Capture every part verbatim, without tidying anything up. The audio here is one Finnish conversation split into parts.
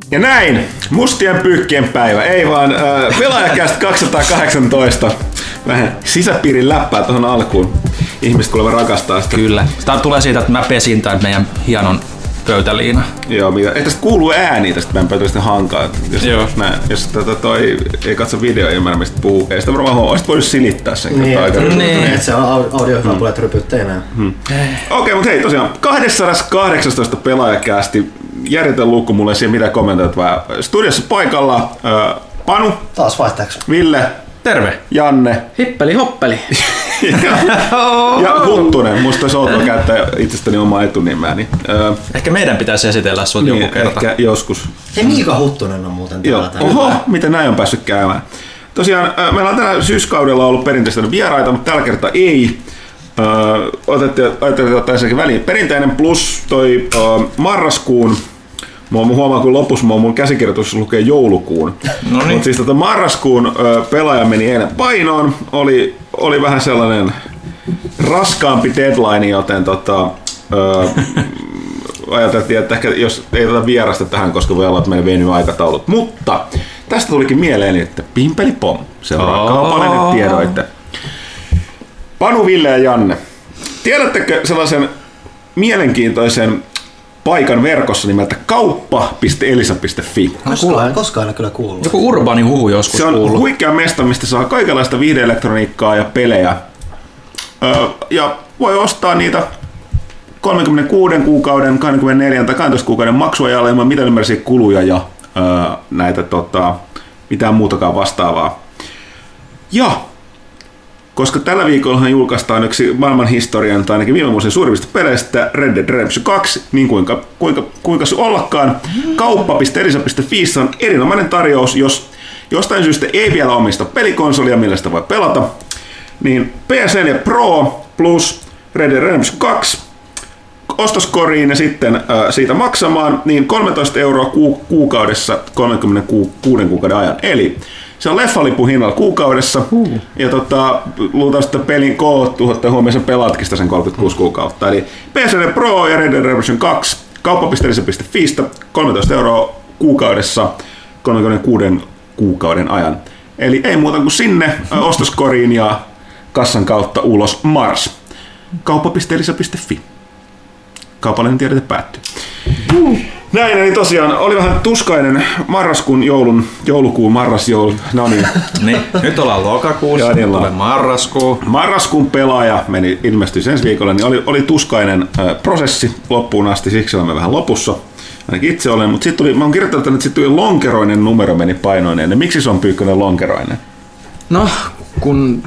Ja näin, mustien pyykkien päivä, ei vaan äh, Pelaajakäst kaksisataakahdeksantoista. Vähän sisäpiirin läppää tuohon alkuun. Ihmiset kuulemma rakastaa sitä. Kyllä. Tämä tulee siitä, että mä pesin tämän meidän hienon pöytäliina. Joo, mitä, ei tästä kuuluu ääniä tästä meidän pöytälistä hankaa. Jos, Joo. Nää, jos tätä toi ei katso videoa, ei ymmärrä mistä puhuu. Ei sitä varmaan huomaa, olisit voinut silittää sen. Niin, aika niin. niin. Että se on audio hyvä, tulee rypyttää enää. Hmm. Okei, okay, mutta hei tosiaan, kaksisataakahdeksantoista Pelaajakästi. Järjetön luku, mulle ei siihen mitään kommentoit vaan. Studiossa paikalla äh, Panu. Taas vaihtaakseni. Ville. Terve. Janne. Hippeli hoppeli. ja, ja Huttunen. Musta olisi outoa käyttää itsestäni omaa etunimeä. Niin, äh, ehkä meidän pitäisi esitellä sut niin, joku kerta. Ehkä joskus. Hei, Miika Huttunen on muuten täällä. Oho, miten näin on päässyt käymään. Tosiaan, äh, meillä on tänä syyskaudella ollut perinteistä vieraita, mutta tällä kertaa ei. Uh, otettiin, ajattelin ottaa ensinnäkin väliin perinteinen plus toi uh, marraskuun. Mä huomaan, kun lopussa mun käsikirjoitus lukee joulukuun. Mutta siis tota marraskuun uh, pelaaja meni eilen painoon. Oli, oli vähän sellainen raskaampi deadline, joten tota, uh, ajateltiin, että ehkä jos ei tätä vierasta tähän, koska voi olla, että meidän venyy aikataulut. Mutta tästä tulikin mieleeni, että pimpeli pom. Seuraa kaupallinen tiedoitte. Panu, Ville ja Janne, tiedättekö sellaisen mielenkiintoisen paikan verkossa nimeltä kauppa piste elisa piste fi? Koskaan, koskaan en kyllä kuullut. Joku urbaani huhu joskus Se on kuullut. huikea mesta, mistä saa kaikenlaista viihdeelektroniikkaa ja pelejä. Öö, ja voi ostaa niitä kolmekymmentäkuuden kuukauden, kaksikymmentäneljä tai kaksitoista kuukauden maksuajalla ilman mitään ymmärsiä kuluja ja öö, näitä tota, mitään muutakaan vastaavaa. Ja koska tällä viikollahan julkaistaan yksi maailman historian tai ainakin viime vuosien suurimmista peleistä Red Dead Redemption kaksi, niin kuinka, kuinka, kuinka se ollakaan, kauppa piste elisa piste fi on erinomainen tarjous, jos jostain syystä ei vielä omista pelikonsolia, millä sitä voi pelata, niin P S neljä Pro plus Red Dead Redemption kaksi ostoskoriin ja sitten äh, siitä maksamaan, niin kolmetoista euroa ku, kuukaudessa kolmekymmentäkuuden kuukauden ajan, eli se on leffalipun hinnalla kuukaudessa, uh. ja tota, luultavasti että pelin koottu, että huomioon sen pelaatkin sitä sen kolmekymmentäkuusi kuukautta. Eli P S neljä Pro ja Red Dead Redemption kaksi, kauppa piste elisa piste fi, kolmetoista euroa kuukaudessa, kolmekymmentäkuuden kuukauden ajan. Eli ei muuta kuin sinne ostoskoriin ja kassan kautta ulos Mars. kauppa piste elisa piste fi. Kaupallinen tiedote päättyy. Uh. Näin, eli tosiaan oli vähän tuskainen marraskuun joulun, joulukuun, marrasjoulu, no niin. niin. Nyt ollaan lokakuussa, nyt tulee marraskuu. Marraskuun pelaaja meni ilmeisesti ensi viikolla, niin oli, oli tuskainen äh, prosessi loppuun asti, siksi olemme vähän lopussa. Ainakin itse olen, mutta sitten tuli, mä oon kirjoittanut, että sitten tuli lonkeroinen numero meni painoineen. Ja miksi se on Pyykkönen lonkeroinen? No, kun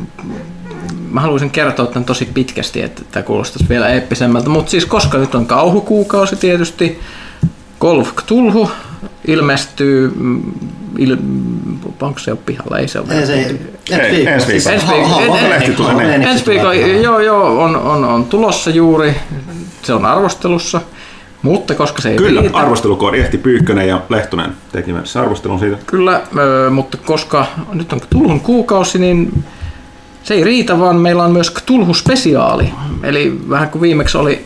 mä haluaisin kertoa tämän tosi pitkästi, että tämä kuulostaisi vielä eeppisemmältä, mutta siis koska nyt on kauhukuukausi tietysti, Call of Cthulhu ilmestyy, il, onko se jo pihalla? Ei se ole. Ei, se ei. Ensi viikolla. Ensi viikolla, joo, joo, on, on, on tulossa juuri, se on arvostelussa, mutta koska se ei Kyllä, riitä. arvostelukoodi ehti Pyykkönen ja Lehtonen teki mennessä arvostelun siitä. Kyllä, mutta koska nyt on Cthulhun kuukausi, niin se ei riitä, vaan meillä on myös Cthulhu-spesiaali. Eli vähän kuin viimeksi oli,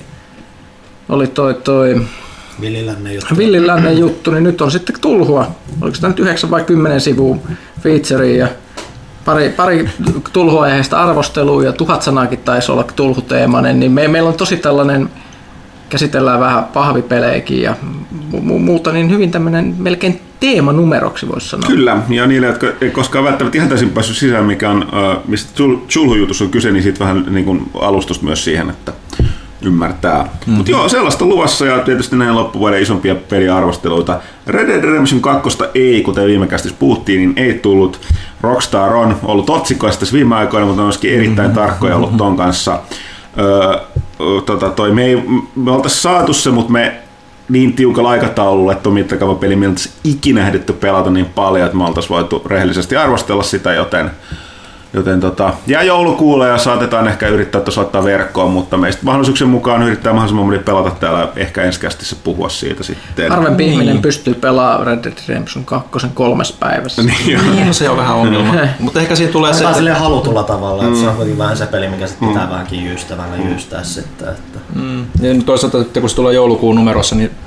oli toi, toi Villilännen juttu. Villilännen juttu, niin nyt on sitten Cthulhua. Oliko sitä nyt yhdeksän vai kymmenen sivua featurea ja pari, pari Cthulhu-aiheista arvostelua ja tuhat sanaakin taisi olla Cthulhu-teemainen, niin me, meillä on tosi tällainen, käsitellään vähän pahvipelejäkin ja mu- muuta, niin hyvin tämmöinen melkein teemanumeroksi voisi sanoa. Kyllä, ja niille, jotka ei koskaan välttämättä ihan täysin päässyt sisään, mikä on, mistä Cthulhu-jutussa on kyse, niin siitä vähän niin kuin alustus myös siihen, että ymmärtää. Mm-hmm. Mutta joo, sellaista luvassa ja tietysti näin loppuvuoden isompia peliarvosteluita. Red Dead Redemption kaksi ei, kuten viime kästissä puhuttiin, niin ei tullut. Rockstar on ollut otsikoissa tässä viime aikoina, mutta on myöskin erittäin mm-hmm. tarkkoja ollut ton kanssa. Öö, tota, toi, me ei me oltaisi saatu se, mutta me niin tiukalla aikataululla, että on mittakaavapeli, miltä ikinä ehditty pelata niin paljon, että me oltaisiin voitu rehellisesti arvostella sitä, joten Joten tota, jää joulukuulle ja saatetaan ehkä yrittää tuossa ottaa verkkoon, mutta meistä mahdollisuuksien mukaan yrittää mahdollisimman moni pelata täällä, ehkä ensi kästissä puhua siitä sitten. Harvempi niin. ihminen pystyy pelaamaan Red Dead Redemption kaksi kolmessa päivässä. Niin, niin se on vähän ongelma. Mutta ehkä siinä tulee se, että silleen halutulla tavalla, että mm. se on kuitenkin vähän se peli, mikä sitten pitää mm. vähänkin jyystävällä jyystää sitten. Että. Mm. Ja toisaalta, että kun se tulee joulukuun numerossa, niin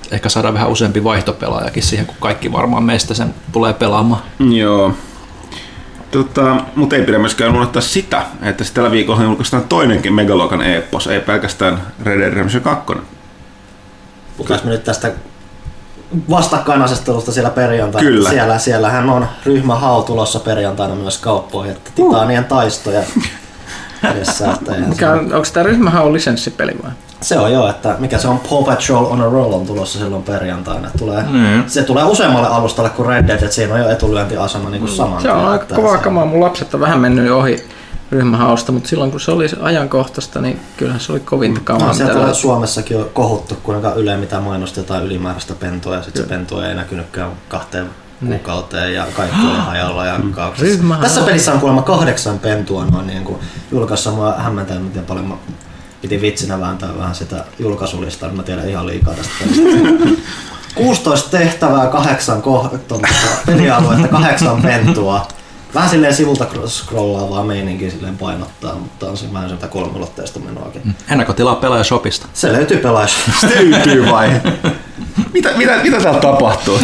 ehkä saadaan vähän useampi vaihtopelaajakin siihen, kun kaikki varmaan meistä sen tulee pelaamaan. Joo. Tota, mutta ei pidä myöskään unohtaa sitä, että tällä viikolla julkaistaan toinenkin megaluokan epos, ei pelkästään Red Dead Redemption kaksi. Puhutaan me nyt tästä vastakkainasettelusta siellä perjantaina. Kyllä. Siellä, siellähän on ryhmähau tulossa perjantaina myös kauppoihin, että titaanien taistoja edessä. Mikä on, onko tämä ryhmähau lisenssipeli vai? Se on joo, että mikä se on, Paw Patrol on a Roll on tulossa silloin perjantaina. Tulee, mm. Se tulee useammalle alustalle kuin Red Dead, että siinä on jo etulyöntiasema niin kuin saman. Se on aika kovaa kamaa. Mun lapset on vähän mennyt ohi ryhmähausta, mutta silloin kun se oli ajankohtaista, niin kyllähän se oli kovinta kamaa. No, sieltä on Suomessakin on kohuttu, kuinka Yle mitä mainostetaan ylimääräistä pentua ja sitten se pentu ei näkynytkään kahteen kuukauteen ja kaikki oli hajalla ja kauksessa. Tässä pelissä on kuulemma kahdeksan pentua noin niin kuin julkaissa. Mua hämmentää, miten paljon mä piti vitsinä vääntää vähän sitä julkaisulistaa, mä tiedän ihan liikaa tästä pelistä. kuusitoista tehtävää, kahdeksan pelialuetta, kahdeksan pentua. Vähän silleen sivulta scrollaavaa meininkiä silleen painottaa, mutta on se vähän sieltä kolmulotteista menoakin. Mm. Ennakkotilaa Pelaajashopista. Se löytyy Pelaajashopista. Se löytyy vai? Mitä, mitä, mitä täällä tapahtuu?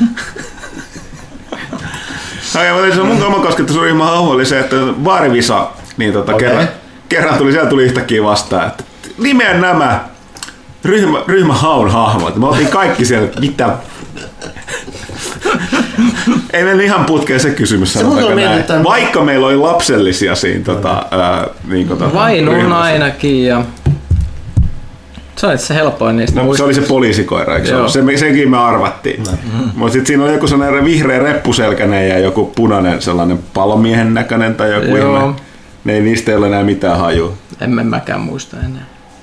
Okei, okay, mun oma kosketusryhmä hahmo oli se, että Varvisa, niin tota, okay. kerran, kerran tuli, siellä tuli yhtäkkiä vastaan, että nimeä nämä ryhmä, ryhmähaun hahmot. Me oltiin kaikki siellä, että mitä... Ei meillä ihan putkeen se kysymys, se näin. Vaikka meillä oli lapsellisia siinä tota, ää, niin tota, Vainun ainakin ja se oli se helpoin niistä. No, se oli se poliisikoira, eikö se, se senkin me arvattiin. Mm-hmm. Mutta sitten siinä oli joku sellainen vihreä reppuselkäinen ja joku punainen sellainen palomiehen näköinen tai joku ihme. Ne ei niistä ei ole enää mitään hajua. En mäkään muista enää.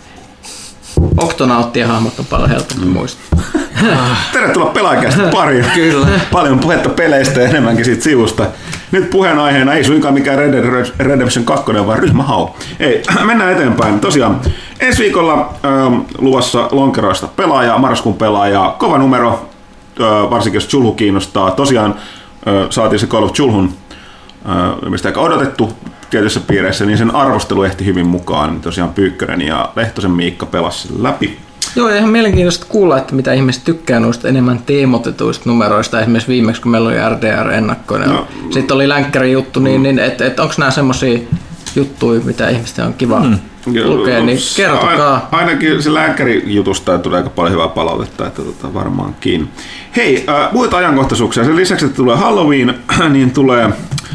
Oktonauttien hahmot on paljon helpompi mm. muistaa. Tervetuloa Pelaajakästä pariin. Kyllä. Paljon puhetta peleistä ja enemmänkin siitä sivusta. Nyt puheenaiheena ei suinkaan mikään Red Dead Redemption kaksi, vaan ryhmähau. Ei, mennään eteenpäin. Tosiaan ensi viikolla ähm, luvassa lonkeroista pelaajaa, marraskuun pelaajaa. Kova numero, äh, varsinkin jos Chulhu kiinnostaa. Tosiaan äh, saatiin se Call of Chulhun, äh, mistä aika odotettu tietyissä piireissä, niin sen arvostelu ehti hyvin mukaan. Tosiaan Pyykkönen ja Lehtosen Miikka pelasi läpi. Joo, ihan mielenkiintoista kuulla, että mitä ihmiset tykkää noista enemmän teemotetuista numeroista. Esimerkiksi viimeksi, kun meillä oli R D R-ennakkoinen. No, sitten oli länkkäri juttu, niin, niin että et, onko nämä semmoisia juttuja, mitä ihmisten on kiva mm. lukea, niin kertokaa. Ainakin se länkkärijutusta tulee aika paljon hyvää palautetta, että tota, varmaankin. Hei, äh, muita ajankohtaisuuksia. Sen lisäksi, että tulee Halloween, niin tulee...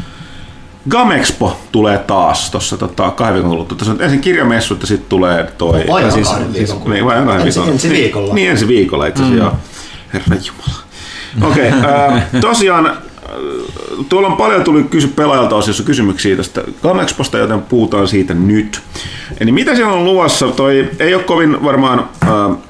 Gamexpo tulee taas tuossa tota, kahden viikon kuluttua. Tässä on ensin kirjamessu, että sitten tulee toi... Vai on siis, kahden viikon kuluttua. Niin, vai on kahden viikon. Ensi viikolla. Niin, ensi viikolla itse asiassa, mm. joo. Herra Jumala. Okei, okay, äh, tosiaan äh, tuolla on paljon tullut kysy pelaajalta osiossa kysymyksiä tästä Gamexposta, joten puhutaan siitä nyt. Eli mitä siellä on luvassa? Toi ei ole kovin varmaan... Äh, äh,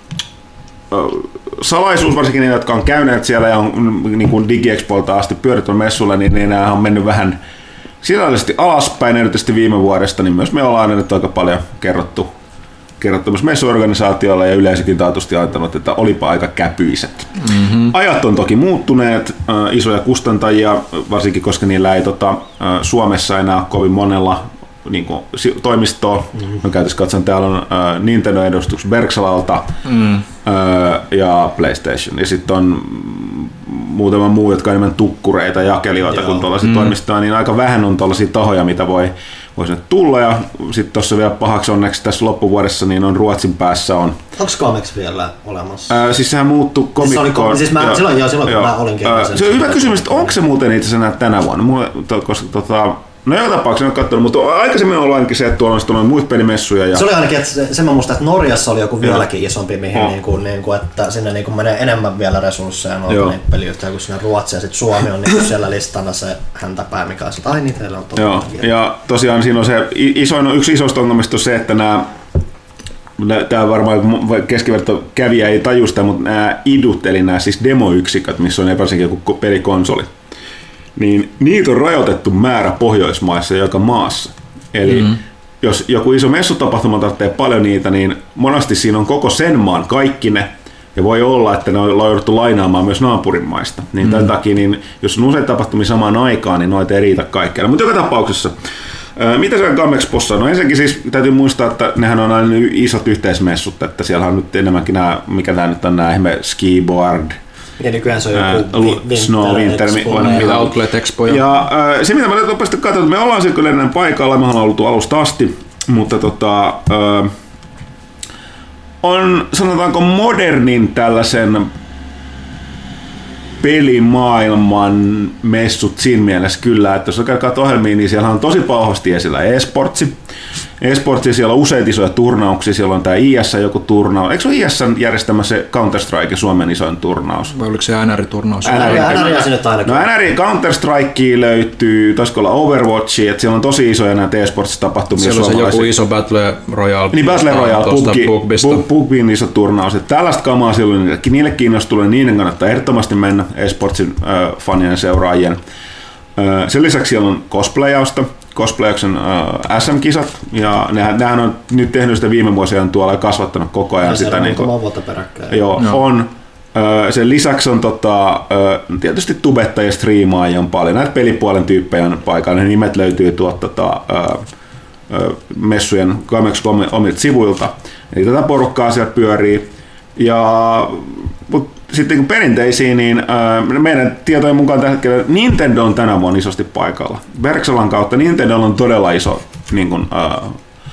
salaisuus, varsinkin niitä, jotka on käyneet siellä ja on niin kuin DigiExpolta asti pyörittänyt messulla, niin, niin nämä on mennyt vähän sisällöllisesti alaspäin, erityisesti viime vuodesta, niin myös me ollaan nyt aika paljon kerrottu, kerrottu myös messuorganisaatiolla ja yleisökin taatusti ajattanut, että olipa aika käpyiset. Mm-hmm. Ajat on toki muuttuneet, äh, isoja kustantajia, varsinkin koska niillä ei tota, äh, Suomessa enää kovin monella niin kuin, toimistoa. Mm-hmm. Mä käytössä katson, täällä on äh, Nintendo-edustus Berksalalta mm. äh, ja PlayStation. Ja sitten on muutama muu, jotka on enemmän tukkureita, jakelijoita, Joo. kun tuollaisia mm. toimistoa, niin aika vähän on tuollaisia tahoja, mitä voi, voi sinne tulla. Ja sitten tuossa vielä pahaksi onneksi tässä loppuvuodessa niin on Ruotsin päässä on. Onko Comex vielä olemassa? Ää, siis sehän muuttui Comic-Con. Siis, siis silloin, joo, silloin joo. kun mä olinkin. Ää, se on hyvä kysymys, että onko se muuten itse asiassa tänä vuonna? Mulle, to, koska, tota, no joka tapauksessa en ole katsonut, mutta aikaisemmin on ollut ainakin se, että tuolla on sitten muita pelimessuja. Ja... Se oli ainakin, että sen mä muistan, että Norjassa oli joku vieläkin isompi, mihin oh. niin kuin, niin kuin, että sinne niin kuin menee enemmän vielä resursseja noita niin peliyhtiöitä kuin sinne Ruotsi, ja sitten Suomi on niin siellä listana se häntäpää, mikä on, että ai niin teillä on totta. Joo, ja tosiaan siinä on se isoin, yksi isoista ongelmista on se, että nämä Tämä varmaan keskiverto kävijä ei tajusta, mutta nämä idut, eli nämä siis demoyksiköt, missä on varsinkin joku pelikonsoli, niin niitä on rajoitettu määrä Pohjoismaissa joka maassa. Eli mm-hmm. jos joku iso messutapahtuma tarvitsee paljon niitä, niin monasti siinä on koko sen maan kaikki ne, ja voi olla, että ne on jouduttu lainaamaan myös naapurin maista. Niin mm-hmm. tämän takia, niin jos on usein tapahtumia samaan aikaan, niin noita ei riitä kaikkialla. Mutta joka tapauksessa Mitä se on Gamexpossa? No ensinnäkin siis täytyy muistaa, että nehän on aina isot yhteismessut, että siellä on nyt enemmänkin nämä, mikä tämä nyt on nämä ihme skiboard, ja nykyään se on joku winter, Snow Winter Expo, on Outlet Expo. Ja, ja äh, se mitä mä nyt nopeasti katson, että me ollaan siellä kyllä ennen paikalla, me ollaan ollut alusta asti, mutta tota, äh, on sanotaanko modernin tällaisen pelimaailman messut siinä mielessä kyllä, että jos sä käyt ohjelmiin, niin siellä on tosi vahvasti esillä e-sportsi. E-sportsi, siellä on useita isoja turnauksia, siellä on tää I S joku turnaus. Eikö se ole I S järjestämä se Counter-Strike Suomen isoin turnaus? Vai oliko se N R-turnaus? N R sinne ainakin. No N R, Counter-Strikea löytyy, taisiko olla Overwatchia, että siellä on tosi isoja näitä e-sports-tapahtumia. Siellä on se joku iso Battle Royale. Niin Battle Royale, PUBGin iso turnaus. Että tällaista kamaa silloin, niille kiinnostuu, niiden kannattaa ehdottomasti mennä e-sportsin äh, fanien seuraajien. Äh, sen lisäksi siellä on cosplayausta. Cosplayauksen äh, S M-kisat, ja nehän, nehän on nyt tehnyt sitä viime vuosina tuolla ja kasvattanut koko ajan ja sitä. On niin kuin, vuotta peräkkäin. Joo, no. on. Äh, sen lisäksi on tota, äh, tietysti tubettajia ja striimaajia on paljon. Näitä pelipuolen tyyppejä on paikalla. Ne nimet löytyy tuolta tota, äh, äh, messujen Gamex omilta sivuilta. Eli tätä porukkaa siellä pyörii. Ja, mut, sitten kun perinteisiin, niin äh, meidän tietojen mukaan tällä hetkellä Nintendo on tänä vuonna isosti paikalla. Berksalan kautta Nintendo on todella iso niin kun, äh,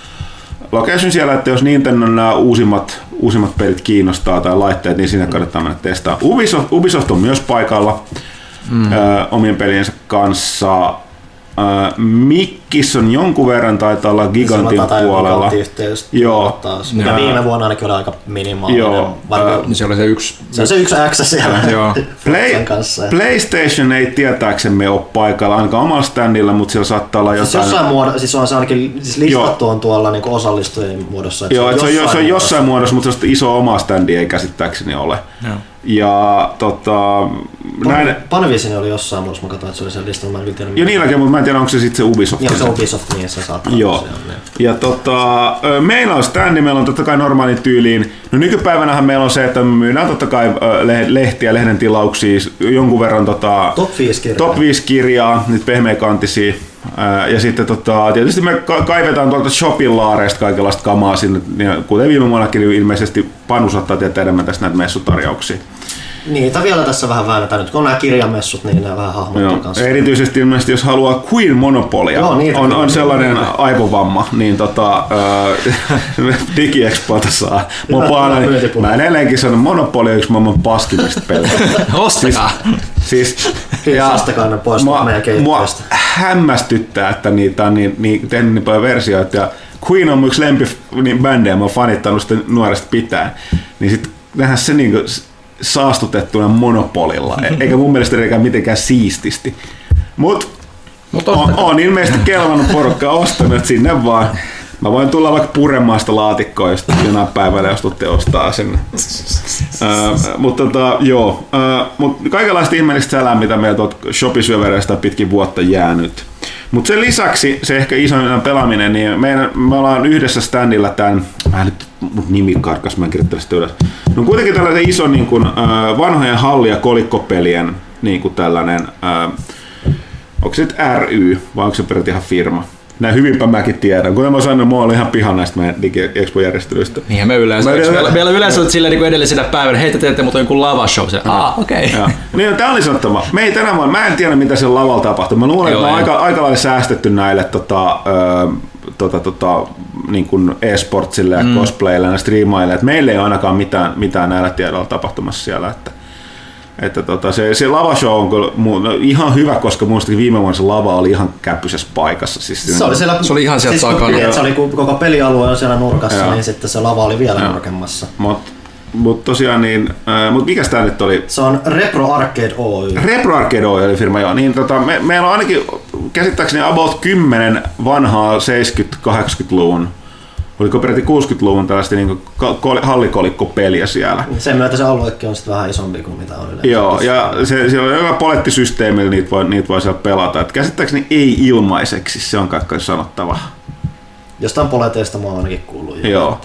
location siellä, että jos Nintendon nämä uusimmat, uusimmat pelit kiinnostaa tai laitteet, niin sinne kannattaa mennä testaamaan. Ubisoft, Ubisoft on myös paikalla mm. äh, omien peliensä kanssa. Uh, Mikkis on jonkun verran, taitaa olla Gigantin puolella. Joo. Taas, mikä viime vuonna ainakin oli aika minimaalinen. Joo. Uh, se oli se yksi. Se on se yksi X siellä. Joo. Play, kanssa. PlayStation ei tietääksemme ole paikalla, ainakaan omalla standilla, mutta siellä saattaa olla jotain. Siis jossain muodossa, siis on se ainakin siis listattu on tuolla niin osallistujien muodossa. Joo, se on jossain, se on jossain muodossa, mutta iso oma standi ei käsittääkseni ole. Joo. Ja tota... Näin... Panvisini oli jossain muodossa, mä katsoin, että se oli sen listalla, mä en tiedä. Jo niilläkin, mutta mä en tiedä, onko se sitten se Ubisoft. Joo, se on Ubisoft, niin se saattaa. Joo. Ja tota, meillä on standi, meillä on totta kai normaali tyyliin. No nykypäivänähän meillä on se, että me myydään totta kai lehtiä, lehden tilauksia, jonkun verran tota... Top viisi kirjaa. Top viisi kirjaa, niitä pehmeäkantisia. Ja sitten tota, tietysti me kaivetaan tuolta Shopin laareista kaikenlaista kamaa sinne, kuten viime vuonnakin ilmeisesti Panu saattaa tietää enemmän tästä näitä messutarjouksia. Niitä vielä tässä vähän väännetään nyt, kun on nämä kirjamessut, niin ne vähän hahmottaa kanssa. Erityisesti ilmeisesti, jos haluaa Queen Monopolia, no, on, on sellainen aivovamma, niin tota, äh, DigiExpolta saa. Mä, mä en edelleenkin sanon, Monopoly on yksi maailman paskimmista pelejä. Ostakaa! Siis, siis ja ostakaa ne pois meidän keittiöstä. Mua hämmästyttää, että niitä on niin, niin, tehnyt niin paljon versioita. Ja Queen on yksi lempibändejä, mä oon fanittanut sitä nuoresta pitäen. Niin sit nähdään se niinku saastutettuna Monopolilla, eikä mun mielestä eikä mitenkään siististi. Mut, Mut on, on ilmeisesti kelvannut porukkaa ostanut sinne vaan. Mä voin tulla vaikka puremaan sitä laatikkoa just jonain päivänä, jos tuutte ostaa sen. uh, mutta tota, joo. Uh, mut kaikenlaista ihmeellistä sälää, mitä meillä tuolta shopisyövereistä pitkin vuotta jäänyt. Mutta sen lisäksi se ehkä isoin pelaaminen, niin meidän, me ollaan yhdessä standilla tämän, mä nyt mut nimi karkas, mä en kirjoittele sitä ylös. No kuitenkin tällaisen iso niin kun, uh, vanhojen halli- ja kolikkopelien niin kun tällainen, uh, onko se nyt ry vai onko se peräti ihan firma? Näin hyvinpä mäkin tiedän. Kuten mä sanoin, mä olin ihan pihan näistä meidän DigiExpo-järjestelyistä. Niinhän me yleensä. Meillä, meillä yleensä on silleen niin edellisenä päivänä, hei te teette muuten jonkun lavashow. Ah, okei. Okay. Niin, tää oli sanottava. Me ei tänä vuonna, mä en tiedä mitä siellä lavalla tapahtuu. Mä luulen, että mä oon aika, aika lailla säästetty näille tota, ö, tota, tota, niin kuin e-sportsille ja mm. cosplayille ja striimaille. Et meillä ei ole ainakaan mitään, mitään näillä tiedoilla tapahtumassa siellä. Että, että tota, se, se lavashow on no, ihan hyvä, koska muistakin viime vuonna se lava oli ihan käppysessä paikassa. Siis se, oli siellä, se oli ihan sieltä siis takana. Se oli koko pelialue on siellä nurkassa, ja. Niin sitten se lava oli vielä nurkemmassa. Mutta mut tosiaan, niin, äh, mut mikäs tää nyt oli? Se on Repro Arcade Oy. Repro Arcade Oy oli firma, joo. Niin, tota, me, meillä on ainakin käsittääkseni about kymmenen vanhaa seitsemänkymmentä-kahdeksankymmentäluvun, oliko peräti kuusikymmentäluvun tällaista niin hallikolikkopeliä siellä. Sen myötä se aluekin on sitten vähän isompi kuin mitä on yleensä. Joo, ja se, siellä on joka polettisysteemillä niitä voi, niitä voi siellä pelata. Et käsittääkseni ei ilmaiseksi, se on kaikkein sanottava. Jostain poleteista mä oon ainakin kuullut. Joo.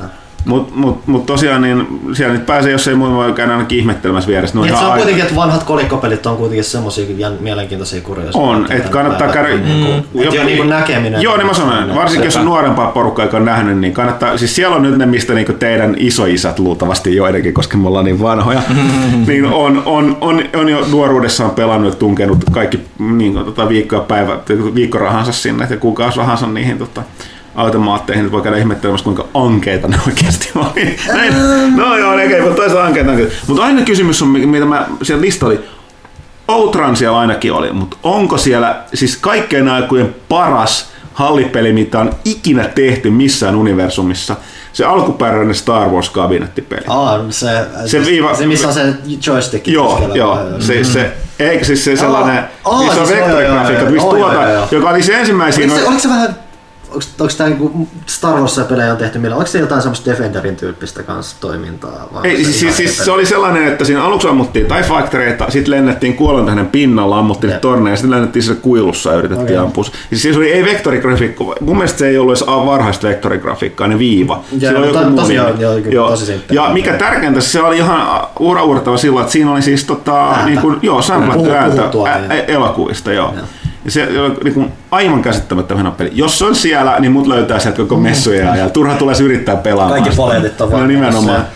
Mutta mut, mut tosiaan niin siellä nyt pääsee, jos ei muuta voi käydä ainakin ihmettelemässä vieressä. Niin, se on kuitenkin, että vanhat kolikkopelit on kuitenkin semmosia mielenkiintoisia kurioisia. On, että kannattaa käydä... Mm. Että jo niinku näkeminen. Joo, niin mä sanon, varsinkin jos on nuorempaa porukkaa, joka on nähnyt, niin kannattaa... Siis siellä on nyt ne, mistä niinku teidän isoisät luultavasti joidenkin, koska me ollaan niin vanhoja, niin on, on, on, on jo nuoruudessaan pelannut ja tunkenut kaikki niin, tota, viikkoa päivä, viikkorahansa sinne ja kuukausirahansa niihin tota, automaatteihin, että voi käydä ihmettelemässä, kuinka ankeita ne oikeasti oli. Näin, no joo, ne mutta toisaalta ankeita, ankeita. Mutta aina kysymys on, mitä mä, siellä lista oli, Outrun siellä ainakin oli, mutta onko siellä siis kaikkein aikojen paras hallipeli, mitä on ikinä tehty missään universumissa, se alkuperäinen Star Wars-kabinettipeli. Aa, se, se, viiva, se missä on se joystick. Joo, joo. Se, se, eikö siis se sellainen, Aa, missä on siis vektorigrafiikka, mistä tuota, joka oli se ensimmäisiin... Oliko se, oliko se vähän... Onko, onko tämä niinku Star Wars-pelejä on tehty millä? Oliko se jotain semmoista Defenderin tyyppistä kanssa toimintaa? Ei, siis, siis, siis se oli sellainen, että siinä aluksi ammuttiin TIE Fightereita, sitten lennettiin kuollontähden pinnalla, ammuttiin yeah. torneja ja sitten lennettiin siellä kuilussa ja yritettiin okay. ampua. Siis, siis oli ei vektorigrafiikka, mun mielestä se ei ollut edes varhaista vektorigrafiikkaa, ne viiva. Ja, oli joku tosiaan, joo, joo, tosi simppeli. Ja mikä tärkeintä, se oli ihan uraurtava sillä, että siinä oli siis tota, niin kuin, joo, samplattu ääntä elokuvista, joo. Yeah. Ja se on niin aivan käsittämättä hyvä peli. Jos se on siellä, niin mut löytää sieltä koko messuja ja turha tulee yrittää pelaamaan. Kaikki paletit on vaan. No nimenomaan.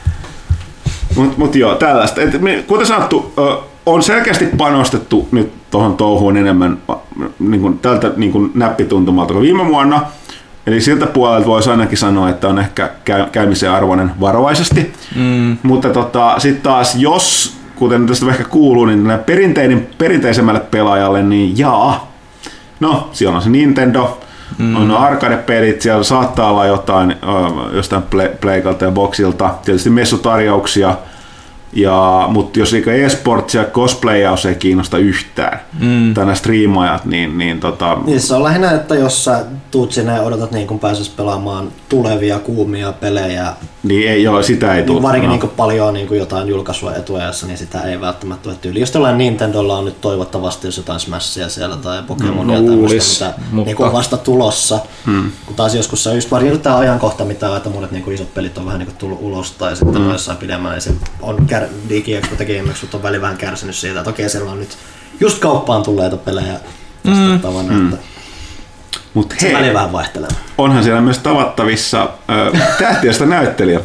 Mutta mut joo, tällaista. Et me, kuten sanottu, on selkeästi panostettu nyt tuohon touhuun enemmän niin kuin, tältä niin kuin näppituntumalta kuin viime vuonna. Eli siltä puolelta voisi ainakin sanoa, että on ehkä käy, käymisen arvoinen varovaisesti. Mm. Mutta tota, sitten taas, jos... Kuten tästä ehkä kuuluu, niin perinteinen, perinteisemmälle pelaajalle, niin jaa. No, siellä on se Nintendo, mm. on arcade-pelit, siellä saattaa olla jotain jostain Playkalta ja Boxilta, tietysti messutarjouksia, ja, mutta jos e-sports ja cosplayaus ei kiinnosta yhtään, mm. tänä striimaajat, niin... niin, tota... niin se on lähinnä, että jos sä tuut sinne ja odotat niin kun pääsis pelaamaan tulevia kuumia pelejä, niin ei, joo, sitä ei tule. Varsinkin no. niin paljon niin jotain julkaisua etuajassa, niin sitä ei välttämättä ole tyyli. Jos jollain Nintendolla on nyt toivottavasti jos jotain Smashia siellä tai Pokemonia no, tämmöistä, mitä mutta... niin on vasta tulossa. Hmm. Kun taas joskus se on just varsinkin tämä ajankohta, mitä että monet niin isot pelit on vähän niin tullut ulos tai sitten hmm. jossain pidemmän, niin se on kär... DigiExpo ja GameExpo on väliin vähän kärsinyt siitä, että okei, siellä on nyt just kauppaan tulleita pelejä vastattavana, mm. että mut se hei, väliin vähän vaihtelee. Onhan siellä myös tavattavissa äh, tähtiöstä näyttelijä.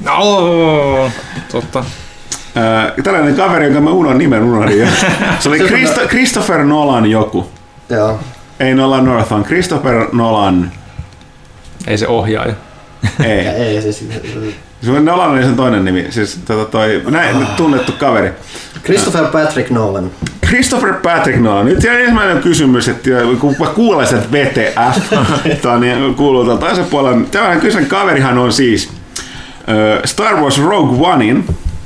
No, totta. Äh, tällainen kaveri, jonka mä unohdin nimen, unohdin. Se oli Christo- Christopher Nolan joku. Joo. Ei Nolan North, vaan Christopher Nolan. Ei se ohjaaja. Ei. ei siis... Nolan oli sen toinen nimi, siis tota toi, näin, ah. tunnettu kaveri. Christopher Patrick Nolan. Christopher Patrick Nolan. Nyt siellä ensimmäinen kysymys, että kun mä kuulen sen V T F, niin kuuluu tuolta toisen puolella. Tämän kysymyksen kaverihan on siis uh, Star Wars Rogue Onein.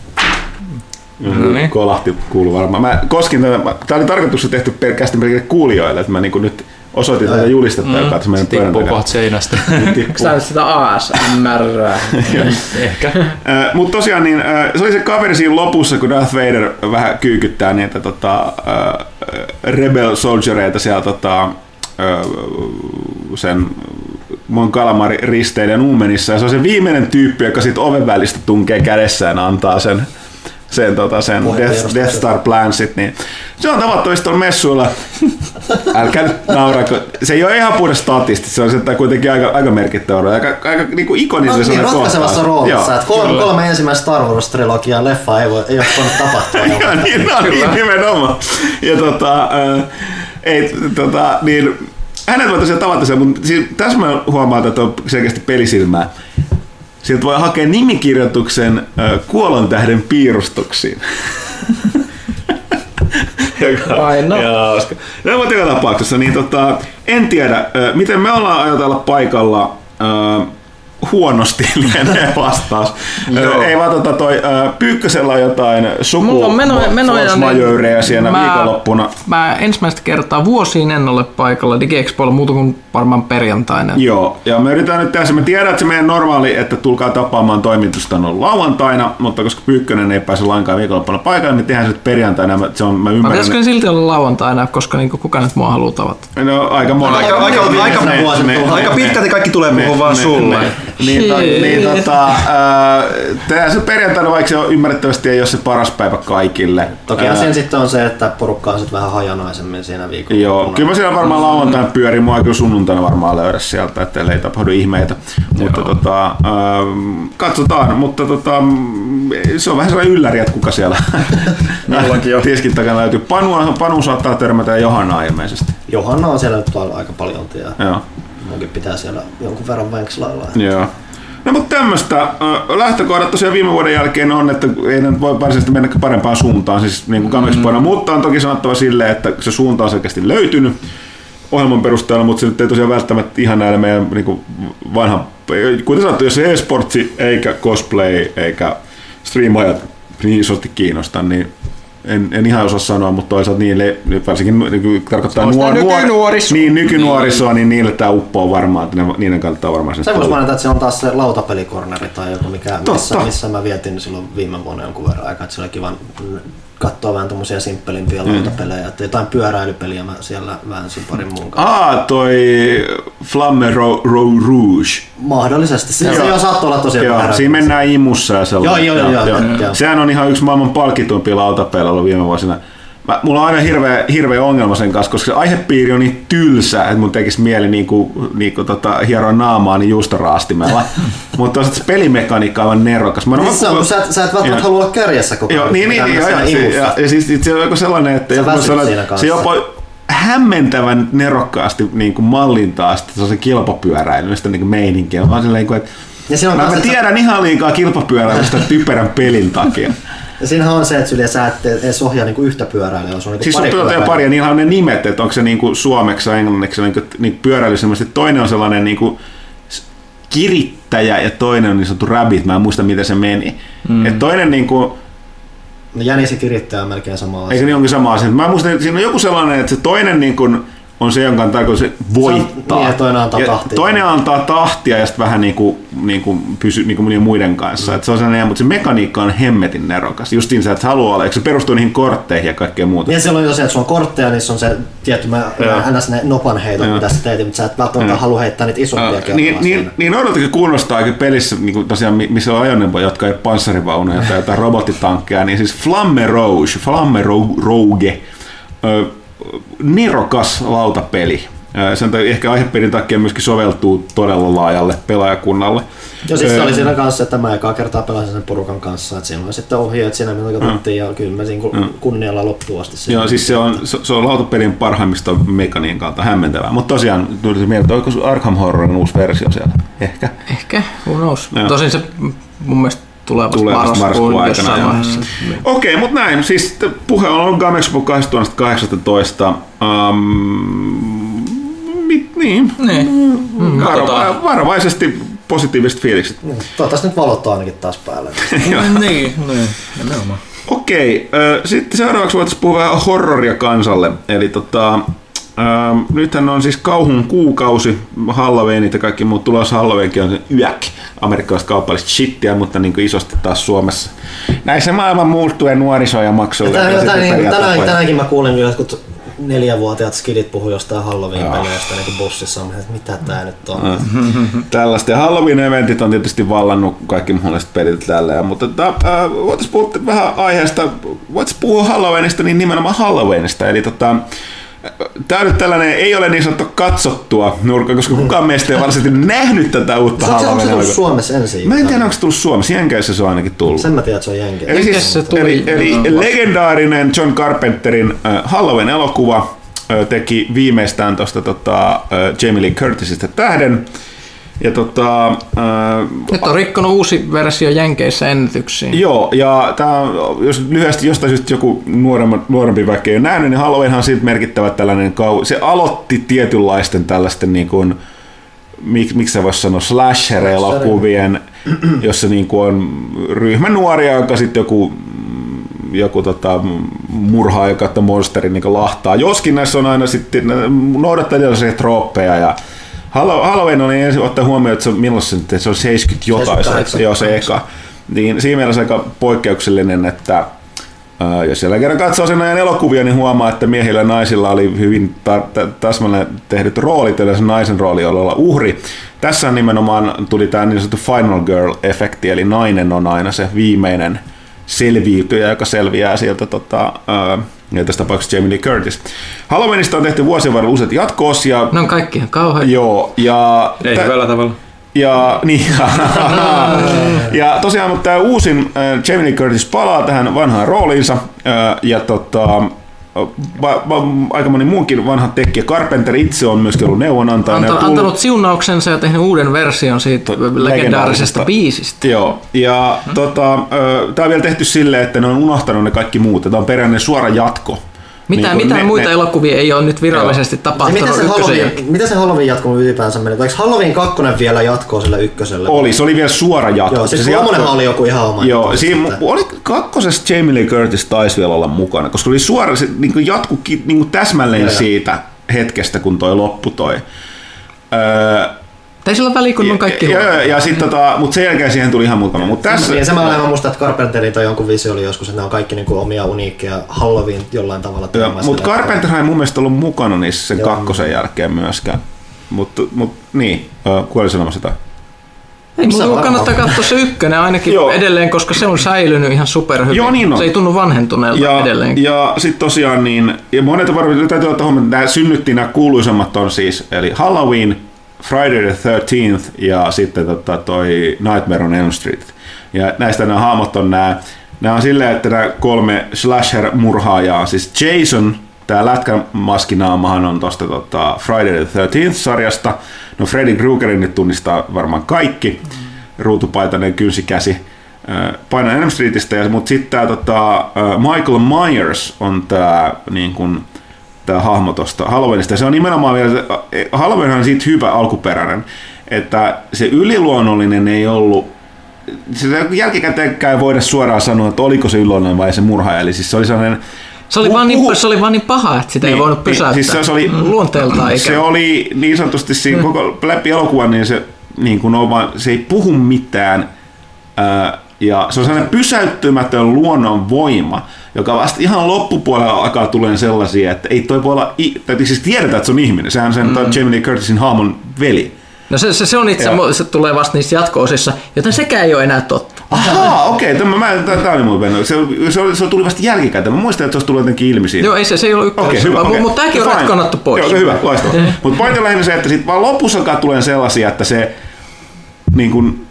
Mm-hmm. Kolahti kuuluu varmaan. Mä koskin tätä, tää oli tarkoituksessa tehty pelkästään kuulijoille, että mä niinku nyt osoitin tätä julistetta, mm. joka on meidän pöydän tippuu kohta seinästä. Sä nyt sitä A S M R. Ehkä. Mutta tosiaan niin, se oli se kaveri siinä lopussa, kun Darth Vader vähän kyykyttää niitä tota, Rebel Soldiereita siellä tota, sen Mon Calamari risteiden Uumenissa. Ja se on se viimeinen tyyppi, joka sit oven välistä tunkee kädessään antaa sen sen, tota, sen Death, Death Star Plansit, niin se on tavattavasti tuolla messuilla. Älkää nyt nauraa, se ei ole ihan puhdas statisti, se on sitten kuitenkin aika, aika merkittävä, aika, aika niin ikoninen no, se niin, ratkaisevassa roolissa, että kolme, kolme ensimmäistä Star Wars-trilogian leffaa ei, voi, ei ole voinut tapahtua. ja niin, no, niin, nimenomaan. Ja tota, äh, ei, tota, niin, hänet voi tosiaan tavata sen, mutta siis, tässä mä huomaan, että on selkeästi pelisilmää. Sieltä voi hakea nimikirjoituksen äh, Kuolontähden piirustuksiin. Paino. No, mutta joka tapauksessa, niin tota, en tiedä, äh, miten me ollaan ajatella paikalla äh, huonosti lienee vastaus. äh, ei vaan tota toi, äh, Pyykkösellä on jotain sukumajöyrejä siellä mä, viikonloppuna. Mä ensimmäistä kertaa vuosiin en ole paikalla DigiExpoilla muuta kuin varmaan perjantaina. Joo, ja me yritetään nyt tässä. Mä tiedän, että se meidän normaali, että tulkaa tapaamaan toimitusta on lauantaina, mutta koska Pyykkönen ei pääse lainkaan viikonloppuna paikalle, me tehdään se perjantaina. Se on, mä ymmärrän. Pitäisikö ne silti olla lauantaina, koska niinku kukaan nyt mua haluaa tavata? No aika moni. Aika, aika, aika, aika, aika pitkälti kaikki tulee puhua vaan sulle. niin, to, niin tota, äh, se perjantaina, vaikka se on ymmärrettävästi ei ole se paras päivä kaikille. Toki äh, sen sitten on se, että porukka on sitten vähän hajanaisemmin siinä viikolla. Joo, kyllä mä siellä varmaan lauantaina pyörin, mua kyllä sunnuntaina varmaan löydä sieltä, ettei ei tapahdu ihmeitä. Mutta tota, äh, katsotaan, mutta tota, se on vähän sellainen ylläri, että kuka siellä tiskin takana löytyy. Panu, Panu saattaa törmätä ja Johanna ilmeisesti. Johanna on siellä nyt aika paljon ja Joo. munkin pitää siellä jonkun verran venkslailla. Joo. No mutta tämmöistä. Lähtökohdat tosiaan viime vuoden jälkeen on, että ei nyt voi varsinaisesti mennä parempaan suuntaan, siis niin kuin Gamexpoina, mm-hmm. mutta on toki sanottava silleen, että se suunta on selkeästi löytynyt ohjelman perusteella, mutta se nyt ei tosiaan välttämättä ihan näille meidän niin kuin vanha, kuten sanottu, jos se e-sportsi eikä cosplay eikä striimaajat niin isosti kiinnosta, niin En, en ihan osaa sanoa, mutta toisaalta niille, varsinkin niin tarkoittaa nuor, nykynuorisoa. Niin, nykynuorisoa, niin niille tämä uppoo varmaan, että ne, niiden kannattaa varmaan sen. Se voisi mainita, että se on taas se lautapelikorneri tai joku, mikä, missä, missä mä vietin silloin viime vuonna jonkun verran aikaa, että se oli kiva katsoa vähän tommosia simppelimpiä mm. lautapelejä, että jotain pyöräilypeliä mä siellä väänsin parin muun kanssa. Aa, toi Flamme Ro- Ro- Rouge. Mahdollisesti, se, se jo saattoi olla tosiaan joo, pyöräily. Siinä mennään imussa ja sellainen. Joo, joo, joo. joo, joo, joo. Sehän on ihan yksi maailman palkituimpia lautapelejä ollut viime vuosina. Mä, mulla on aina hirveä, hirveä ongelma sen kanssa, koska se aihepiiri on niin tylsä, että mun tekisi mieli niinku, niinku tota, hieroa naamaa niin juustoraastimella. Mutta toisaalta se pelimekaniikka on aivan nerokas. Mä niin se on, kun sä, sä et välttämättä halua olla kärjessä koko ajan. Joo, niin, niin, ja, ja, ja, ja siis se on joku sellainen, että se, se jopa hämmentävän nerokkaasti niin kuin mallintaa sitä se kilpapyöräilystä niin kuin meininkiä. Mä, silleen, että mä, mä tiedän se ihan liikaa kilpapyöräilystä typerän pelin takia. Ja siinähän on se, että syliä sä et edes ohjaa niinku yhtä pyöräilyä. Se on niinku siis pari on pyöräilyä. Pari, ja niillä on ne nimet, että onko se niinku suomeksi ja englanniksi niinku, niinku pyöräily semmoisesti. Toinen on sellainen niinku kirittäjä ja toinen on niin sanottu rabbit. Mä en muista, miten se meni. Mm. Et toinen niinku... No jänis ja kirittäjä on melkein sama asia. Eikö niin onkin sama asia? Mä muistan, että siinä on joku sellainen, että se toinen niin kuin on se, jonka on tarkoitus voittaa. Niin, ja toinen antaa tahtia. Toinen antaa tahtia ja sitten vähän niin kuin, niin kuin pysy niin kuin muiden kanssa. Mm. Että se on sellainen, mutta se mekaniikka on hemmetin nerokas. Justiin se, että haluaa olla, eikö se perustuu niihin kortteihin ja kaikkea muuta. Ja silloin jo se, että sulla on kortteja, niin se on se tietty, mä hännäs ne nopan heitot, mitä sä teet, mutta sä et välttämättä halua heittää niitä isompia kertaa. Niin, niin, niin odotakin kuulostaa aika pelissä, niin kuin tosiaan, missä on ajoneuvoja, jotka ei panssarivaunuja tai jotain robottitankkeja, niin siis Flamme Rouge, Flamme Rouge, nerokas lautapeli. Sen ehkä aihepiirin takia myöskin soveltuu todella laajalle pelaajakunnalle. Ja siis se oli siinä kanssa, että mä ekaa kertaa pelasin sen porukan kanssa, että siinä oli sitten ohjeet siinä, mitä katsottiin, mm. ja kyllä mä siinä kunnialla loppuun asti. Joo, siis se on, se on lautapelin parhaimmista mekaniikalta hämmentävää, mutta tosiaan tuli se mieltä, että onko Arkham Horrorin uusi versio siellä? Ehkä. Ehkä, who knows. Tosin se mun mielestä tulee vasta marraskuun jossain vaiheessa. Okei, mutta näin. Siis puhe on ollut Gamexpo kaksituhattakahdeksantoista. Um, niin. niin. Mm, varo, varovaisesti positiiviset fiilikset. Toivottavasti nyt valot on ainakin taas päälle. niin, niin. Nimenomaan. Okei, sitten seuraavaksi voitaisiin puhua vähän horroria kansalle. Eli tota, ähm, nythän on siis kauhun kuukausi, Halloweenit ja kaikki muut tulossa. Halloweenkin on se yäk, amerikkalaiset kaupalliset shittiä, mutta niin kuin isosti taas Suomessa. Näissä maailman muuttuu ja nuoriso ja maksulle. Ja tänään, tänään, tänään, tänäänkin mä kuulin jotkut neljävuotiaat skidit puhui jostain Halloween-peleistä niin bussissa, että mitä tää nyt on. Mm. Tällaista. Ja Halloween-eventit on tietysti vallannut kaikki mahdolliset pelit tälleen, mutta äh, voitaisiin puhua vähän aiheesta, voitaisiin puhua Halloweenista, niin nimenomaan Halloweenista. Eli tota, tämä nyt tällainen ei ole niin sanottu katsottua nurkka, koska kukaan meistä ei varsinaisesti nähnyt tätä uutta Halloweenia. Onko se tullut Suomessa ensin? Mä en tiedä, onko se tullut Suomessa. Jenkeissä se on ainakin tullut. Sen mä tiedän, että se on Jenkeissä. Eli, siis, se tuli, eli, eli legendaarinen John Carpenterin äh, Halloween-elokuva äh, teki viimeistään tuosta tota, äh, Jamie Lee Curtisista tähden. Ja tota, äh, nyt on rikkonut uusi versio Jenkeissä ennätyksiin. Joo, ja tää on, jos lyhyesti jostain syystä joku nuorempi, nuorempi väki ei ole nähnyt, niin Halloweenhan on siitä merkittävä tällainen kau... Se aloitti tietynlaisten tällaisten, niin kuin, mik, miksi se voisi sanoa, slasher-elokuvien, jossa niin kuin on ryhmä nuoria, joka sitten joku, joku tota, murhaa, joka että monsteri niin kuin lahtaa. Joskin näissä on aina sitten, noudattaa tällaisia trooppeja ja Halloween oli ensin ottaa huomioon, että se on, milloin se, se on seitsemänkymmentä jotain, joo se eka. Niin siinä mielessä aika poikkeuksellinen, että Uh, jos siellä kerran katsoo sen ajan elokuvia, niin huomaa, että miehillä ja naisilla oli hyvin ta- ta- täsmälleen tehdyt roolit, eli se naisen rooli oli olla uhri. Tässä nimenomaan tuli tämä niin sanottu Final Girl-efekti, eli nainen on aina se viimeinen selviytyjä, joka selviää sieltä tota, uh, ja tässä tapauksessa Jamie Lee Curtis. Halloweenista on tehty vuosien varrella useat jatko-osia. Ne on kaikki ihan kauhean. Joo, ja... Ei tä- hyvällä tavalla. Ja, niin, ja tosiaan, mutta tämä uusin äh, Jamie Lee Curtis palaa tähän vanhaan rooliinsa, äh, ja tota, va, va, aika moni muunkin vanha tekijä. Carpenter itse on myöskin ollut neuvonantajana. Anta, antanut siunauksensa ja tehnyt uuden version siitä to, legendaarisesta biisistä. Joo, ja hmm. tota, äh, tämä on vielä tehty silleen, että ne on unohtanut ne kaikki muut. Tämä on peräinen suora jatko. Mitä, niin mitään ne, muita ne, elokuvia ei ole nyt virallisesti se, tapahtunut miten se ykkösen Halloween, jälkeen? mitä se Halloween jatko ylipäänsä meni? Oliko Halloween kakkonen vielä jatkoa sille ykköselle? Oli, se oli vielä suora jatko. Joo, siis kolmonenhan oli joku ihan oma. Joo, siinä oli kakkosessa Jamie Lee Curtis taisi vielä olla mukana, koska oli suora, se niin jatku niin täsmälleen ja siitä hetkestä, kun toi loppu toi. Öö, Ei sillä ole väliä, kun on kaikki ja, ja, ja sit, tota, mutta sen jälkeen siihen tuli ihan mukana. Mut tässä, ja samalla mä muistan, että Carpenterit on jonkun visio oli joskus, että ne on kaikki niinku omia uniikkeja Halloween jollain tavalla teemassa. Mutta Carpenter ei mun mielestä ollut mukana niissä sen Joo. kakkosen jälkeen myöskään. Mutta mut, niin, kuka oli sanomassa sitä? Ei, mutta kannattaa katsoa se ykkönen ainakin Joo. edelleen, koska se on säilynyt ihan superhyvin. Joo, niin on. Se ei tunnu vanhentuneelta ja, edelleen. Ja sitten tosiaan, niin, ja monet varmaan täytyy ottaa huomioon, että nämä synnytti nämä kuuluisammat on siis, eli Halloween, Friday the thirteenth ja sitten tota, toi Nightmare on Elm Street. Ja näistä nämä hahmot on nämä, nämä on silleen, että nämä kolme slasher-murhaajaa, siis Jason, tämä lätkämaskinaamahan on tuosta tota, Friday the thirteenth-sarjasta. No Freddy Kruegerin nyt tunnistaa varmaan kaikki, ruutupaitainen kynsikäsi. Painan Elm Streetistä, mutta sitten tämä tota, Michael Myers on tämä niin kun, tämä hahmo tuosta Halloweenista. Se on nimenomaan vielä, Halloween on siitä hyvä alkuperäinen, että se yliluonnollinen ei ollut, se jälkikäteenkään voida suoraan sanoa, että oliko se yliluonnollinen vai se murhaaja, eli siis se oli sellainen Se oli, vaan niin, se oli vaan niin paha, että sitä niin, ei voinut pysäyttää niin, siis se oli, luonteeltaan. Se oli niin sanotusti siinä mm. koko läpi elokuvan, niin se, niin kuin on vaan, se ei puhu mitään. Ää, ja se on sellainen pysäyttymätön luonnon voima, joka vasta ihan loppupuolella alkaa tulemaan sellaisia, että ei toi voi olla, tai siis tiedetään, että se on ihminen. Sehän on sen mm. Jamie Lee Curtisin hahmon veli. No se, se, se on itse, ja. se tulee vasta niissä jatko-osissa, joten sekään ei ole enää totta. Ahaa, okei, okay, tämä oli muuten. Se, se, se tuli vasta jälkikäteen. Mä muistan, että se olisi tullut jotenkin ilmi siinä. Joo, ei se, se ei ollut ykkössä, okay, okay. mutta tämäkin on ratkonnattu pois. Joo, hyvä, loistava. Mutta pointti on lähinnä se, että sit vaan lopussa alkaa tulee sellaisia, että se niin kun,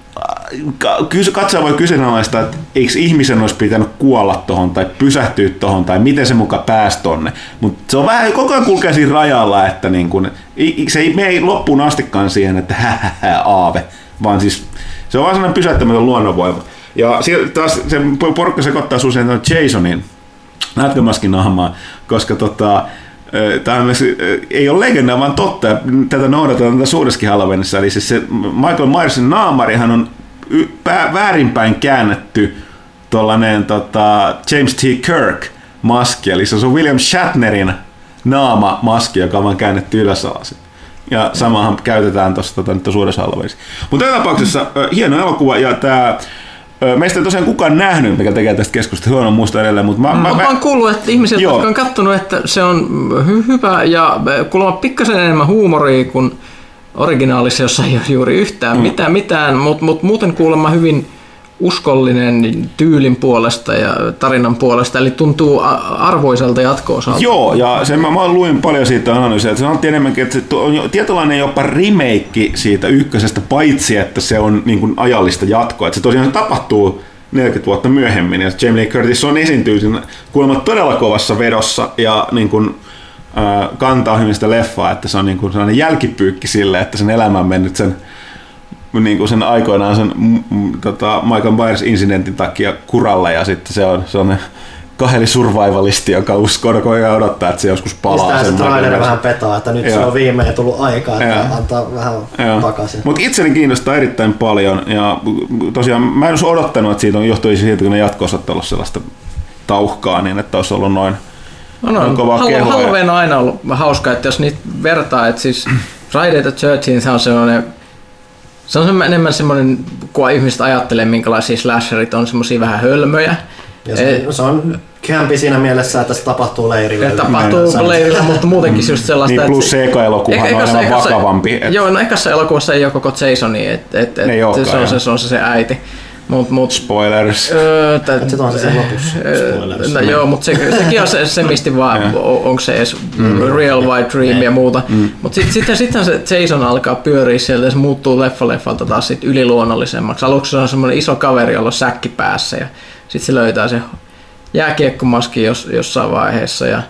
katsoja voi kyseenalaistaa, että eikö ihmisen olisi pitänyt kuolla tohon tai pysähtyä tohon tai miten se muka pääsi tonne. Mutta se on vähän koko ajan kulkee siinä rajalla, että niin kun, se ei mene loppuun astikaan siihen, että hähähä aave, vaan siis se on vaan sellainen pysäyttämätön luonnonvoima. Ja taas se porukka sekoittaa usein Jasonin lätkämaskin nahmaa, koska tota, tämä ei ole legendaa, vaan totta, ja tätä noudatetaan tätä suuressakin Halloweenissa. Eli siis se Michael Myersin naamarihan on väärinpäin käännetty tuollainen tota, James T. Kirk maski, eli se on William Shatnerin naama maski, joka on vaan käännetty ylös alas. Ja samahan käytetään tuossa tota, nyt suuressa Halloweenissa. Mutta tässä tapauksessa hieno elokuva, ja tämä meistä ei tosiaan kukaan nähnyt, mikä tekee tästä keskustelusta huonon muista edelleen. Mutta mä, mä, mä oon kuullut, että ihmiset, joo. jotka on kattonut, että se on hy- hyvä ja kuulemma pikkasen enemmän huumoria kuin originaalissa, jossa ei ole juuri yhtään mm. mitään, mitään mutta mut muuten kuulemma hyvin uskollinen tyylin puolesta ja tarinan puolesta, eli tuntuu arvoiselta jatko-osalta. Joo, ja sen mä, mä luin paljon siitä analyysiä, että se on enemmänkin, että se on tietynlainen jopa remake siitä ykkösestä, paitsi että se on niin kuin ajallista jatkoa, että se tosiaan se tapahtuu neljäkymmentä vuotta myöhemmin, ja Jamie Lee Curtis on esiintyy siinä kuulemma todella kovassa vedossa, ja niin kuin, äh, kantaa hyvin sitä leffaa, että se on niin kuin sellainen jälkipyykki sille, että sen elämä on mennyt sen niin kuin sen aikoinaan sen m- tota Michael Myers-incidentin takia kuralle, ja sitten se on sellainen kaheli survivalisti, joka uskoo ja odottaa, että se joskus palaa. Mistähän se traileri vähän petaa, että nyt Joo. se on viimein tullut aikaa, että Joo. antaa vähän Joo. takaisin. Mutta itseni kiinnostaa erittäin paljon, ja tosiaan mä en olisi odottanut, että siitä on johtuisi siitä, kun ne jatko-osat ollut sellaista tauhkaa, niin että olisi ollut noin, no, noin kovaa kehoa. Halloween on aina ollut hauska, että jos niitä vertaa, että siis Friday the thirteenth on sellainen Se on enemmän semmoinen, kun ihmiset ajattelee, minkälaisia slasherit on, semmoisia vähän hölmöjä. Ja se, se on Campi siinä mielessä, että se tapahtuu leirillä. Ja tapahtuu leirillä, mutta muutenkin just sellaista. Niin plus se eka elokuva on aivan ekassa, vakavampi. Et... Joo, no ekassa elokuvassa ei ole koko Jasonia, että et, et, se, on se, se on se, se äiti. Mut, mut, Spoilers. Öö, tä, se on se sen lopussa. Spoilers. No, joo, mutta se, sekin on se, se misti vaan, onko se edes mm. real white dream mm. ja muuta. Mm. Mutta sitten sit, sit, sit se Jason alkaa pyöriä sieltä ja se muuttuu leffa-leffalta taas sit yliluonnollisemmaksi. Aluksi se on semmoinen iso kaveri, jolla on säkki päässä ja sitten se löytää se jääkiekkomaski jos, jossain vaiheessa. Ja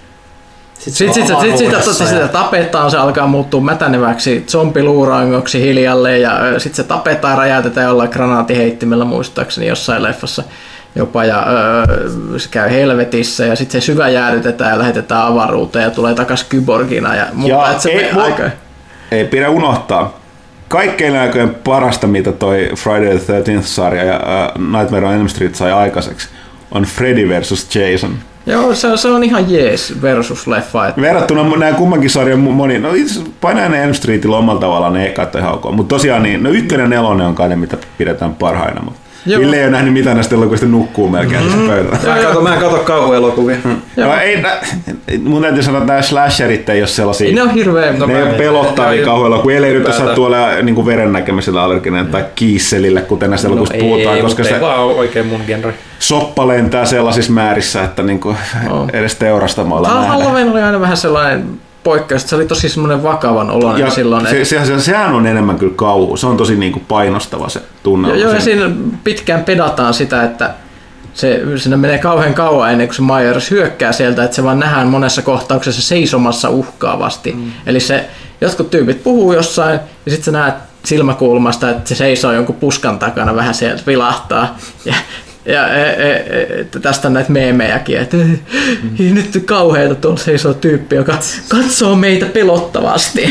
sitten sit, sit, sit, sit, sit, sitä tapetaan, se alkaa muuttua mätäneväksi zombiluurangoksi hiljalleen ja sitten se tapetaan, räjäytetään jollain granaatiheittimellä muistaakseni jossain leffassa jopa ja öö, se käy helvetissä ja sitten se syvä jäädytetään ja lähetetään avaruuteen ja tulee takaisin kyborgina. Ja, mutta ja se ei, aika... ei pidä unohtaa. Kaikkein aikojen parasta, mitä toi Friday the thirteenth-sarja ja uh, Nightmare on Elm Street sai aikaiseksi, on Freddy versus Jason. Joo, se, se on ihan jees versus leffa. Että... Verrattuna nämä kummankin sarjan moni, no itse Painajainen Elm Streetillä omalla tavallaan ne ekat ihan ok, mutta tosiaan niin, no ykkönen ja nelonen on kai ne, mitä pidetään parhaina, mutta Ville ei ole nähnyt mitään näistä elokuvista, nukkuu melkein mm-hmm. tässä pöydällä. Mä en katso, mä en katso kauhuelokuvia. Mm. No, ei, mun täytyy sanoa, että nämä slasherit ei ole sellaisia, ei, ne on hirveä. Ne ei ole pelottavia kauhuelokuvia, ellei nyt saa tuolla niin veren näkemisellä allerginen tai kiisselille, kuten näistä no elokuvista ei, puhutaan. Ei, koska se ei vaan ole oikein mun genre. Soppa lentää sellaisissa määrissä, että niin kuin no. edes teurastamalla nähdään. Halloween oli aina vähän sellainen poikkeus, se oli tosi semmoinen vakavan oloinen ja silloin. Se, se, se, sehän on enemmän kyllä kauhu, se on tosi niin kuin painostava se tunnelma. Joo, ja siinä pitkään pedataan sitä, että se, sinne menee kauhean kauan ennen kuin se Myers hyökkää sieltä, että se vaan nähdään monessa kohtauksessa seisomassa uhkaavasti. Mm. Eli se, jotkut tyypit puhuu jossain ja sitten sä näet silmäkulmasta, että se seisoo jonkun puskan takana vähän sieltä vilahtaa. Ja, Ja e, e, e, tästä on näitä meemejäkin, että mm. nyt kauheita tuolla seisoo tyyppi, joka katsoo meitä pelottavasti.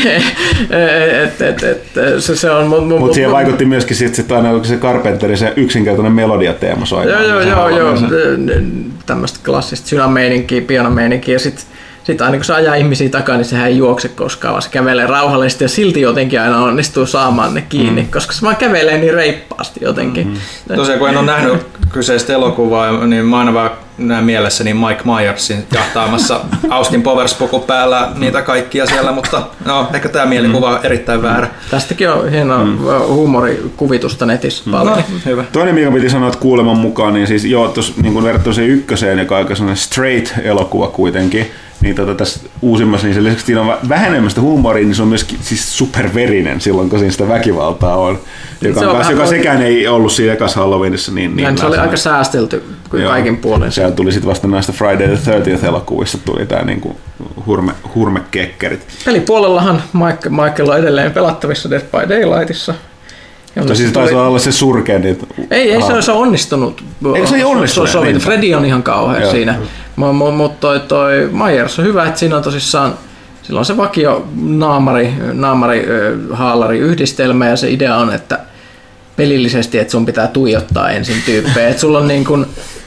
et, et, et, se, se on, Mutta mut siihen vaikutti myöskin sit, sit aina se Carpenterin se yksinkertainen melodiateema soimaan. Joo, joo, joo. Tämmöistä klassista synameininkiä, pianomeininkiä. Ja sitten sit aina kun se ajaa ihmisiä takaa, niin sehän ei juokse koskaan, vaan se kävelee rauhallisesti ja silti jotenkin aina onnistuu saamaan ne kiinni, mm. koska se vaan kävelee niin reippaasti jotenkin. Mm-hmm. Tosiaan kun en ole nähnyt kyseistä elokuvaa, niin mä aina vaan näen mielessäni Mike Myersin jahtaamassa Austin Powers-puku päällä niitä kaikkia siellä, mutta no, ehkä tämä mielikuva on erittäin väärä. Tästäkin on hienoa mm. huumorikuvitusta netissä mm. paljon. No, hyvä. Toinen, mikä piti sanoa, että kuuleman mukaan, niin siis joo, tuossa niin verrattuna se ykköseen, joka on aika sellainen straight-elokuva kuitenkin, niin tota, tässä uusimmassa, niin sen lisäksi siinä on vähän enemmän huumoria, niin se on myös siis superverinen silloin, kun siinä sitä väkivaltaa on. Joka, se on kanssa, joka sekään ei ollut siinä ekassa Halloweenissa niin, niin se oli aika säästelty kaikin puolin. Se tuli sitten vasta näistä Friday the thirtieth elokuvissa tuli tää niinku hurme, hurmekekkerit. Pelipuolellahan Mike, Michael on edelleen pelattavissa Dead by Daylightissa. Mutta siis taisi olla se surkea. Niin... Ei, ei se, se on onnistunut. Eikö se ei onnistunut? So, so, Freddy on ihan kauhea Joo. siinä. Mutta toi, toi Myers on hyvä, että siinä on tosissaan silloin se vakio naamari, naamari haalari yhdistelmä ja se idea on, että pelillisesti, että sun pitää tuijottaa ensin tyyppejä. Että sulla on niin kun,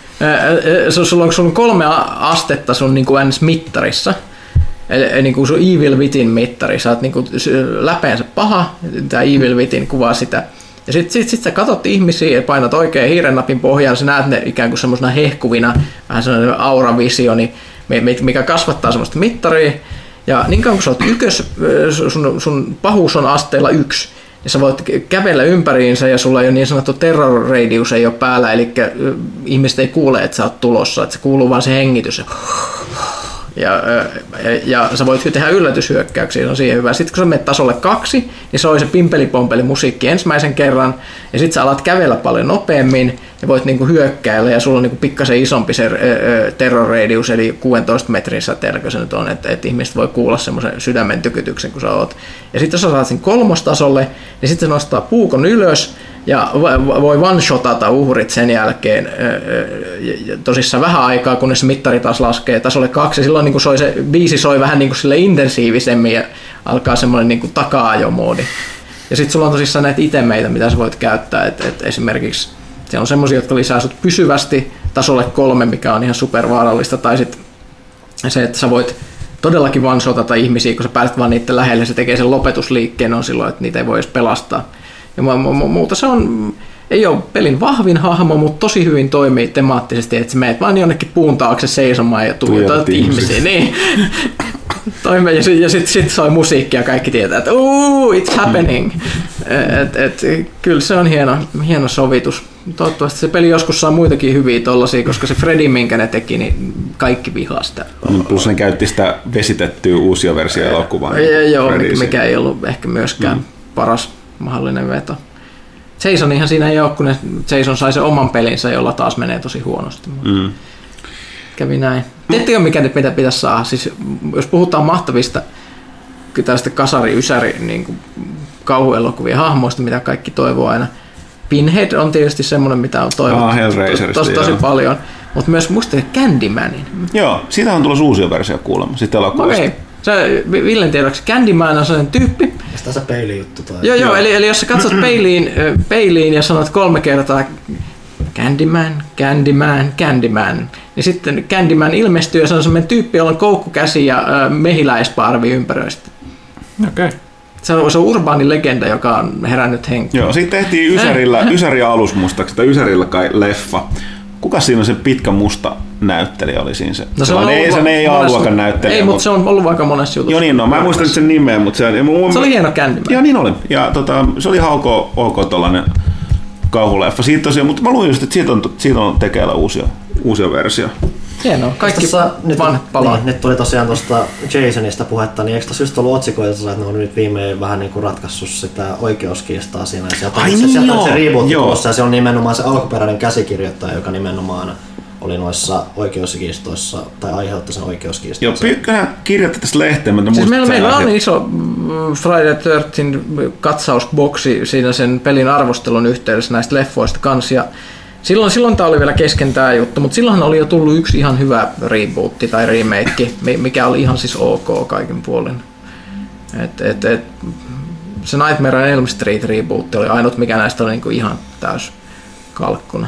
sulla on, sulla on kolme astetta sun niin kuin mittarissa. Eli niin kuin sun Evil Within mittari, sä oot niin kuin läpeensä paha, tämä Evil Within kuvaa sitä. Ja sit, sit, sit sä katot ihmisiä ja painat oikein hiirennapin pohjaan, sä näet ne ikään kuin semmoisena hehkuvina, vähän semmoinen auravisioni, mikä kasvattaa semmoista mittaria. Ja niin kauan kun sä oot ykkös, sun, sun pahuus on asteella yksi, ja sä voit kävellä ympäriinsä ja sulla ei ole niin sanottu terror radius ei ole päällä, eli ihmiset ei kuule, että sä oot tulossa, että se kuuluu vaan se hengitys. Ja, ja, ja sä voit tehdä yllätyshyökkäyksiä, se on siihen hyvä. Sitten kun sä menet tasolle kaksi, niin soi se pimpelipompeli musiikki ensimmäisen kerran, ja sitten sä alat kävellä paljon nopeammin, ja voit niinku hyökkäillä, ja sulla on niinku pikkasen isompi se terror radius, eli kuusitoista metrin säteellä, se nyt on, että et ihmiset voi kuulla semmoisen sydämen tykytyksen, kun sä oot. Ja sitten jos sä saat sen kolmostasolle, niin sitten se nostaa puukon ylös, ja voi one-shotata uhrit sen jälkeen tosissaan vähän aikaa, kunnes se mittari taas laskee tasolle kaksi. Silloin niin soi se biisi soi vähän niin sille intensiivisemmin ja alkaa semmoinen niin taka-ajomoodi. Ja sitten sulla on tosissaan näitä itemeitä, mitä sä voit käyttää. Et, et esimerkiksi siellä on semmoisia, jotka lisää sut pysyvästi tasolle kolme, mikä on ihan supervaarallista. Tai sitten se, että sä voit todellakin one-shotata ihmisiä, kun sä pääset vaan niiden lähelle, se tekee sen lopetusliikkeen on silloin, että niitä ei voi edes pelastaa. Ja muuta se on ei ole pelin vahvin hahmo, mutta tosi hyvin toimii temaattisesti, että sä meet vaan jonnekin puun taakse seisomaan ja tuijotat ihmisiä. Niin. Toime, ja sitten sit, sit soi musiikki ja kaikki tietää, että ooh, it's happening. Et, et, kyllä se on hieno, hieno sovitus. Toivottavasti se peli joskus saa muitakin hyviä tollasia, koska se Freddy, minkä ne teki, niin kaikki vihaa sitä. Plus ne käytti sitä vesitettyä uusia versiota elokuvaa. Joo, mikä, mikä ei ollut ehkä myöskään mm. paras mahdollinen veto. Jasonihan siinä ei ole, kun ne, Jason sai sen oman pelinsä, jolla taas menee tosi huonosti. Mm. Kävi näin. Tiedättekö, mikä ne pitä, pitäisi saada? Siis, jos puhutaan mahtavista tällaista kasari-ysäri niin kauhuelokuvien hahmoista, mitä kaikki toivoo aina. Pinhead on tietysti semmoinen, mitä on toivottu ah, tos, tosi, tosi paljon. Mutta myös muistatte Candymanin. Joo, siitä on tulossa uusia versio kuulemma, sitten elokuvasta. Okei. Se, Villen tiedoksi, Candyman on sellainen tyyppi. Sitä se peilijuttu tai... Joo, joo, eli, eli jos sä katsot peiliin, peiliin ja sanot kolme kertaa Candyman, Candyman, Candyman, niin sitten Candyman ilmestyy ja se on sellainen tyyppi, jolla on koukkukäsi ja äh, mehiläisparvi ympäröistä. Okei. Okay. Se on, se on urbaani legenda, joka on herännyt henkiin. Joo, siitä tehtiin Ysärillä, Ysäri alus mustaksi, tai Ysärillä kai leffa. Kuka siinä on se pitkä musta näyttelijä oli siinä se? No se, on ei, se ei A-luokan näyttelijä. Ei, mutta se on ollut aika monessa jutussa. Joo niin, no, mä en muista sen nimeä, mutta se, se oli hieno Candyman. Joo niin oli. Ja tota, se oli ok, ok tollainen kauhuleffa. Siitä tosiaan, mutta mä luin just, että siitä on, siitä on tekeillä uusia, uusia versio. Hienoa, kaikki tossa, nyt, palaa. Niin, nyt tuli tosiaan tuosta Jasonista puhetta, niin eikö tuossa just ollut otsikoita, että ne on nyt viimein vähän niin kuin ratkaissut sitä oikeuskiistaa siinä. Sieltä Ai se, niin sieltä joo, se rebootti joo. tulossa ja se on nimenomaan se alkuperäinen käsikirjoittaja, joka nimenomaan oli noissa oikeuskiistoissa tai aiheutti sen oikeuskiiston. Joo, Pyykkönen kirjoitti tästä lehteen. Mä siis meillä, meillä on iso Friday the thirteenth katsausboksi siinä sen pelin arvostelun yhteydessä näistä leffoista kanssa. Ja silloin, silloin tämä oli vielä kesken tämä juttu, mutta silloinhan oli jo tullut yksi ihan hyvä rebootti tai remake, mikä oli ihan siis ok kaiken puolin. Et, et, et, se Nightmare on Elm Street rebootti oli ainut, mikä näistä oli niinku ihan täys kalkkuna.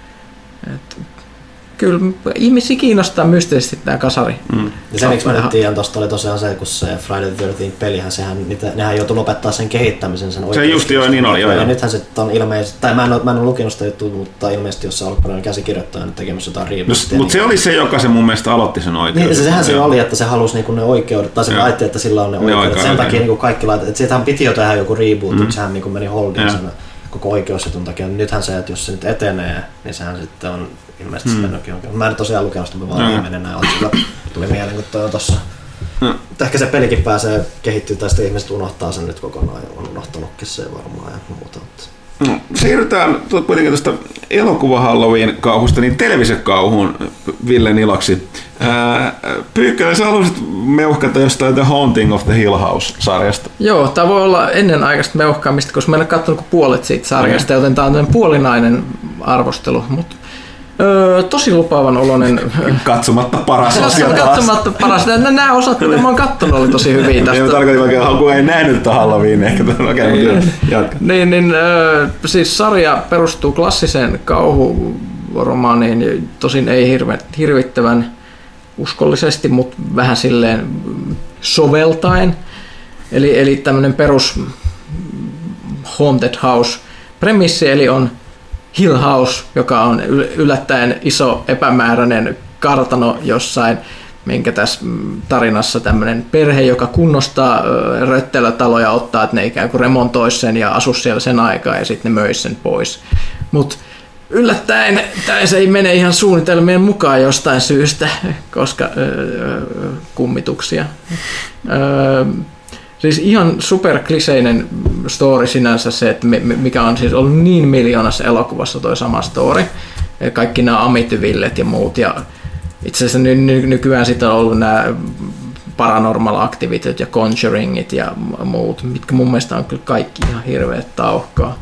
Et, kyllä ihmisiä kiinnostaa mystisesti tämä kasari. Mm. Ja se miksi mä nyt tiedän tosta oli tosiaan se, kun se Friday the thirteenth pelihän, sehän, niitä, nehän joutui lopettaa sen kehittämisen. Sen se just joo, niin oli. Joo, ja joo. nythän se on ilmeisesti, tai mä en ole, mä en ole lukenut sitä juttua, mutta ilmeisesti jos se alkuperäinen käsikirjoittaja nyt tekemässä jotain rebootia. No, mutta se oli se, joka se mun mielestä aloitti sen oikeuden. Niin, se, sehän se oli, että se halusi niinku ne oikeudet, tai se laitti, että sillä on ne oikeudet. Ne sen takia niinku kaikki laitet, että siitähän piti jo tehdä joku reboot, mm. sehän niinku meni holdiin sen koko oikeusjutun takia. Nythän se, että jos se nyt etenee, niin sehän sitten on ilmeisesti mm. mennytkin oikein. Mä en tosiaan lukenut sitä, mä vaan viimeinen näin otsilla. Tuli mieleen, kun toi on tossa. Mm. Ehkä se pelikin pääsee kehittyä, tai sitten ihmiset unohtaa sen nyt kokonaan, ja on unohtanutkin se varmaan ja muuta. No, siirrytään kuitenkin tuosta elokuva-Halloween-kauhusta niin televisikauhuun Villen iloksi. Pyykkönen, sä haluaisit meuhkata jostain The Haunting of the Hill House-sarjasta? Joo, tämä voi olla ennenaikaista meuhkaamista, koska mä en ole katsonut kuin puolet siitä sarjasta, joten tämä on puolinainen arvostelu. Mutta Öö, tosi lupaavan oloinen. Katsomatta paras osio taas. Katsomatta paras. Nämä osat, mitä mä oon kattonut, oli tosi hyviä tästä. Ei tarkoitin vaikka, kun ei nähnyt tätä Halloween ehkä. Okay, niin, niin, öö, siis sarja perustuu klassiseen kauhuromaaniin, tosin ei hirve, hirvittävän uskollisesti, mutta vähän silleen soveltaen. Eli, eli tämmöinen perus haunted house premissi, eli on Hill House, joka on yllättäen iso epämääräinen kartano jossain, minkä tässä tarinassa tämmöinen perhe, joka kunnostaa röttelötaloja, ottaa, että ne ikään kuin remontoisi sen ja asu siellä sen aikaa ja sitten ne möisi sen pois. Mutta yllättäen tämä ei mene ihan suunnitelmien mukaan jostain syystä, koska öö, kummituksia. Öö, Siis ihan superkliseinen story sinänsä se, että mikä on siis ollut niin miljoonassa elokuvassa toi sama story. Kaikki nämä Amityvillet ja muut. Ja itse asiassa ny- ny- nykyään sitten on ollut nämä Paranormal Activityt ja Conjuringit ja muut, mitkä mun mielestä on kyllä kaikki ihan hirveät tauhkaa.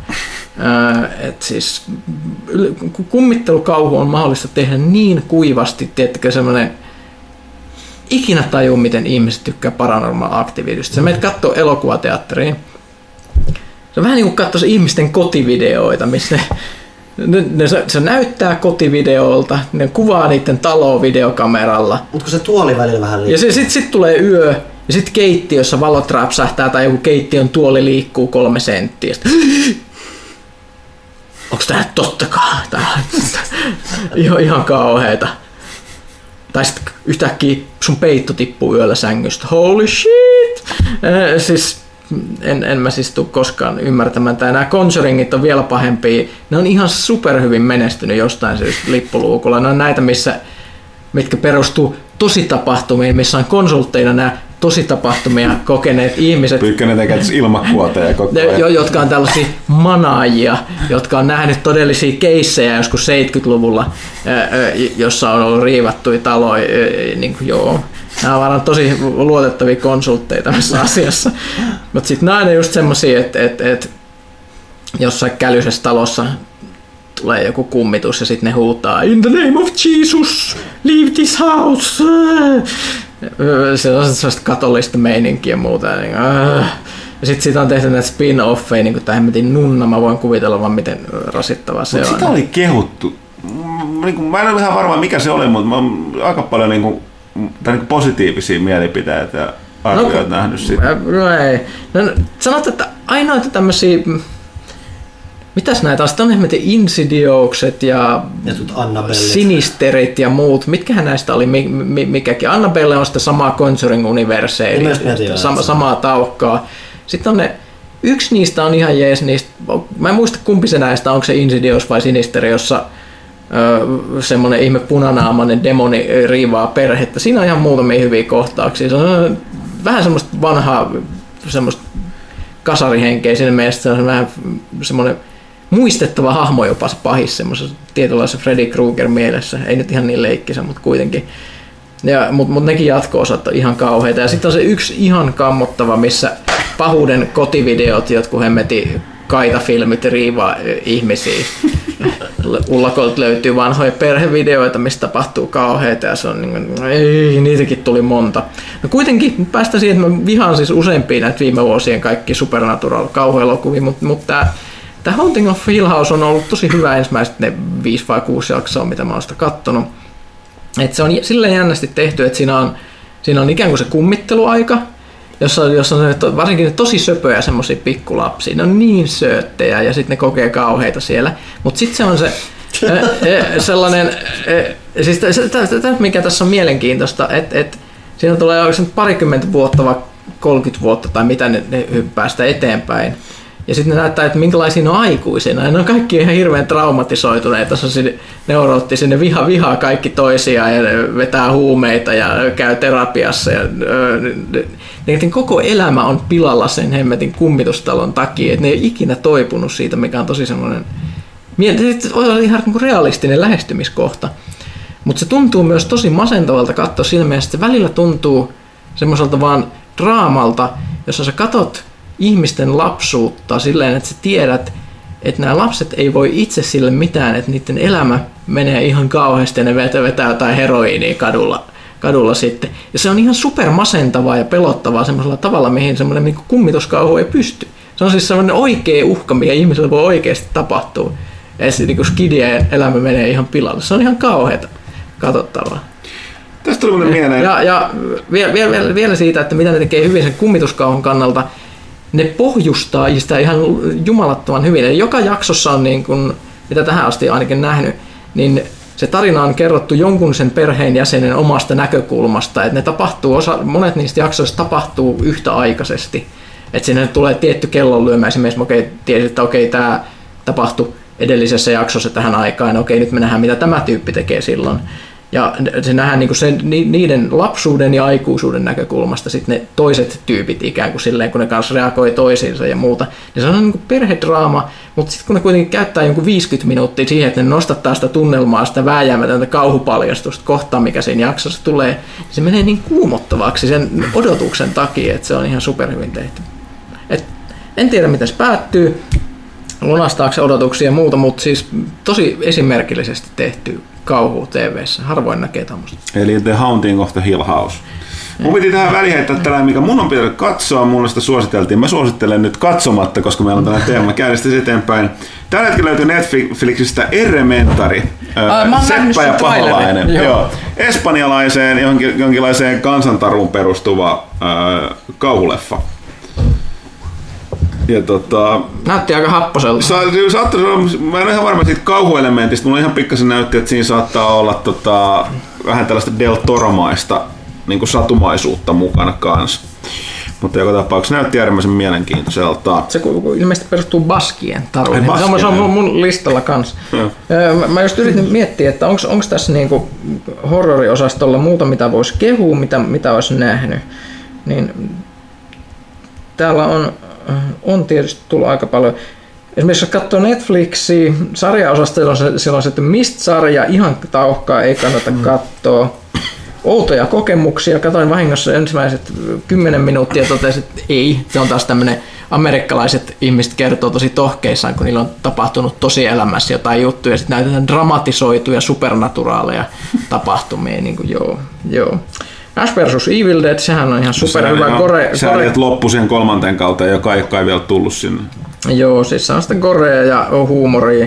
Et siis kummittelukauhu on mahdollista tehdä niin kuivasti, teettekö semmoinen ikinä tajuu, miten ihmiset tykkää Paranormal Activitystä. Sä menet kattoo elokuvateatteriin. Se on vähän niin kuin katsoisi ihmisten kotivideoita, missä ne, ne, ne, se näyttää kotivideolta, ne kuvaa niiden taloa videokameralla. Mutta kun se tuoli välillä vähän liikkuu. Ja sitten sit tulee yö, ja sitten keittiössä valot räpsähtää tai joku keittiön tuoli liikkuu kolme senttiä. onko tää tottakaan? Tää ihan, ihan kauheeta. Tai sitten yhtäkkiä sun peitto tippuu yöllä sängystä. Holy shit! Äh, siis en, en mä siis tule koskaan ymmärtämään. Tää nämä Conjuringit on vielä pahempia. Ne on ihan superhyvin menestynyt jostain syystä lippuluukulla. Ne on näitä, missä, mitkä perustuu tositapahtumiin, missä on konsultteina nämä tositapahtumia kokeneet ihmiset. Pyykkönen tekee ilmakuoteja koko ajan. Jo, jotka on tällaisia manaajia, jotka on nähnyt todellisia keissejä joskus seitsemänkymmentäluvulla, jossa on ollut riivattuja taloja. Niin kuin, joo. Nämä on varmaan tosi luotettavia konsultteita tässä asiassa. Mutta sitten nämä on just semmosia, että et, et, jossain kälyisessä talossa tulee joku kummitus ja sitten ne huutaa In the name of Jesus, leave this house. Se on sellaista katolista meininkiä ja muuta. Ja sitten siitä on tehty näitä spin-offeja, niin kuin tämä hemmetin nunna. Mä voin kuvitella vaan miten rasittavaa se Mut on. Sitä oli kehuttu. Mä en ole ihan varma mikä se oli, mutta mä oon aika paljon niin kuin, tai niin kuin positiivisia mielipiteitä ja arvioita no, nähnyt siitä. No ei. No, sanotaan, että ainoita tämmöisiä... Mitäs näitä on? Sitten on hemmetin Insidiokset ja, ja Sinisterit ja muut. Mitkähän näistä oli mikäkin? Annabelle on sitä samaa Conjuring-universea, eli sama, samaa taukkaa. Sitten on ne, yksi niistä on ihan jees niistä. Mä en muista kumpi se näistä, onko se Insidious vai Sinisteri, jossa ö, semmoinen ihme punanaamainen demoni riivaa perhettä. Siinä on ihan muutamia hyviä kohtauksia. Se on vähän semmoista vanhaa, semmoista kasarihenkeä siinä mielessä. Se on vähän semmoinen muistettava hahmo jopa se pahis semmoisessa tietynlaisessa Freddy Krueger mielessä. Ei nyt ihan niin leikkisä, mutta kuitenkin. Mutta mut nekin jatko-osat on ihan kauheita. Ja sitten on se yksi ihan kammottava, missä pahuuden kotivideot, jotkut hemmetin kaitafilmit riivaa ihmisiä. Ullakolta löytyy vanhoja perhevideoita, missä tapahtuu kauheita ja se on niin kuin, ei, niitäkin tuli monta. No kuitenkin päästä siihen, että mä vihaan siis useimpia näitä viime vuosien kaikki Supernatural kauhuelokuvia, mutta mut tää Tämä Haunting of Hill House on ollut tosi hyvä ensimmäiset ne viisi vai kuusi jaksoa, mitä mä oon sitä kattonut. Et se on silleen jännästi tehty, että siinä on, siinä on ikään kuin se kummitteluaika, jossa, jossa on varsinkin ne tosi söpöjä semmosia pikkulapsia. Ne on niin sööttejä ja sitten ne kokee kauheita siellä. Mutta sitten se on se e, sellainen, e, siis tämä mikä tässä on mielenkiintoista, että et, siinä tulee oikeastaan parikymmentä vuotta vai kolmekymmentä vuotta tai mitä ne, ne hyppää sitä eteenpäin. Ja sitten ne näyttää, että minkälaisia ne on aikuisina. Ja ne on kaikki ihan hirveän traumatisoituneita, neuroottisia, ne viha, vihaa kaikki toisiaan ja ne vetää huumeita ja käy terapiassa. Ja ne, koko elämä on pilalla sen hemmetin kummitustalon takia, että ne ei ikinä toipunut siitä, mikä on tosi semmoinen ihan realistinen lähestymiskohta. Mutta se tuntuu myös tosi masentavalta katsoa siinä mielessä, että se välillä tuntuu semmoiselta vaan draamalta, jossa sä katot ihmisten lapsuutta silleen, että sä tiedät, että nämä lapset ei voi itse sille mitään, että niiden elämä menee ihan kauheasti ja ne vetää, vetää jotain heroiinia kadulla, kadulla sitten. Ja se on ihan super masentavaa ja pelottavaa semmoisella tavalla, mihin semmoinen niin kummituskauhu ei pysty. Se on siis semmoinen oikea uhka, mikä ihmisellä voi oikeasti tapahtua. Ja se niin skidien elämä menee ihan pilalle. Se on ihan kauheata katsottavaa. Tästä tuli muuten mieleen. Ja, ja vielä, vielä, vielä siitä, että mitä ne tekee hyvin sen kummituskauhun kannalta, ne pohjustaa sitä ihan jumalattoman hyvin. Eli joka jaksossa on, niin kuin, mitä tähän asti ainakin nähnyt, niin se tarina on kerrottu jonkun sen perheen jäsenen omasta näkökulmasta. Että ne tapahtuu, osa, monet niistä jaksoista tapahtuu yhtäaikaisesti. Että sinne tulee tietty kellonlyömä. Esimerkiksi okei, tiesit, että okei, tämä tapahtui edellisessä jaksossa tähän aikaan. Okei, nyt me nähdään, mitä tämä tyyppi tekee silloin. Ja se nähdään niin kuin sen, niiden lapsuuden ja aikuisuuden näkökulmasta sitten ne toiset tyypit ikään kuin silleen, kun ne kanssa reagoi toisiinsa ja muuta. Niin se on niin kuin perhedraama, mutta sitten kun ne kuitenkin käyttää jonkun viisikymmentä minuuttia siihen, että ne nostattaa sitä tunnelmaa, sitä vääjäämätöntä kauhupaljastusta kohtaan, mikä siinä jaksossa tulee, niin se menee niin kuumottavaksi sen odotuksen takia, että se on ihan superhyvin tehty. Et en tiedä, miten se päättyy, lunastaako se odotuksia ja muuta, mutta siis tosi esimerkillisesti tehty kauhu T V:ssä. Harvoin näkee tämmöistä. Eli The Haunting of the Hill House. Mun piti tähän väliin heittää tällainen, mikä mun on pitänyt katsoa. Mulle sitä suositeltiin. Mä suosittelen nyt katsomatta, koska meillä on tällainen teema. Käydistä eteenpäin. Tällä hetkellä löytyy Netflixistä Elementari. Äh, Seppä ja paholainen. Joo. Joo. Espanjalaiseen, jonkin, jonkinlaiseen kansantaruun perustuva äh, kauhuleffa. Ja tota, näytti aika happoselta. Sa, saattaisi olla, mä en ole ihan varma siitä kauhuelementistä, mulla ihan pikkasen näytti, että siinä saattaa olla tota, vähän tällaista Del Toromaista niin kuin satumaisuutta mukana kanssa. Mutta joka tapauksessa näytti äärimmäisen mielenkiintoiselta. Se ilmeisesti perustuu baskien taruihin. Baskien, se on mun, mun listalla kanssa. Mä just yritin miettiä, että onko tässä niinku horroriosastolla muuta, mitä voisi kehua, mitä, mitä olisi nähnyt. Niin täällä on, on tietysti tullut aika paljon. Esimerkiksi jos katsoo Netflixia, sarjaosastolla on se, siellä on se, että Mist-sarja, ihan tauhkaa, ei kannata katsoa. Outoja kokemuksia. Katoin vahingossa ensimmäiset kymmenen minuuttia ja totesin, että ei. Se on taas tämmöinen, amerikkalaiset ihmiset kertoo tosi tohkeissaan, kun niillä on tapahtunut tosielämässä jotain juttuja ja sitten näytetään dramatisoituja supernaturaaleja tapahtumia. Niin kuin, joo, joo. Ash versus. Evil Dead, sehän on ihan superhyvä. Gore, sä gore... loppu siihen kolmanteen kauteen, joka ei kai vielä tullut sinne. Joo, siis se on sitä gorea ja huumoria.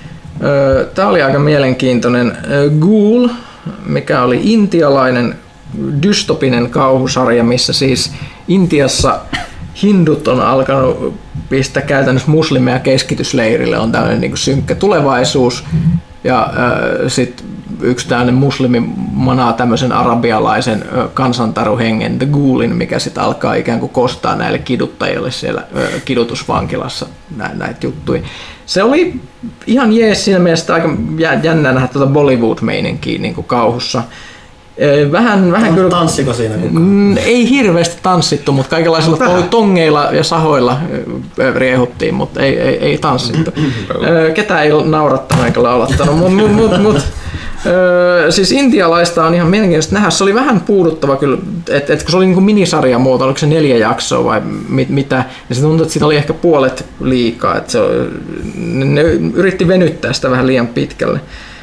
Tää oli aika mielenkiintoinen. Ghoul, mikä oli intialainen dystopinen kauhusarja, missä siis Intiassa hindut on alkanut pistää käytännössä muslimeja keskitysleirille, on tämmöinen niin kuin synkkä tulevaisuus ja äh, sitten yksi tämmöinen muslimi manaa tämmöisen arabialaisen äh, kansantaruhengen, The Ghoulin, mikä sitten alkaa ikään kuin kostaa näille kiduttajille siellä äh, kidutusvankilassa nä- näitä juttuja. Se oli ihan jees siinä mielessä aika jännä nähdä tuota Bollywood-meininkiä niin kuin kauhussa. Vähän, vähän kyllä, tanssiko siinä kukaan? Ei hirveästi tanssittu, mutta kaikenlaisilla tongeilla ja sahoilla riehuttiin, mutta ei, ei, ei tanssittu. Ketään ei naurattanut eikä laulattanut, mutta mut, mut, mut, siis intialaista on ihan mielenkiintoista nähdä. Se oli vähän puuduttava kyllä, että et kun se oli niin minisarjan muoto, oliko se neljä jaksoa vai mit, mitä, niin se tuntui, että siitä oli ehkä puolet liikaa. Että se, ne yritti venyttää sitä vähän liian pitkälle.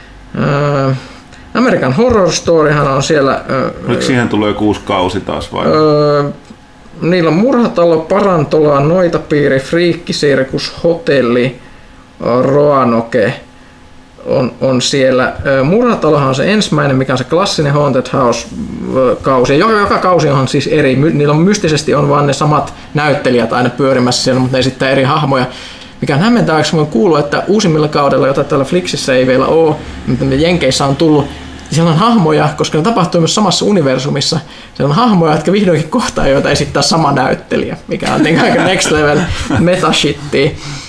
American Horror Storyhan on siellä... Miksi siihen tulee kuusi kausi taas vai? Öö, niillä on Murhatalo, Parantola, Noitapiiri, Friikkisirkus, Hotelli, Roanoke on, on siellä. Murhatalohan on se ensimmäinen, mikä on se klassinen Haunted House-kausi. Joka, joka kausi on siis eri. Niillä on mystisesti on vaan ne samat näyttelijät aina pyörimässä siellä, mutta ne esittää eri hahmoja. Mikä on hämmentävää, kun on kuullut, että uusimmilla kaudella, jota täällä Flixissä ei vielä ole, mutta Jenkeissä on tullut, siellä on hahmoja, koska ne tapahtuu myös samassa universumissa. Siellä on hahmoja, jotka vihdoinkin kohtaa, joita esittää sama näyttelijä, mikä on aika next level metashittia.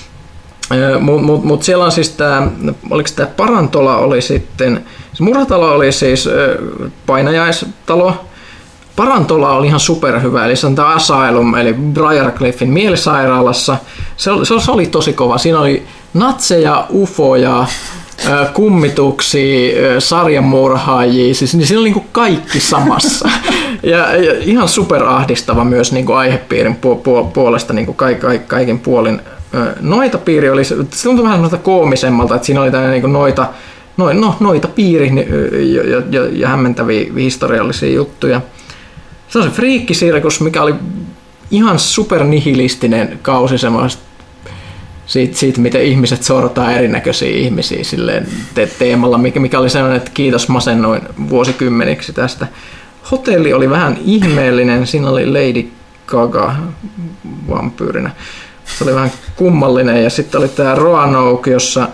Mutta mut, mut siellä on siis tämä, oliko tämä Parantola oli sitten, se Murhatalo oli siis painajaistalo. Parantola oli ihan superhyvä, eli se on tämä Asylum, eli Briarcliffin mielisairaalassa. Se, se, se oli tosi kova. Siinä oli natseja, ufoja, kummituksia, sarjamurhaajia, siis niin siinä oli niin kuin kaikki samassa. Ja, ja ihan superahdistava myös niin kuin aihepiirin puolesta niin kuin kaik, kaik, kaikin puolin. Noitapiiri oli, se tuntui vähän noita koomisemmalta, että siinä oli tämmöinen niin kuin noita, no, no, noita piiri ja, ja, ja, ja hämmentäviä historiallisia juttuja. Se on se Friikkisirkus, mikä oli ihan supernihilistinen kausi semmoista siitä, siitä, miten ihmiset sortaa erinäköisiä ihmisiä silleen te- teemalla, mikä, mikä oli sellainen, että kiitos masennoin vuosikymmeniksi tästä. Hotelli oli vähän ihmeellinen, siinä oli Lady Gaga vampyyrinä. Se oli vähän kummallinen ja sitten oli tämä Roanoke, jossa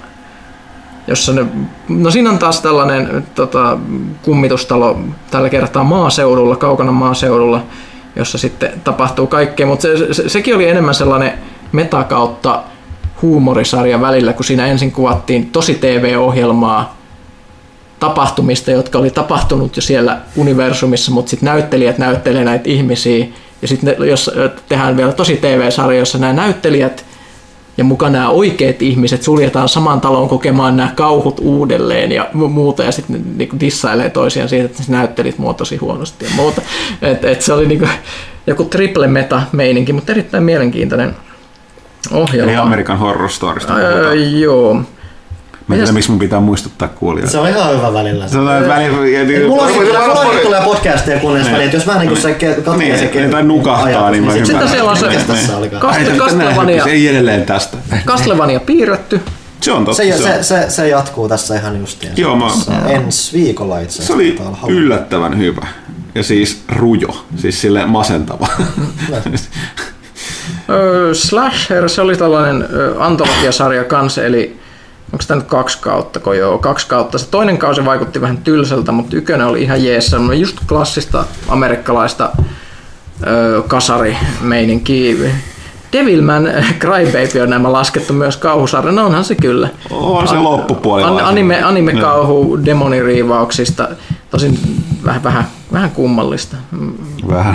jossa ne, no siinä on taas tällainen tota, kummitustalo tällä kertaa maaseudulla, kaukana maaseudulla, jossa sitten tapahtuu kaikkea, mutta se, se, sekin oli enemmän sellainen meta kautta huumorisarja välillä, kun siinä ensin kuvattiin tosi T V-ohjelmaa tapahtumista, jotka oli tapahtunut jo siellä universumissa, mutta sitten näyttelijät näyttelee näitä ihmisiä, ja sitten jos tehdään vielä tosi T V-sarja, jossa nämä näyttelijät ja mukaan nämä oikeat ihmiset suljetaan saman talon kokemaan nämä kauhut uudelleen ja muuta, ja sitten ne niinku dissailee toisiaan siitä, että ne näyttelit mua tosi huonosti ja muuta. Et, et se oli niinku joku triple meta meininki, mutta erittäin mielenkiintoinen ohjelma. Eli American Horror Storysta puhutaan. Äh, joo. Mä en tiedä, miksi mun pitää muistuttaa kuulijoita. Se on ihan hyvä välillä. Se on välillä. Mulla onkin tulee podcasteja kuunnella väliin, että jos mä niin kuin se katsoo se niin, tai nukahtaa, niin mä sitten siellä on se Castlevania. Ei edelleen tästä. Castlevania piirretty. Se on totta. Se, se, se, se jatkuu tässä ihan justiin. Joo, mä... Ensi viikolla itse asiassa. Se oli yllättävän hyvä. Ja siis rujo. Siis silleen masentava. Öö, Slasher, se oli tällainen ö, antologiasarja kanssa, eli onko tämä nyt kaksi kautta, kun joo, kaksi kautta. Se toinen kausi vaikutti vähän tylsältä, mutta ykkönen oli ihan jees, just klassista amerikkalaista ö, kasarimeininkiä. Devilman Crybaby on nämä laskettu myös kauhusarja, no onhan se kyllä. On se loppupuoli. An, anime, anime-kauhu demoniriivauksista, tosin vähän, vähän, vähän kummallista. Vähän.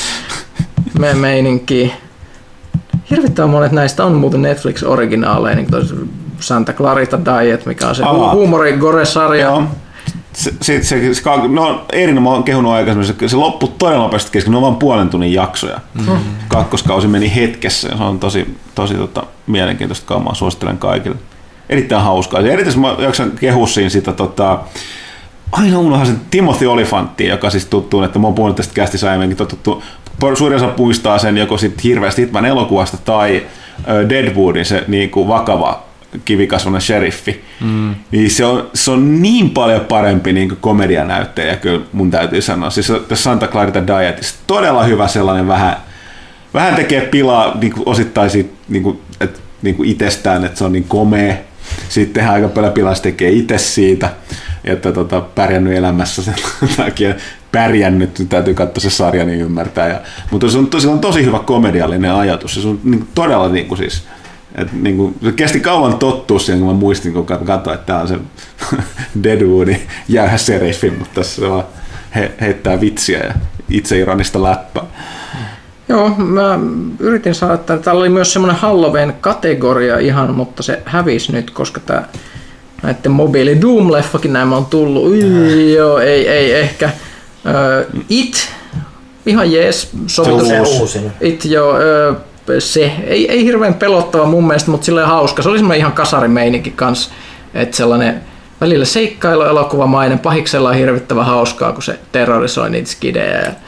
Me, meininkiä. Hirvittävän monet näistä on muuten Netflix-originaaleja, niin kuin Santa Clarita Diet, mikä on se Aha. huumori gore-sarja. Joo. Se, se, se, se, no Eerina mä oon kehunut aikaisemmin, se, se loppui todella nopeasti kesken, ne on vain puolen tunnin jaksoja. Mm-hmm. Kakkoskausi meni hetkessä, se on tosi, tosi tota, mielenkiintoista kamaa, suosittelen kaikille. Erittäin hauskaa. Ja erityisesti mä jaksan kehua siinä sitä, tota, aina unohan sen Timothy Olyphanttia, joka siis tuttuu, että mä oon puhunut tästä kästissä aiemminkin, totuttu, suurin osa puistaa sen joko sit hirveästi Hitman elokuvasta tai uh, Deadwoodin se niin kuin vakava kivikasvainen sheriffi, mm. niin se on, se on niin paljon parempi niin kuin komedianäyttelijä, kyllä mun täytyy sanoa. Siis Santa Clarita Dietissa todella hyvä sellainen, vähän, vähän tekee pilaa niin kuin osittain siitä, niin kuin, et, niin kuin itsestään, että se on niin komea. Sitten tehdään aika paljon pilaa, se tekee itse siitä, että tota, pärjännyt elämässä sen takia. Pärjännyt, täytyy katsoa se sarja, niin ymmärtää. Ja, mutta se on, se on tosi hyvä komediallinen ajatus. Se on niin, todella niin kuin siis, et, niin kuin, se kesti kauan tottua siihen, kun mä muistin, kun katsoin, että tämä on se Deadwoodin jäyhä seriffi, mutta tässä se vaan he, heittää vitsiä ja itseironista läppää. Joo, mä yritin saada, että täällä oli myös semmoinen Halloween-kategoria ihan, mutta se hävisi nyt, koska tämä näiden mobiili Doom-leffakin näin on tullut. Ui, joo, ei, ei ehkä. Uh, It, ihan jees. Sovitus. Se uusin. It, joo, uh, se. Ei, ei hirveän pelottava mun mielestä, mutta silleen hauska. Se oli semmoinen ihan kasarimeininki kanssa. Että sellainen välillä seikkailuelokuvamainen, pahiksella on hirvittävän hauskaa, kun se terrorisoi niitä skidejä ja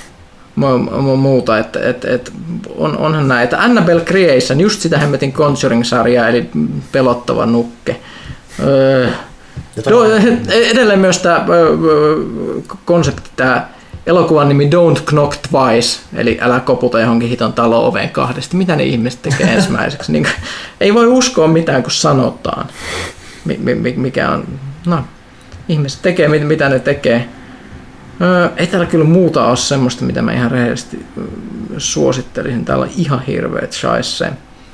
muuta. Et, et, et, on, onhan näin. Että Annabelle Creation, just sitä hemmetin Conjuring-sarjaa, eli pelottava nukke. Öö, do, edelleen myös tämä konsepti, tämä elokuvan nimi Don't Knock Twice, eli älä koputa johonkin hiton talo oveen kahdesti. Mitä ne ihmiset tekee ensimmäiseksi? Niin, ei voi uskoa mitään, kun sanotaan. Mikä on, no, ihmiset tekee, mitä ne tekee. Öö, ei täällä kyllä muuta ole semmoista, mitä mä ihan rehellisesti suosittelisin. Täällä on ihan hirveät shaisseja.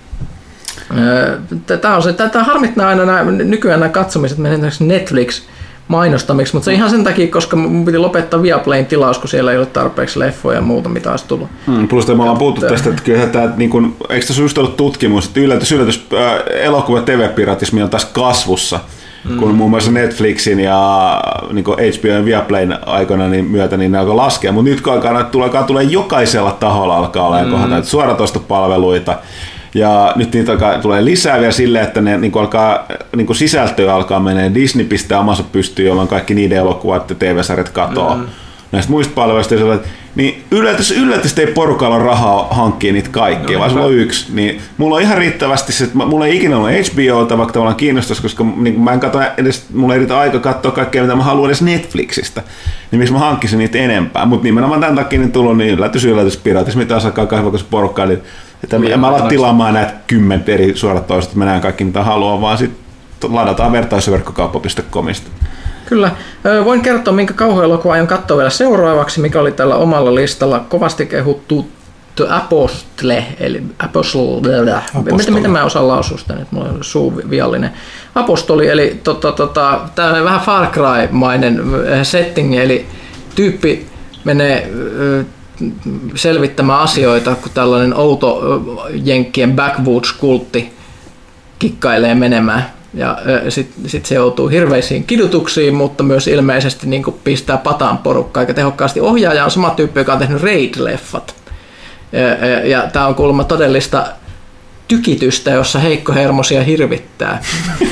Tämä on se, tämä harmittaa aina nämä, nykyään nämä katsomiset menee Netflix-mainostamiksi, mutta se ihan sen takia, koska mun piti lopettaa Viaplayn tilaus, kun siellä ei ole tarpeeksi leffoja ja muuta, mitä olisi tullut. Hmm, plus me ollaan puhuttu tästä, että kyllä tämä, niin kuin, eikö tässä just ollut tutkimus, että yllätys, yllätys äh, elokuva- ja T V-piratismi on taas kasvussa, mm. kun muun muassa Netflixin ja niin H B O ja Viaplayn aikana niin myötä niin ne alkoi laskea, mutta nyt kun alkaa, tulee, alkaa tulee jokaisella taholla alkaa olemaan mm. kohdata suoratoistopalveluita. Ja nyt niitä alkaa, tulee lisää vielä silleen, että ne niin alkaa, niin sisältöä alkaa menee. Disney pistää omansa pystyyn, jolloin kaikki niiden elokuvat ja T V-sarjat katoaa. Mm-hmm. Näistä muista palveluista, niin yllätys, yllätys ei porukalla ole rahaa hankkia niitä kaikkia, no, vaan sulla on yksi. Niin mulla on ihan riittävästi se, että mulla ei ikinä ole H B O:ta, vaikka tavallaan kiinnostaisi, koska niin mä en katso edes, mulla ei riitä aika katsoa kaikkea, mitä mä haluan edes Netflixistä. Niin miksi mä hankkisin niitä enempää. Mutta nimenomaan tämän takia niin tullut niin yllätys, yllätys, piraatismi taas alkaa kahvakas porukkaa. Niin, että en mä ala tilaamaan näitä kymmentä eri suoratoista, että mä näen kaikki mitä haluan, vaan sitten ladataan vertaisverkkokauppa piste comista. Kyllä. Voin kertoa, minkä kauhuelokuva aion katsoa vielä seuraavaksi, mikä oli tällä omalla listalla kovasti kehuttu The Apostle, eli Apostle, miten, miten mä osaan lausua sitä nyt, mulla on suu viallinen. Apostoli, eli tota, tota, tämmöinen vähän Far Cry-mainen setting, eli tyyppi menee selvittämään asioita, kun tällainen outo jenkkien backwoods-kultti kikkailee menemään. Ja sitten sit se joutuu hirveisiin kidutuksiin, mutta myös ilmeisesti niin pistää pataan porukkaa aika tehokkaasti. Ohjaaja on sama tyyppi, joka on tehnyt Raid-leffat. Ja, ja, ja tämä on kuulemma todellista tykitystä, jossa heikkohermosia hirvittää.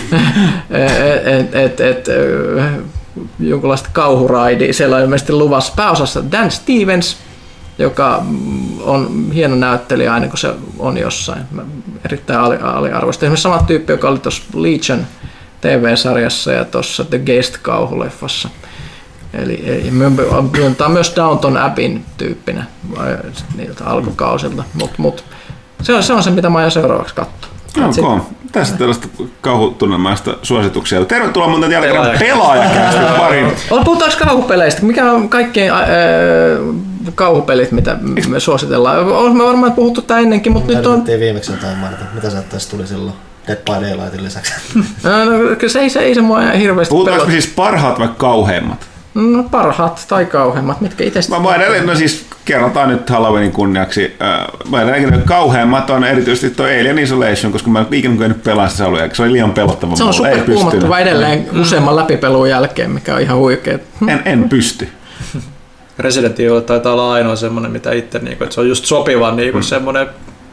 et, et, et, jonkunlaista kauhuraidia. Siellä on ilmeisesti luvassa pääosassa Dan Stevens, joka on hieno näyttelijä aina kun se on jossain. Erittäin aliarvoista. Esimerkiksi sama tyyppi, joka oli tuossa Legion T V-sarjassa ja tuossa The Guest-kauhuleffassa. Eli myöntaa myös Downton Abbeyn tyyppinä niiltä alkukausilta. Mut, mut, Se on, se on se, mitä mä aion seuraavaksi katsoa. Okay. Tässä tällaista kauhutunnelmaista suosituksia. Tervetuloa muuten jälleen kerran pelaajakästi pariin. Puhutaanko kauhupeleistä? Mikä on kaikkein äh, kauhupelit, mitä me suositellaan? Olemme varmaan puhuttu tämän ennenkin, mutta nyt on... viimeksi jotain mainita. Mitä sä tässä tuli silloin Dead by Daylightin lisäksi? no, no, se, ei, se ei se mua hirveästi Puhutaanko me siis parhaat vai kauheimmat? No parhaat tai kauheimmat, mitkä itse sitten... Mä edelleen, no siis kerrotaan nyt Halloweenin kunniaksi. Mä edelleen kauheimmat on erityisesti tuo Alien Isolation, koska mä en ikinä kokenut pelaa sitä alueella. Se oli liian pelottava. Se on superkuumottava edelleen mm. useamman läpipelun jälkeen, mikä on ihan huikea. En, en pysty. Resident Evil taitaa olla ainoa semmoinen, mitä itse, niinku, että se on just sopiva niinku, mm. semmoinen,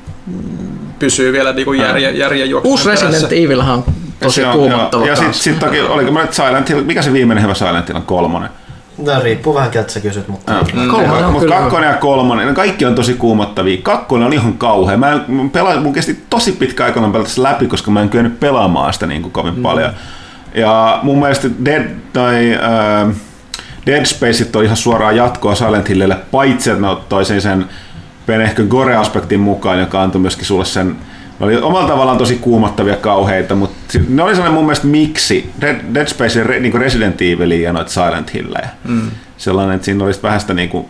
pysyy vielä niinku järjen, järjen juoksun. Uusi Resident Evilhan on tosi ja kuumottava. Ja, ja sitten sit toki, oliko mä nyt Silent Hill, mikä se viimeinen hyvä Silent Hill on? Kolmonen? No riippuu vähän, keltä sä kysyt, mutta... Mm. Kolmonen Mutta kakkonen ja kolmonen, ne kaikki on tosi kuumottavia. Kakkonen on ihan kauhea. Mä en, pela, mun kesti tosi pitkä aikoina pelata sitä läpi, koska mä en kyennyt pelaamaan sitä niin kuin kovin mm. paljon. Ja mun mielestä Dead, tai, äh, Dead Spaceit on ihan suoraan jatkoa Silent Hillille, paitsi että ne ottoi sen ehkä gore-aspektin mukaan, joka antoi myöskin sulle sen. Ne oli omalla tavallaan tosi kuumottavia kauheita, mutta ne oli sellainen mun mielestä miksi Dead Space, niin kuin Resident Evilia ja noita Silent Hillejä. Mm. Sellainen, että siinä olisi vähän sitä niin kuin,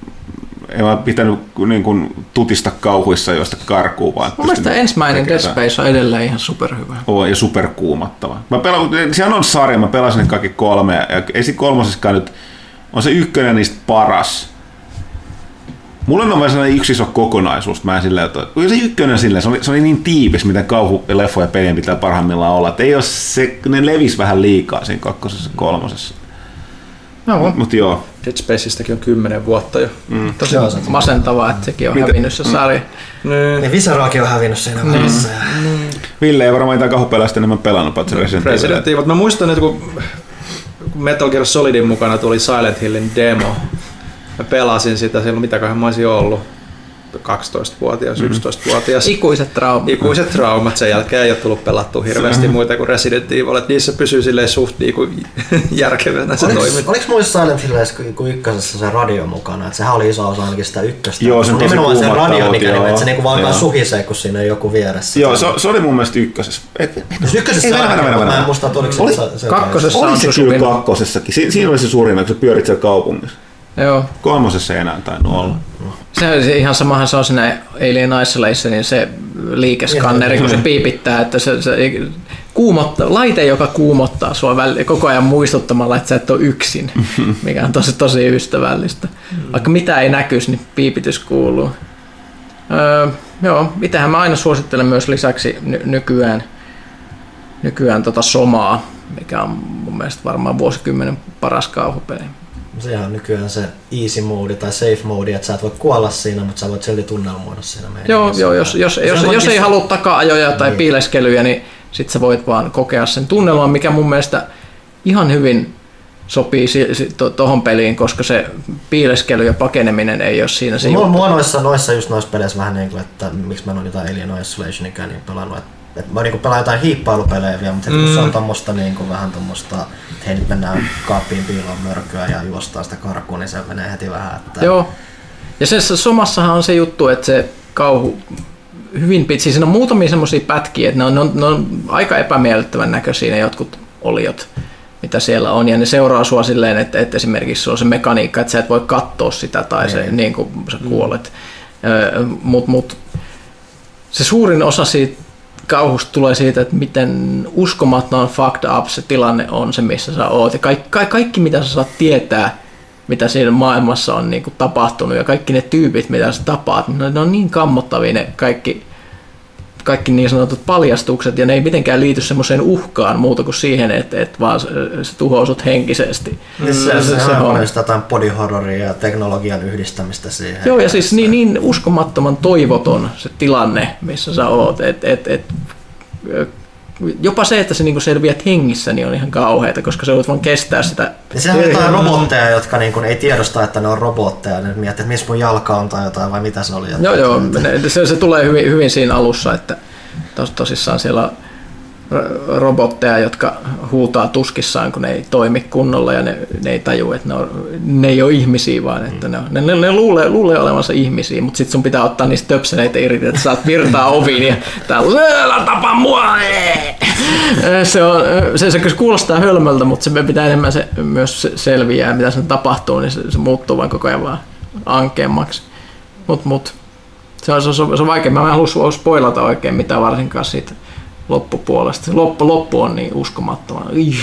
ei vaan pitänyt niin kuin tutista kauhuissa, joista karkuun vaan. Mun mielestä ensimmäinen Dead Space on edelleen ihan superhyvä. Oo, ja superkuumottava. Mä pelaan, sehän on sarja, mä pelasin ne kaikki kolme, ja ei siinä kolmosessakaan nyt, on se ykkönen niistä paras. Mulla on vain sellainen yksi iso kokonaisuus. Mä silleen, että se ykkönen silleen, se oli, se oli niin tiivis, miten kauhu, leffoja ja pelien pitää parhaimmillaan olla. Että ei ole se, ne levisi vähän liikaa siinä kakkosessa ja kolmosessa. No, Mut, mut joo. Dead Spaceistäkin on kymmenen vuotta jo. Mm. Tosi masentavaa, että sekin on Miten? hävinnyt se sarja. Mm. Ja Visceraakin on hävinnyt siinä mm. välissä. Mm. Ville ei varmaan mitään kauhupelaista enemmän pelannut, paitsi Resident Evil. Resident Evil. Mä muistan, että kun Metal Gear Solidin mukana tuli Silent Hillin demo, mä pelasin sitä silloin, mitäköhän mä olisin ollut, kaksitoistavuotias, yksitoistavuotias. Ikuiset traumat. Ikuiset traumat. Sen jälkeen ei ole tullut pelattua hirveästi muita kuin Resident Evil. Että niissä pysyy silleen suht niinku järkevänä se toiminta. Oliko muissa Silent Hillissä kuin ykkösessä se radio mukana? Että sehän oli iso osa ainakin sitä ykköstä. Joo, se on tosi nimenomaan se radio, mikä joo. että se niinku vaan suhisee, kun siinä on joku vieressä. Joo, se, se oli mun mielestä ykkösessä. Et, et, ykkösessä ei, mennä, mennä, mä en muista, että oliko oli, se, se kakkosessa oli on se kyllä kakkosessakin. Si, siinä oli se suurin, kun sä pyörit siellä kaupungissa. Joo. Kolmosessa ei enää tainnut olla. Se on ihan samahan se on siinä Alien Isolationin se liikeskanneri, kun se piipittää, että se, se kuumottaa, laite, joka kuumottaa sua väl, koko ajan muistuttamalla, että sä et ole yksin, mikä on tosi, tosi ystävällistä. Vaikka mitä ei näkyisi, niin piipitys kuuluu. Öö, joo, itsehän mä aina suosittelen myös lisäksi ny- nykyään, nykyään tota Somaa, mikä on mun mielestä varmaan vuosikymmenen paras kauhupeli. Sehän on nykyään se easy mode tai safe mode, että sä et voi kuolla siinä, mutta sä voit silti tunnelmoida siinä. Joo, joo, jos, jos, jos, jos ei halua taka-ajoja tai niin. piileskelyjä, niin sit sä voit vaan kokea sen tunnelman, mikä mun mielestä ihan hyvin sopii tuohon peliin, koska se piileskely ja pakeneminen ei ole siinä se no, juttu. Mua noissa, noissa, just noissa peleissä vähän niin kuin, että miksi mä en ole jotain Alien Isolationikään niin pelannut, että et mä niinku pelaan jotain hiippailupelejä vielä, mutta mm. se on tommoista niinku vähän tommosta, että hei nyt mennään kaappiin piiloon mörköä ja juostaan sitä karkuun, niin se menee heti vähän. Että... Joo. Ja se Somassahan on se juttu, että se kauhu hyvin pitää, siinä on muutamia semmoisia pätkiä, että ne on, ne on, ne on aika epämiellyttävän näköisiä ne jotkut oliot, mitä siellä on, ja ne seuraa sua silleen, että, että esimerkiksi se on se mekaniikka, että sä et voi katsoa sitä tai se, niin kuin sä kuolet. Mm. Mutta mut, se suurin osa siitä kauhusta tulee siitä, että miten uskomattoman fucked up se tilanne on, se missä sä oot. Ja kaikki, kaikki mitä sä saat tietää, mitä siinä maailmassa on niin kuin tapahtunut, ja kaikki ne tyypit, mitä sä tapaat, ne, ne on niin kammottavia ne kaikki, kaikki niin sanotut paljastukset, ja ne ei mitenkään liity semmoiseen uhkaan muuta kuin siihen, että, että vaan se, se tuhoaa sut henkisesti. Mm. Se, se, se, se on myös jotain body horroria ja teknologian yhdistämistä siihen. Joo, ja siis niin, niin uskomattoman toivoton se tilanne, missä sä oot, että et, et, jopa se, että sä niinku selviät hengissä, niin on ihan kauheata, koska sä voit vaan kestää sitä. Ja sehän on jotain robotteja, jotka niinku ei tiedosta, että ne on robotteja, ne miettii, että missä mun jalka on tai jotain, vai mitä se oli. Joo, joo, se, se tulee hyvin, hyvin siinä alussa, että tos, tosissaan siellä robotteja, jotka huutaa tuskissaan, kun ne ei toimi kunnolla ja ne, ne ei taju, että ne, on, ne ei ole ihmisiä, vaan että ne, on, ne, ne luulee, luulee olevansa ihmisiä, mutta sitten sun pitää ottaa niistä töpseleitä irti, että saat virtaa oviin ja täällä tapa mua! Se, on, se, se kuulostaa hölmöltä, mutta se pitää enemmän se myös selviää, mitä sen tapahtuu, niin se, se muuttuu vaan koko ajan vaan ankeammaksi. Mut, mut. Se, on, se, on, se on vaikea, mä en halua spoilata oikein mitään varsinkaan siitä loppupuolesta. Loppu, loppu on niin uskomattoman.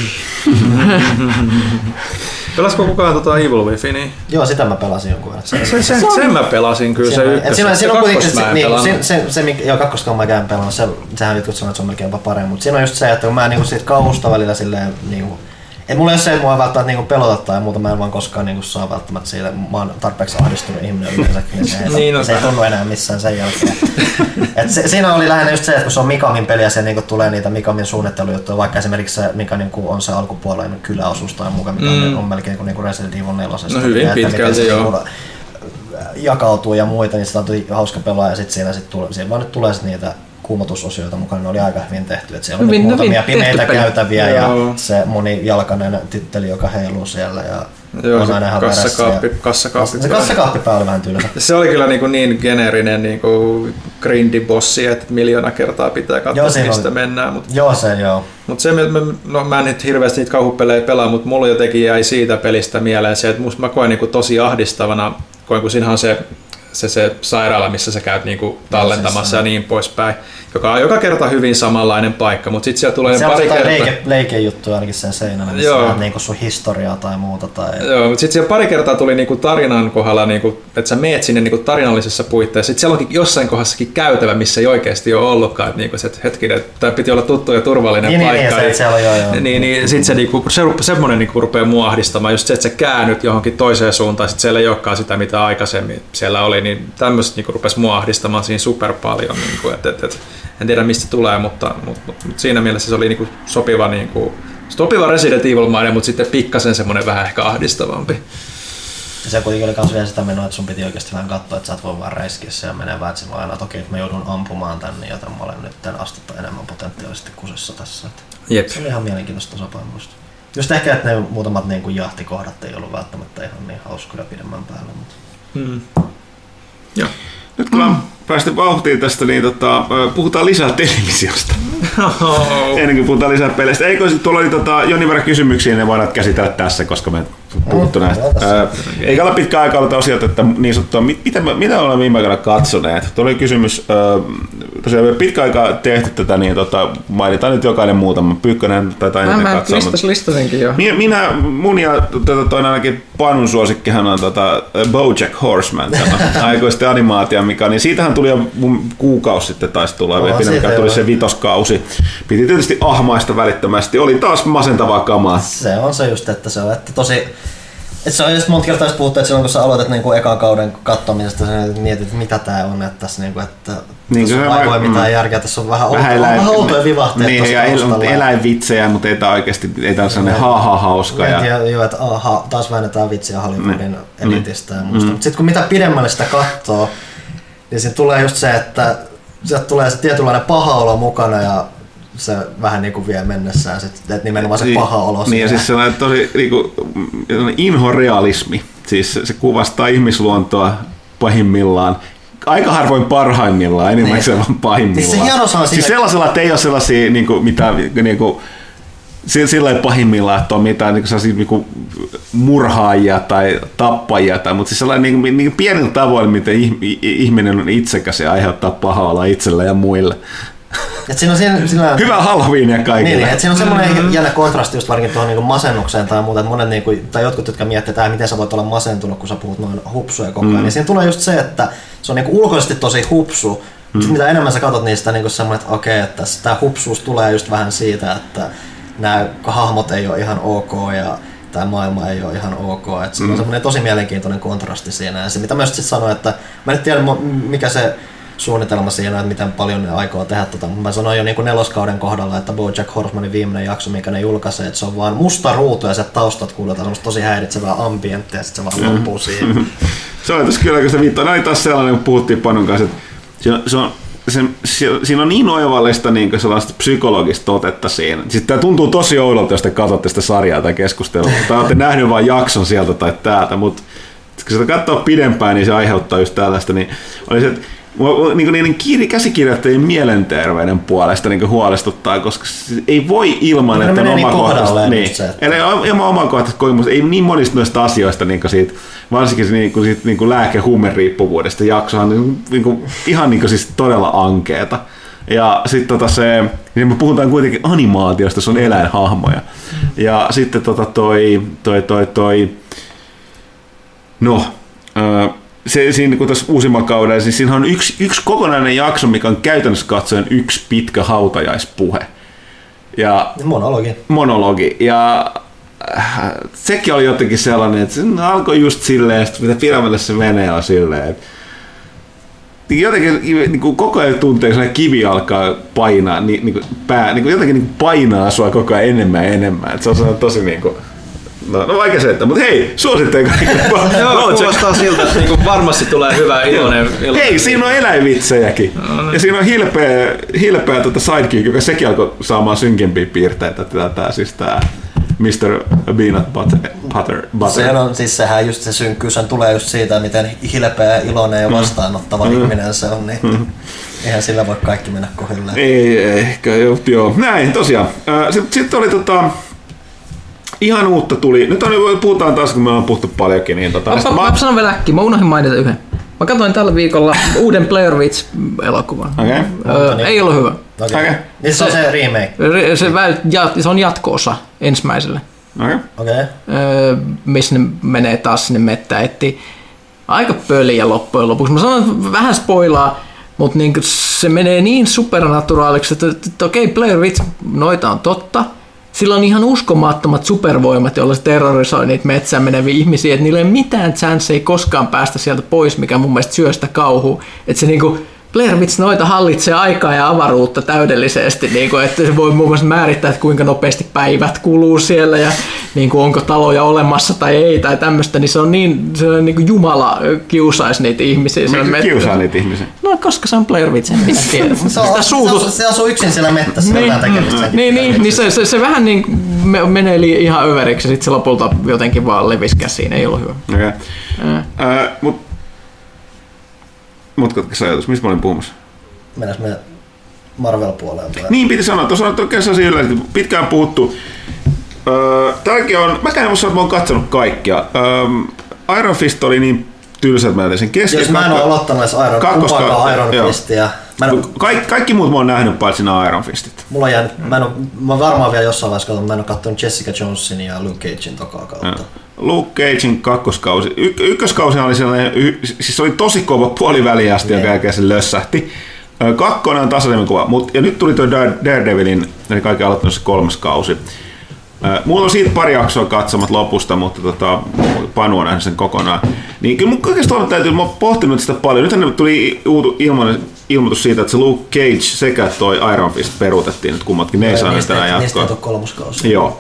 Pelasko kukaan tota Evil Within? Joo, sitä mä pelasin jonkun verran. Se, se, se, sen mä pelasin kyllä, se ykkös. Se kakkosta mä en pelannut. Se, se, se, joo, kakkosta mä en pelannut. Se, sehän jotkut sanoo, että se on melkein jopa parempi. Mutta siinä on just se, että kun mä niinku siitä kauhusta välillä silleen niinku, et mulla ei ole se, että mua välttämättä niinku pelota tai muuta, mä en vaan koskaan niinku saa välttämättä siitä. Mä oon tarpeeksi ahdistunut ihminen yleensäkin, niin se ei, niin se ei tunnu enää missään sen jälkeen. Et se, siinä oli lähinnä just se, että kun se on Mikamin peli ja siellä niinku tulee niitä Mikamin suunnittelujuttuja, vaikka esimerkiksi se, mikä niinku on se alkupuolen kyläosuus tai muka, mikä mm. on melkein niinku Resident Evil neljä. No hyvin pitkälti joo. Niinku jakautuu ja muita, niin sitä on hauska pelaa ja sitten siinä, sit tule, siinä vaan nyt tulee sit niitä kuumotusosioita mukaan, ne oli aika hyvin tehty. Että siellä on hyvin, muutamia pimeitä käytäviä ja se monijalkainen titteli, joka heiluu siellä. Ja joo, se kassakaappi, kassakaappi. Se kassaكaappipää oli vähän tylsä. Se oli kyllä niin, niin geneerinen niin grindibossi, että miljoona kertaa pitää katsoa, mistä oli mennään. Mutta joo, se joo. Mutta se, no, mä en nyt hirveästi niitä kauhupelejä pelaa, mutta mulla jotenkin jäi siitä pelistä mieleen se, että musta mä koen niin tosi ahdistavana, koen kun siinä on se Se, se sairaala, missä sä käyt niinku tallentamassa ja niin poispäin, joka on joka kerta hyvin samanlainen paikka, mutta sitten siellä tulee se pari kertaa... Leike, leikejuttuja ainakin sen seinällä, missä on niinku sun historiaa tai muuta. Tai... Joo, mutta sitten siellä pari kertaa tuli niinku tarinan kohdalla, niinku, että sä meet sinne niinku tarinallisessa puitteissa, sitten siellä onkin jossain kohdassakin käytävä, missä ei oikeasti ole ollutkaan, että niinku, et hetkinen, tämä piti olla tuttu ja turvallinen niin, paikka. Niin, niin, se, joo, joo. niin, niin sitten se, niinku, se, semmoinen niinku rupeaa mua ahdistamaan, just se, että sä käännyt johonkin toiseen suuntaan, sitten siellä ei olekaan sitä, mitä aikaisemmin siellä oli, niin tämmöiset niinku rupesi mua ahdistamaan siinä super paljon, niinku, et, et, et, en tiedä mistä tulee, mutta, mutta, mutta siinä mielessä se oli niinku sopiva, niinku, sopiva Resident Evil-mainen, mutta sitten pikkasen semmoinen vähän ehkä ahdistavampi. Ja se kuitenkin oli myös vielä sitä menoa, että sun piti oikeasti vähän katsoa, että sä et voi vaan räiskiä se ja menee vaan, että silloin aina, että okei, että mä joudun ampumaan tänne, joten mä olen nyt tämän astetta enemmän potentiaalisesti kusessa tässä. Jep. Se oli ihan mielenkiintoista tasapainoista. Just ehkä, että ne muutamat niin kuin jahtikohdat ei ollut välttämättä ihan niin hauskoja pidemmän päällä. Mutta... Mm. Joo. Nyt kun on päästy vauhtiin tästä, niin tota, puhutaan lisää televisiosta. Oh. Ennen kuin puhutaan lisää peleistä. Eikö tuolla oli tota, jonkin verran kysymyksiä, niin ne voidaan käsitellä tässä, koska me puhuttu mm, näistä. Ää, eikä ole pitkä aika ollut osiota, että niin sanottua, mitä, mitä olemme viime aikoina katsoneet. Tuolla oli kysymys, ää, tosiaan pitkä aikaa tehty tätä, niin tota, mainitaan nyt jokainen muutama. Pyykkönen tai eniten katsoa. Mä listas, listasinkin jo. Minä, minä mun ja tota, toinen ainakin Panun suosikkihan on tota, BoJack Horseman, tämä aikuisten animaatio, mikä niin siitähän tuli jo kuukausi sitten taisi tulla, oh, mikä tuli se vitoskausi. Piti tietysti ahmaista välittömästi, oli taas masentavaa kamaa. Se on se just, että se on että tosi... Et se on just monta kertaa puhuttu, että silloin kun sä aloitat niinku ekan kauden katsomisesta, sä mietit, että mitä tää on, että tässä niinku, että niin, tässä ei voi mitään järkeä, tässä on vähän, vähän, eläin, vähän outoja vivahteita niin, ja taustalla. Eläinvitsejä, mutta ei tää oikeesti, ei tää ole sellainen ha-ha hauska. Ja... Ja, joo, että aha, taas väännetään vitsiä Hollywoodin elitistä ja muusta. Mm. Mutta sitten kun mitä pidemmälle sitä katsoo, niin siinä tulee just se, että sieltä tulee se tietynlainen paha olo mukana ja se vähän niinku vie mennessään, sit, että nimenomaan se paha olo. Niin, ja siis sellainen tosi niinku, inhorealismi, siis se, se kuvastaa ihmisluontoa pahimmillaan. Aika harvoin parhaimmillaan, enimmäkseen vaan pahimmillaan. Niin se siis sellaisella, että ei ole sellaisia niinku, mitään niinku, sillä ei pahimmillaan, että on mitään niin niin murhaajia tai tappajia, tai, mutta siis sellainen niin, niin pienillä tavoilla, miten ihminen on itsekäs ja aiheuttaa pahaa olla itselle ja muille. Et siinä on siinä, siinä... Hyvää Halloweenia kaikille. Niin, että siinä on semmoinen mm-hmm. jännä kontrasti just varsinkin tuohon niin masennukseen tai muuta, että monet niin kuin, tai jotkut, jotka miettivät, että miten sä voit olla masentunut, kun sä puhut noin hupsuja koko ajan, mm. niin siinä tulee just se, että se on niin kuin ulkoisesti tosi hupsu, mm. sitten mitä enemmän sä katsot niistä niin semmoinen, että okei, että tämä hupsuus tulee just vähän siitä, että nämä hahmot ei ole ihan ok ja tämä maailma ei ole ihan ok. Että se on mm. semmoinen tosi mielenkiintoinen kontrasti siinä. Ja se mitä mä just sit sanoin, että mä en tiedä mikä se suunnitelma siinä, että miten paljon ne aikoo tehdä tota, mutta mä sanoin jo niin kuin neloskauden kohdalla, että BoJack Horsemanin viimeinen jakso, mikä ne julkaisee, että se on vaan musta ruutu ja se taustat kuuletaan semmoista tosi häiritsevää ambienttia ja sitten se vaan loppuu siihen. Se on tässä kyllä, kun se viittaa. Näin taas sellainen, kun puhuttiin Panun kanssa, että se on se, se, siinä on niin oivallista niin sellaista psykologista otetta siinä. Sitten tämä tuntuu tosi oudolta, jos te katsotte sitä sarjaa tai keskustelua. Tai olette nähnyt vain jakson sieltä tai täältä, mutta kun sitä katsoo pidempään, niin se aiheuttaa just tällaista. Niin oli se, että niin niiden käsikirjoittajien mielenterveyden puolesta niin huolestuttaa, koska ei voi ilman, no, että on omakohtaista niin, ilman omakohtaista kokemusta, ei niin monista noista asioista, niin siitä, varsinkin niin kuin siitä, niin kuin lääke-huumeriippuvuudesta jaksohan niin, niin kuin, ihan niin kuin, siis todella ankeeta. Ja sitten tota se, niin me puhutaan kuitenkin animaatiosta, se on eläinhahmoja. Ja sitten tota toi, toi, toi, toi, no, öö, Se, siinä kun tässä uusimman kaudella, niin siinä on yksi, yksi kokonainen jakso, mikä on käytännössä katsoen yksi pitkä hautajaispuhe. Ja monologi. Monologi. Ja äh, sekin oli jotenkin sellainen, että se alkoi just silleen, että mitä pidemmälle se menee on silleen, että jotenkin niin kuin koko ajan tuntee, kun kivi alkaa painaa, niin, niin kuin pää, niin kuin jotenkin niin kuin painaa sua koko ajan enemmän ja enemmän. Että se on tosi niin kuin, No, no vaikea selittää, mutta hei, suosittelen kaikille. Joo, kuulostaa siltä, että niinku varmasti tulee hyvä iloinen. iloinen. Hei, siinä on eläinvitsejäkin. No, no. Ja siinä on hilpeä, hilpeä tuota sidekick, joka sekin alkoi saamaan synkempiä piirteitä. Tämä siis tämä mister Peanut Butter. butter, butter. Se on, siis sehän just se synkkyys tulee just siitä, miten hilpeä, iloinen ja vastaanottava mm. ihminen se on. Niin mm. eihän sillä voi kaikki mennä kohdilleen. Ei, ehkä, joo, joo. Näin, tosiaan. Sitten sit oli tota... Ihan uutta tuli. Nyt on, puhutaan taas, kun me ollaan puhuttu paljonkin. Niin tota, mä, mä, mä sanon vielä äkkiä, mä unohdin mainita yhden. Mä katsoin tällä viikolla uuden Blair Witch-elokuvan. Okay. Öö, ei ollut hyvä. Okay. Okay. Niin se on se remake? Se, se, se on jatko-osa ensimmäiselle. Okay. Okay. Öö, missä ne menee taas sinne mettään etsiä. Aika pöliä loppujen lopuksi. Mä sanon vähän spoilaa, mutta niin, se menee niin supernaturaaliksi, että, että, että okei, okay, Blair Witch, noita on totta. Sillä on ihan uskomattomat supervoimat, joilla se terrorisoi niitä metsään meneviä ihmisiä, että niillä ei ole mitään chance ei koskaan päästä sieltä pois, mikä mun mielestä syö sitä kauhua. Että se niinku Blair Witch noita hallitsee aikaa ja avaruutta täydellisesti, niinku, että se voi muun muassa määrittää, että kuinka nopeasti päivät kuluu siellä ja niinku, onko taloja olemassa tai ei tai tämmöistä, niin se on niin, se on niinku Jumala kiusaisi niitä ihmisiä. Mikä kiusaa niitä ihmisiä? No koska se on Blair Witch, en minä tiedä. se, on, suutu... se asuu yksin siellä mettässä, niin, jotain tekemistä. Niin, niin, niin se, se, se vähän niin menee ihan överiksi ja sitten se lopulta jotenkin vaan levisi käsiin, ei ollut hyvä. Okay. Äh. Äh, mut Mut katkes ajatus, mistä mä olin puhumassa? Mennäis me Marvel-puolelta. Niin piti sanoa, tuossa on oikein sellaisia yllätyksiä, pitkään puhuttu. Öö, tälläkin on, mäkään en voi sanoa, että mä oon katsonut kaikkia. Öö, Iron Fist oli niin tylsä, että mä jätin sen kesken. Jos mä en oo aloittanut edes Iron, kumpaakaan Iron Fistia. En... Kaik, kaikki muut mä oon nähnyt paitsi nämä Iron Fistit. Mulla on jäänyt, mä en oo, mä varmaan vielä jossain vaiheessa katsonut, mä en oo kattonut Jessica Jonesin ja Luke Cagein tokaa kautta. Ja. Luke Cagein kakkoskausi. Y- ykköskausi oli sellainen, y- siis oli tosi kova puoliväliä asti, jonka jälkeen se lössähti. Kakkonen on tasaisemmin kova, mut, ja nyt tuli tuo Daredevilin, eli kaikki aloittanut se kolmas kausi. Mulla on siitä pari jaksoa katsomat lopusta, mutta tota, Panu on nähnyt sen kokonaan. Niin kyllä mun oikeastaan täytyy, mä oon pohtinut sitä paljon. Nythän tuli ilmo- ilmoitus siitä, että se Luke Cage sekä toi Iron Fist peruutettiin nyt kummatkin. Ne ei saa niistä enää jatkoa. Niistä ei tule kolmoskausi. Joo.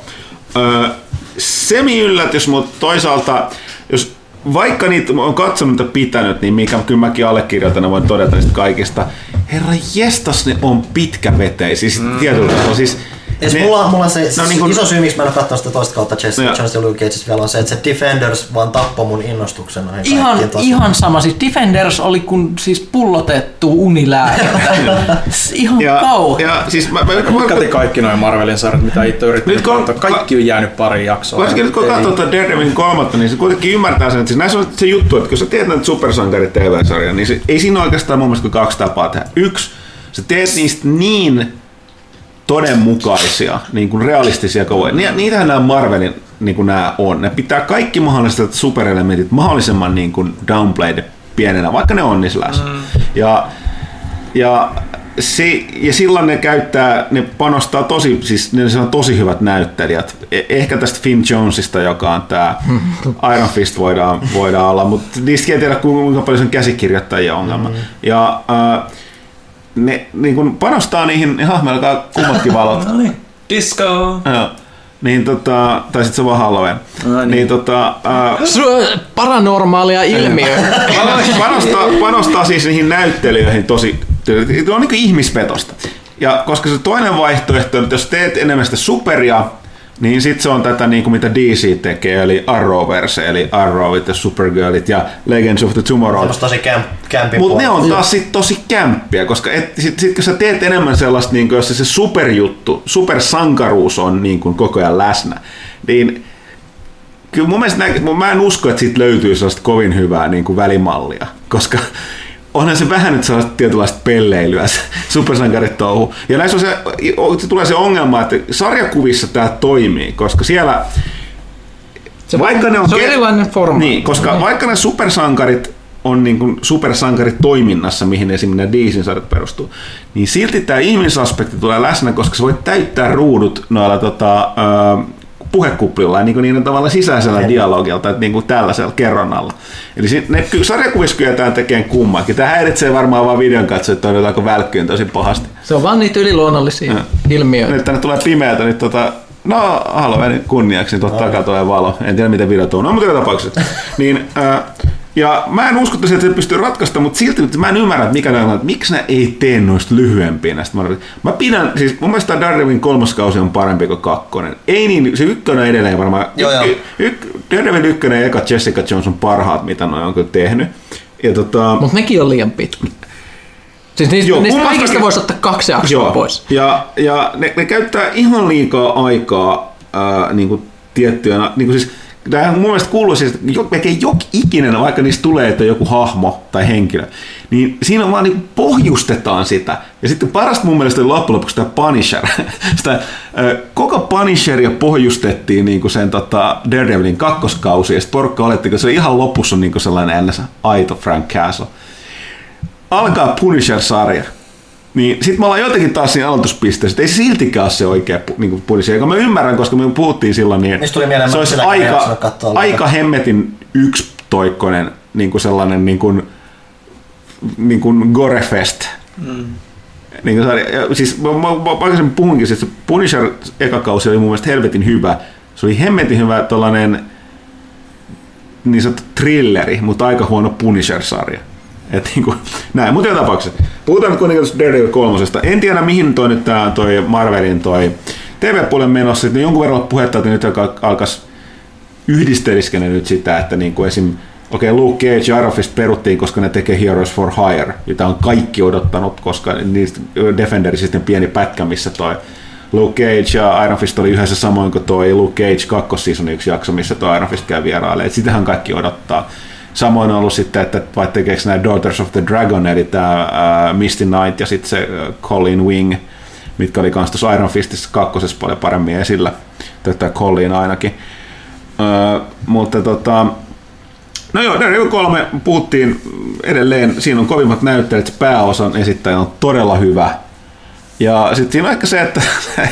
Semi-yllätys, mutta toisaalta, jos vaikka niitä on katsonut ja pitänyt, niin mikä kyllä mäkin allekirjoitana voin todeta niistä kaikista. Herra jestas, ne on pitkäveteisiä. Siis mm. tietyllä tavalla. Siis, Ne, mulla, mulla se no, niin kun, iso syy, miksi mä en ole katsonut sitä toista kautta Jessica Jones ja Luke Cageissa vielä on se, että se Defenders vaan tappoi mun innostuksen. Ihan, ihan sama. Siis Defenders oli kun siis pullotettu unilääkettä. Ihan kauhean. Ja siis mä, mä, mä katsoin kaikki noin Marvelin sarjat, mitä itse yrittänyt katsoa. Kaikki on jäänyt pari jaksoa. Varsinkin nyt kun katsoo tuota Daredevilin kolmatta, niin se kuitenkin ymmärtää sen, että siis näissä on se juttu, että kun sä teet näitä supersankarit T V-sarjaa, niin se, ei siinä oikeastaan mun mielestä kaksi tapaa tehdä. Yksi, sä teet niistä niin todenmukaisia, niin kuin realistisia kovoja. Niitähän nämä Marvelin niin kuin nämä on. Ne pitää kaikki mahdolliset superelementit mahdollisimman niin kuin downplayed pienenä, vaikka ne on niissä läsnä. Mm. Ja, ja, se, ja silloin ne käyttää, ne panostaa tosi, siis ne on tosi hyvät näyttelijät. Ehkä tästä Finn Jonesista, joka on tämä Iron Fist voidaan, voidaan olla, mutta niistä ei tiedä kuinka paljon sen käsikirjoittajia ongelma. Mm. Ja, äh, ne niin kun panostaa niihin, niin hahmoja alkaa kummatkin valot. No niin, disco! Joo. Niin tota, tai sit se vaan Halloween. No niin. Niin tota... Ää, paranormaalia ilmiöä. panostaa, panostaa siis niihin näyttelijöihin tosi, on niin kuin ihmisvetosta. Ja koska se toinen vaihtoehto, että jos teet enemmän sitä superia, niin sitten se on tätä niin kuin mitä D C tekee, eli Arrowverse, eli Arrowit ja Supergirlit ja Legends of the Tomorrow. Se tosi kämp, kämpi. Mutta ne on taas sit tosi kämppiä, koska et, sit, sit, kun sä teet enemmän sellaista, niin kuin, jos se superjuttu, supersankaruus on niin kuin koko ajan läsnä, niin kyllä mun mielestä nä, mä en usko, että siitä löytyy sellaista kovin hyvää niin kuin välimallia, koska onhan se vähän nyt sellaista tietynlaista pelleilyä, se supersankarit touhu. Ja näissä on se, se tulee se ongelma, että sarjakuvissa tämä toimii, koska siellä se, vaikka ne on, se on erilainen forma. Niin, koska mm. vaikka ne supersankarit on niin kuin supersankarit toiminnassa, mihin esimerkiksi D C:n sarjat perustuu, niin silti tämä ihmisaspekti tulee läsnä, koska sä voit täyttää ruudut noilla tota, puhekuplilla ja niin niiden tavalla sisäisellä ja dialogilla tai niin kuin tällaisella kerronnalla. Eli ne sarjakuvissa kyetään tekemään kummakin. Tämä häiritsee varmaan vaan videon katsojat, että on jotain välkkyyn tosi pahasti. Se on vaan niitä yliluonnollisia ja ilmiöitä. Nyt tänne tulee pimeätä, nyt tota, no Halloweenin kunniaksi, niin tuolta takaa tulee valo. En tiedä miten videot on, no mutta tapauksessa. Niin, äh, ja mä en usko, että se pystyy ratkaistamaan, mutta silti mä en ymmärrä, että mikä on, että miksi ne ei tee noista lyhyempiä näistä. Mä pidän, siis mun mielestä Daredevilin kolmas kausi on parempi kuin kakkonen. Ei niin, se ykkönen edelleen varmaan. Yk, yk, Daredevil ykkönen ja eka Jessica Jones on parhaat, mitä noi on kyllä tehnyt. Tota, mutta nekin on liian pitkä. Siis niistä, joo, niistä kaikista mielestäkin voisi ottaa kaksi jaksoa pois. Ja, ja ne, ne käyttää ihan liikaa aikaa ää, niin kuin tiettyjä, niin kuin siis tämä mun mielestä kuuluu siis, että melkein jok ikinen, vaikka niistä tulee, että on joku hahmo tai henkilö, niin siinä vaan niin pohjustetaan sitä. Ja sitten parasta mun mielestä oli loppujen lopuksi tämä Punisher. Sitä, äh, koko Punisheria pohjustettiin niin kuin sen tota, Daredevilin kakkoskausi, ja sitten porukka oletti, että se ihan lopussa on niin kuin sellainen ns. Aito Frank Castle. Alkaa Punisher-sarja. Niin sit me ollaan jotenkin taas siinä aloituspisteessä, ei se siltikään ole se oikea niin Punisher, joka mä ymmärrän, koska me puhuttiin silloin, niin mieleen, se olisi aika, aika hemmetin yksitoikkoinen niin kuin sellainen niin kuin, niin kuin Gorefest. Mm. Niin kuin, ja, siis mä, mä, mä aikaisemmin puhunkin, että Punisher eka kausi oli mun mielestä helvetin hyvä. Se oli hemmetin hyvä tollainen niin sanottu thrilleri, mutta aika huono Punisher-sarja. Et niin kuin, näin, mutta joka tapauksessa. Puhutaan nyt kuitenkin Daredevil kolmosesta. En tiedä mihin toi nyt tää toi Marvelin toi T V-puolen menossa. Sitten jonkun verran puhetta, että nyt alkaisi yhdisteliskenne nyt sitä, että niin kuin esim. Okei, okay, Luke Cage ja Iron Fist peruttiin, koska ne tekee Heroes for Hire, jota on kaikki odottanut, koska niistä Defendersista pieni pätkä, missä toi Luke Cage ja Iron Fist oli yhdessä samoin kuin toi Luke Cage kakkosseasonin yksi jakso, missä toi Iron Fist käy vierailemaan. Sitähän kaikki odottaa. Samoin on ollut sitten, että vai tekeekö nämä Daughters of the Dragon, eli tämä uh, Misty Knight ja sitten se uh, Colleen Wing, mitkä oli kans tuossa Iron Fistissa kakkosessa paljon paremmin esillä, tätä Colleen ainakin. Uh, mutta tota, no joo, Daredevil kolme puhuttiin edelleen, siinä on kovimmat näyttelijät, että pääosan esittäjä on todella hyvä. Ja sitten siinä on ehkä se, että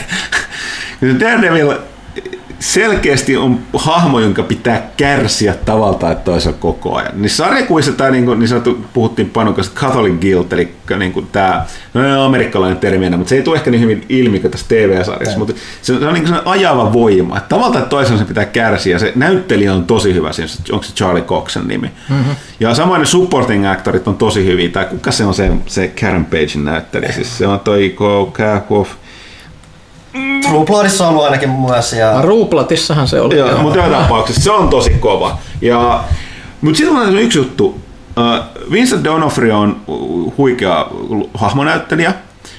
Daredevil selkeästi on hahmo, jonka pitää kärsiä tavalla tai toisella koko ajan. Niin sarjakuvissa tämä, niin, niin sanottu, puhuttiin panokasta Catholic Guilt, eli niin tämä, no amerikkalainen termi, mutta se ei tule ehkä niin hyvin ilmi kuin tässä T V-sarjassa, mutta se on, se on niin ajava voima. Että tavalla tai toisella se pitää kärsiä. Se näyttelijä on tosi hyvä, onko se Charlie Coxen nimi. Mm-hmm. Ja samoin ne supporting actorit on tosi hyviä. Tai kuka se on se, se Karen Pagein näyttelijä? Siis se on toi Kakoff. True Bloodissa on ollut ainakin myös. Ja... Ruuplatissahan se oli. Joo, mutta joka tapauksessa se on tosi kova. Ja, mutta sitten on yksi juttu. Uh, Vincent D'Onofrio on huikea hahmonäyttelijä.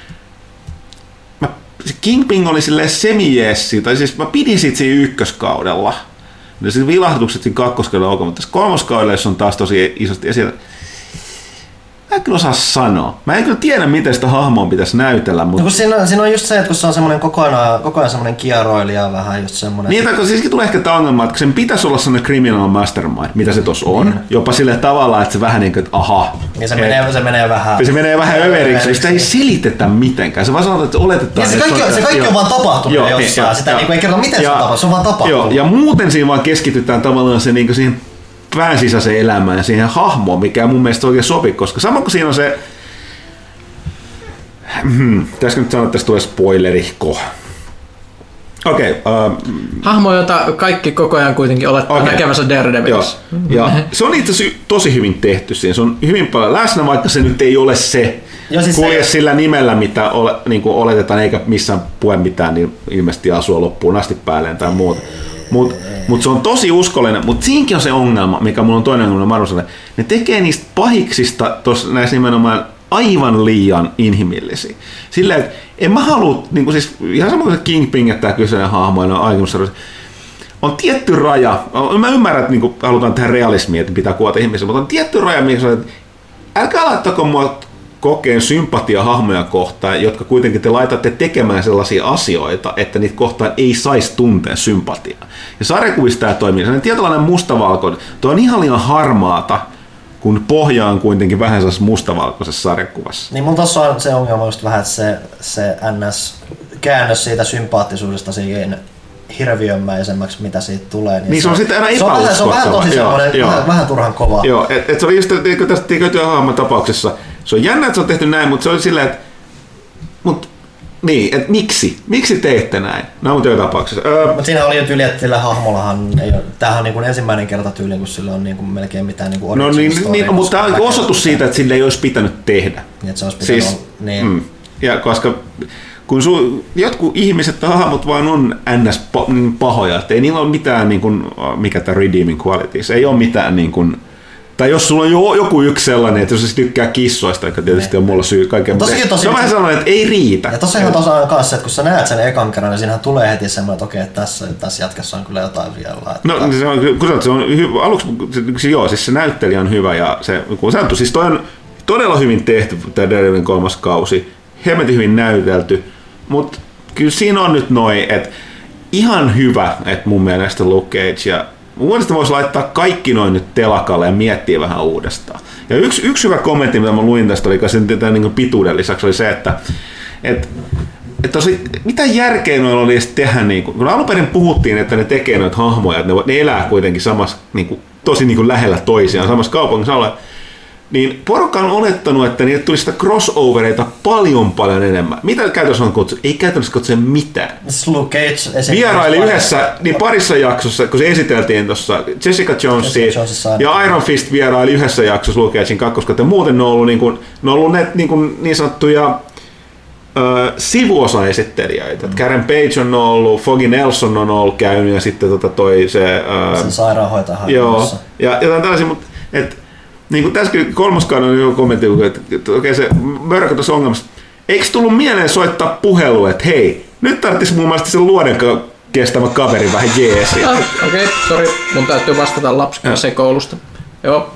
Mä, se Kingpin oli silleen semi-jessi, tai siis mä pidin siitä siinä ykköskaudella. Ja sitten vilahdutukset siinä kakkoskaudella ok, mutta tässä kolmoskaudella on taas tosi isosti esillä. Mä en kyllä osaa sanoa. Mä en kyllä tiedä, miten sitä hahmoa pitäisi näytellä. Mutta... No, siinä, on, siinä on just se, että kun se on semmoinen koko ajan, koko ajan semmoinen kieroilija vähän just semmoinen. Niin, tai siis tulee ehkä tämä ongelma, että sen pitäisi olla semmoinen criminal mastermind, mitä se tossa on. Mm. Jopa sille tavalla, että se vähän niin kuin, että aha. Niin se, et, menee, se menee vähän. Se menee vähän överiksi. Sitä ei selitetä mitenkään. Se vaan sanotaan, että oletetaan. Ja se kaikki, on, se kaikki on vaan tapahtunut joo, jossain. Ja, sitä ja, niin ei kerro, miten ja, se on tapahtunut. Se on vaan tapahtunut. Joo, ja muuten siinä vaan keskitytään tavallaan se, niin siihen pään sisäiseen elämään ja siihen hahmoon, mikä mun mielestä oikein sopii, koska sama kuin siinä on se Hmm, pitäisikö nyt sanoa, että tässä tulee spoilerihko? Okei. Okay, uh, Hahmo, jota kaikki koko ajan kuitenkin olettaa okay. näkemässä Daredevilissä. Ja se on itse asiassa tosi hyvin tehty siinä. Se on hyvin paljon läsnä, vaikka se nyt ei ole se jo, siis kulje se... sillä nimellä, mitä ole, niin kuin oletetaan, eikä missään pue mitään, niin ilmeisesti asua loppuun asti päälleen tai muuta. Mutta mut se on tosi uskollinen, mutta siinkin on se ongelma, mikä mulla on toinen ongelma Marvelille. Ne tekee niistä pahiksista tos, näissä nimenomaan aivan liian inhimillisiä. Silleen, että en mä halua, niin kuin siis, ihan sama kuin se Kingpin, että tämä kyseinen hahmo on on tietty raja, mä ymmärrän, että niin kuin halutaan tehdä realismia, että pitää kuvata ihmisiä, mutta on tietty raja, missä on, että älkää laittako mua kokeen sympatiahahmoja kohtaan, jotka kuitenkin te laitatte tekemään sellaisia asioita, että niitä kohtaan ei saisi tuntea sympatiaa. Ja sarjakuvissa tämä toimii. Sellainen tietynlainen mustavalkoinen. Tuo on ihan liian harmaata, kun pohja on kuitenkin vähän sellaisessa mustavalkoisessa sarjakuvassa. Niin mun tossa on se ongelma just vähän, että se, se N S-käännös siitä sympaattisuudesta siihen hirviömäisemmäksi, mitä siitä tulee. Niin, niin se on sitten aina epäuskottava. Se on vähän tosi semmoinen, vähän, vähän turhan kova. Joo, että et se oli just tässä työhahmon tapauksessa. Se on jännä, että se on tehty näin, mutta se oli silleen, että mut, niin, että miksi? Miksi teitte näin? No, mutta joka tapauksessa. Öö, mutta siinä oli jo tyyli, että sillä hahmollahan ei ole, tämähän on niin kuin ensimmäinen kerta tyyli, kun sillä on niin kuin melkein mitään niin kuin no niin, niin mutta tämä on osoitus siitä, että sille ei olisi pitänyt tehdä. Niin, että se olisi pitänyt siis, olla, niin. Mm, ja koska kun su, jotkut ihmiset tai hahmot vaan on ns. Pahoja, että ei niillä ole mitään, niin kuin, mikä tämä redeeming qualities, ei ole mitään niin kuin, tai jos sulla on jo, joku yksi sellainen, että jos se tykkää kissoista, joka tietysti on mulla syy kaiken, mutta se on vähän sellainen, että ei riitä. Ja tosiaan tosiaan kanssa, että kun sä näet sen ekan kerran, niin siinähän tulee heti semmoinen, että okei, että tässä, tässä jatkassa on kyllä jotain vielä. Että no se on, kun se on hyvä, aluksi joo, siis se näyttelijä on hyvä ja se, kun sanottu, siis toi on todella hyvin tehty, tämä Daredevilin kolmas kausi, hemmetin hyvin näytelty, mutta kyllä siinä on nyt noin, että ihan hyvä, että mun mielestä Luke Cage ja mun mielestä voisi laittaa kaikki noin nyt telakalle ja miettiä vähän uudestaan. Ja yksi, yksi hyvä kommentti, mitä mä luin tästä, oli sen niin pituuden lisäksi, oli se, että et, et tosi, mitä järkeä noilla oli edes tehdä, niin kun, kun alun perin puhuttiin, että ne tekee noita hahmoja, että ne, ne elää kuitenkin samassa, niin kuin, tosi niin kuin lähellä toisiaan, samassa kaupungissa alue, niin porukka on olettanut, että niitä tulisi sitä crossovereita paljon paljon enemmän. Mitä käytännössä on kutsu? Ei käytännössä kutsu mitään. Luke Cage vieraili yhdessä, niin parissa jaksossa, kun se esiteltiin tuossa Jessica Jonesia ja Iron Fist vieraili yhdessä jaksossa Luke Cagein kakkoskautta. Ja muuten ne on ollut niin, kuin, ne on ollut ne, niin, kuin, niin sanottuja ö, sivuosaesittelijöitä. Mm. Karen Page on ollut, Foggy Nelson on ollut käynyt ja sitten tota toi se... Ö, sen sairaanhoitajahan. Joo, ja jotain tällaisia, mutta... Et, niin kuin tässäkin kolmoskauden on joku kommentti, että, että okei se mörkö tuossa ongelmassa. Eikö tullut mieleen soittaa puhelu, että hei, nyt tarvitsisi muun muassa sen luoden kestävä kaveri vähän jeesiä. Okei, okay, sori, mun täytyy vastata lapsen sekoilusta. Joo.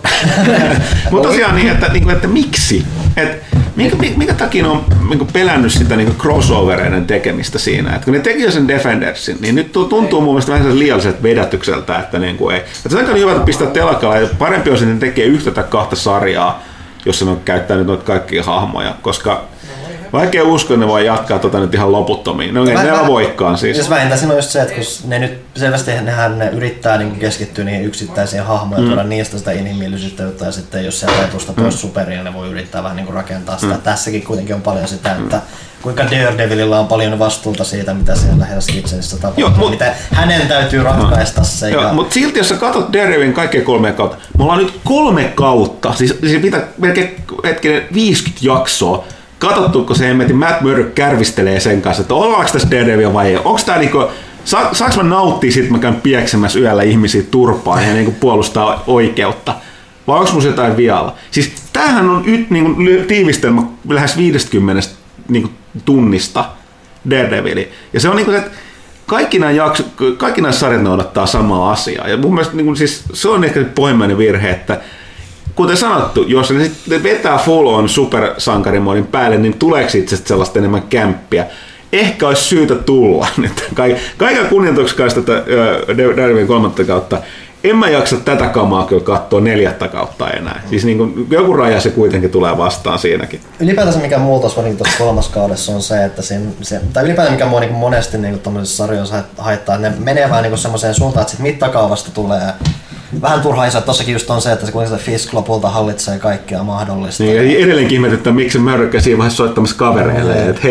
Mutta tosiaan niin, että, niin kuin, että miksi? Et, minkä, minkä takia ne on niin kuin pelännyt sitä niin kuin crossovereiden tekemistä siinä? Et kun ne teki jo sen Defendersin, niin nyt tuntuu mun mielestä vähän liialliselta vedätykseltä, että niin kuin ei. Että se on hyvä, että pistää telakalla ja parempi on, että ne tekee yhtä tai kahta sarjaa, jos ne on käyttänyt noita kaikkia hahmoja, koska vaikea uskoa, että ne voi jatkaa tota nyt ihan loputtomiin. No, ne ei voikaan siis. Jos vähintään siinä on just se, että kun ne nyt selvästi nehän ne yrittää niin keskittyä niihin yksittäisiin hahmoja, mm. tuoda niistä sitä inhimillisyyttä, ja sitten jos sieltä ei tuosta pois mm. superia, ne voi yrittää vähän niin kuin rakentaa sitä. Mm. Tässäkin kuitenkin on paljon sitä, että mm. kuinka Daredevilillä on paljon vastuuta siitä, mitä siellä Hell's Kitchenissä tapahtuu, Joo, mut, mitä hänen täytyy ratkaista se. Joo, ja... Mutta silti jos sä katsot Daredevilin kaikkea kolme kautta, me ollaan nyt kolme kautta, siis, siis mitä melkein hetkinen viisikymmentä jaksoa, katsottuuko se hemmetin Matt Murdock kärvistelee sen kanssa, että ollaanko tässä Daredevil vai ei? Onko tää niinku, sa, saaks mä nauttia sit, mä käyn pieksemässä yöllä ihmisiä turpaan ja niinku puolustaa oikeutta? Vai onko mun jotain vialla? Siis tämähän on yt, niinku, tiivistelmä lähes viisikymmentä niinku, tunnista Daredevili. Ja se on niinku, että kaikki nämä, jakso, kaikki nämä sarjat noudattaa samaa asiaa. Ja mun mielestä niinku, siis, se on ehkä pohjimmainen virhe, että kuten sanottu, jos ne sitten vetää full on supersankarimoodin päälle, niin tuleeko itse sellaista enemmän kämppiä? Ehkä olisi syytä tulla. Kaiken kunnioituksesta tätä Daredevilin kolmatta kautta. En mä jaksa tätä kamaa kyllä katsoa neljättä kautta enää. Siis niin kuin, joku raja se kuitenkin tulee vastaan siinäkin. Ylipäätänsä mikä muu tuossa tuossa kolmas kaudessa on se, että siinä, se, tai ylipäätään mikä mua niin monesti niin tuollaisissa sarjoissa haittaa, että ne menee vähän niin semmoiseen suuntaan, että sit mittakaavasta tulee vähän turha iso. Tossakin just on se, että se kuitenkin Fisk lopulta hallitsee kaikkea mahdollista. Niin, ja edelleenkin ihmetyttää, miksi Murdock siinä vaiheessa soittamassa kavereille, että hei.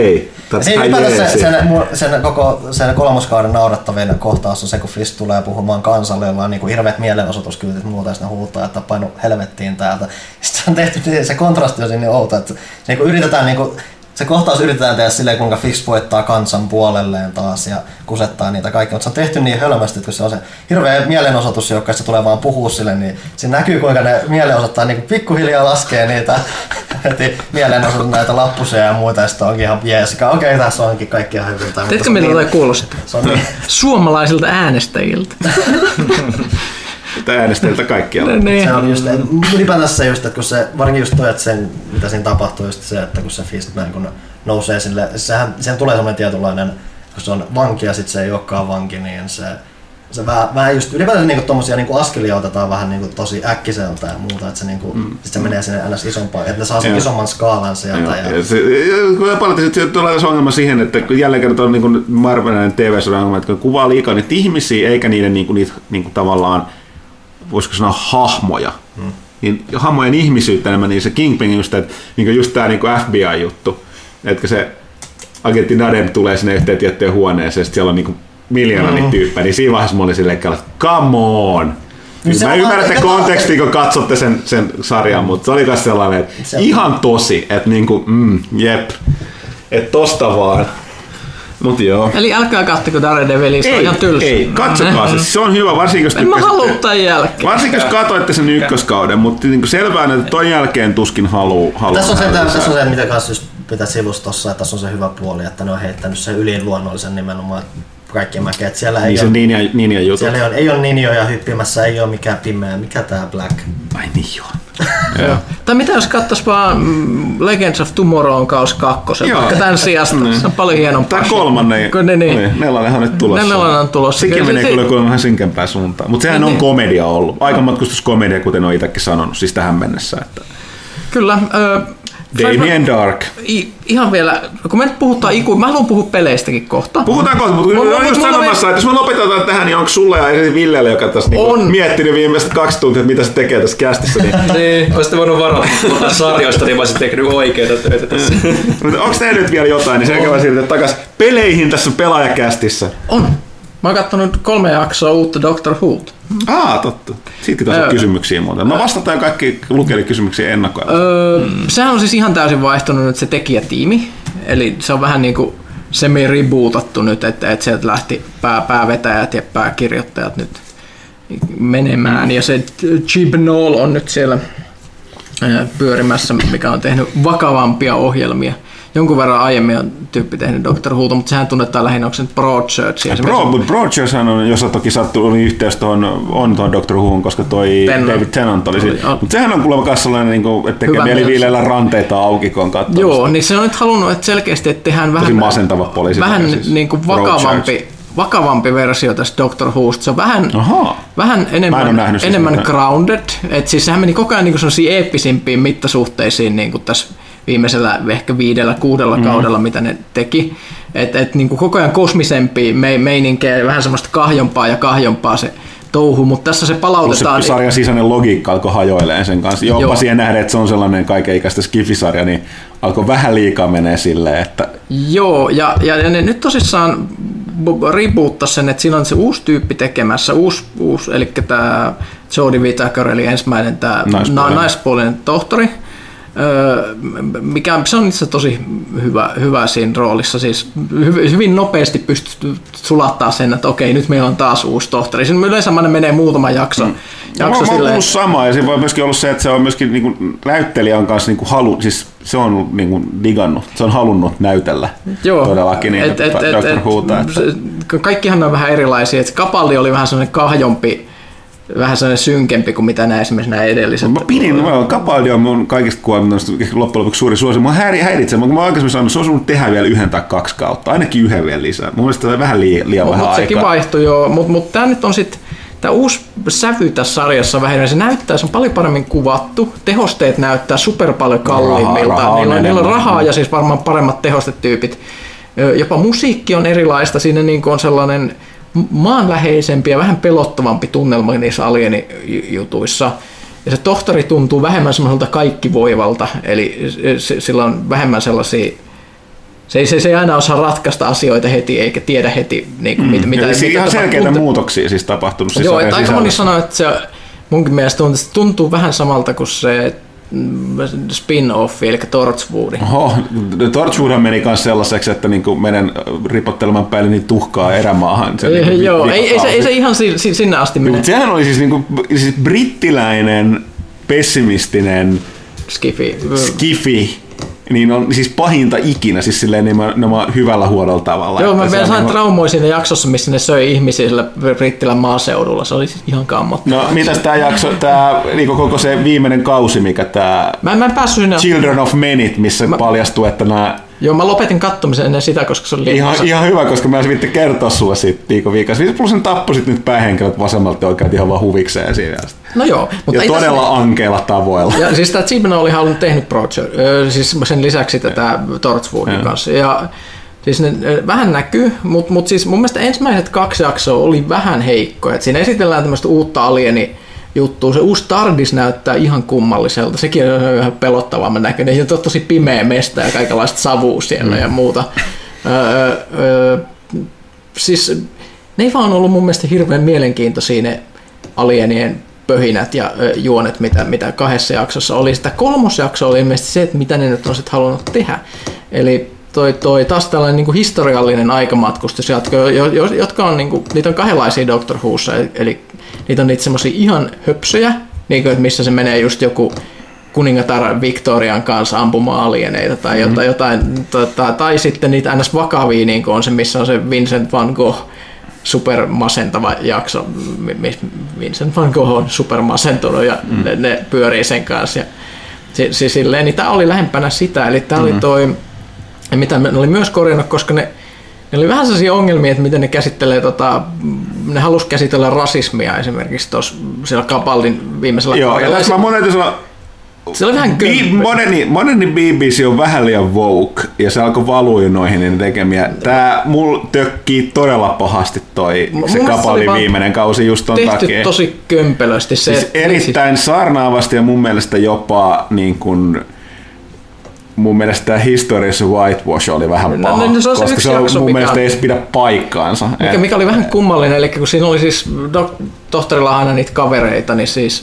Se, se, sen, sen koko sen kolmoskauden naurattavin kohtaus on se, kun Fist tulee puhumaan kansalle, jolla on niin hirveät mielenosoituskyltit ja muuta, ja sitten huutaa, että painu helvettiin täältä. Sitten on tehty, se kontrasti on niin outo, että se, niin yritetään, niin kuin, se kohtaus yritetään tehdä silleen, kuinka Fist voittaa kansan puolelleen taas ja kusettaa niitä kaikki, mutta se on tehty niin hölmästi, että kun se on se hirveä mielenosoitus, joka se tulee vaan puhua sille, niin se näkyy, kuinka ne mielenosoittaa niin pikkuhiljaa laskee niitä heti mielenosoittaa näitä lappusia ja muita, ja sitten onkin ihan jees. Okei, okay, tässä onkin kaikki ihan hyvin. Teetkö miltä toi kuulostaa? Niin. Suomalaisilta äänestäjiltä. Äänestäjiltä kaikkialla. Se on just, ylipäätään se just, että kun se, varsinkin just toi, että sen, mitä siinä tapahtuu, just se, että kun se Fist näin kun nousee sille, sehän, sehän tulee semmoinen tietynlainen, kun se on vanki ja sitten se ei olekaan vanki, niin se, se vähän, vähän just, ylipäätään niinku tommosia niinku askelia otetaan vähän niinku tosi äkkiseltä ja muuta, että se, niinku, mm. sit se menee sinne ns. Isompaan, että ne saa sen isomman skaalan sieltä. Ja, ja... Se, paljon sitten tulee tässä ongelma siihen, että jälleen kerran on niinku Marvelin T V-sodan ongelma, että kun kuvaa liikaa niitä ihmisiä eikä niiden niinku, niitä, niinku tavallaan voisiko sanoa hahmoja, hmm. niin hahmojen ihmisyyttä enemmän, niin se Kingpin just, että niin just tämä niin F B I-juttu, että se agentti Nadem tulee sinne yhteen tiettyyn huoneeseen, ja siellä on niin miljoona niitä tyyppejä, niin siinä vaiheessa mä olin silleen, että come on! Niin mä ymmärrän, että kontekstia, kun katsotte sen, sen sarjan, mutta se oli myös sellainen, että se ihan tosi, että niinku, mm, jep, että tosta vaan. Mut joo. Eli älkää kattoko Daredevilista, on ihan tylsä. Ei, katsokaa se. Se on hyvä, varsinkin jos tykkäsit. En mä halua tämän jälkeen. Varsinkin jos katsoitte sen ykköskauden, mutta niin selvää, että ton jälkeen tuskin haluu. haluu tässä on se, tässä on se, mitä kanssa just pitää sivussa tossa, että tässä on se hyvä puoli, että ne on heittänyt sen yliluonnollisen nimenomaan kaikki mäkeet. Siellä ei niin ole, se ninja, ninja jutut. Siellä ei ole, ei ole ninjoja hyppimässä, ei ole mikään pimeä. Mikä tää Black? Ai niin joo. Tai mitä jos katsois vaan Legends of Tomorrow kaus kakkosen, vaikka tämän sijasta. Niin. Se on paljon hienompaa. Tämä kolmannen. Niin, niin. Nelonenhan nyt tulossa. Nelonen on tulossa. Sekin menee se, kyllä vähän synkempään suuntaan. Mutta sehän niin, on komedia ollut. Aikamatkustuskomedia, kuten on itsekin sanonut, siis tähän mennessä. Että kyllä. Äh, Damien Dark. I, ihan vielä, kun me nyt puhutaan ikuisesti, mä haluan puhua peleistäkin kohta. Puhutaan kohta, mutta olen just sanomassa, että jos me lopetetaan tähän, niin onko sulle ja eri Villelle, joka tässä niinku miettinyt viimeiset kaksi tuntia, että mitä se tekee tässä kästissä. Niin, niin olisitte voinut varoittaa sarjoista, niin mä olisin tehnyt oikeita töitä tässä. Onko teillä nyt vielä jotain, niin selkeä siirrytään takaisin peleihin tässä pelaajakästissä. On. Mä oon kattonut kolme jaksoa uutta Doctor Who'ta. Aa, totta. Siitäkin taas on kysymyksiä muuten. Mä vastataan kaikki lukelikysymyksiä ennakkoon. Öö, sehän on siis ihan täysin vaihtunut nyt se tekijätiimi. Eli se on vähän niin kuin semi-rebootattu nyt, että, että sieltä lähti pää, päävetäjät ja pääkirjoittajat nyt menemään. Ja se Chibnall on nyt siellä pyörimässä, mikä on tehnyt vakavampia ohjelmia. Jonkun verran aiemmin on tyyppi tehnyt Doctor Who'ta, mutta sehän tunnetaan lähinnä, onko se nyt Broadchurch? Bro, Broadchurch on, jos toki sattuu, oli yhteys tuohon, on tuohon Doctor Who'hun, koska toi Tennant. David Tennant oli, oli siinä. Mutta sehän on kuulemma myös sellainen, että tekee mieliviileillä ranteita auki, kun on katsonut. Joo, niin se on nyt halunnut, että selkeästi, että tehdään vähän, masentava poliisi. Vähän siis niin kuin vakavampi, vakavampi versio tästä Doctor Who'sta. Se on vähän, vähän enemmän, enemmän siis grounded. Et siis sehän meni koko ajan niin sellaisiin eeppisimpiin mittasuhteisiin niin kuin tässä viimeisellä ehkä viidellä, kuudella mm. kaudella, mitä ne teki. Et, et, niin kuin koko ajan kosmisempia me, meininkiä ja vähän semmoista kahjompaa ja kahjompaa se touhu, mutta tässä se palautetaan. Se sarjan sisäinen logiikka alkoi hajoilemaan sen kanssa. Jopa Joo. siihen nähdä, että se on sellainen kaikenikäistä skifisarja, niin alkoi vähän liikaa menee silleen, että Joo, ja, ja, ja ne nyt tosissaan reboottaa sen, että siinä on se uusi tyyppi tekemässä, uusi, uusi eli tämä Jodie Whittaker, eli ensimmäinen tämä naispuolinen, naispuolinen tohtori. Mikä, se on itse tosi hyvä, hyvä siinä roolissa, siis hyvin nopeasti pystyy sulattaa sen, että okei, nyt meillä on taas uusi tohtori. Siinä yleensä menee muutama jakso. Mm. jakso mä, mä oon ollut sama, ja se voi myöskin olla se, että se on myöskin niin kuin, näyttelijä on kanssa niin kuin halu, siis se on niin kuin, digannut, se on halunnut näytellä. Joo, todellakin niin, et, et, Doctor Who'ta. Että kaikkihan on vähän erilaisia, että Capaldi oli vähän sellainen kahjompi, vähän sellainen synkempi kuin mitä nämä esimerkiksi nämä edelliset. Mä pidin, Capaldi on mun kaikista kuvaamista loppujen lopuksi suuri suosi. Mä häiritsee, mä oon aikaisemmin sanonut, se on ollut tehdä vielä yhden tai kaksi kautta, ainakin yhden vielä lisää. Mun mielestä se on vähän liian, liian vähän aikaa. Sekin vaihtui joo, mutta mut tää nyt on sitten, tää uusi sävy tässä sarjassa vähän, se näyttää, se on paljon paremmin kuvattu, tehosteet näyttää super paljon kalliimmilta, rahaa, rahaa niillä, on, niillä on rahaa ja siis varmaan paremmat tehostetyypit. Jopa musiikki on erilaista, siinä niin on sellainen maanläheisempi ja vähän pelottavampi tunnelma niissä alienijutuissa. Ja se tohtori tuntuu vähemmän semmoiselta kaikkivoivalta, eli sillä on vähemmän sellaisia Se ei, se, se ei aina osaa ratkaista asioita heti eikä tiedä heti, niin kuin, mm. mitä... Eli mitä ihan selkeitä tapahtuu. muutoksia siis tapahtunut. Siis Joo, että aika moni sanoo, että se munkin mielestä tuntuu, tuntuu vähän samalta kuin se spin-off, eli Torchwood. Oho, Torchwoodhan meni myös sellaiseksi, että niinku menen ripottelemaan päälle niin tuhkaa erämaahan. Se ei, niinku joo, ei, ei, se, ei se ihan si, si, sinne asti mene. Mutta sehän oli siis, niinku, siis brittiläinen, pessimistinen Skifi. skifi, niin on siis pahinta ikinä, siis silleen nimenomaan hyvällä huonolla tavalla. Joo, mä vielä sain niinku... traumoja siinä jaksossa, missä ne söi ihmisiä sillä brittilän maaseudulla. Se oli siis ihan kammottavaa. No, mitäs tää jakso, tää niinku koko se viimeinen kausi, mikä tää mä, mä en päässyt sinne... Children of Menit, missä mä... paljastuu, että nää... Joo, mä lopetin kattomisen ennen sitä, koska se oli ihan, ihan hyvä, koska mä en viitte kertoa sulle siitä viikon viikossa. Plus sen tapposit nyt päähenkilöt vasemmalta ja oikein ihan vaan huvikseen siinä. No joo. Mutta ja todella tässä... ankeilla tavoilla. Ja siis tää Chibnall oli halunnut tehnyt Project, siis sen lisäksi tätä Torchwoodin kanssa. Ja siis ne vähän näkyy, mutta mut siis mun mielestä ensimmäiset kaksi jaksoa oli vähän heikkoja. Et siinä esitellään tämmöistä uutta alieni juttua. Se uusi TARDIS näyttää ihan kummalliselta. Sekin on ihan pelottavamman näköinen. Ja on tosi pimeä mestä ja kaikenlaista savua siellä mm. ja muuta. Öö, öö, siis ne ei vaan ollut mun mielestä hirveän mielenkiintoisia ne alienien pöhinät ja öö, juonet, mitä, mitä kahdessa jaksossa oli. Sitä kolmosjakso oli ilmeisesti se, että mitä ne nyt on sit halunnut tehdä. Eli toi, toi taas tällainen niin kuin historiallinen aikamatkustusjatko, jotka on, niin kuin, niitä on kahdenlaisia Doctor Whossa, eli niitä on niitä semmosia ihan höpsöjä, niin kuin, missä se menee just joku kuningatar Victorian kanssa ampumaan alieneita tai jotain, mm-hmm. jotain tai, tai sitten niitä ns. Vakavia, niin kuin on se, missä on se Vincent van Gogh supermasentava jakso, missä Vincent van Gogh on supermasentunut ja mm-hmm. ne, ne pyörii sen kanssa. Ja, siis silleen, niin tää oli lähempänä sitä, eli tää mm-hmm. oli toi, mitä ne oli myös korjannut, koska ne Ne oli vähän sellaisia ongelmia, että miten ne käsittelee, tota, ne halusi käsitellä rasismia esimerkiksi tuossa siellä Capaldin viimeisellä Joo, kaudella. ja tässä mä monen sanoa, se oli vähän kömpö. Moderni, moderni B B C on vähän liian woke, ja se alkoi valua noihin niin tekemiä. Tää mul tökkii todella pahasti toi M- se Capaldin viimeinen kausi just ton tehty takia. Tosi kömpelösti. Se, siis erittäin sarnaavasti ja mun mielestä jopa niin kun, mun mielestä tämä Historiassa Whitewash oli vähän paha, no, no, se koska se jakso, mun mielestä ei pidä paikkaansa. Mikä, mikä oli vähän kummallinen, eli kun siinä oli siis do, tohtorilla aina niitä kavereita, niin siis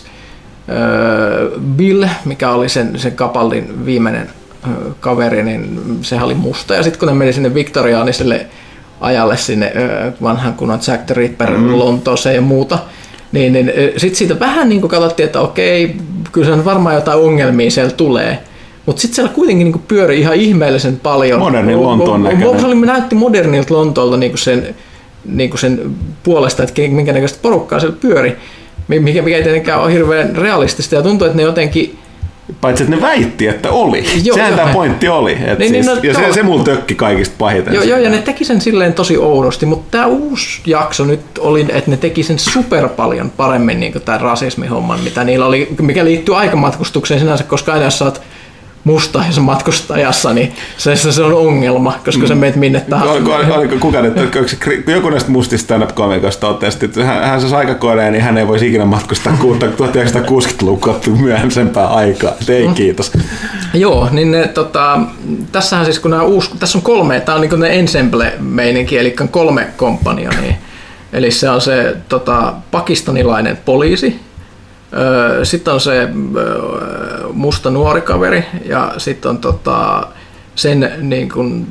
äh, Bill, mikä oli sen, sen Capaldin viimeinen äh, kaveri, niin sehän oli musta. Ja sitten kun ne meni sinne viktoriaaniselle ajalle sinne äh, vanhan kunnon Jack the Ripper mm. Lontooseen ja muuta, niin, niin sitten siitä vähän niin kuin katsottiin, että okei, kyllä se on varmaan jotain ongelmia siellä tulee. Mutta sitten siellä kuitenkin niinku pyöri ihan ihmeellisen paljon. Modernin Lontoon näköinen. Se oli, näytti modernilta Lontoolta niinku sen, niinku sen puolesta, että minkä näköistä porukkaa siellä pyöri, mikä, mikä ei tietenkään ole hirveän realistista. Ja tuntuu, että ne jotenkin... Paitsi, että ne väitti, että oli. Joo, Sehän jo, tämä pointti oli. Niin, siis, niin, no, ja se, se mulla tökki kaikista pahiten. Joo, joo, ja ne teki sen silleen tosi oudosti, mutta tämä uusi jakso nyt oli, että ne teki sen super paljon paremmin niin tämän rasismihomman, mitä niillä oli, mikä liittyy aikamatkustukseen sinänsä, koska aina jos sä oot mustaisessa matkustajassa, niin se, se on ongelma, koska mm. sä meet minne tahansa. Oliko kuka nyt, joku näistä mustista stand-up-komikoista totesi, että hän, hän saisi aikakoneen, niin hän ei voisi ikinä matkustaa tuhatyhdeksänsataakuusikymmentälukua myöhemmäisempää aikaa. Ei kiitos. Mm. Joo, niin ne, tota, tässähän siis kun nämä uusi, tässä on kolme, tämä on niin kuin ne ensemble-meininki, eli kolme komppania, niin, eli se on se tota, pakistanilainen poliisi, sitten on se musta nuori kaveri ja sitten on tota sen niin kuin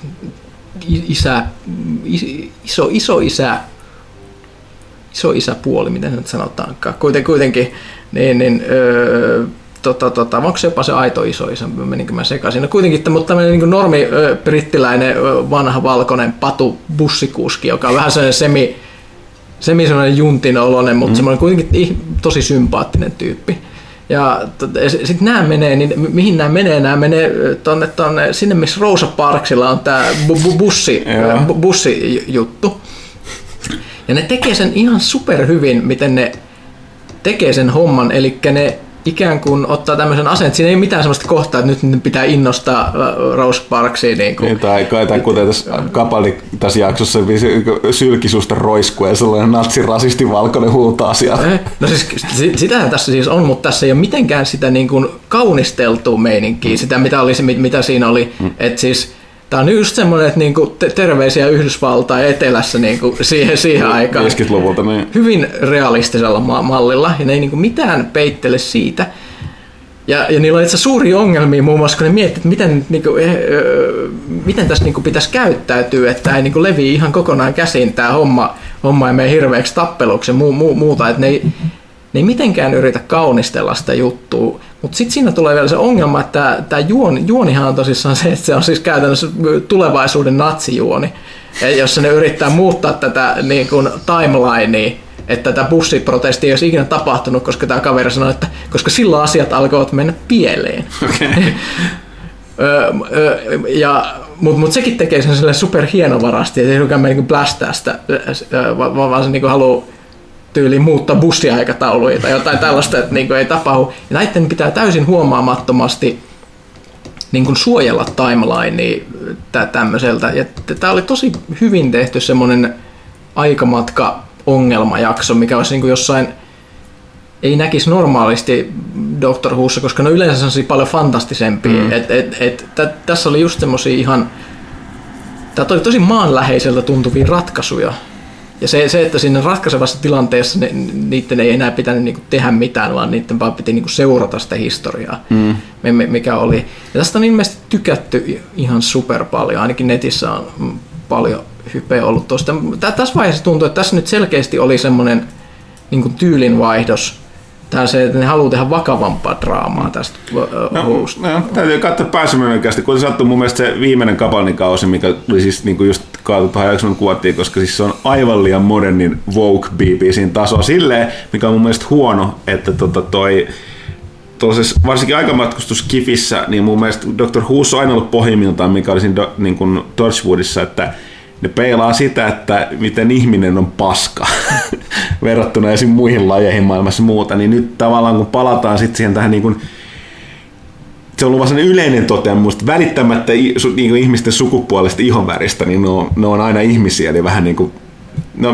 isä, iso, iso isä, iso isäpuoli, miten se nyt sanotaankaan, kuitenkin, kuitenkin niin, niin öö, tota, tota, onko se jopa se aito iso isä, meninkö mä sekaisin, no kuitenkin, mutta tämmöinen niin kuin normi öö, brittiläinen öö, vanha valkoinen patu bussikuski, joka on vähän sellainen semi Semi semmoinen juntin oloinen, mutta mm. semmoinen kuitenkin tosi sympaattinen tyyppi. Ja sitten nämä menee, niin mihin nämä menee? Nämä menee tonne, tonne, sinne, missä Rosa Parksilla on tämä bu- bussi, bu- bussijuttu. Ja ne tekee sen ihan superhyvin, miten ne tekee sen homman, eli ne ikään kuin ottaa tämmöisen aseen, siinä ei ole mitään sellaista kohtaa, että nyt pitää innostaa Rose Parksia. Niin kuin. Niin, tai, tai kuten tässä Capaldi tässä jaksossa sylkisuusta roiskuu ja sellainen natsirasisti valkoinen huutaa asiaa. No siis sitähän tässä siis on, mutta tässä ei ole mitenkään sitä niin kuin kaunisteltua meininkiä, mm. sitä mitä, oli, mitä siinä oli. Mm. Että siis Tämä on just semmoinen, että niinku terveisiä Yhdysvaltain etelässä niinku siihen, siihen aikaan. viisikymmentäluvulta, niin. Hyvin realistisella ma- mallilla, ja ne ei niinku mitään peittele siitä. Ja, ja niillä on itse suuri ongelmia muun muassa, kun ne miettii, että miten, niinku, eh, miten tässä niinku pitäisi käyttäytyä, että ei niinku leviä ihan kokonaan käsin tämä homma, homma ei mene hirveäksi tappeluksi ja muu, muu, muuta. Että ne, ei, ne ei mitenkään yritä kaunistella sitä juttua. Mutta sitten siinä tulee vielä se ongelma, että tämä juoni, juonihan on tosissaan se, että se on siis käytännössä tulevaisuuden natsijuoni. Ja jos ne yrittää muuttaa tätä niin kuin timelinea, että tätä bussiprotestia ei olisi ikinä tapahtunut, koska tämä kaveri sanoi, että koska silloin asiat alkoivat mennä pieleen. Okay. Mutta mut sekin tekee sen superhienovarasti, että ei yritä niin blästää sitä, vaan, vaan se niin haluaa tyyliin muuttaa bussiaikatauluja tai jotain tällaista, että niin ei tapahdu. Ja näiden pitää täysin huomaamattomasti niin kuin suojella timelinea tämmöiseltä. Ja tämä oli tosi hyvin tehty semmoinen aikamatka-ongelmajakso, mikä olisi niin kuin jossain, ei näkisi normaalisti Doctor Whossa, koska ne yleensä on paljon fantastisempia. Mm. Et, et, et, t- tässä oli just semmosia ihan, tää oli tosi maanläheiseltä tuntuvia ratkaisuja. Ja se, se, että siinä ratkaisevassa tilanteessa ne, niiden ei enää pitänyt niinku tehdä mitään, vaan niiden vaan piti niinku seurata sitä historiaa, mm. mikä oli. Ja tästä on ilmeisesti tykätty ihan super paljon, ainakin netissä on paljon hypeä ollut tuosta. Tässä vaiheessa tuntuu, että tässä nyt selkeästi oli semmoinen niinku tyylinvaihdos. Tämä on se, että ne haluaa tehdä vakavampaa draamaa tästä Whosta. No, no, täytyy katsoa pääsemänäkästi, kun sattuu mun mielestä se viimeinen Kapalnikausi, mikä oli siis niinku just kaatu tuohon jakson kuvattiin, koska siis se on aivan liian modernin Vogue-B B C:n taso silleen, mikä on mun mielestä huono, että tota toi varsinkin aikamatkustus Kifissä, niin mun mielestä Doctor Who on aina ollut pohjimmiltaan, mikä oli siinä do, niin kuin Torchwoodissa, että ne peilaa sitä, että miten ihminen on paska verrattuna esim. Muihin lajeihin maailmassa muuta, niin nyt tavallaan kun palataan sitten siihen tähän niin kuin, se on ollut vaan yleinen toteamus, että välittämättä niin kuin ihmisten sukupuolesta ihonväristä, niin ne on, ne on aina ihmisiä, eli vähän niin kuin, no,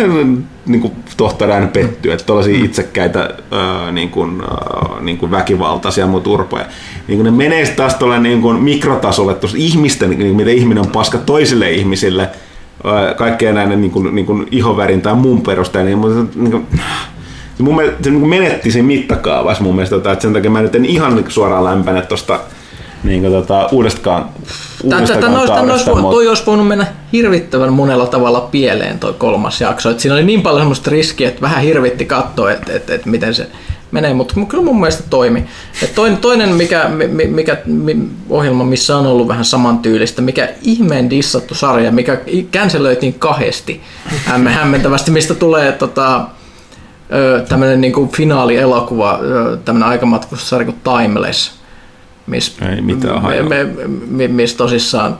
niin kuin tohtori aina pettyy, että tuollaisia itsekkäitä ää, niin kuin, ää, niin kuin väkivaltaisia ja muut urpoja. Niin kuin ne menee taas tuolle niin kuin mikrotasolle, tuossa ihmisten, niin kuin, miten ihminen on paska toisille ihmisille, ää, kaikkea näiden niin kuin, niin kuin ihovärin tai muun perusteella. Niin, niin kuin, se mun mielestä se niin kuin menetti sen mittakaavassa mun mielestä, että sen takia mä nyt en ihan suoraan lämpäne tuosta niin kuin, tota, uudestakaan, uudestakaan kaudesta. Toi olisi voinut mennä hirvittävän monella tavalla pieleen toi kolmas jakso. Et siinä oli niin paljon semmoista riskiä, että vähän hirvitti katsoa, että et, et miten se menee, mutta kyllä mun mielestä toimi. Et toinen, toinen mikä, mikä, ohjelma, missä on ollut vähän samantyylistä, mikä ihmeen dissattu sarja, mikä cancelöitiin kahdesti hämmentävästi, mistä tulee tota, tämmöinen niinku finaalielokuva, tämmöinen aikamatkustussarja kuin Timeless. Miss, ei mitään hajaa. Miss tosissaan.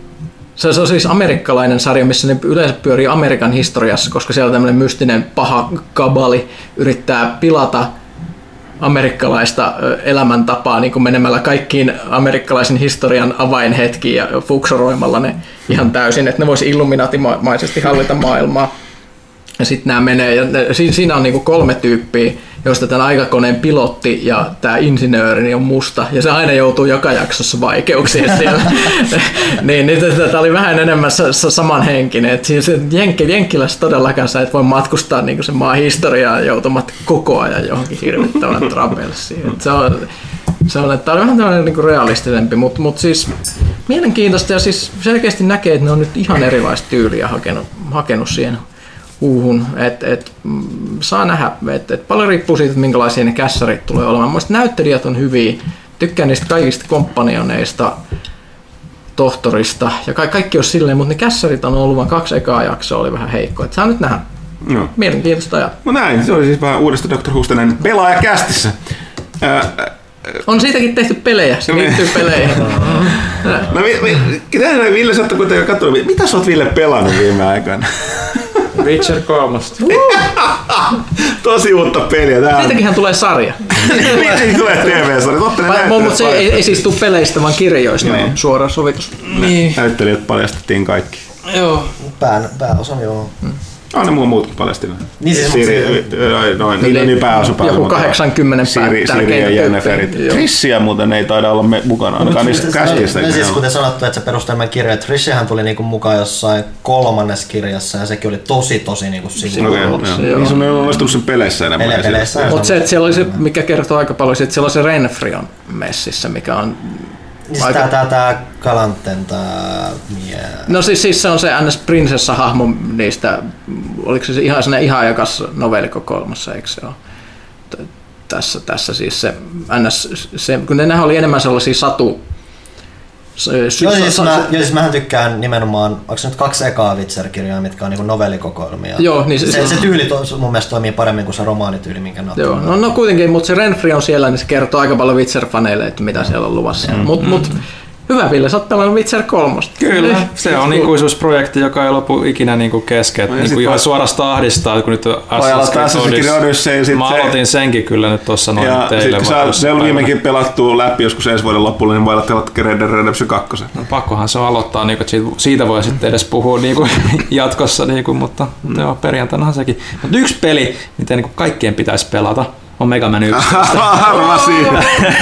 Se, se on siis amerikkalainen sarja, missä ne yleensä pyörii Amerikan historiassa, koska siellä tämmöinen mystinen paha kabali yrittää pilata amerikkalaista elämäntapaa niin kuin menemällä kaikkiin amerikkalaisen historian avainhetkiin ja fuksoroimalla ne ihan täysin, että ne voisi illuminaatimaisesti hallita maailmaa. Ja sitten nämä menee, ja ne, siinä on niinku kolme tyyppiä, joista tämän aikakoneen pilotti ja tämä insinööri niin on musta, ja se aina joutuu joka jaksossa vaikeuksiin siellä. niin, niin tämä oli vähän enemmän samanhenkinen, että siis Jenkkilässä todellakaan sä et voi matkustaa niinku sen maan historiaan joutumat koko ajan johonkin hirvittävän trapelsiin. Se on, se on, että tämä oli vähän tämmöinen niinku realistisempi, mutta mut siis mielenkiintoista, ja siis selkeästi näkee, että ne on nyt ihan erilaista tyyliä hakenut, hakenut siihen uuhun, että et, saa nähdä, että et paljon riippuu siitä, että minkälaisia ne kässarit tulee olemaan. Mielestäni näyttelijät on hyviä, tykkään niistä kaikista kompanioneista, tohtorista ja ka- kaikki on silleen, mutta ne kässarit on ollut vain kaksi ekaa jaksoa, oli vähän heikko. Et saa nyt nähdä. No. Mielenkiintoista ajat. No näin, se oli siis vähän uudesta Doctor Whosta näin pelaajakästissä. Ää, on siitäkin tehty pelejä, se liittyy peleihin. No ketähän näin Ville, sä oot kuitenkin katsonut, mitä sä oot Ville pelannut viime aikoina? Witcher kolmosta. Tosi uutta peliä. Tää siitäkinhän tulee sarja. Niin tulee T V-sarja. Mutta se ei, ei siis tule peleistä, vaan kirjoista. Niin. Suora sovitus. Niin. Näyttelijät paljastettiin kaikki. Joo. Pää, pääosa joo. Hmm. On ne mua muutkin paljastin. Niin siis Siri, noin, niin, niin pääosapäällä. Joku kahdeksankymmentä Siri, Siri ja Jenniferit. Trissiä muuten ei taida olla me mukana, ainakaan niistä kästistä. No siis kuten sanottu, että se perustelman kirja, että Trishihän tuli niinku mukaan jossain kolmannessa kirjassa ja sekin oli tosi tosi niinku sivulla. Niin se on onnistunut sen peleissä enemmän. Pele, peleissä. Mutta se, että siellä oli se, mikä kertoo aika paljon, että siellä on se Renfrion messissä, mikä on Niin aika... tää, tää Galanten tää mie... No siis, siis se on se N S-prinsessa-hahmo niistä, oliko se ihan sellainen ihan jakas novelikokoelmassa, eikö se ole? Tässä, tässä siis se N S, se, kun ne oli enemmän sellaisia satu... Sy- joo, siis, mä, joo, siis mähän tykkään nimenomaan, onko se nyt kaksi ekaa Witcher-kirjaa, mitkä on niinku novellikokoelmia. Joo, niin se, se, se tyyli to, mun mielestä toimii paremmin kuin se romaanityyli, minkä ne joo, no, no kuitenkin, mutta se Renfri on siellä, niin se kertoo aika paljon Witcher-faneille, että mitä siellä on luvassa. Mm. Mutta mut, hyvä Ville, sä oot pelannut Witcher kolmosta. Kyllä, se on ikuisuusprojekti, joka ei lopu ikinä niinku kesken. No, niinku ihan suorastaan ahdistaa, kun nyt Assassin's Creed. Mä aloitin senkin kyllä nyt tuossa noin ja teille. Ja se on viimeinkin pelattu läpi joskus ensi vuoden loppuun, niin voi olla Red Dead Redemption kaksi. No pakkohan se on aloittaa, niinku, että siitä voi sitten edes puhua niinku, jatkossa, niinku, mutta mm. joo, perjantainahan sekin. Mutta yksi peli, mitä niinku kaikkien pitäisi pelata, on Mega Man yksitoista. Arvasin!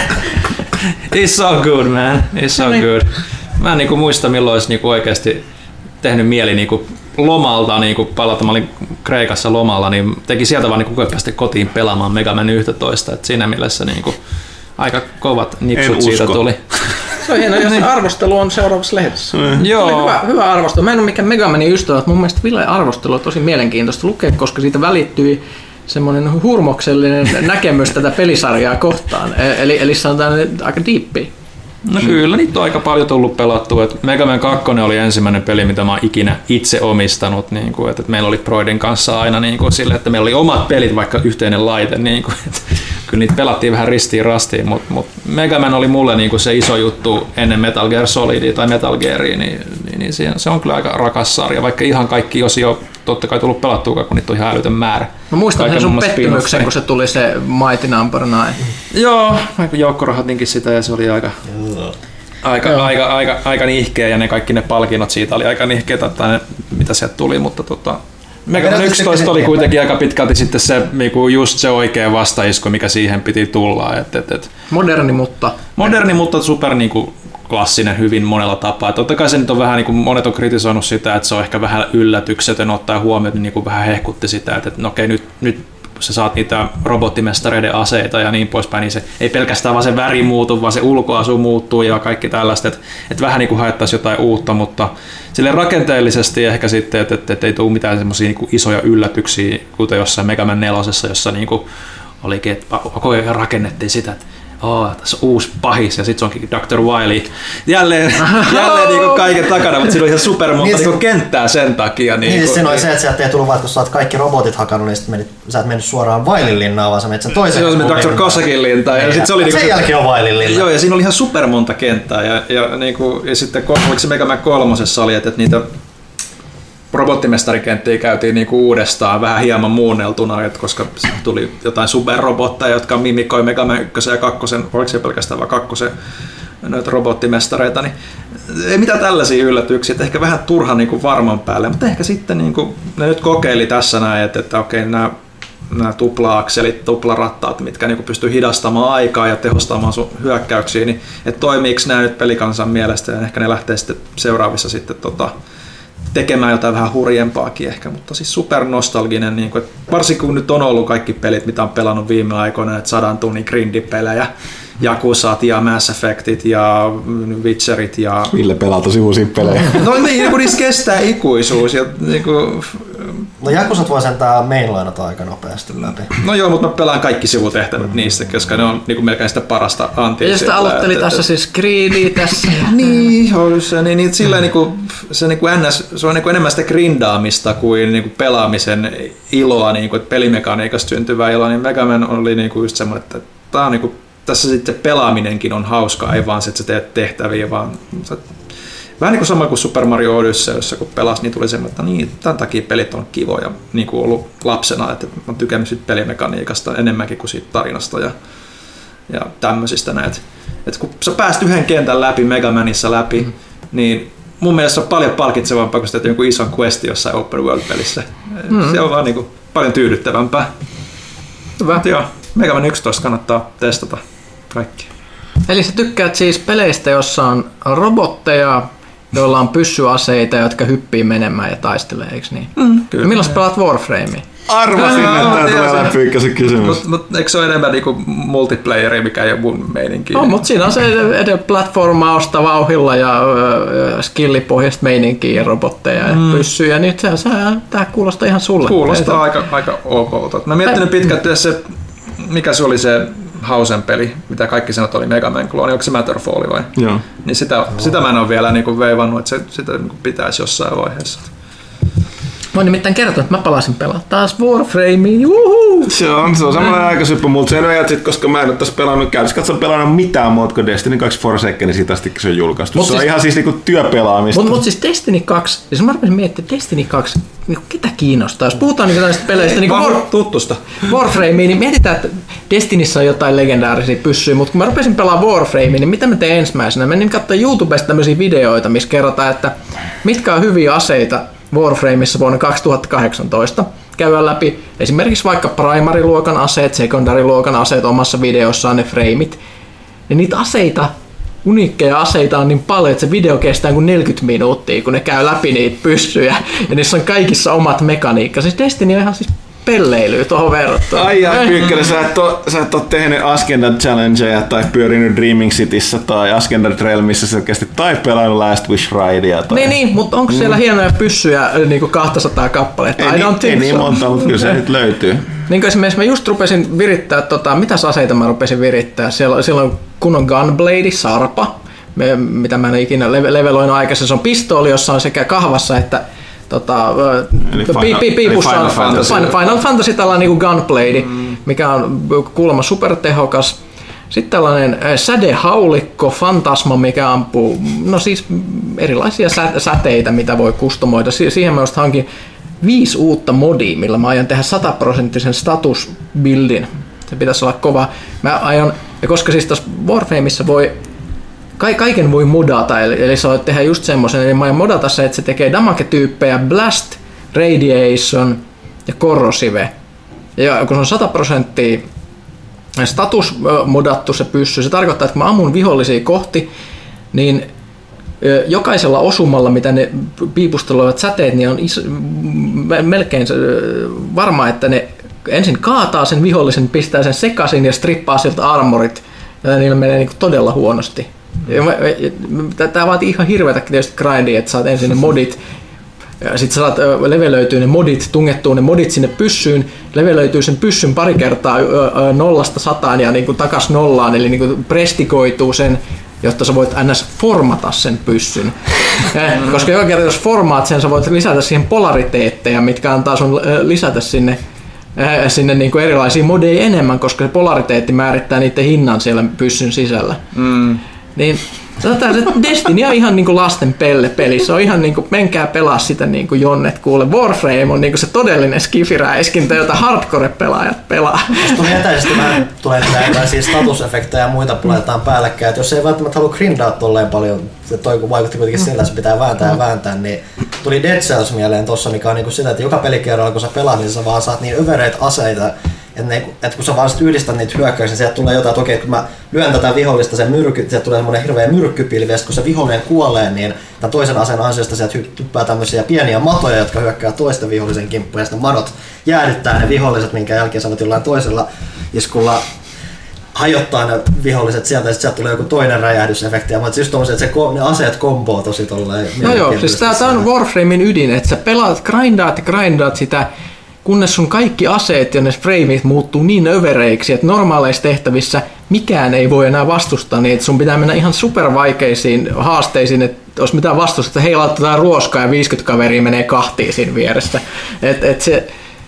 It's so good, man. It's so good. Mä en niinku muista, milloin olisi niinku oikeasti tehnyt mieli niinku lomalta niinku palata. Mä olin Kreikassa lomalla, niin teki sieltä vaan niinku päästä kotiin pelaamaan Mega Man yksitoista. Et siinä mielessä niinku aika kovat nipsut siitä tuli. Se on hienoa, jos se arvostelu on seuraavassa lehdessä. Mm. Joo. Hyvä, hyvä arvostelu. Mä en ole mikään Mega Manin ystävä, mutta mun mielestä Ville arvostelu on tosi mielenkiintoista lukea, koska siitä välittyi semmoinen hurmoksellinen näkemys tätä pelisarjaa kohtaan. Eli, eli sanotaan aika diippi. No kyllä, niitä on aika paljon tullut pelattua. Mega Man kaksi oli ensimmäinen peli, mitä mä oon ikinä itse omistanut. Niin kuin, että meillä oli Broidin kanssa aina niin kuin sille, että meillä oli omat pelit, vaikka yhteinen laite. Niin kuin, että kyllä niitä pelattiin vähän ristiin rastiin, mutta mut Mega Man oli mulle niin kuin se iso juttu ennen Metal Gear Solidia tai Metal Gearia, niin, niin, niin se on kyllä aika rakas sarja, vaikka ihan kaikki osio totta kai tullut pelattua, kun niitä on ihan älytön määrä. Mä muistan sen sun pettymyksen, kun se tuli se Mighty Number Nine. Joo, Joukko rahoitinkin sitä ja se oli aika, aika, aika, aika, aika nihkeä ja ne kaikki ne palkinnot siitä oli aika nihkeitä, tai ne, mitä sieltä tuli, mutta tota, Mega Man yksitoista oli kuitenkin aika pitkälti sitten se just se oikea vastaisku, mikä siihen piti tulla. Et, et, et. Moderni, mutta... Moderni, mutta super niinku klassinen hyvin monella tapaa. Totta kai se nyt on vähän, niin kuin monet on kritisoinut sitä, että se on ehkä vähän yllätyksetön ottaa huomioon, niin kuin vähän hehkutti sitä, että no okei, nyt, nyt sä saat niitä robottimestareiden aseita ja niin poispäin, niin se ei pelkästään vaan se väri muutu, vaan se ulkoasu muuttuu ja kaikki tällaista, että, että vähän niin kuin haettaisiin jotain uutta, mutta sille rakenteellisesti ehkä sitten, että, että, että ei tule mitään semmoisia niin kuin isoja yllätyksiä, kuten jossain Mega Man nelosessa, jossa niin kuin olikin, että koko ajan rakennettiin sitä, että oh, tässä on uusi pahis ja sitten se onkin doktor Wily jälleen, jälleen niinku kaiken takana, mutta siinä on ihan supermonta niin, niinku kenttää sen takia. Niin, niin siinä oli se, että sieltä ei tullut vaan, kun sä oot kaikki robotit hakannut, niin sit menit, sä et mennyt suoraan Wilyn linnaan, vaan sä menit sen toisen. Joo, se meni doktor Kosakin lintaan. Ja, ja, sit se oli sen niinku, jälkeen on Wilyn linna. Joo, ja siinä oli ihan supermonta kenttää. Ja, ja, niinku, ja sitten oliko se Mega Man kolmosessa oli, että, että niitä robottimestarikenttiä käytiin niinku uudestaan vähän hieman muunneltuna, että koska tuli jotain superrobotteja, jotka mimikoi Mega Man ykkösen ja kakkosen, oliko se pelkästään vaan kakkosen noita robottimestareita, niin ei mitään tällaisia yllätyksiä, että ehkä vähän turha niinku varman päälle, mutta ehkä sitten niinku, ne nyt kokeili tässä näin, että, että okei, nämä nämä tupla-akselit, tuplarattaat, mitkä niinku pystyy hidastamaan aikaa ja tehostamaan sun hyökkäyksiä, niin että toimiiko nämä nyt pelikansan mielestä, ja ehkä ne lähtee sitten seuraavissa sitten tota, tekemään jotain vähän hurjempaakin ehkä, mutta siis supernostalginen, niin kuin, varsinkin kun nyt on ollut kaikki pelit, mitä on pelannut viime aikoina, että sadan tunnin grindipelejä, Yakusat ja Mass Effectit ja Witcherit ja... Ville pelaa tosi uusia pelejä. No niin, kun niissä kestää ikuisuus. Ja, niin kuin... No Yakusat voi sentään mainlainata aika nopeasti läpi. No joo, mutta mä pelaan kaikki sivutehtävät mm-hmm. niistä, koska ne on niin kuin melkein sitä parasta antia. Ja sitä aloittelit tässä siis Creedia tässä. Niin, se, niin, niin, sillä, niin kuin, se, niin kuin N S, se on niin kuin enemmän sitä grindaamista kuin, niin kuin pelaamisen iloa, niin kuin, että pelimekaniikasta syntyvää iloa, niin Mega Man oli niin kuin just semmoinen, että tää on niin kuin, tässä sitten pelaaminenkin on hauskaa, ei vaan se, että sä teet tehtäviä, vaan sä, vähän niin kuin sama kuin Super Mario Odyssey, jossa kun pelasi, niin tuli semmoinen, että niin, tämän takia pelit on kivoja, niin kuin ollut lapsena, että mä oon tykännyt siitä pelimekaniikasta enemmänkin kuin siitä tarinasta ja, ja tämmöisistä näet. Että kun sä pääst yhden kentän läpi, Mega Manissa läpi, mm. niin mun mielestä se on paljon palkitsevampaa, kun sitä jonkun ison questi jossain open world-pelissä. Mm. Se on vaan niinku paljon tyydyttävämpää. Hyvä. Joo, Mega Man yksitoista kannattaa testata kaikki. Eli sä tykkäät siis peleistä, jossa on robotteja, joilla on pyssyaseita, jotka hyppii menemään ja taistelee, eikö niin? Mm, kyllä. Milloin sä pelaat Warframea? Arvasin, no, että tämä tulee läpiikkäisen kysymys. Mutta mut, eikö se ole enemmän niinku multiplayeri, mikä ei ole mun meininki? On, mutta siinä on se edelleen platformausta vauhilla ja äh, skillipohjaista meininkiä ja robotteja ja mm. pyssyjä, niin se, se, tämä kuulostaa ihan sulle. Kuulostaa aika, aika okolta. Mä miettinyt pitkälti se, mikä se oli se Hausen peli, mitä kaikki sanot oli Mega Man klooni, onko se Matterfall vai? Joo. Niin sitä, sitä mä en ole vielä niinku veivannut, että se, sitä niinku pitäisi jossain vaiheessa. Mä oon nimittäin kertonut, että mä palasin pelaa taas Warframea, juhuu! Se on, se on semmoinen aikasyppä multa sen verran, koska mä en ole tässä pelannut, käytössä katsoa pelannut mitään muuta kuin Destiny kaksi Forsaken, siitä asti se on julkaistu. Mut se siis, on ihan siis niinku työpelaamista. Mutta mut siis Destiny kaksi, siis mä rupesin miettimään, että Destiny kaksi, niinku ketä kiinnostaa? Jos puhutaan niinku tällaisista peleistä, niinku War, tuttusta. Warframea, niin mietitään, että Destinyssä on jotain legendaarisia pyssyjä, mutta kun mä rupesin pelaamaan Warframea, niin mitä mä tein ensimmäisenä? Mä menin katsomaan YouTubesta tämmöisiä videoita, missä kerrotaan, että mitkä on hyviä aseita Warframeissa vuonna kaksituhattakahdeksantoista. Käydään läpi esimerkiksi vaikka primary-luokan aseet, secondary-luokan aseet omassa videossaan, ne frameit. Ja niitä aseita, uniikkeja aseita on niin paljon, että se video kestää kuin neljäkymmentä minuuttia, kun ne käy läpi niitä pyssyjä. Ja niissä on kaikissa omat mekaniikka. Siis Destiny on ihan siis pelleilyä tuohon verrattuna. Ai ai Pyykkönen, sä et oo, sä et oo tehnyt Ascended Challengeja tai pyörinyt Dreaming Cityssä tai Ascended Realmissa selkeästi tai pelannut Last Wish Ridea. Tai... Niin, niin, mutta onko siellä mm. hienoja pyssyjä niin kuin kaksisataa kappaletta? Ei, ei, ei niin monta, mutta kyllä se nyt löytyy. Niin kuin esimerkiksi mä just rupesin virittää, tota, mitäs aseita mä rupesin virittää. Siellä, siellä on kunnon Gunblade, sarpa, me, mitä mä en ikinä leveloinut aikaisemmin. Se on pistooli, jossa on sekä kahvassa että Tota, Final, pi, pi, Final Fantasy, Final Fantasy tällainen niin Gunblade, mm. mikä on kuulemma supertehokas. Sitten tällainen sädehaulikko, fantasma, mikä ampuu no siis erilaisia sä, säteitä, mitä voi kustomoida. Siihen mä just hankin viisi uutta modia, millä mä aion tehdä sataprosenttisen statusbuildin. Se pitäisi olla kova. Mä aion, ja koska siis tässä Warframeissa voi kaiken voi modata, eli, eli sä voit tehdä just semmoisen, eli mä aion modata se, että se tekee damage-tyyppejä Blast, Radiation ja Corrosive. Ja kun se on sata prosenttia status modattu se pyssy, se tarkoittaa, että kun mä ammun vihollisia kohti, niin jokaisella osumalla, mitä ne piipustelevat säteet, niin on iso, melkein varma, että ne ensin kaataa sen vihollisen, pistää sen sekaisin ja strippaa siltä armorit, ja niillä menee niin todella huonosti. Tämä vaatii ihan hirveätä tietysti grindia, että saat ensin ne modit, sitten saat levelöityy ne modit, tungettuu ne modit sinne pyssyyn, levelöityy sen pyssyn pari kertaa nollasta sataan ja niin kuin takas nollaan, eli niin kuin prestikoituu sen, jotta sä voit ns. Formata sen pyssyn. Koska joka kerta jos formaat sen, sä voit lisätä siihen polariteetteja, mitkä antaa sun lisätä sinne sinne niin kuin erilaisia modeja enemmän, koska se polariteetti määrittää niiden hinnan siellä pyssyn sisällä. Mm. Niin sanotaan, että Destiny on ihan niin kuin lasten pelle peli. Se on ihan niin kuin, menkää pelaa sitä niin kuin jonnet kuule. Warframe on niin kuin se todellinen skifiräiskintä, jota hardcore-pelaajat pelaa. Jos tuli etäisesti vähän tulee erilaisia statusefektejä ja muita puletaan päällekkäin, että jos ei välttämättä halua grindaa tolleen paljon, se toi kun vaikutti kuitenkin siltä, että se pitää vääntää ja vääntää, niin tuli Dead Cells mieleen tossa, mikä on niinku sitä, että joka pelikerralla kun sä pelaat, niin sä vaan saat niin övereitä aseita, että, ne, että kun sä vaan yhdistät niitä hyökkäyksiä, niin sieltä tulee jotain, että okei, kun mä lyön tätä vihollista, sen myrky, sieltä tulee semmoinen hirveä myrkkypilvi, ja kun se vihollinen kuolee, niin tämän toisen aseen ansiosta sieltä hyppää tämmöisiä pieniä matoja, jotka hyökkää toista vihollisen kimppuun, ja sitten madot jäädyttää ne viholliset, minkä jälkeen saavat jollain toisella iskulla hajottaa ne viholliset sieltä, ja sitten sieltä tulee joku toinen räjähdysefekti, ja just tommosia, että se, ne aseet kompoo tosi tolleen. No joo, siis tää on Warframein ydin, että sä pelaat, grindaat ja grindaat sitä, kunnes sun kaikki aseet ja ne frameit muuttuu niin övereiksi, että normaaleissa tehtävissä mikään ei voi enää vastustaa niin, että sun pitää mennä ihan supervaikeisiin haasteisiin, että jos mitään vastusta, että hei, laitetaan ruoskaa ja viisikymmentä kaveria menee kahtiin siinä vieressä. Et, et se,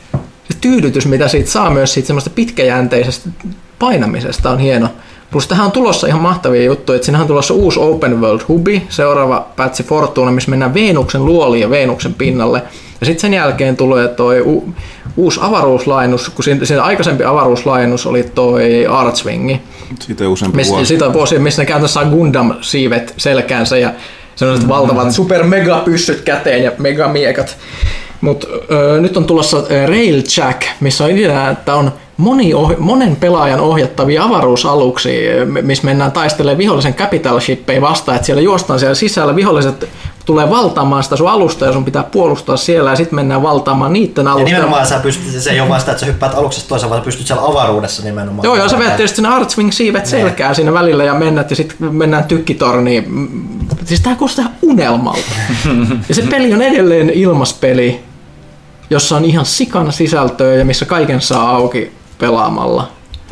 se tyydytys, mitä siitä saa myös siitä semmoista pitkäjänteisestä painamisesta on hieno. Plus tähän on tulossa ihan mahtavia juttuja, että siinähän on tulossa uusi Open World Hubi, seuraava patchi Fortuna, missä mennään Venuksen luoliin ja Venuksen pinnalle. Ja sitten sen jälkeen tulee toi u- uusi avaruuslaajennus, kun siinä, siinä aikaisempi avaruuslaajennus oli toi Archwingi. Siitä useampi vuosi. Siitä on vuosi, missä ne käytännössä saa Gundam-siivet selkäänsä ja sellaiset mm-hmm. valtavat super mega pyssyt käteen ja mega miekat. Mutta nyt on tulossa Railjack, missä on idea, että on moni ohi, monen pelaajan ohjattavia avaruusaluksia, missä mennään taistelemaan vihollisen capital shippeja vastaan, että siellä juostaan siellä sisällä, viholliset tulee valtaamaan sitä sun alusta ja sun pitää puolustaa siellä ja sitten mennään valtaamaan niiden alusta. Ja nimenomaan sä pystyt, se ei ole vaan sitä, että sä hyppäät aluksesta toisaan, vaan sä pystyt siellä avaruudessa nimenomaan. Joo, joo, sä vedät tietysti sinne Archwing-siivet selkää siinä välillä ja mennät ja sitten mennään tykkitorniin. Siis tää kuulostaa unelmalta. Ja se peli on edelleen ilmaspeli, jossa on ihan sikana sisältöä ja missä kaiken saa auki pelaamalla.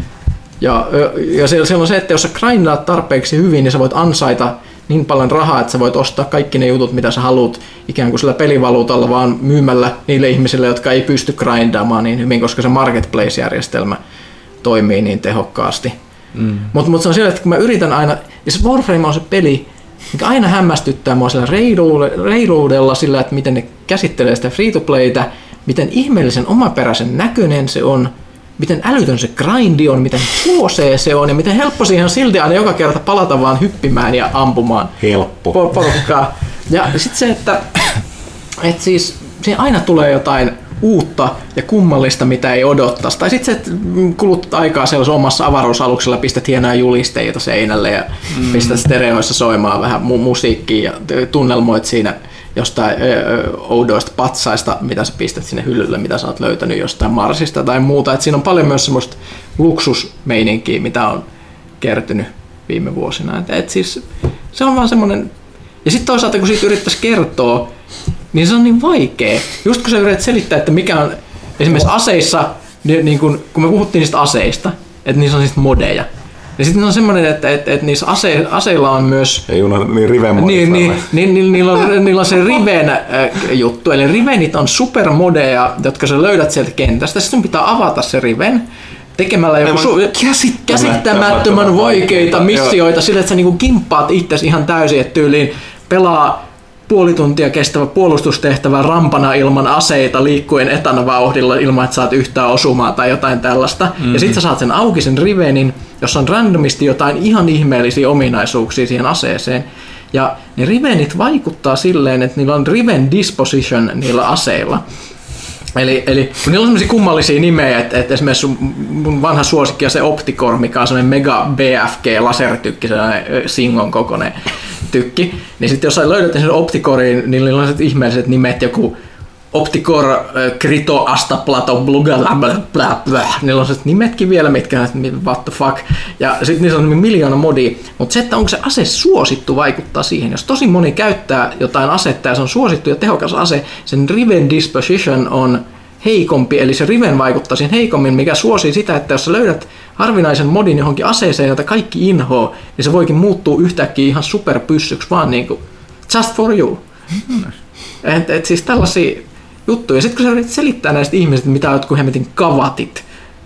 Ja, ja siellä on se, että jos sä grindaat tarpeeksi hyvin, niin sä voit ansaita niin paljon rahaa, että sä voit ostaa kaikki ne jutut, mitä sä haluat ikään kuin sillä pelivaluutalla, vaan myymällä niille ihmisille, jotka ei pysty grindaamaan niin hyvin, koska se marketplace-järjestelmä toimii niin tehokkaasti. Mm. Mutta mut se on siellä, että kun mä yritän aina, ja se Warframe on se peli, mikä aina hämmästyttää mua sillä reiluudella sillä, että miten ne käsittelee sitä free-to-playtä, miten ihmeellisen omaperäisen näköinen se on, miten älytön se grindi on, miten huosee se on ja miten helppo siihen on silti aina joka kerta palata vaan hyppimään ja ampumaan helppo porukkaa. Ja sitten se, että et siis siinä aina tulee jotain uutta ja kummallista, mitä ei odottaisi. Tai sitten se, että kulut aikaa sellaisessa omassa avaruusaluksella, pistät hienoja julisteita seinälle ja mm. pistät stereoissa soimaan vähän mu- musiikkia ja tunnelmoit siinä jostain öö, oudoista patsaista, mitä sä pistät sinne hyllylle, mitä sä oot löytänyt jostain Marsista tai muuta. Et siinä on paljon myös semmoista luksusmeininkiä, mitä on kertynyt viime vuosina. Et, et siis, se on vaan semmoinen. Ja sitten toisaalta, kun siitä yrittäisi kertoa, niin se on niin vaikea. Just kun sä yrität selittää, että mikä on esimerkiksi aseissa, niin, niin kun, kun me puhuttiin niistä aseista, että niissä on siis modeja. Ja sitten on semmoinen, että, että, että niissä ase, aseilla on myös. Ei ole niin riven niin, niin, niin, niin, niillä, on, niillä on se riven äh, juttu. Eli rivenit on supermodeja, jotka sä löydät sieltä kentästä. Sitten sun pitää avata se riven tekemällä joku su- käsittämättömän vaikeita missioita sillä, että sä niinku kimppaat itsesi ihan täysin, että tyyliin pelaa puoli tuntia kestävä puolustustehtävä rampana ilman aseita liikkuen etanavauhdilla ilman, että saat yhtään osumaa tai jotain tällaista. Mm-hmm. Ja sit sä saat sen auki sen rivenin, jossa on randomisti jotain ihan ihmeellisiä ominaisuuksia siihen aseeseen. Ja ne rivenit vaikuttaa silleen, että niillä on riven disposition niillä aseilla. Eli, eli kun niillä on sellaisia kummallisia nimejä, että, että esimerkiksi mun vanha suosikki on se Opticore, mikä on sellainen mega B F G-lasertykki, sellainen Singon kokoinen tykki, niin sitten jos sä löydät sen Opticoriin, niin niillä on sellaiset ihmeelliset nimet, joku Opticore, Krito, Astaplato, blablabla, niillä on sellaiset nimetkin vielä, mitkä on, what the fuck, ja sitten niissä on miljoona modia, mutta se, että onko se ase suosittu, vaikuttaa siihen. Jos tosi moni käyttää jotain asetta ja se on suosittu ja tehokas ase, sen riven disposition on heikompi, eli se riven vaikuttaa siihen heikommin, mikä suosii sitä, että jos sä löydät harvinaisen modin johonkin aseeseen, jota kaikki inhoa, niin se voikin muuttua yhtäkkiä ihan superpyssyksi, vaan niinku just for you. Et, et siis tällaisia juttuja. Sitten kun sä yrität selittää näistä ihmisistä, mitä jotkut hemmetin kavatit,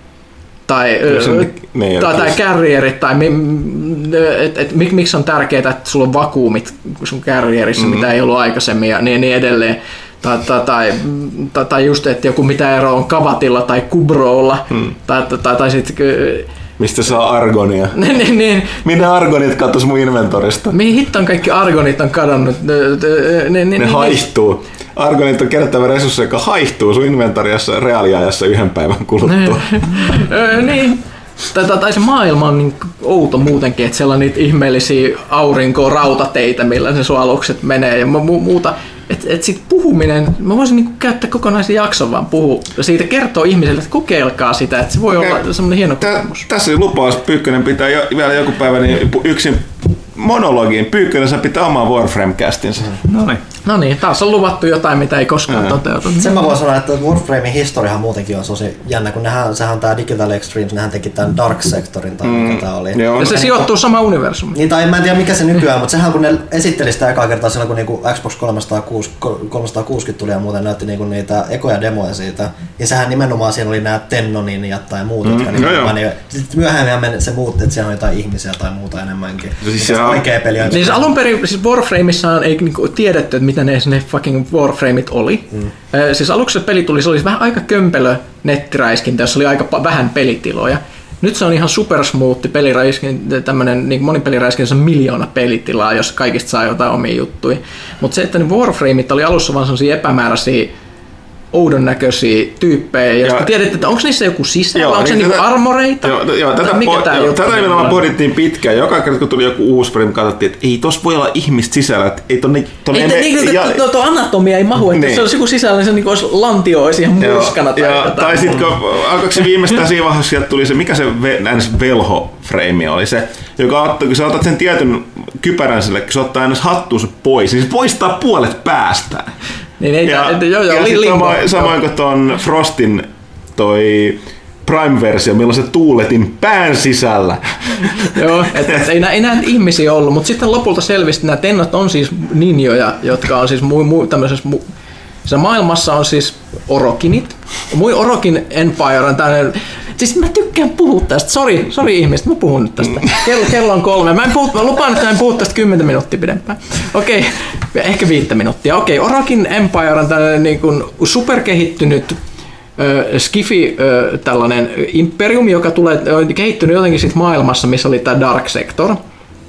tai, ne, tai, tai carrierit, tai et, et, mik, miksi on tärkeää, että sulla on vakuumit sun carrierissa, mm-hmm. mitä ei ollut aikaisemmin, ja niin, niin edelleen. Tai, tai, tai, tai just, että joku mitä ero on kavatilla tai kubrolla, hmm. tai, tai, tai sitten mistä saa argonia? niin, niin. Minne argonit katsos mun inventorista? Mihin hittoon kaikki argonit on kadonnut? Ne, ne, ne haihtuu. Argonit on kerättävä resurssi, joka haihtuu sun inventoriassa reaaliajassa yhden päivän kuluttua. niin. Tai, tai se maailma on niin outo muutenkin, että siellä on niitä ihmeellisiä aurinko-rautateitä, millä se sun alukset menee ja mu- muuta. Että et sit puhuminen, mä voisin niinku käyttää kokonaisen jakson vaan puhua siitä, kertoo ihmisille, että kokeilkaa sitä, että se voi okay. olla semmoinen hieno kokemus. Tässä oli lupaus, Pyykkönen pitää jo, vielä joku päivä niin yksin monologiin. Pyykkönen sä pitää oman Warframe-castinsa. No niin. No niin, taas on luvattu jotain, mitä ei koskaan toteutu. Sen mä voin sanoa, että Warframein historiahan muutenkin on tosi jännä, kun nehän, sehän on tää Digital Extremes, nehän teki tämän Dark Sectorin tai mm. mikä tää oli. Ja, ja se sijoittuu sama universumiin. Niin, tai mä en tiedä mikä se nykyään, mutta sehän kun ne esitteli sitä ekaa kertaa silloin, kun niinku Xbox kolmesataakuusikymmentä tuli ja muuten näytti niinku niitä ekoja demoja siitä, niin sehän nimenomaan siinä oli nää Tennonin ja tai muut, mm. jotka mm. nimenomaan, niin sitten myöhemmin se muutti, että siellä on jotain ihmisiä tai muuta enemmänkin. Siis se oikea peli on. Niin alun perin, siis Warframeissa ei niinku tiedetty, että mitä ne, ne fucking Warframeit oli. Mm. Siis aluksi se peli tuli, se oli vähän aika kömpelö nettiräiskintä, jossa oli aika vähän pelitiloja. Nyt se on ihan supersmoothi peliräiskin, tämmönen niin monipeliräiskin, se on miljoona pelitilaa, jos kaikista saa jotain omia juttuja. Mutta se, että ne Warframeit oli alussa vaan sellaisia epämääräisiä oudon näköisiä tyyppejä, ja, ja tiedätte, että onko niissä joku sisällä, onko se niin niinku armoreita? Joo, joo, tätä, mikä po- tää joo, juttu tätä nimenomaan pohdittiin pitkään. Joka kerta kun tuli joku uusi frame, katsottiin, että ei tossa voi olla ihmistä sisällä. Että ei tonne, tonne ei, eme- niin, ja, tuo, tuo anatomia ei mahu, että niin. Se olisi joku sisällä, niin se niin olisi lantio olisi ihan murskana. Tai, ja, tai sitten kun alkoiko se viimeistään siinä vaiheessa, sieltä tuli se, mikä se velho-frame oli, se, joka ottaa, kun sä otat sen tietyn kypärän sille, kun sä ottaa aina hattuunsa pois, niin se poistaa puolet päästään. Niin, ei, ja joo, joo, ja li, limbo, samoin, samoin kuin tuon Frostin toi Prime-versio, milloin se tuuletin pään sisällä. Joo, että et, ei, ei näitä ihmisiä ollut, mutta sitten lopulta selvisi, että nämä tennot on siis ninjoja, jotka on siis mu, mu, tämmöisessä mu, se maailmassa on siis orokinit. Mui Orokin Empire on tämmöinen. Siis mä tykkään puhua tästä. Sori, sori ihmiset, mä puhun nyt tästä. Kello, kello on kolme. Mä, en puhu, mä lupaan, että mä en puhu tästä kymmentä minuuttia pidempään. Okei, okay. Ehkä viittä minuuttia. Okei, okay. Orokin Empire on tämmöinen niin kuin superkehittynyt äh, skifi äh, tällainen imperium, joka tulee, on kehittynyt jotenkin siitä maailmassa, missä oli tämä Dark Sector. Äh,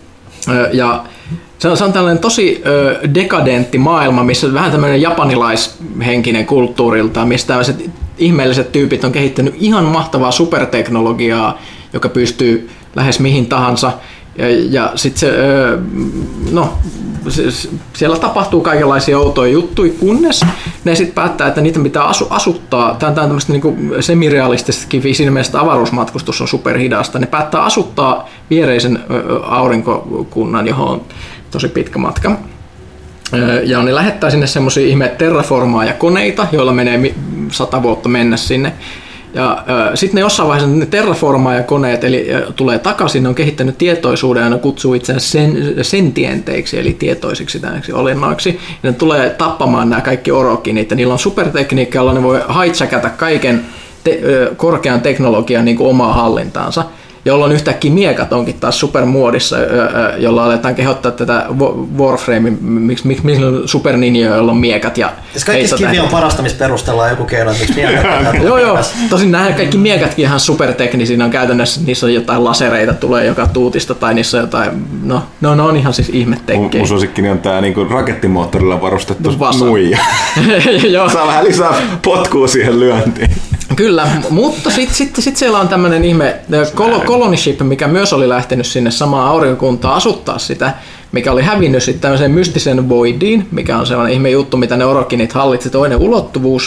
ja se on, se on tällainen tosi ö, dekadentti maailma, missä on vähän tämmöinen japanilaishenkinen kulttuurilta, missä tämmöiset ihmeelliset tyypit on kehittänyt ihan mahtavaa superteknologiaa, joka pystyy lähes mihin tahansa. Ja, ja sitten se, ö, no, se, siellä tapahtuu kaikenlaisia outoja juttuja, kunnes ne sitten päättää, että niitä pitää asu, asuttaa. Tämä on tämmöistä niinku semirealististakin, siinä mielessä avaruusmatkustus on superhidasta. Ne päättää asuttaa viereisen ö, aurinkokunnan, johon on tosi pitkä matka. Ja ne lähettää sinne semmoisia ihme terraformaajakoneita, joilla menee sata vuotta mennä sinne. Ja sitten ne jossain vaiheessa ne terraformaajakoneet eli tulee takaisin, ne on kehittänyt tietoisuuden ja ne kutsuu itseään sen, sentienteiksi eli tietoisiksi tämmöiksi olennoiksi. Ja ne tulee tappamaan nämä kaikki orokinit ja niillä on supertekniikka, jolla ne voi hijackata kaiken te- korkean teknologian niin kuin omaa hallintaansa. Jolloin yhtäkkiä miekat onkin taas supermuodissa, jolla aletaan kehottaa tätä Warframe, miksi miksi miksi superninjoja, joilla on miekat ja siis kaikki skivi on parasta, missä perustellaan joku keino, että miksi miekat. Joo, joo. Tosin nämä kaikki miekatkin ihan superteknisiä on käytännössä, niissä on jotain lasereita, tulee joka tuutista, tai niissä on jotain, no, no, no on ihan siis ihmetekkejä. Mun suosikkini on tää niinku rakettimoottorilla varustettu Vasa. nuija. Saa vähän lisää potkua siihen lyöntiin. Kyllä, mutta sitten sit, sit siellä on tämmöinen ihme colony ship, mikä myös oli lähtenyt sinne samaan aurinkokuntaan asuttaa sitä, mikä oli hävinnyt sitten tämmöiseen mystisen voidiin, mikä on sellainen ihme juttu, mitä ne orokinit hallitsi, toinen ulottuvuus.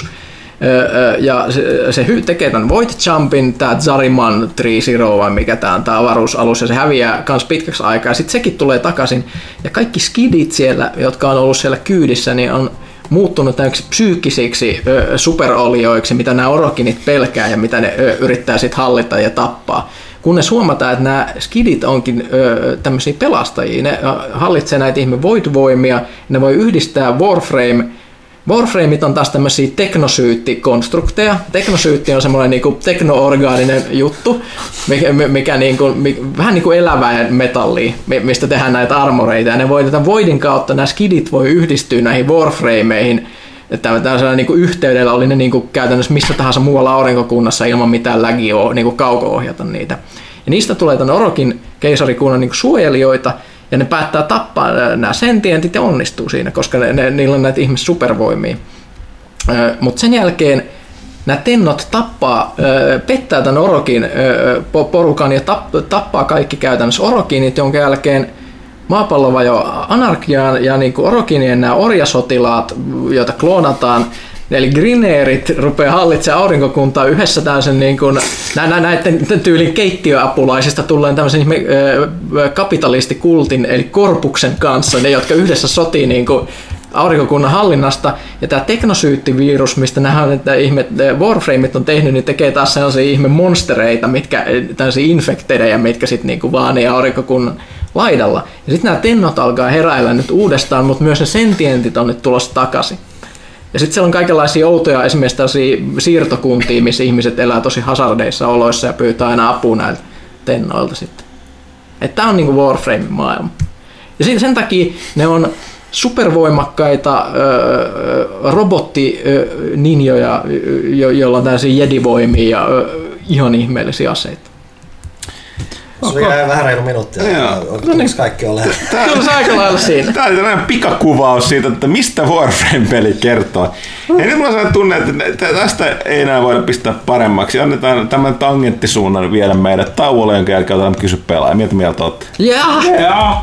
Ja se, se tekee tämän void jumpin, tämä Zariman kolme nolla vai mikä tämä on, tämä avaruusalus, ja se häviää kans pitkäksi aikaa, ja sitten sekin tulee takaisin. Ja kaikki skidit siellä, jotka on ollut siellä kyydissä, niin on muuttunut tämmöiksi psyykkisiksi ö, superolioiksi, mitä nämä orokinit pelkää ja mitä ne ö, yrittää sitten hallita ja tappaa. Kunnes huomataan, että nämä skidit onkin ö, tämmöisiä pelastajia, ne hallitsee näitä ihme void-voimia, ne voi yhdistää Warframe. Warframeit on taas tämmöisiä teknosyyttikonstrukteja. Teknosyytti on semmoinen niinku teknoorgaaninen juttu, mikä, mikä niinku, mikä, vähän niin kuin elävää metallia, mistä tehdään näitä armoreita. Ja ne voi tätä voidin kautta, nämä skidit voi yhdistyä näihin Warframeihin. Tällaisella niinku yhteydellä oli ne niinku käytännössä missä tahansa muualla aurinkokunnassa ilman mitään lägiä niinku kauko-ohjata niitä. Ja niistä tulee tämän Orokin keisarikunnan niinku suojelijoita, ja ne päättää tappaa nämä sentientit ja onnistuu siinä, koska ne, ne, niillä on näitä ihmis supervoimia. Mutta sen jälkeen nämä tennot tappaa, ö, pettää tämän Orokin ö, porukan ja tapp, tappaa kaikki käytännössä Orokinit, jonka jälkeen maapallo vajoaa anarkiaan ja niin kuin Orokinien nämä orjasotilaat, joita kloonataan, eli Grineerit rupeaa hallitsemaan aurinkokuntaa yhdessä tämmöisen niin kuin, nä- näiden tyylin keittiöapulaisista tulleen tämmöisen ihme, ö, kapitalistikultin eli korpuksen kanssa, ne jotka yhdessä sotii niin kuin aurinkokunnan hallinnasta. Ja tämä teknosyyttivirus, mistä nämä että ihme Warframeit on tehnyt, niin tekee taas sellaisia ihme monstereita, mitkä, tämmöisiä infektedejä, mitkä sitten niin kuin vaanii aurinkokunnan laidalla. Ja sitten nämä tennot alkaa heräillä nyt uudestaan, mutta myös ne sentientit on nyt tulossa takaisin. Ja sitten siellä on kaikenlaisia outoja esimerkiksi tällaisia siirtokuntia, missä ihmiset elää tosi hazardeissa oloissa ja pyytää aina apua näiltä tennoilta sitten. Että tämä on niinku Warframen maailma. Ja sen takia ne on supervoimakkaita öö, robottininjoja, jo, joilla on tällaisia jedivoimia ja öö, ihan ihmeellisiä aseita. Se jäi vähän reilu minuuttia. Onko kaikki ole? Kyllä se aika lailla siinä. Tämä oli tällainen pikakuvaus siitä, että mistä Warframe-peli kertoo. Ja nyt mulla on tunne, että tästä ei enää voida pistää paremmaksi. Annetaan tämän tangenttisuunnan viedä meidät tauolle, jonka jälkeen otetaan kysy pelaa. Mitä mieltä olette? Jaa! Jaa.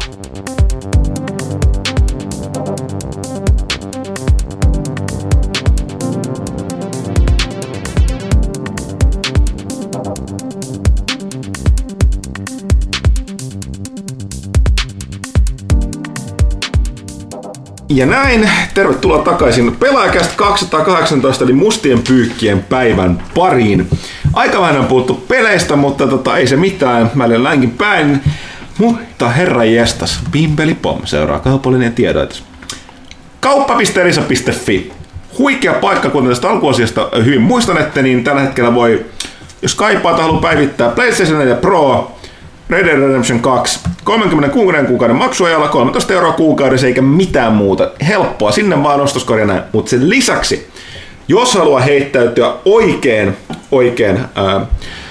Ja näin, tervetuloa takaisin Pelaajakästä kaksisataakahdeksantoista eli mustien pyykkien päivän pariin. Aika vähän on puhuttu peleistä, mutta tota, ei se mitään, mä olen länkin päin. Mutta herra jestas, Pimpeli Pom seuraa kaupallinen tiedoitus. kauppa piste elisa piste fi. Huikea paikka, kuten tästä alkuasiasta hyvin muistanette, niin tällä hetkellä voi, jos kaipaa tai haluaa päivittää PlayStation neljä Pro, Red Dead Redemption kaksi, kolmekymmentäkuuden kuukauden maksuajalla, kolmetoista euroa kuukaudessa eikä mitään muuta. Helppoa, sinne vaan ostoskoria näin. Mutta sen lisäksi, jos haluaa heittäytyä oikein, oikein ää, ää,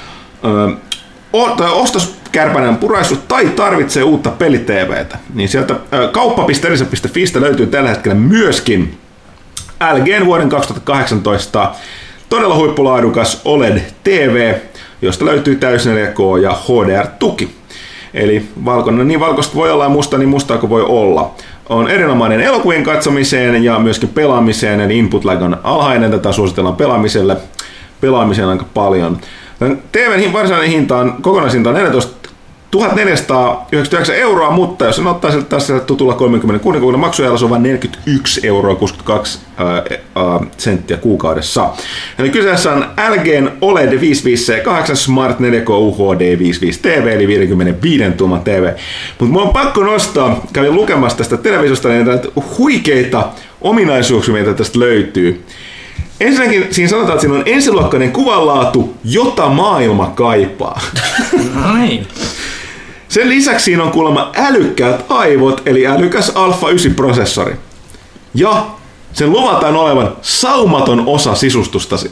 o, ostoskärpänän puraisu tai tarvitsee uutta peli-tvtä, niin sieltä kauppa piste elisa piste fistä löytyy tällä hetkellä myöskin L G:n vuoden kaksituhattakahdeksantoista todella huippulaadukas O L E D-T V, josta löytyy täys neljä K ja H D R-tuki. Eli valkoinen niin valkoista voi olla ja musta niin mustaa kuin voi olla. On erinomainen elokuvien katsomiseen ja myöskin pelaamiseen, eli input lag on alhainen, tätä suositellaan pelaamiselle, pelaamiseen aika paljon. T V:n varsinainen hinta on, kokonaishinta on neljätoistatuhatta euroa, mutta jos sen ottaa sieltä tässä tutulla kolmekymmentäkuuden kuukauden maksuajalla, se on vain neljäkymmentäyksi euroa kuusikymmentäkaksi senttiä kuukaudessa. Eli kyseessä on L G:n O L E D viisikymmentäviisi C kahdeksan Smart neljä K U H D viisikymmentäviisi T V, eli viisikymmentäviisi tuuman T V. Mutta mulla on pakko nostaa, kävin lukemassa tästä televisiosta, niin näitä huikeita ominaisuuksia, mitä tästä löytyy. Ensinnäkin siinä sanotaan, että siinä on ensiluokkainen kuvanlaatu, jota maailma kaipaa. Näin. Sen lisäksi siinä on kuulemma älykkäät aivot, eli älykäs Alpha yhdeksän prosessori. Ja sen luvataan olevan saumaton osa sisustustasi.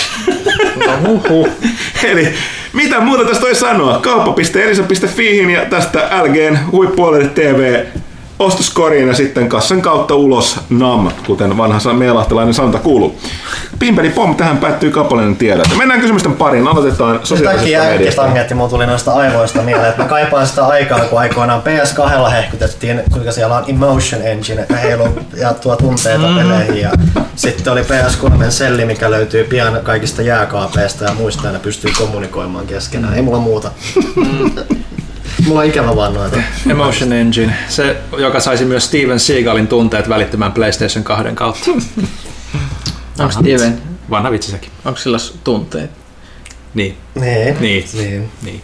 Eli mitä muuta tästä voi sanoa? kauppa piste elisa piste fiihin ja tästä L G:n huippu O L E D T V ostoskoriin ja sitten kassan kautta ulos nam, kuten vanha meelahtelainen santa kuuluu. Pimpeli Pom, tähän päättyy kaupallinen tiedot. Mennään kysymysten pariin, aloitetaan sosiaalisesta mediasta. Tangetti, mulla tuli noista aivoista mieleen, että mä kaipaan sitä aikaa, kun aikoinaan P S kaksi hehkutettiin, kuinka siellä on Emotion Engine, heilu ja tuo tunteita peleihin. Ja sitten oli P S kolme selli, mikä löytyy pian kaikista jääkaapeista ja muista, ja ne pystyy kommunikoimaan keskenään. Ei mulla muuta. Mulla on ikävä vaan noita. Emotion Engine, se joka saisi myös Steven Seagalin tunteet välittymään PlayStation kahden kautta. Onko Steven? Vanha vitsi sekin. Onko sillä tunteet? Niin. Niin. Niin. niin. niin.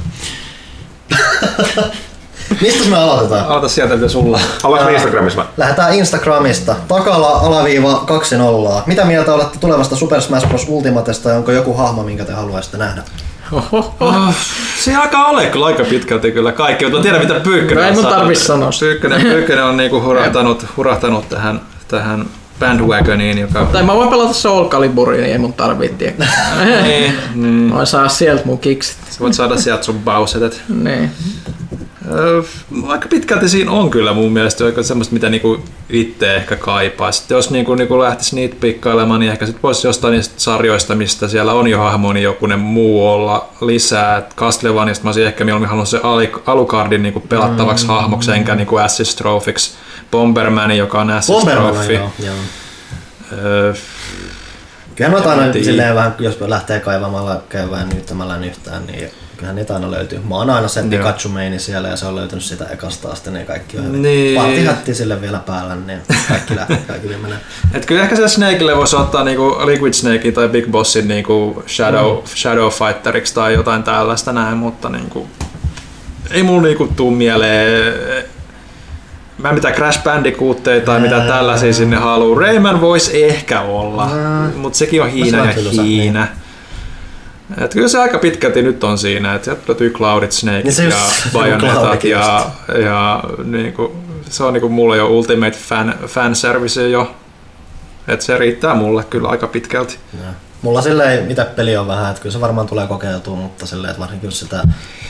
Mistä me aloitetaan? Aloita sieltä, mitä sulla. Aloitetaan Instagramissa vai? Lähdetään Instagramista. Takala alaviiva kaksi nollaa. Mitä mieltä olette tulevasta Super Smash Bros. Ultimatesta ja onko joku hahmo, minkä te haluaisitte nähdä? Oh, se alkaa ole kyllä aika pitkälti kyllä kaikki, mutta tiedän mitä Pyykkönen on. Ei mun tarvitse sanoa. Pyykkönen, Pyykkönen on niinku hurahtanut, hurahtanut tähän, tähän bandwagoniin, joka... Tai mä voin pelata Soul Caliburia, niin ei mun tarvitse. niin, niin. Mä voin saada sieltä mun kiksit. Sä voit saada sieltä sun bausetet. Niin. Öö, aika pitkälti siinä on kyllä mun mielestä semmoista, mitä niinku itse ehkä kaipaa. Sitten jos niinku, niinku lähtisi niitä pikkailemaan, niin ehkä sit voisi jostain niistä sarjoista, mistä siellä on jo hahmo, niin jokunen muu olla lisää. Castlevaniasta mä olisin ehkä mieluummin halunnut se Alucardin niinku pelattavaksi mm. hahmoksi, enkä niinku Assist Trophyksi. Bomberman, joka on Assist Trophy. Joo, joo. Öö, Kyllä noita aina silleen vähän, jos lähtee kaivamalla, käydään nyttämällä yhtään, niin kyllähän niitä aina löytyy. Mä oon aina sen Pikachu-meini siellä ja se on löytynyt sitä ekasta asti, niin kaikki on niin. Parttihätti sille vielä päällä, niin kaikki lähtee, kaikki menee. Et kyllä ehkä se Snakeille voisi ottaa niinku Liquid Snakein tai Big Bossin niinku Shadow, mm. Shadow Fighteriksi tai jotain tällaista näin, mutta niinku, ei mulla niinku tuu mieleen. Mä en mitään Crash Bandicootteja tai mitä tällaisia sinne haluu. Rayman voisi ehkä olla, mutta sekin on Hiina ja Hiina. Niin. Et kyllä se aika pitkälti nyt on siinä, että sieltä löytyy Cloudit, Snake niin ja Bayonetat ja, ja niinku, se on niinku mulle jo ultimate fan, fanservice jo. Et se riittää mulle kyllä aika pitkälti. Ja. Mulla silleen, mitä peli on vähän, että kyllä se varmaan tulee kokeiltua, mutta silleen, että varsinkin jos sitä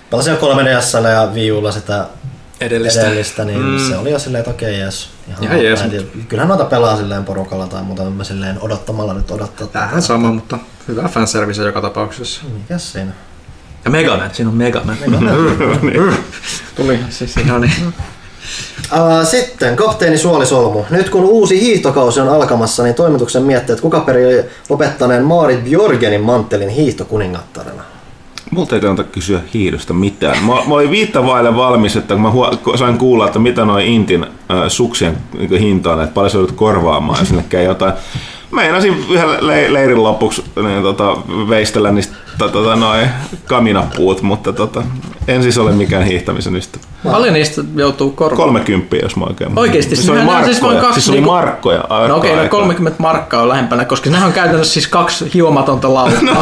pelasin jo kolme D S:llä ja Wii Ulla sitä edellistä, edellistä niin mm. se oli jo silleen, että okei, jees. Ihan jees. Kyllähän noita pelaa silleen porukalla tai muuta, mä silleen odottamalla nyt odottaa. Tähän sama, mutta hyvä fanservice joka tapauksessa. Mikäs siinä? Ja Mega Man, siinä on Mega Man. Tuli siis ihan niin. Uh, sitten kapteeni Suolisolmu. Nyt kun uusi hiihtokausi on alkamassa, niin toimituksen miettii, että kuka peri lopettaneen Maarit Björgenin manttelin hiihtokuningattarena? Multa ei kannata kysyä hiihdosta mitään. Mä, mä olin viittä vaille valmis, että kun mä huo, sain kuulla, että mitä noin Intin äh, suksien niin hinta on, että paljon se joudut korvaamaan ja sinne käy jotain. Meinasin yhden le- leirin lopuksi niin, tota, veistellä niistä tota, noin kaminapuut, mutta tota, en siis ole mikään hiihtämisen ystävä. Paljon niistä joutuu korvaamaan? kolmekymppiä, jos mä oikein. Oikeesti? Se oli markkoja. Siis, kaksi, siis oli niinku... markkoja. No okei, okay, no kolmekymmentä markkaa on lähempänä, koska nehän on käytännössä siis kaksi hiomatonta lauttaa. No,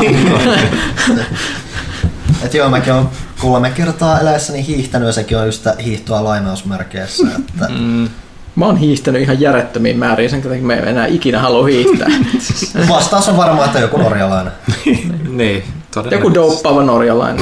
et joo, mäkin olen kolme kertaa eläessäni hiihtänyt ja sekin on just hiihtoa lainausmerkeissä. Että... Mm. Mä oon hiihtänyt ihan järjettömiin määriin, sen takia me ei enää ikinä halua hiihtää. Vastaus on varmaan, että joku norjalainen. Niin, joku douppaava norjalainen.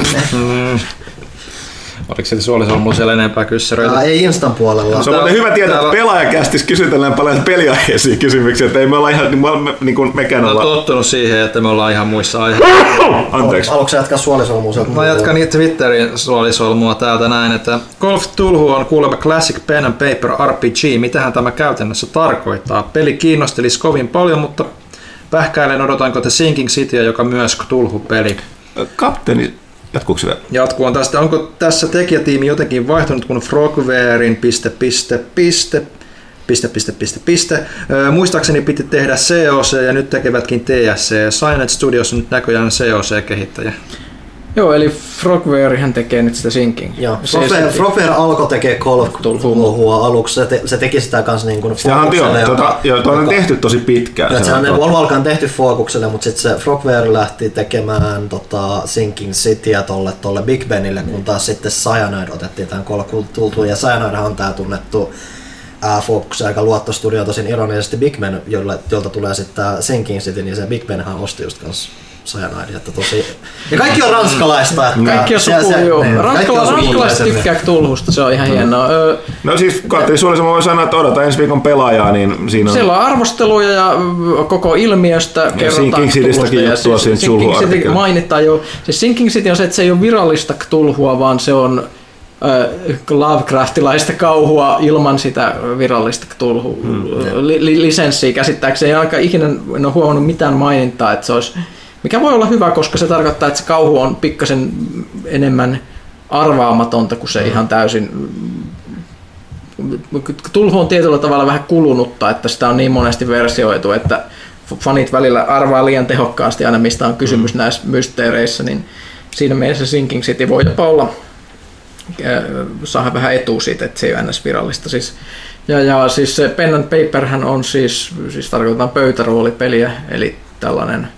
Oliko se Suolisolmulla siellä enempää kyssäreitä? Ei Instan puolella. Se on täällä, hyvä tietää, että pelaajakästissä kysytellään paljon peliaiheisia kysymyksiä, että ei me olla ihan niin kuin mekään olla. Mä oon tottunut siihen, että me ollaan ihan muissa aiheissa. Anteeksi. Haluatko sä jatkaa Suolisolmua? Mä jatkan niitä Twitterin Suolisolmua täältä näin, että Call of Tulhu on kuulemma Classic Pen and Paper R P G. Mitähän tämä käytännössä tarkoittaa? Peli kiinnostelisi kovin paljon, mutta pähkäilen odotanko The Sinking Cityä, joka myös Tulhu-peli. Kapteeni. Jatkuuko se vielä? Jatkuu on tästä. Onko tässä tekijätiimi jotenkin vaihtunut, kun Frogwarein piste, piste, piste, piste, piste, piste, piste. Öö, muistaakseni piti tehdä C O C ja nyt tekevätkin T S C. Silent Studios on nyt näköjään C O C-kehittäjä. Joo, eli Frogwarehan tekee nyt sitä Sinking. Joo, Frogware, Frogware alkoi tekee Call of Tulhua aluksi, se, te, se teki sitä kanssa niin kuin Focukselle. Joo, tuota, joo, tuo on tehty tosi pitkään. Se, se on alun alkaen tehty Focukselle, mutta sitten se Frogware lähti tekemään tota, Sinking Cityä tolle, tolle Big Benille, kun taas sitten Cyanide otettiin tämän Call of Tulhuun, ja Cyanide on tää tunnettu ää, Focuksen aika luottostudio, tosin ironisesti Big Ben, jolle, jolta tulee sitten tää Sinking City, niin se Big Benhän osti just kanssa Cyanide, että tosi... Ja kaikki on ranskalaista. Että kaikki on sukua, joo. Ranskalaiset tykkää Tulhusta, se on ihan hienoa. No siis, Katri Suolisolmu voi sanoa, että odota ensi viikon pelaajaa, niin siinä on... Siellä on arvosteluja ja koko ilmiöstä ja kerrotaan Sinking Citystäkin juttua siinä Tulhu-artikkelissa. Sinking City mainitaan jo. Siis Sinking City on se, että se ei ole virallista Tulhua, vaan se on äh, Lovecraftilaista kauhua ilman sitä virallista Tulhu-lisenssiä käsittääkseni. Ei aika ikinä en ole huomannut mitään mainintaa, että se olisi... Mikä voi olla hyvä, koska se tarkoittaa, että se kauhu on pikkasen enemmän arvaamatonta kuin se mm. ihan täysin... Tulhu on tietyllä tavalla vähän kulunutta, että sitä on niin monesti versioitu, että fanit välillä arvaa liian tehokkaasti aina, mistä on kysymys mm. näissä mysteereissä, niin siinä mielessä Sinking City voi jopa olla, saada vähän etua siitä, että se ei ole ns. Virallista. Siis, ja, ja siis se Pen and Paperhän on siis, siis tarkoitetaan pöytäroolipeliä, eli tällainen...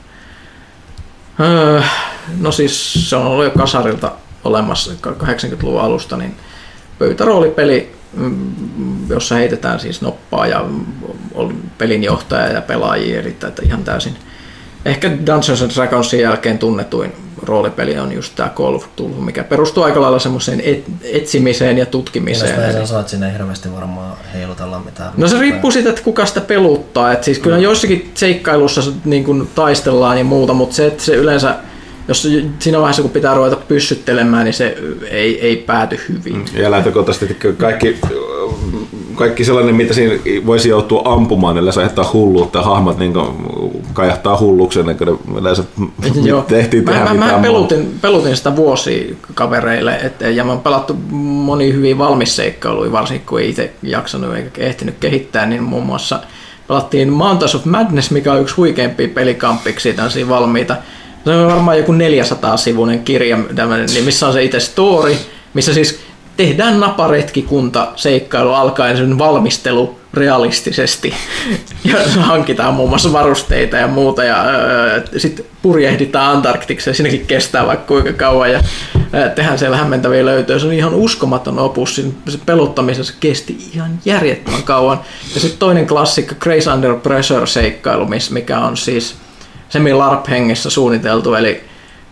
No siis se on ollut jo kasarilta olemassa kahdeksankymmentäluvun alusta, niin pöytäroolipeli, jossa heitetään siis noppaa ja pelinjohtaja ja pelaajia, eli että ihan täysin. Ehkä Dungeons and Dragonsin jälkeen tunnetuin roolipeli on just tämä Call of Tulhu, mikä perustuu aika lailla semmoiseen et, etsimiseen ja tutkimiseen. Ja jos saat sinne ei hirveästi varmaan heilutella mitään. No se riippuu siitä, että kuka sitä peluttaa. Et siis kyllä mm. joissakin seikkailussa niin kun taistellaan ja muuta, mutta se, että se yleensä, jos siinä vaiheessa kun pitää ruveta pyssyttelemään, niin se ei, ei pääty hyvin. Ja lähtökohtaisesti kaikki, kaikki sellainen, mitä siinä voisi joutua ampumaan, niin se aiheuttaa hulluutta ja hahmot niin kajahtaa hulluksi ennen kuin ne yleensä tehtiin tehdä mä, mitään mä pelutin, pelutin sitä vuosia kavereille, et, ja mä oon pelattu monia hyviä valmisseikkailuja, varsinkin kun ei itse jaksanut eikä ehtinyt kehittää, niin muun muassa pelattiin Mountains of Madness, mikä on yksi huikeimpia pelikampiksi, tämmöisiä valmiita. Se on varmaan joku neljäsataa-sivuinen kirja, niin missä on se itse story, missä siis tehdään naparetkikunta seikkailu alkaen sen valmistelu realistisesti ja hankitaan muun muassa varusteita ja muuta ja öö, sitten purjehditaan Antarktikseen, siinäkin kestää vaikka kuinka kauan ja öö, tehdään siellä hämmentäviä löytöjä. Se on ihan uskomaton opus, se peluttamisessa kesti ihan järjettömän kauan. Ja sitten toinen klassikko, Grace Under Pressure -seikkailu, mikä on siis semi-LARP-hengessä suunniteltu, eli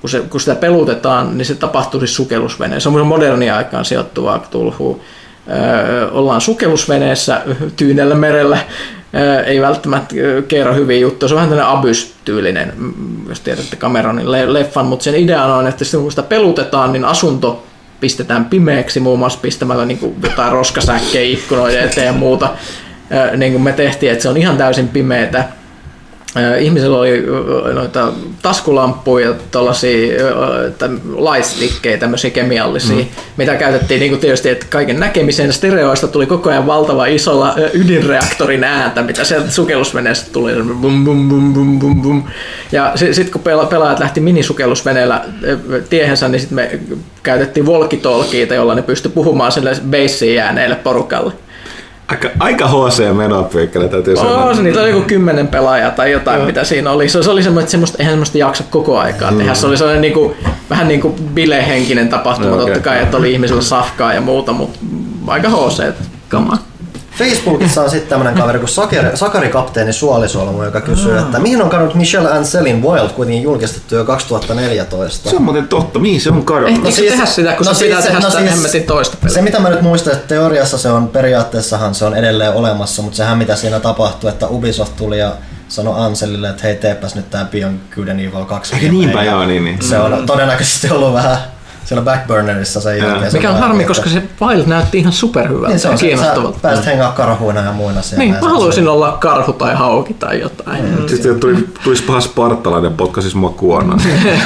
kun, se, kun sitä pelutetaan, niin se tapahtuu siis sukellusveneessä. Se on modernia aikaan sijoittuvaa Cthulhua. Öö, ollaan sukellusveneessä Tyynellä merellä. Öö, ei välttämättä kerro hyviä juttuja. Se on vähän tämmöinen Abyss-tyylinen, jos tiedätte Cameronin leffan, mutta sen ideana on, että kun sitä pelutetaan, niin asunto pistetään pimeäksi muun muassa pistämällä niin kuin jotain roskasäkkejä ikkunoiden eteen ja muuta. Öö, niin kuin me tehtiin, että se on ihan täysin pimeätä. Ihmisellä oli noita taskulamppuja ja tuollaisia lightstickejä, tämmöisiä kemiallisia, mm. mitä käytettiin niin kuin tietysti, että kaiken näkemisen stereoista tuli koko ajan valtava isolla ydinreaktorin ääntä, mitä sieltä sukellusveneestä tuli. Bum, bum, bum, bum, bum, bum. Ja sitten kun pelaajat lähti minisukellusveneellä tiehensä, niin sitten me käytettiin walkie-talkieita, jolla ne pystyi puhumaan sille beissiin jääneille porukalle. Aika, aika H C-menoa pyykkällä täytyy sanoa. Oo, se niitä oli joku kymmenen pelaajaa tai jotain, mitä siinä oli. Se, se oli semmoista, että semmoista, eihän semmoista jaksa koko aikaa tehdä. Se oli sellainen niinku, vähän niin kuin bilehenkinen tapahtuma, no, okay. Totta kai, että oli ihmisillä safkaa ja muuta, mutta aika H C-kamaa. Facebookissa on sitten tämmöinen kaveri kuin Sakari, Sakari Kapteeni Suolisolmu, joka kysyy, että mihin on kadonnut Michelle Anselin Wild, kuitenkin julkistettu jo kaksituhattaneljätoista. Se on muuten totta, mihin se on kadonnut? Ehtiikö no siis, tehdä sitä, kun no se pitää siis, tehdä no sitä siis, hemmetin toista peliä? Se mitä mä nyt muistan, että teoriassa se on, periaatteessahan se on edelleen olemassa, mutta sehän mitä siinä tapahtui, että Ubisoft tuli ja sanoi Anselille, että hei teepäs nyt tää Beyond Good and Evil kaksi. Eikä niinpä joo, niin, niin. Se on todennäköisesti ollut vähän siellä backburnerissa sen jälkeen. Mikä on harmi, koska se Wild näytti ihan superhyvältä niin, ja kiinnostavalta. Pääsit hengaa karhuina ja muina siellä. Niin, mä haluaisin olla karhu tai hauki tai jotain. Mm. Sitten tuli, tulisi paha spartalainen, potkasisi mua kuonaan.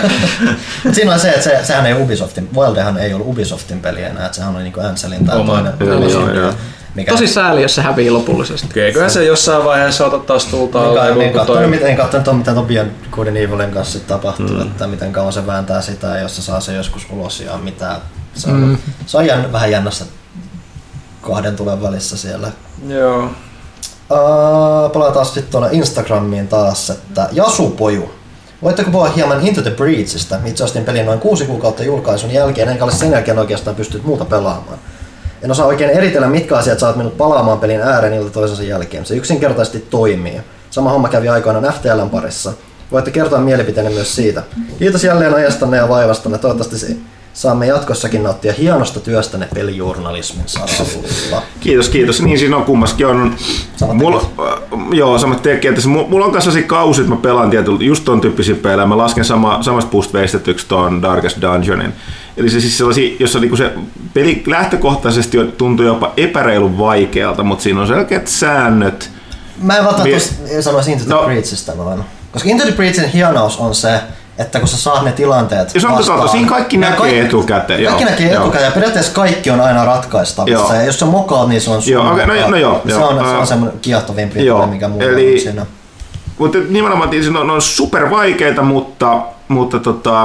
Siinä on se, että se, sehän ei Ubisoftin, Wildehan ei ollut Ubisoftin peli enää, että sehän oli niinku Anselin tai toinen. Mikä tosi sääli, jos se hävii lopullisesti. Eiköhän se jossain vaiheessa ota taas tulta alle. En katsonut, mitä ton Beyond Good and Evilin kanssa tapahtuu, mm. että miten kauan se vääntää sitä ja jos se saa se joskus ulos ja mitä. Se on, mm. se on jänn, vähän jännässä kahden tulen välissä siellä. Joo. Uh, palataan sitten tuonne Instagramiin taas, että Jasupoju. Voitteko puhua hieman Into the Breachista? Itse ostin pelin noin kuusi kuukautta julkaisun jälkeen, enkä ole sen jälkeen oikeastaan pystynyt muuta pelaamaan. En osaa oikein eritellä, mitkä asiat saat minut palaamaan pelin ääreen ilta toisensa jälkeen. Se yksinkertaisesti toimii. Sama homma kävi aikoinaan F T L:n parissa. Voitte kertoa mielipiteenne myös siitä. Kiitos jälleen ajastanne ja vaivastanne. Toivottavasti saamme jatkossakin nauttia hienosta työstänne pelijournalismin saralla. Kiitos, kiitos. Niin siinä on kummaskin. On, mulla, joo, samat tekijät. Mulla on kanssa kausi, että mä pelaan tietyllä, just ton tyyppisiä pelejä. Mä lasken sama, samasta puusta veistetyksi ton Darkest Dungeonin. Eli se siis sellaisia, jossa niinku se peli lähtökohtaisesti tuntuu jopa epäreilun vaikealta, mutta siinä on selkeät säännöt. Mä en välttämättä sanoisi Into the no. Breachista vaan. Koska Into the Breachin hienous on se, että kun sä saat ne tilanteet ja vastaan. Siinä kaikki näkee kaikki, etukäteen. Kaikki joo, näkee etukäteen ja periaatteessa kaikki on aina ratkaistavissa. Ja jos sä mokaat, niin se on sun joo, okay, no, no, joo, se, joo, on, se on semmoinen kiehtovimpi, mikä muuta on siinä. Mutta nimenomaan ne on, on super vaikeita, mutta, mutta tota,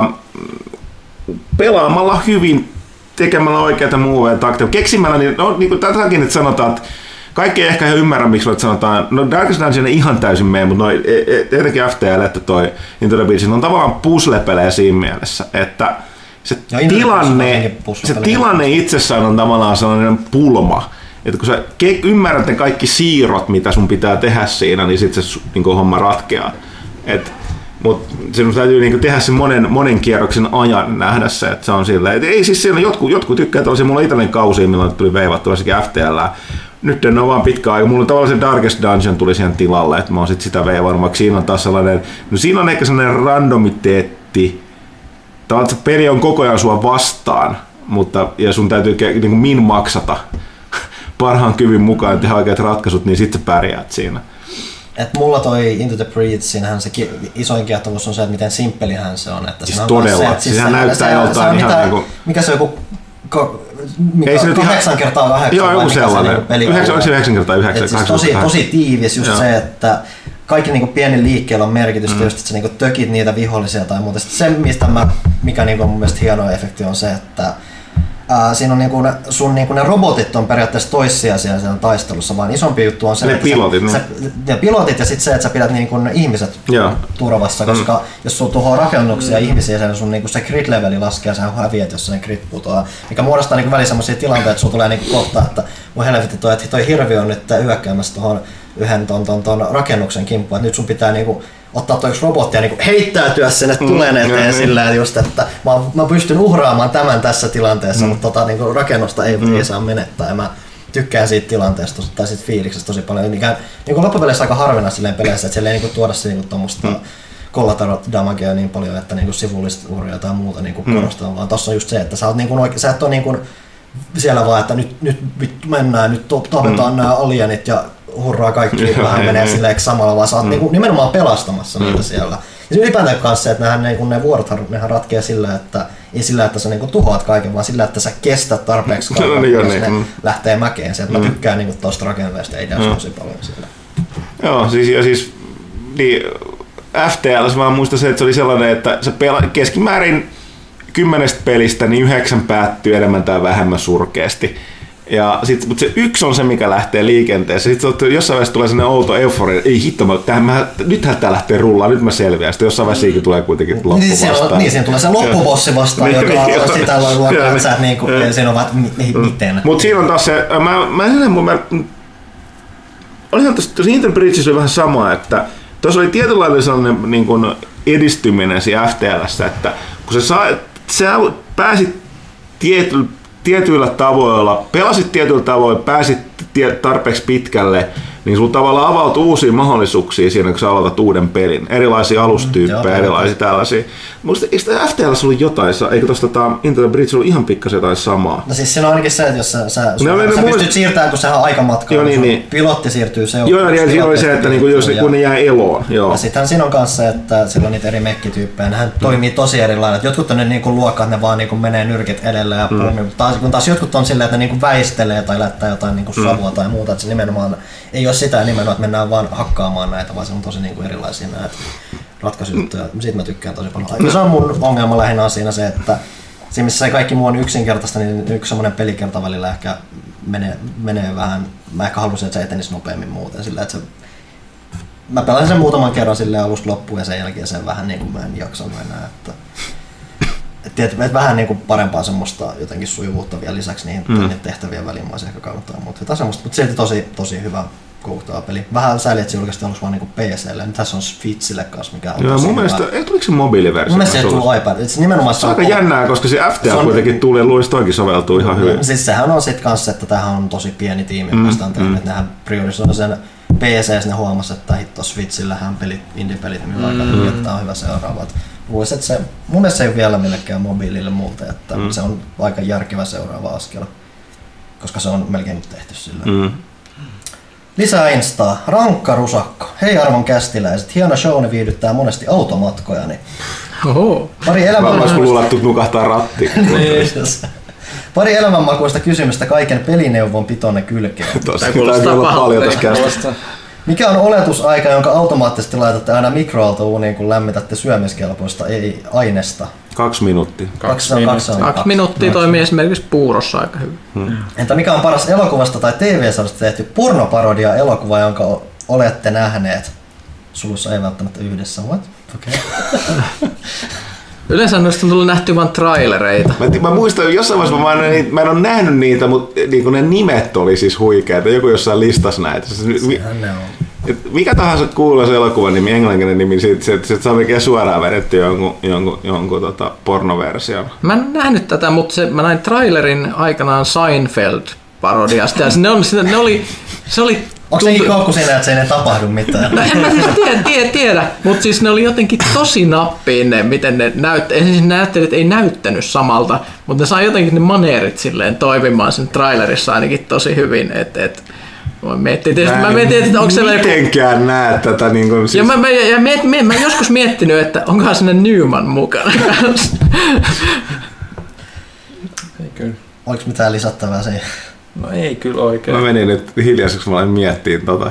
pelaamalla hyvin, tekemällä oikeita moveja, takteja, keksimällä, niin, no, niin kuin tätäkin nyt sanotaan, että kaikki ei ehkä ymmärrä, miksi sanotaan, no Darkest Dungeon ei ihan täysin mene, mutta noi, etenkin F T L, että toi Into the Breach on tavallaan puzzle-pelejä siinä mielessä, että se, tilanne, se tilanne itsessään on tavallaan sellainen pulma, että kun sä ymmärrät ne kaikki siirrot, mitä sun pitää tehdä siinä, niin sitten se niin kuin homma ratkeaa. Et, mutta sinun täytyy niinku tehdä se monen, monen kierroksen ajan nähdä se, että se on sillä. Et ei siis siellä jotkut, jotkut tykkää tällaisia, mulla on itsellinen kausia, milloin tuli veivattua varsinkin F T L. Nyt en ole vaan pitkä aika. Mulla tavallaan se Darkest Dungeon tuli siihen tilalle, että mä oon sit sitä veivannut, vaikka siinä on taas sellainen, no siinä on ehkä sellainen randomiteetti. Tavallaan se peli on koko ajan sua vastaan, mutta ja sun täytyy niinku min maksata parhaan kyvyn mukaan tehdä oikeat ratkaisut, niin sitten sä pärjäät siinä. Et mulla toi Into the Breach, siinähän se ki- isoin kiehtovuus on se, että miten simppelihän se on. Että siis todella, se, siis sehän näyttää joltain ihan niinku... Mikä se on joku... Ko, mikä ei se kahdeksan ihan... kertaa kahdeksan? Joo, joku sellainen. Yhdeksän, yhdeksän kertaa yhdeksän. Siis tosi, tosi tiivis just joo. Se, että kaikki niinku pieni liikkeellä on merkitystä, mm. just, että sä niinku tökit niitä vihollisia tai muuta. Sitten se, mistä mä, mikä niinku on mun mielestä hieno efekti on se, että Ää, siinä on niinku ne, sun niinku ne robotit on periaatteessa toissijaisia siinä taistelussa, vaan isompi juttu on se, ne että pilotit, sä, no. sä, ne pilotit ja sitten se, että sä pidät niinku ne ihmiset joo. turvassa, koska mm. jos sulla tuhoaa rakennuksia ja ihmisiä, sen sun niinku se crit-leveli laskee ja sä häviät, jos se crit putoaa, mikä muodostaa niinku väliin semmosia tilanteita, että sulla tulee niinku kohta, että mun helvetti toi, että toi hirviö on nyt hyökkäämässä tuohon yhden ton, ton, ton rakennuksen kimppuun, että nyt sun pitää niinku ottaa toi yksi robotti ja niinku heittäytyä sinne tulen eteen mm, sillä just, että mä, mä pystyn uhraamaan tämän tässä tilanteessa, mm. mutta tota, niinku rakennusta ei, mm. ei saa menettää. Ja mä tykkään siitä tilanteesta tai siitä fiiliksestä tosi paljon. Niin kuin loppupeleissä aika harvinaista silleen peleissä, että siellä ei niinku tuoda se niinku tommoista mm. collateral damagea niin paljon, että niinku sivullista uhria tai muuta niinku mm. korostaa, vaan tossa on just se, että sä, oot niinku oikein, sä et ole niinku siellä vaan, että nyt, nyt mennään, nyt tapetaan mm. nämä alienit ja hurraa kaikki vähän menee silleen samalla, vaan sä oot mm. niinku nimenomaan pelastamassa mm. niitä siellä. Ja ylipäätään kanssa, että nehän, niinku, ne vuorot nehän ratkeaa sillä, että ei sillä, että sä niinku tuhoat kaiken, vaan sillä, että sä kestät tarpeeksi kauan, no, jos niin, ne mm. lähtee mäkeen. Sieltä mm. mä tykkään niinku tosta rakenteesta ideasta mm. tosi paljon siellä. Joo, siis, ja siis niin, F T L, mä muistan se, että se oli sellainen, että se pela- keskimäärin kymmenestä pelistä niin yhdeksän päättyy enemmän tai vähemmän surkeasti. Ja sit, mutta se yksi on se, mikä lähtee liikenteeseen. Sitten jossain vaiheessa tulee sellainen outo euforia, ei hitto, mä, tähän, mä, nythän tää lähtee rullaan, nyt mä selviän. Sitten jossain vaiheessa siikin tulee kuitenkin loppu niin, vastaan. Siinä on, niin, siinä tulee se loppubossi vastaan, niin, joka niin, on sitä luokkaa, että sä niinku, siinä on vaan, että miten. Mutta siinä on taas se, mä, mä en mä, mä, olihan tuossa Inter Bridges oli vähän sama, että tuossa oli tietynlainen sellainen niin kuin edistyminen siinä F T L:ssä, että kun sä, saa, sä pääsit tiety, tietyillä tavoilla, pelasit tietyillä tavoilla, pääsit tie, tarpeeksi pitkälle, niin sulla tavallaan avaut uusia mahdollisuuksia siinä, kun sä aloitat uuden pelin. Erilaisia alustyyppejä, mm, erilaisia tällaisia. Musta eikö F T L:ssä ollut jotain, eikö tuosta Inter Bridge ollut ihan pikkasen jotain samaa? No siis siinä on ainakin se, että jos sä, sä, sun, no, sä pystyt muist... siirtämään, kun sehän on aikamatka, joo, niin, niin. pilotti siirtyy seuraavaksi. Joo, ja siinä oli se, että niinku, jos, kun ne jää eloon. Joo. Ja sittenhän siinä on kanssa se, että sillä on niitä eri mekkityyppejä, nehän mm. toimii tosi erilainen. Jotkut on ne niinku luokkaat, ne vaan niinku menee nyrkit edellä ja mm. taas, kun taas jotkut on silleen, että ne niinku väistelee tai lättää jotain niinku savua mm. tai muuta, että se nimenomaan ei ole sitä nimenomaan, että mennään vaan hakkaamaan näitä, vaan se on tosi niinku erilaisia näitä ratkaisujuttuja. Siitä mä tykkään tosi paljon. Ja se on mun ongelma lähinnä on siinä se, että siinä missä kaikki muu on yksinkertaista, niin yksi semmoinen pelikerta välillä ehkä menee, menee vähän, mä ehkä haluaisin, että se etenisi nopeammin muuten. Sillä, että se, mä pelasin sen muutaman kerran silleen alusta loppuun ja sen jälkeen sen vähän niin kuin mä en jaksanut enää. Että, et, et, et vähän niin kuin parempaa semmoista jotenkin sujuvuutta vielä lisäksi niihin mm. tehtävien väliin mä olisin ehkä kaivottaa. Mutta silti tosi, tosi hyvä kouhtaa peli. Vähän sääli, että se julkaistiin aluksi vaan niinku P C:lle. Nyt tässä on Switchille kanssa, mikä on joo, mun mielestä, ei tuliko se mobiiliversio? Mun mielestä se tuli iPad. Se, nimenomaan se on aika jännää, koska se F T L kuitenkin tuli ja luulisi toikin soveltuu ihan hyvin. Siis sehän on sit kanssa, että tämähän on tosi pieni tiimi, joka sitä on tehnyt. Mm. Nehän priorisoi sen P C:ssä, ne huomasi, että hitto Switchillähän pelit, indie-pelit myyvät aika hyvin, että tämä on hyvä seuraava. Luulisin, että se, mun mielestä se ei ole vielä millekään mobiilille muuten, että mm. se on aika järkevä seuraava askel, koska se on melkein tehty sillä. Mm. Lisää Instaa. Rankka rusakko. Hei arvon kästiläiset. Hieno show, ne viihdyttää monesti automatkojani. Oho. Pari elämänmakuista... luulattu nukahtaa rattiin. Pari elämänmakuista kysymystä kaiken pelineuvon pitonne kylkeen. Tossa pitää olla paljon tässä kästissä. Mikä on oletusaika, jonka automaattisesti laitatte aina mikroaaltouuniin, kun lämmitätte syömiskelpoista ei ainesta? Kaksi minuuttia. Kaksi, kaksi, kaksi, kaksi, kaksi minuuttia toimii esimerkiksi puurossa aika hyvin. Hmm. Entä mikä on paras elokuvasta tai T V-sarjasta tehty pornoparodia elokuva, jonka olette nähneet? Sulussa ei välttämättä yhdessä. What? Okay. Yleensä noista on tullut nähty vain trailereita. Mä, mä muistan, jossain vaiheessa mä, en, mä en ole nähnyt niitä, mutta niin ne nimet oli siis huikeita. Joku jossain listasi näitä. Sehän ne on. Et mikä tahansa kuuluisa elokuvan nimi, englanninkielinen nimi, siitä se, se saa melkein suoraan vedetty jonkun, jonkun, jonkun tota pornoversion. Mä en nähnyt tätä, mutta se, mä näin trailerin aikanaan Seinfeld-parodiasta. Ja ne, on, ne oli, se oli onko se niin koukku siinä, että se ei ne tapahdu mitään? No en mä siis tiedä, tiedä, tiedä. Mutta siis ne oli jotenkin tosi nappiin ne, miten ne näyttävät. Siis näyttelijät ei näyttänyt samalta, mutta ne sai jotenkin ne maneerit silleen toimimaan sen trailerissa ainakin tosi hyvin. Et, et, mä mietin, tietysti, mä mietin, että onko siellä mitenkään joku... näe tätä. Niin kuin siis... Ja mä, mä, ja mä, mä, mä joskus miettinyt, että onkohan sinne Newman mukana kanssa. Ei kyllä. Oliko mitään lisättävää siihen? No ei kyllä oikein. Mä menin nyt hiljaiseksi, mä aloin miettiä tota.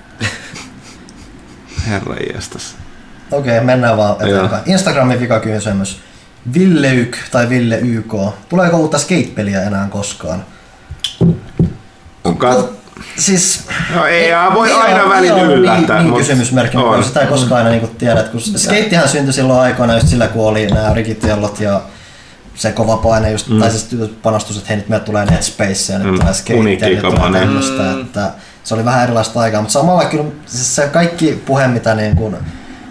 Herra iästäs. Okei, okay, mennään vaan eteenpäin. Instagramin vikakysymys. Ville Yk tai Ville Y K. Tuleeko uutta skate-peliä enää koskaan? Onkaan. No, siis... No ei, ei voi aina on, välillä yllättää. Niin, niin kysymysmerkki, mutta sitä ei koskaan aina niin tiedä. Kun skatehän syntyi silloin aikoina just sillä, kun oli nämä rikitiellot ja se kova paine, just, mm. tai siis panostus, että hei nyt meille tulee Netspace ja nyt mm. tulee skate ja tulee tämmöistä, että se oli vähän erilaista aikaa, mutta samalla kyllä siis se kaikki puhe, mitä niin kun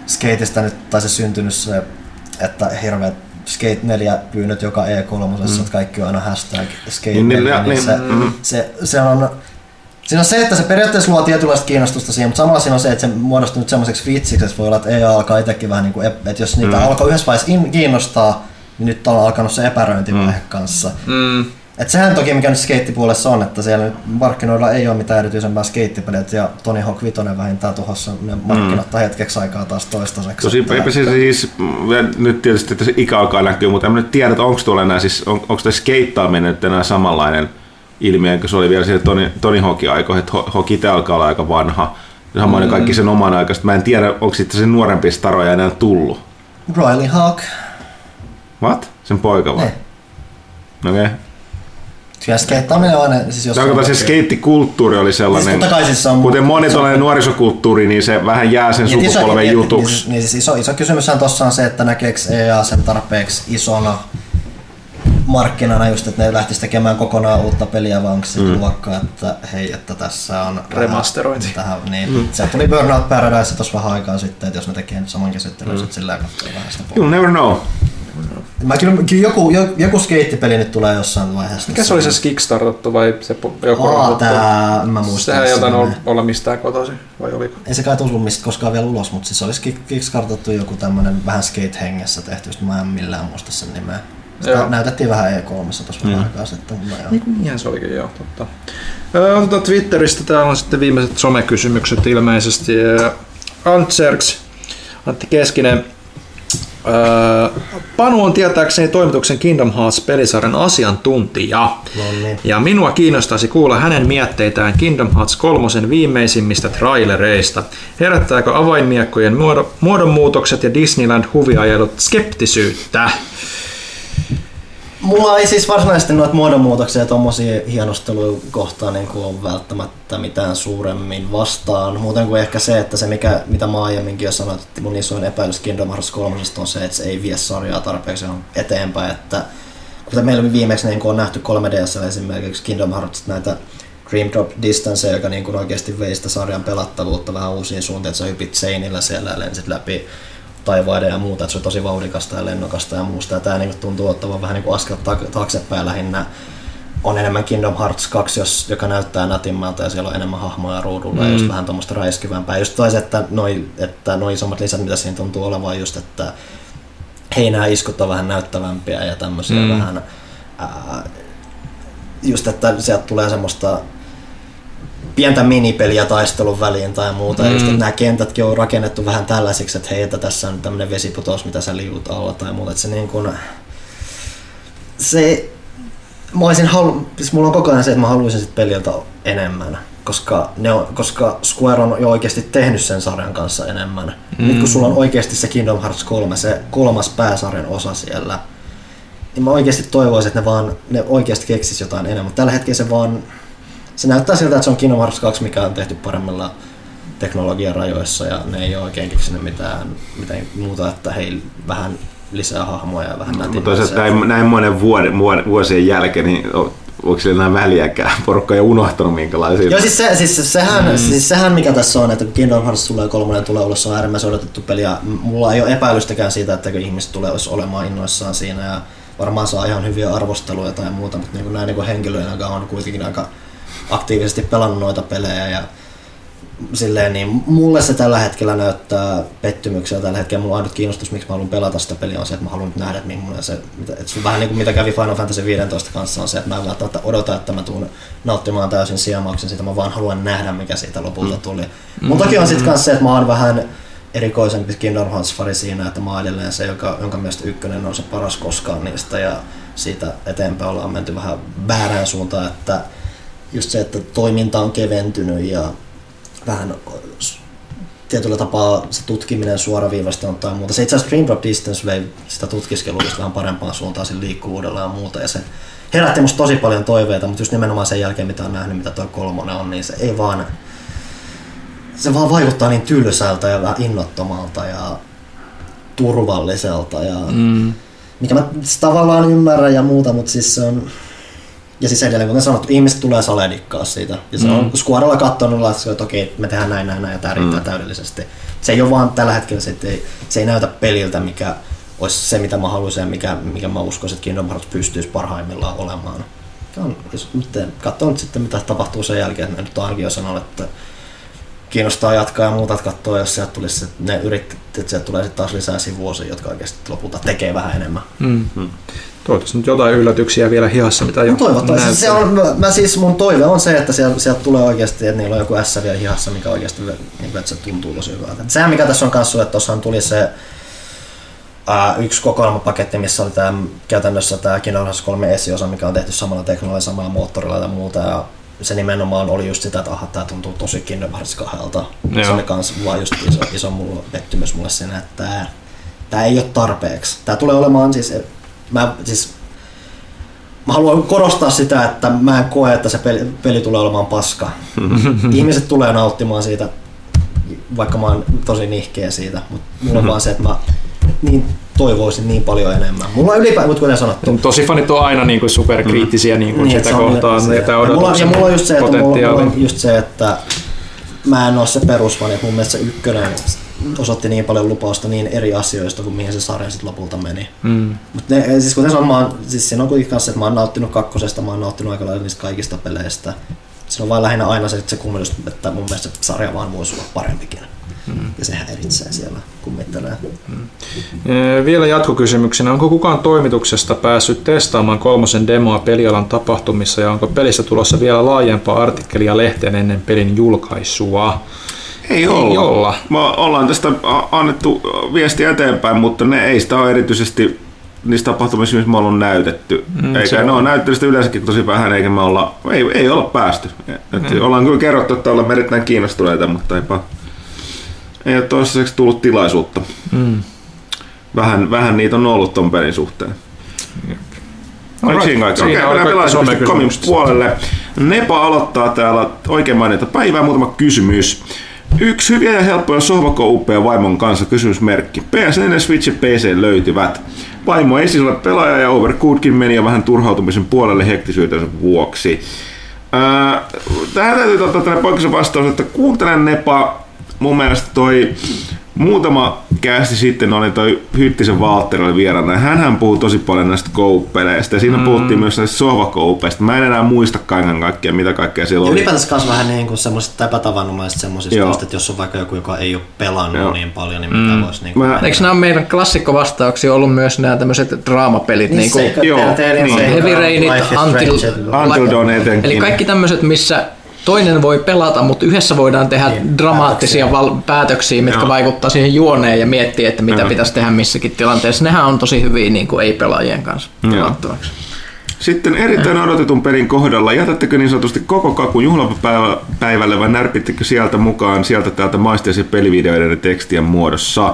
Skateista nyt, tai se syntynyt se, että hirveät Skate neljä pyynnöt joka E kolme, mm. että kaikki on aina hashtag Skate neljä, niin, niin, se, mm. se, se on siinä on se, että se periaatteessa luo tietynlaista kiinnostusta siihen, mutta samalla siinä on se, että se muodostuu nyt semmoiseksi vitsiksi, että voi olla, että E A alkaa itsekin vähän niin kuin, että jos niitä mm. alkaa yhdessä vaiheessa kiinnostaa, niin nyt on alkanut se epäröintivaihe mm. kanssa. Mm. Et sehän toki mikä nyt skeittipuolessa on, että siellä nyt markkinoilla ei ole mitään erityisempää skeittipeliä, ja Tony Hawk viisi vähintään tuossa ne markkinottaa mm. hetkeksi aikaa taas toistaiseksi. Tosi eipä siis, siis, nyt tietysti että se ikä alkaa näkyä, mutta en nyt tiedä, että onko tuolla enää, siis on, onko tämä skeittaaminen nyt enää samanlainen ilmiö, kun se oli vielä siellä Tony, Tony Hawkin aikoihin, että Hawk itse alkaa olla aika vanha. Samoin mm. kaikki sen oman aikaista. Mä en tiedä, onko sitten sen nuorempia staroja enää tullut. Riley Hawk. What? Sen poika vai? Okei. Okay. Kyllä skeittaaminen on aina... Siis Tarkoitan se skeittikulttuuri oli sellainen, siis on kuten moni tuollainen nuorisokulttuuri, niin se vähän jää sen niin sukupolven iso, jutuksi. Niin, niin siis iso, iso kysymyshän tuossa on se, että näkeekö E A sen tarpeeksi isona markkinana just, että ne lähtisi tekemään kokonaan uutta peliä, vaan onko se mm. luokka, että hei, että tässä on... Remasterointi. Tähän, niin. mm. Se tuli Burnout Paradise tuossa vähän aikaa sitten, että jos ne tekee nyt saman käsittelyn, mm. sitten sillä katsoo vähän sitä puolta. You'll never know. Mä kyllä, kyllä joku, joku skeittipeli nyt tulee jossain vaiheessa. Mikä se oli se kickstartattu vai se joku Aa, rahoittu? Tää, mä muistan. Sehän ei jotain olla, olla mistään kotoisin, vai oliko? Ei se kai tullut mistä koskaan vielä ulos, mutta siis olisi kickstartattu joku tämmönen vähän skate-hengessä tehty, mä en millään muista sen nimeä. Sitä näytettiin vähän E kolme tuossa vähän mm. aikaa sitten. Niinhän se olikin, joo, totta. Otetaan Twitteristä, täällä on sitten viimeiset somekysymykset ilmeisesti. Antserks, Antti Keskinen. Panu on tietääkseni toimituksen Kingdom Hearts-pelisarjan asiantuntija. Nonni. Ja minua kiinnostaisi kuulla hänen mietteitään Kingdom Hearts kolmosen viimeisimmistä trailereista. Herättääkö avainmiekkojen muodonmuutokset ja Disneyland-huviajelut skeptisyyttä? Mulla ei siis varsinaisesti noita muodonmuutoksia ja tommosia hienosteluja kohtaan niin kuin on välttämättä mitään suuremmin vastaan. Muuten kuin ehkä se, että se mikä, mitä mä aiemminkin jo sanoin, että mun isoin epäilys Kingdom Hearts kolme on se, että se ei vie sarjaa tarpeeksi eteenpäin. Että, kuten meillä viimeksi niin on nähty kolme D S:llä esimerkiksi Kingdom Hearts näitä Dream Drop Distance, joka niin kuin oikeasti vei sitä sarjan pelattavuutta vähän uusiin suuntiin, että sä hypit seinillä siellä ja lensit läpi taivaiden ja muuta, että se on tosi vauhdikasta ja lennokasta ja muusta. Ja tää niinku tuntuu ottavan vähän niinku askel taaksepäin lähinnä. On enemmän Kingdom Hearts kaksi, jos, joka näyttää nätimmalta ja siellä on enemmän hahmoja ruudulla mm. ja just vähän tuommoista räiskyvämpää. Just tois, että noi, että noi isommat lisät, mitä siinä tuntuu olevan just, että heinää-iskut on vähän näyttävämpiä ja tämmöisiä mm. vähän ää, just, että sieltä tulee semmoista pientä minipeliä taistelun väliin tai muuta. Mm. Ja just, että nämä kentätkin on rakennettu vähän tällaisiksi, että hei, että tässä on tämmöinen vesiputous, mitä sä liuut alla tai muuta. Että se niin kuin, se, mä olisin halu, siis mulla on koko ajan se, että mä haluaisin sit peliltä enemmän, koska, ne on, koska Square on jo oikeasti tehnyt sen sarjan kanssa enemmän. Mm. Nyt kun sulla on oikeasti se Kingdom Hearts kolme, se kolmas pääsarjan osa siellä, niin mä oikeasti toivoisin, että ne, vaan, ne oikeasti keksis jotain enemmän. Mutta tällä hetkellä se vaan se näyttää siltä, että se on Kingdom Hearts kaksi, mikä on tehty paremmilla teknologian rajoissa ja ne ei ole oikein keksinyt mitään, mitään muuta, että hei, vähän lisää hahmoja ja vähän nätimmää. Mutta toisaalta näin, näin monen vuoden, vuosien jälkeen, niin onko sillä enää väliäkään? Porukka ei unohtanut minkälaisia. Joo, siis, se, siis, sehän, mm. siis sehän mikä tässä on, että kun Kingdom Hearts tulee kolmonen tulee ulos, se on äärimmäisen odotettu peli ja mulla ei ole epäilystäkään siitä, että ihmiset tulee olemaan innoissaan siinä ja varmaan saa ihan hyviä arvosteluja tai muuta, mutta niin näin niin henkilöinä on kuitenkin aika aktiivisesti pelannut noita pelejä ja silleen, niin mulle se tällä hetkellä näyttää pettymyksiä tällä hetkellä. Mulla ainut kiinnostus, miksi mä haluan pelata sitä peliä, on se, että mä haluan nyt nähdä, että millainen se, että se vähän niin kuin mitä kävi Final Fantasy viisitoista kanssa, on se, että mä en välttämättä odota, että mä tuun nauttimaan täysin siemauksen siitä, mä vaan haluan nähdä, mikä siitä lopulta tuli. Mm. Mutta toki on sitten myös se, että mä oon vähän erikoisempi Kingdom Hearts-fari siinä, että mä oon edelleen se, joka, jonka mielestä ykkönen on se paras koskaan niistä ja siitä eteenpäin ollaan menty vähän väärään suuntaan, että just se, että toiminta on keventynyt ja vähän tietyllä tapaa se tutkiminen suoraviivasti on tai muuta. Se itse asiassa Dream Drop Distance vei sitä tutkiskelua vähän parempaan suuntaan sillä liikkuvuudella ja muuta. Ja se herätti musta tosi paljon toiveita, mutta just nimenomaan sen jälkeen mitä on nähnyt, mitä tuo kolmonen on, niin se ei vaan, se vaan vaikuttaa niin tylsältä ja vähän innottomalta ja turvalliselta. Ja mm. mikä mä tavallaan ymmärrän ja muuta, mutta siis se on Ja siis edelleen, kuten sanottu, ihmiset tulee saledikkaa siitä. Ja se mm. on Squarella katsonut, että okei, me tehdään näin, näin, näin ja tämä riittää mm. täydellisesti. Se ei ole vaan tällä hetkellä, se ei, se ei näytä peliltä, mikä olisi se, mitä mä haluaisin ja mikä, mikä mä uskoisin, että Kingdom Hearts pystyisi parhaimmillaan olemaan. On, jos katsoo nyt sitten, mitä tapahtuu sen jälkeen. Mä nyt ainakin jo sanonut, että kiinnostaa jatkaa ja muuta, että katsoo, jos sieltä tulisi, ne yrittävät, että sieltä tulee sitten taas lisää sivuosia, jotka oikeasti lopulta tekee vähän enemmän. Mm. Mm. Toivottavasti nyt jotain yllätyksiä vielä hihassa, mitä jo näyttää. Se on, mä siis mun toive on se, että sieltä, sieltä tulee oikeasti, että niillä on joku ässä vielä hihassa, mikä oikeasti niin, että se tuntuu tosi hyvältä. Sehän mikä tässä on kanssa, että tuossahan tuli se ää, yksi kokoelmapaketti, missä oli tää, käytännössä tämä Kingdom Hearts kolme esiosa, mikä on tehty samalla teknologialla, samalla moottorilla ja muuta. Ja se nimenomaan oli just sitä, että aha, tää tuntuu tosi Kingdom Hearts kahdelta. Se oli kans vaan just iso, iso mulla, pettymys mulle siinä, että tää, tää ei ole tarpeeksi. Tää tulee olemaan siis, mä, siis mä haluan korostaa sitä, että mä en koe, että se peli, peli tulee olemaan paska. Ihmiset tulee nauttimaan siitä, vaikka mä oon tosi nihkeä siitä, mutta mulla on vaan se, että mä niin toivoisin niin paljon enemmän. Mulla on ylipäätään, kuten sanottu. Tosi fanit on aina niin kuin superkriittisiä niin kuin niin, sitä kohtaan. Se, ja, mulla, ja mulla on just se, että, mulla, mulla on just se, että mä en oo se perusfani, että mun mielestä se ykkönen osoitti niin paljon lupausta niin eri asioista kuin mihin se sarja sitten lopulta meni. Mm. Mutta siis kuten sanoin, mä oon, siis siinä on kuitenkin kanssa, että mä oon nauttinut kakkosesta, mä oon nauttinut aika lailla niistä kaikista peleistä. Se on vain lähinnä aina se, se kummellus, että mun mielestä se sarja vaan voisi olla parempikin. Mm. Ja se häiritsee siellä kummittelee. Mm. Vielä jatkokysymyksenä, onko kukaan toimituksesta päässyt testaamaan kolmosen demoa pelialan tapahtumissa ja onko pelissä tulossa vielä laajempaa artikkelia lehteen ennen pelin julkaisua? Ei olla. Ei olla. Me ollaan tästä annettu viestiä eteenpäin, mutta ne ei sitä ole erityisesti niistä tapahtumista, missä me ollaan näytetty. Mm, eikä ne ole näyttänyt sitä yleensäkin tosi vähän, eikä me olla, ei, ei olla päästy. Mm. Ollaan kyllä kerrottu, että ollaan erittäin kiinnostuneita, mutta eipä, ei ole toistaiseksi tullut tilaisuutta. Mm. Vähän, vähän niitä on ollut ton pelin suhteen. Oliko siinä kaikkea? Okei, mennään pelaajakomin puolelle. Nepa aloittaa täällä oikein mainita päivää, muutama kysymys. Yksi hyviä ja helppoja sohvakouppeja vaimon kanssa kysymysmerkki. P S N, Switch ja P C löytyvät. Vaimo ei siis ole pelaaja ja Overcookkin meni jo vähän turhautumisen puolelle hektisyytensä vuoksi. Ää, tähän täytyy ottaa tällainen poikkeuksen vastaus, että kuuntelen Nepa. Mun mielestä toi muutama kästi sitten oli toi Hyttisen Valtteri oli vieraana. Hänhän puhuu tosi paljon näistä kouppeleista ja siinä mm. puhuttiin myös näistä sohvakoupeista. Mä en enää muista kaiken kaikkea, mitä kaikkea siellä oli. Ylipäätänsä myös vähän niin kuin semmoisista epätavannomaisista semmoisista, että jos on vaikka joku, joka ei ole pelannut Joo. niin paljon, niin mitä mm. voisi niin kuin... Eikö nämä meidän klassikkovastauksia ollut myös nämä tämmöiset draamapelit? Niin, niin kuin Joo, niin. Heavy Rainit, Until, Until Dawn etenkin. Eli kaikki tämmöiset, missä toinen voi pelata, mutta yhdessä voidaan tehdä niin, dramaattisia val- päätöksiä, mitkä Joo. vaikuttaa siihen juoneen ja miettiä, että mitä Joo. pitäisi tehdä missäkin tilanteessa. Nehän on tosi hyviä niin kuin ei-pelaajien kanssa pelattavaksi. Sitten erittäin odotetun pelin kohdalla, jätättekö niin sanotusti koko kakun juhlapäivälle vai närpittekö sieltä mukaan sieltä täältä maisteisia pelivideoiden ja tekstien muodossa?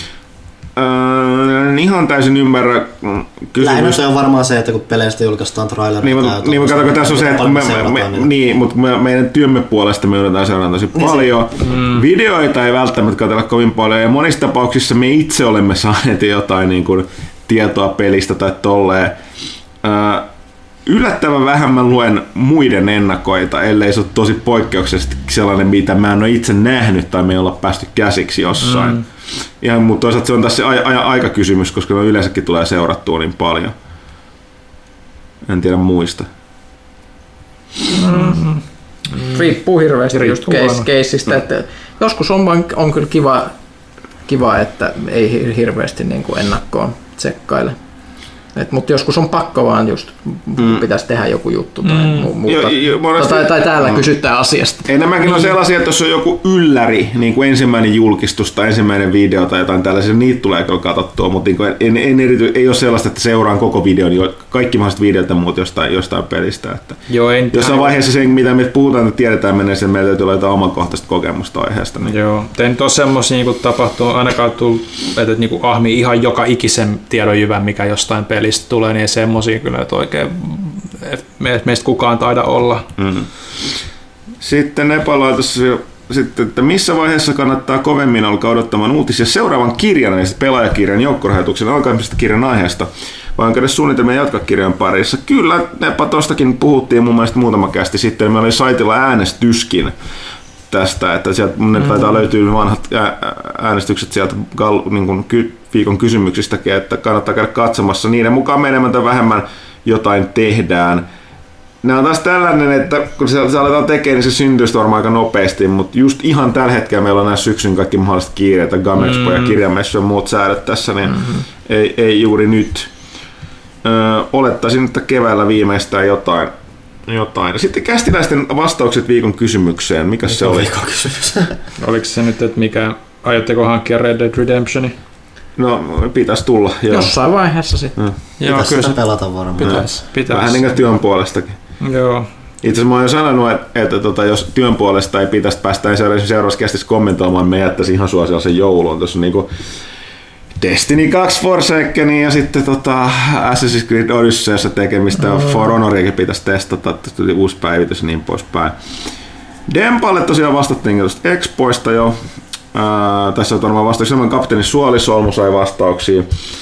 Öö, ihan täysin ymmärrä kysymys. Lähinnä se on varmaan se, että kun peleistä julkaistaan trailerit. Niin, mutta niin, katsotaan, tässä on se, että me, me, me, niin. niin, mutta me, meidän työmme puolesta me joudutaan seuraamaan tosi niin paljon. Mm. Videoita ei välttämättä katsella kovin paljon ja monissa tapauksissa me itse olemme saaneet jotain niin kuin, tietoa pelistä tai tolleen. Öö, yllättävän vähän mä luen muiden ennakoita, ellei se ole tosi poikkeuksellisesti sellainen, mitä mä en ole itse nähnyt tai me ei olla päästy käsiksi jossain. Mm. Ja, mutta toisaalta se on tässä a- a- aikakysymys, koska ne yleensäkin tulee seurattua niin paljon. En tiedä muista. Mm-hmm. Riippuu hirveästi Riippuu just keissistä. No. Että joskus on, on kyllä kiva, kiva, että ei hirveästi niin kuin ennakkoon tsekkaile. Mutta joskus on pakko vaan just, mm. pitäisi tehdä joku juttu tai mm. muuta. Jo, jo, monesti, tai, tai täällä mm. kysytään asiasta. Enemmänkin on sellaisia, että jos on joku ylläri, niin kuin ensimmäinen julkistus tai ensimmäinen video tai jotain tällaisia, niitä tulee kyllä katsottua, mutta niin en, en erity, ei ole sellaista, että seuraan koko videon, kaikki mahdolliset videot ja muut jostain, jostain pelistä. Että Joo, en, jossain vaiheessa se, mitä me puhutaan, että tiedetään mennessä, meillä täytyy olla jotain omakohtaista kokemusta aiheesta. Niin. Joo, ei nyt ole semmoisia niin tapahtuu, ainakaan tullut, että niin ahmii ihan joka ikisen tiedonjyvän, mikä jostain pelistä tulee, niin semmoisia kyllä, että oikein meistä kukaan taida olla. Mm-hmm. Sitten Nepa laitos sitten, että missä vaiheessa kannattaa kovemmin alkaa odottamaan uutisia seuraavan kirjan, ja pelaajakirjan joukkorahoituksen alkamisesta kirjan aiheesta. vai onko edes suunnitelmia jatkaa kirjan parissa? Kyllä, Neppa tostakin puhuttiin mun mielestä muutama kästi sitten. Meillä oli saitilla äänestyskin tästä, että sieltä ne taitaa löytyä vanhat äänestykset sieltä niin kuin viikon kysymyksistäkin, että kannattaa käydä katsomassa. Niiden mukaan menemään tai vähemmän jotain tehdään. Nämä on taas tällainen, että kun se aletaan tekemään, niin se syntyy varmaan aika nopeasti, mutta just ihan tällä hetkellä meillä on nämä syksyn kaikki mahdolliset kiireitä, Gamexpo ja kirjamessu ja muut säädöt tässä, niin mm-hmm. ei, ei juuri nyt. Ö, olettaisin, että keväällä viimeistään jotain. jotain. Ja sitten kästiläisten vastaukset viikon kysymykseen. Mikä se oli? Viikon kysymys. Oliko se nyt, että mikä, aiotteko hankkia Red Dead Redemptioni? No, pitäisi tulla. Joo. Jossain vaiheessa sitten. No. Pitäisi sitä pelata varmaan. Pitäisi. Pitäis. Vähän niin kuin työn puolestakin. Joo. Itse asiassa mä oon jo sanonut, että, että tota, jos työn puolesta ei pitäisi päästä niin seuraavassa kästissä kommentoimaan, me jättäisiin ihan suosiollisen jouluun. Tuossa niinku Destiny kaksi Forsaken ja sitten tota Assassin's Creed Odysseyssa tekemistä ja For Honoriakin pitäisi testata, että tuli uusi päivitys ja niin poispäin. Dempalle tosiaan vastattiin tuosta Expoista jo. Ää, tässä on varmaan vastauksia. Semmoinen kapteeni Suolisolmu sai vastauksia.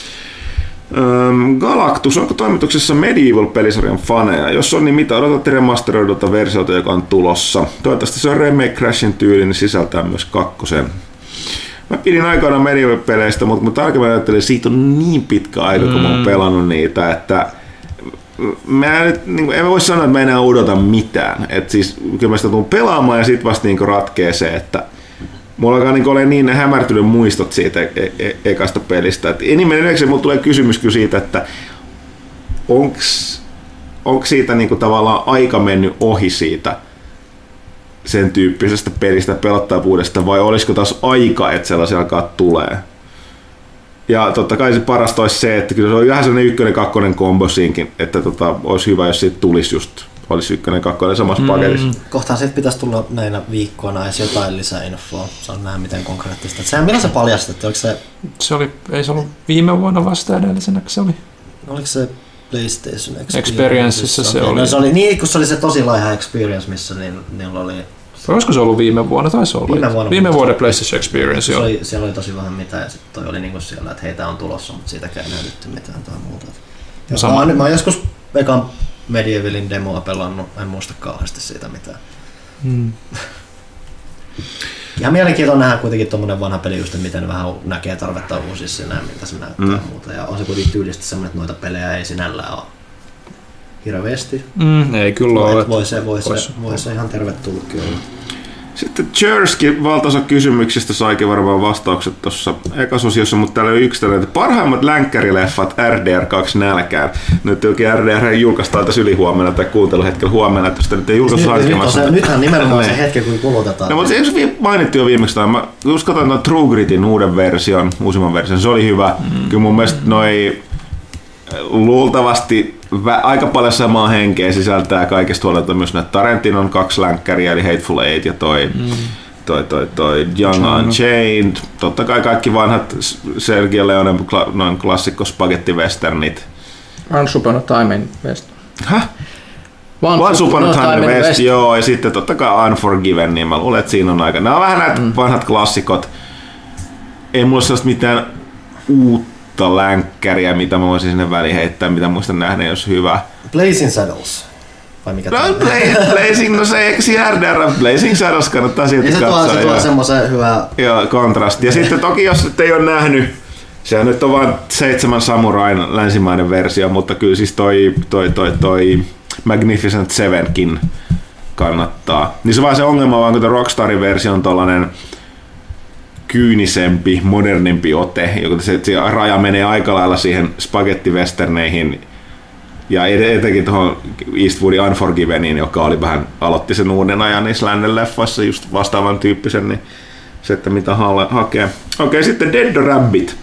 Galactus, onko toimituksessa Medieval-pelisarjan faneja? Jos on, niin mitä odotatte remasteroidulta versiota, joka on tulossa? Toivottavasti se on Remake Crashin tyylinen, niin sisältää myös kakkosen. Mä pidin aikoinaan Medieval-peleistä, mutta kun tarkemmin ajattelin, siitä on niin pitkä aika, kun mä oon pelannut niitä, että mä en, niin en voi sanoa, että mä enää odota mitään. Et siis, kyllä mä sitä tuun pelaamaan ja sit vasta niin ratkee se, että mulla alkaa niin olla niin hämärtynyt muistot siitä e- e- ekasta pelistä. Et enimmäkseen mulla tulee kysymys kyllä siitä, että onks, onko siitä niin tavallaan aika mennyt ohi siitä sen tyyppisestä pelistä pelottavuudesta vai olisiko taas aika, että sellaisia alkaa tulee. Ja totta kai se parasta olisi se, että kyllä se on vähän sellainen ykkönen kakkonen kombo siinkin, että tota, olisi hyvä, jos siitä tulisi just olisi ykkönen kakkonen samassa mm. paketissa. Kohtaan siitä pitäisi tulla näinä viikkoina edes jotain lisäinfoa. Saan nähdä miten konkreettista. Sehän milloin se paljastettiin? Oliko se... Se oli, ei se ollut viime vuonna vasta edellisenä, se oli. Oliko se PlayStation Experienceissa se oli. No, se oli. Niin, kun se oli se tosi laiha Experience, missä niin, niillä oli... Olisiko se ollut viime vuonna? Taisi olla. Viime, vuonna, viime vuoden PlayStation Experience, se oli, siellä oli tosi vähän mitään ja sitten toi oli niinku siellä, että heitä on tulossa, mutta siitäkään ei näytetty mitään tai muuta. Ja mä, oon, mä oon joskus ekan Medievalin demoa pelannut, en muista kauheasti siitä mitään. Hmm. Ihan mielenkiintoinen nähdä kuitenkin tommonen vanha peli, just miten vähän näkee tarvetta uusissa ja näin, miltä se näyttää mm. muuta. Ja on se kuitenkin tyylisesti semmoinen, että noita pelejä ei sinällään ole hirveästi. Mm, ei kyllä no, ole. Voi se, voi, se, voi se ihan tervetullutkin olla. Sitten Cherskin valtaosa kysymyksistä saikin varmaan vastaukset tuossa ekasosiossa, mutta täällä on yksi tällainen, että parhaimmat länkkärileffat R D R kaksi nälkään. Nyt jokin R D R julkaistaan tässä ylihuomenna tai kuunteluhetkellä huomenna, että sitä nyt ei julkaistu hankkimassa. Nyt, nythän nimenomaan se hetki, kun kulutetaan. No, mutta se ei mainittu jo viimeksi tai mä just katsoin tuon True Gritin uuden version, uusimman version, se oli hyvä. Mm. Kyllä mun mielestä noi luultavasti aika paljon samaa henkeä sisältää kaikesta huolelta myös näitä Tarantinon kaksi länkkäriä, eli Hateful Eight ja toi, mm. toi, toi, toi Young mm. Unchained. Totta kai kaikki vanhat Sergio Leonen noin klassikko spagetti-westernit. Once Upon a Time in West. Häh? Once, Once Upon a Time in West, West, joo, ja sitten totta kai Unforgiven, niin mä luulen, että siinä on aika. Nämä on vähän näitä mm. vanhat klassikot. Ei mulla sellaista mitään uutta länkkäriä, mitä mä voisin sinne väliin heittää, mitä muistan nähneen, jos hyvä. Blazing Saddles. Vai mikä no, Bla- Blazing, no se eikö R D R, Blazing Saddles kannattaa silti katsoa. katsoa. Se tuo semmoisen hyvää... Joo, kontrasti. Ja sitten toki, jos et ei ole nähnyt, sehän nyt on vain seitsemän samurain länsimainen versio, mutta kyllä siis toi, toi, toi, toi Magnificent Sevenkin kannattaa. Niin se vaan se ongelma vaan, kun tuo Rockstarin versio on tollanen kyynisempi, modernimpi ote, joka se, se raja menee aika lailla siihen spagetti-westerneihin ja etenkin tuohon Eastwoodin Unforgiveniin, joka oli vähän, aloitti sen uuden ajan niissä lännen leffoissa just vastaavan tyyppisen, niin se, että mitä ha- hakee. Okei, sitten Dead Rabbit.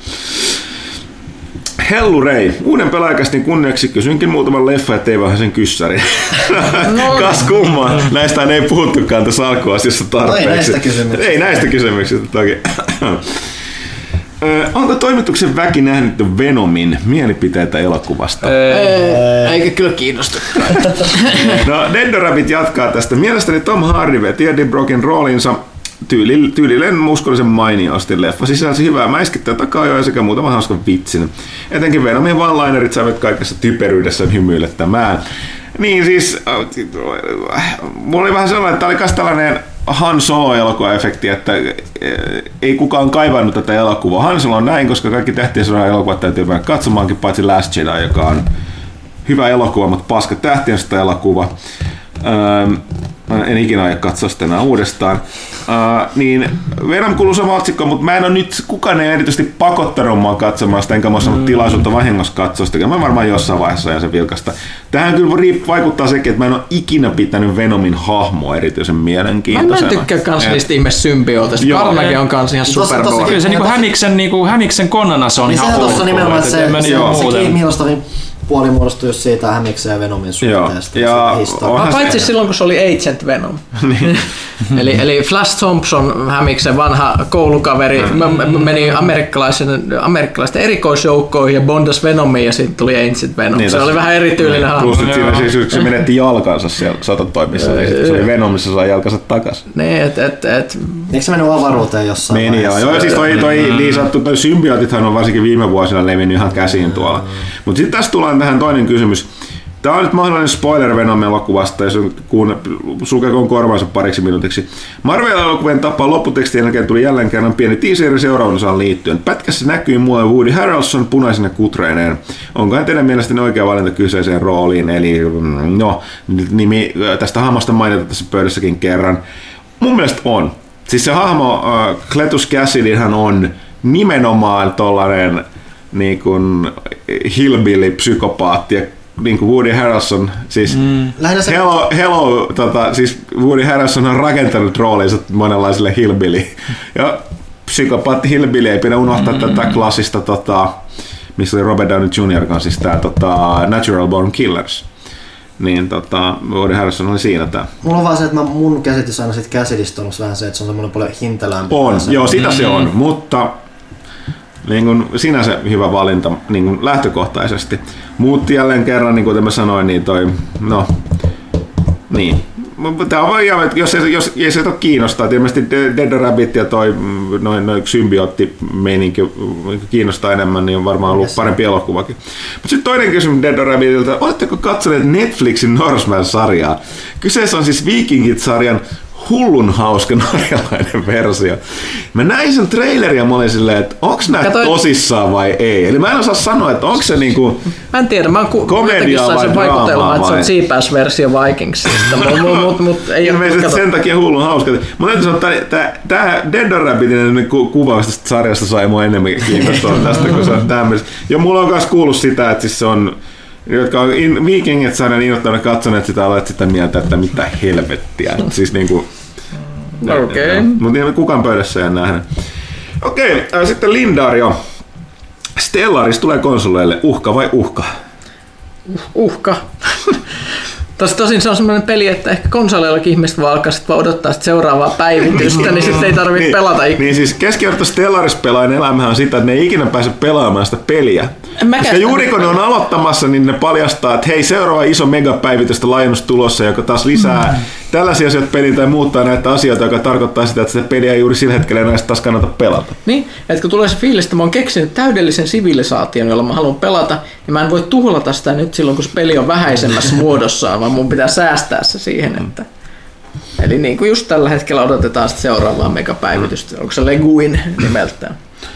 Hellu Rei, uuden pelaajakästin kunniaksi kysynkin muutaman leffa, ettei vähän sen kyssäri. No, kas kummaa, näistä ei puhuttukaan tässä alkuasiassa tarpeeksi. No ei näistä kysymyksistä. Ei näistä kysymyksistä toki. Onko toimituksen väki nähnyt Venomin mielipiteitä elokuvasta? Ei, eikä kyllä kiinnosta. No, Dead Rabbit jatkaa tästä. Mielestäni Tom Hardy veti Eddie Brockin roolinsa tyyli, tyylilleen muskollisen mainiosti. Leffa sisälsi hyvää mäiskittää takajoa sekä muutama hauskan vitsin. Etenkin Venomin one-linerit saivat kaikessa typeryydessä hymyilettämään. Niin siis, mulla oli vähän sellainen, että tämä oli myös tällainen Han Solo-elokuva-efekti, että ei kukaan kaivannut tätä elokuvaa. Han Solo on näin, koska kaikki tähtien sodan elokuvat täytyy mennä katsomaankin, paitsi Last Jedi, joka on hyvä elokuva, mutta paska tähtien sodan elokuva. Ähm, en ikinä aio katsoa sitä enää uudestaan. Uh, niin Venom kuuluu sama otsikko, mutta mä en ole nyt, kukaan ei erityisesti pakottanut mua katsomaan sitä, enkä mä ole saanut tilaisuutta vahingossa katsoa sitä. Mä varmaan jossain vaiheessa ajan sen vilkasta. Tähän kyllä vaikuttaa sekin, että mä en ole ikinä pitänyt Venomin hahmoa erityisen mielenkiintoisena. Mä en tykkää kans Et... niistä ihme symbiootista. Carnage on kans ihan superboard. Kyllä se niinku Hämiksen, niinku, Hämiksen Konnanas on niin ihan huono. Sehän nimenomaan, että se, se, se kiinnostavin puoli muodostui just siitä Hämiksen ja Venomin suhteesta. Ja paitsi se... silloin, kun se oli Agent Venom. eli, eli Flash Thompson, Hämiksen vanha koulukaveri, meni amerikkalaisten, amerikkalaisten erikoisjoukkoihin ja bondas Venomiin ja sitten tuli Agent Venom. Niin, se oli vähän erityylinen hahmo. Plus, että siinä siis se menetti jalkansa siellä sotatoimissa, niin se oli Venomissa, sai jalkansa takaisin. Niin, et, et, et... Eikö se mennyt avaruuteen jossain Meni, joo. Joo, siis toi, toi niin sanottu, toi symbiootithan on varsinkin viime vuosina levinnyt ihan käsiin tuolla. Mutta sitten tässä tullaan tähän toinen kysymys. Tämä on nyt mahdollinen spoiler Venom-elokuvasta, ja sulkekoon korvansa pariksi minuutiksi. Marvel-elokuvien tapaan lopputekstin jälkeen tuli jälleen kerran pieni teaseri seuraavan osaan liittyen. Pätkässä näkyy muuan Woody Harrelson punaisena kutreineen. Onkohan teidän mielestäni oikea valinta kyseiseen rooliin? Eli no, nimi tästä hahmosta mainitaan tässä pöydässäkin kerran. Mun mielestä on. Siis se hahmo uh, Cletus Cassidyhän on nimenomaan tollainen niin kuin hillbilly-psykopaatti, niin kuin Woody Harrelson, siis mm. hello, hello tota, siis Woody Harrelson on rakentanut roolinsa monenlaisille hillbilly. Ja psykopaatti hillbilly ei pidä unohtaa mm. tätä klassista, tota, missä oli Robert Downey juniori kanssa, siis tää tota, Natural Born Killers. Niin tota, Woody Harrelson oli siinä tää. Mulla on vaan se, että mä, mun käsitys aina sit Cassidystä on vähän se, että se on semmoinen paljon hintelämpi. On, joo, sitä mm. se on, mutta niin kun sinänsä hyvä valinta niin kun lähtökohtaisesti. Muutti jälleen kerran, niin kuten mä sanoin, niin toi, no, niin. Tää on vaan, jos ei, jos ei se ole kiinnostaa, ilmeisesti Dead Rabbit ja toi noin, noin symbiootti-meininki kiinnostaa enemmän, niin on varmaan ollut yes. parempi elokuvakin. Mutta sitten toinen kysymys Dead Rabbitilta, oletteko katsoneet Netflixin Norseman-sarjaa? Kyseessä on siis Vikingit-sarjan hullun hauska norjalainen versio. Mä näin sen trailerin ja mä olin silleen, että onks nää Katoin... tosissaan vai ei. Eli mä en osaa sanoa, että onko se niinku mä en tiedä, mä oon ku- komediaa vai sen vaikutelma, että se on cheap-ass-versio Vikingsista. mut, mut, mut, ei ilmeisesti sen takia hullun hauska. Mä täytyy sanoa, että tää Dead or Rabbitin ku- kuvaus tästä sarjasta sai mua enemmän kiinnostaa tästä, kun se on tämmöistä. Ja mulla on myös kuullut sitä, että siis se on jotka on Vikingit-sarjan innoittanut katsoneet sitä, olet sitä mieltä, että mitä helvettiä. Siis niinku okei. Okay. Mutta ei kukaan pöydässä ei nähnyt. Okei, okay, sitten Lindario. Stellaris tulee konsoleille. Uhka vai uhka? Uh, uhka. Tos, tosin se on semmoinen peli, että ehkä konsoleillakin ihmiset vaan alkaa sit vaan odottaa sit seuraavaa päivitystä, niin sitten ei tarvitse niin, pelata ikinä. Niin siis keskiverto Stellaris-pelaajan elämähän on sitä, että ne ei ikinä pääse pelaamaan sitä peliä. Koska juuri kun ne on aloittamassa, niin ne paljastaa, että hei, seuraava iso megapäivitystä laajennus tulossa, joka taas lisää mm. tällaisia asioita peliin tai muuttaa näitä asioita, joka tarkoittaa sitä, että sitä peliä ei juuri sillä hetkellä enää taas kannata pelata. Niin, että kun tulee se fiilis, että mä oon keksinyt täydellisen sivilisaation, jolla mä haluan pelata, niin mä en voi tuhlata sitä nyt silloin, kun se peli on vähäisemmässä muodossaan, vaan mun pitää säästää se siihen, että eli niin kuin just tällä hetkellä odotetaan sitä seuraavaa megapäivitystä. Onko se Leguin nimeltään?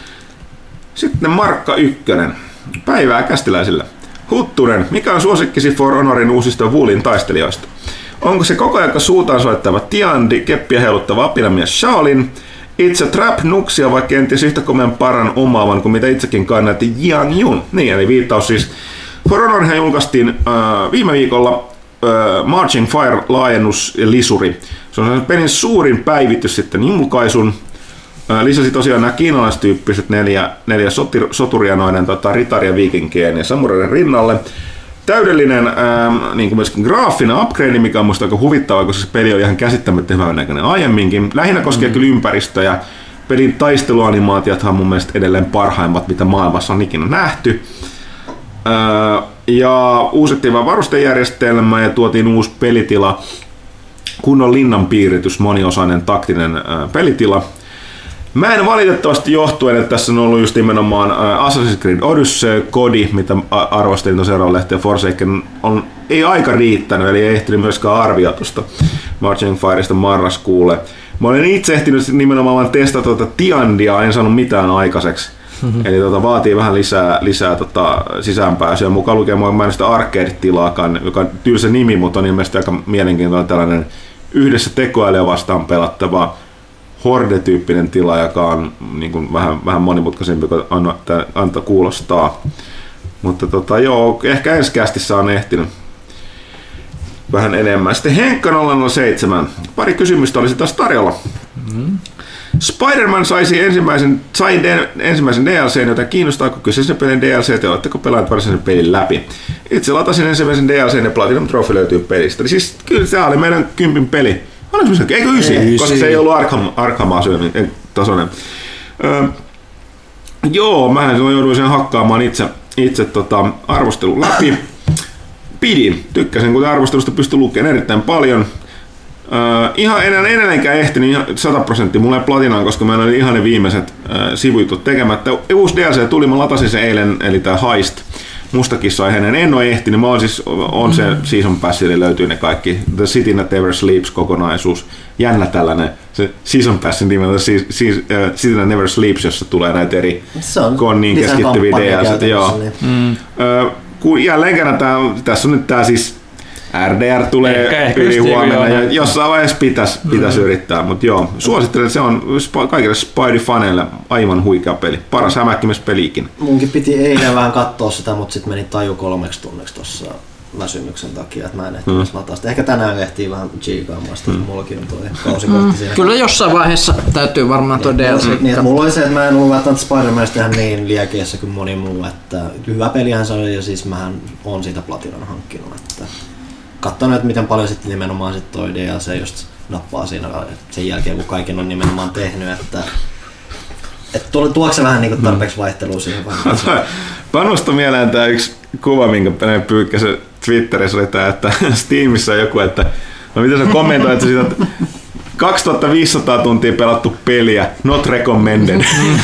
Sitten Markka Ykkönen. Päivää kästiläisillä. Huttunen, mikä on suosikkisi For Honorin uusista Woolin taistelijoista? Onko se koko ajan suutaan soittava Tiandi, keppiä heiluttava apinamies Shaolin, itse Trap Nuxia vai kenties yhtä komeen paran omaavan kuin mitä itsekin kannatti Jiang Jun? Niin, eli viittaus siis. For Honorhan julkaistiin äh, viime viikolla Uh, Marching Fire laajennus ja lisuri. Se on pelin suurin päivitys sitten julkaisun. Uh, lisäsi tosiaan nämä kiinalaistyyppiset neljä, neljä sotir, soturia noiden tota, ritaria viikinkien ja samuraiden rinnalle. Täydellinen ähm, niin kuin myöskin graafinen upgrade, mikä on musta aika huvittavaa, koska se peli on ihan käsittämättä hyvän näköinen aiemminkin. Lähinnä koskee mm. kyllä ympäristöjä. Pelin taisteluanimaatiothan on mun mielestä edelleen parhaimmat, mitä maailmassa on ikinä nähty. Uh, ja uusittiin vaan varustejärjestelmä ja tuotiin uusi pelitila. kunnon linnanpiiritys, moniosainen taktinen ää, pelitila. Mä en valitettavasti johtuen, että tässä on ollut just nimenomaan Assassin's Creed Odyssey, Kodi, mitä arvostelin tuon seuraavan lehteen, Forsaken on, ei aika riittänyt, eli ei ehtinyt myöskään arvioitusta Marching Firesta marraskuulle. Mä olen itse ehtinyt nimenomaan testata tuota Tiandia, en saanut mitään aikaiseksi. Mm-hmm. Eli tota, vaatii vähän lisää, lisää tota, sisäänpääsyä. Mukaan lukee mua sitä arcade-tilaakaan, joka on tylsä nimi, mutta on ilmeisesti aika mielenkiintoinen tällainen yhdessä tekoälyä vastaan pelattava Horde-tyyppinen tila, joka on niin kuin vähän, vähän monimutkaisempi kuin antaa, antaa kuulostaa. Mutta tota, joo, ehkä ensi kästissä on ehtinyt vähän enemmän. Sitten Henkka nolla nolla seitsemän. Pari kysymystä olisi taas tarjolla. Mm-hmm. Spider-Man saisi ensimmäisen, sai de, ensimmäisen D L C:n, jota kiinnostaako kyseisen pelin D L C, te oletteko pelannut varsinaisen pelin läpi? Itse latasin ensimmäisen D L C:n ja Platinum Trophy löytyy pelistä. Eli siis kyllä se oli meidän kympin peli. Oliko se, eikö ysi? Ei, koska se ei ollut Arkham, Arkham-asyöminen tasoinen. Öö, joo, mähän jouduin sen hakkaamaan itse, itse tota, arvostelun läpi. Pidin, tykkäsin, kuten arvostelusta pystyi lukemaan erittäin paljon. Uh, ihan enää edelleenkään ehtinyt ihan sata prosenttia mulle platinaan, koska mä olin ihan ne viimeiset uh, sivujutut tekemättä. Uusi D L C tuli, mä latasin sen eilen, eli tää Heist. Mustakissa hänen en ole ehtinyt, mä oon siis, on se Season Pass, eli löytyy ne kaikki. The City That Never Sleeps -kokonaisuus. Jännä tällainen, se Season Passin nimeltä City That Never Sleeps, jossa tulee näitä eri konniin keskittyviä D L C. Joo. Mm. Uh, kun jälleen kerran tää, tässä on nyt tää siis R D R tulee ehkä, ehkä yli huomenna ja jossain vaiheessa pitäisi pitäis mm. yrittää, mutta joo, suosittelen, että se on kaikille Spidey-faneille aivan huikea peli, paras hämähäkkimäspeli ikinä. Munkin piti eilen vähän katsoa sitä, mutta sitten meni taju kolmeksi tunniksi tuossa väsymyksen takia, että mä en ehtinyt mm. lataa sitä. Ehkä tänään ehtii vähän chiikaamaan sitä, mm. että mullakin on toi kausikortti mm. siinä. Kyllä jossain vaiheessa täytyy varmaan toi D L C. Niin, mulla oli se, että mä en ollut välttämättä Spider-Manista tehdä niin liekeessä kuin moni muu, että hyvä pelihän se oli ja siis mähän oon siitä platinan hankkinut. Että katsoin, että miten paljon sitten nimenomaan sit toi D L C just nappaa siinä sen jälkeen, kun kaiken on nimenomaan tehnyt, että et tuoksi se vähän niinku tarpeeksi vaihtelua siihen vaan. Panusta mieleen tää yksi kuva, minkä Pyykkäsen Twitterissä oli tää, että Steamissa on joku, että no miten sä kommentoit siitä, että kaksituhattaviisisataa tuntia pelattu peliä, not recommended.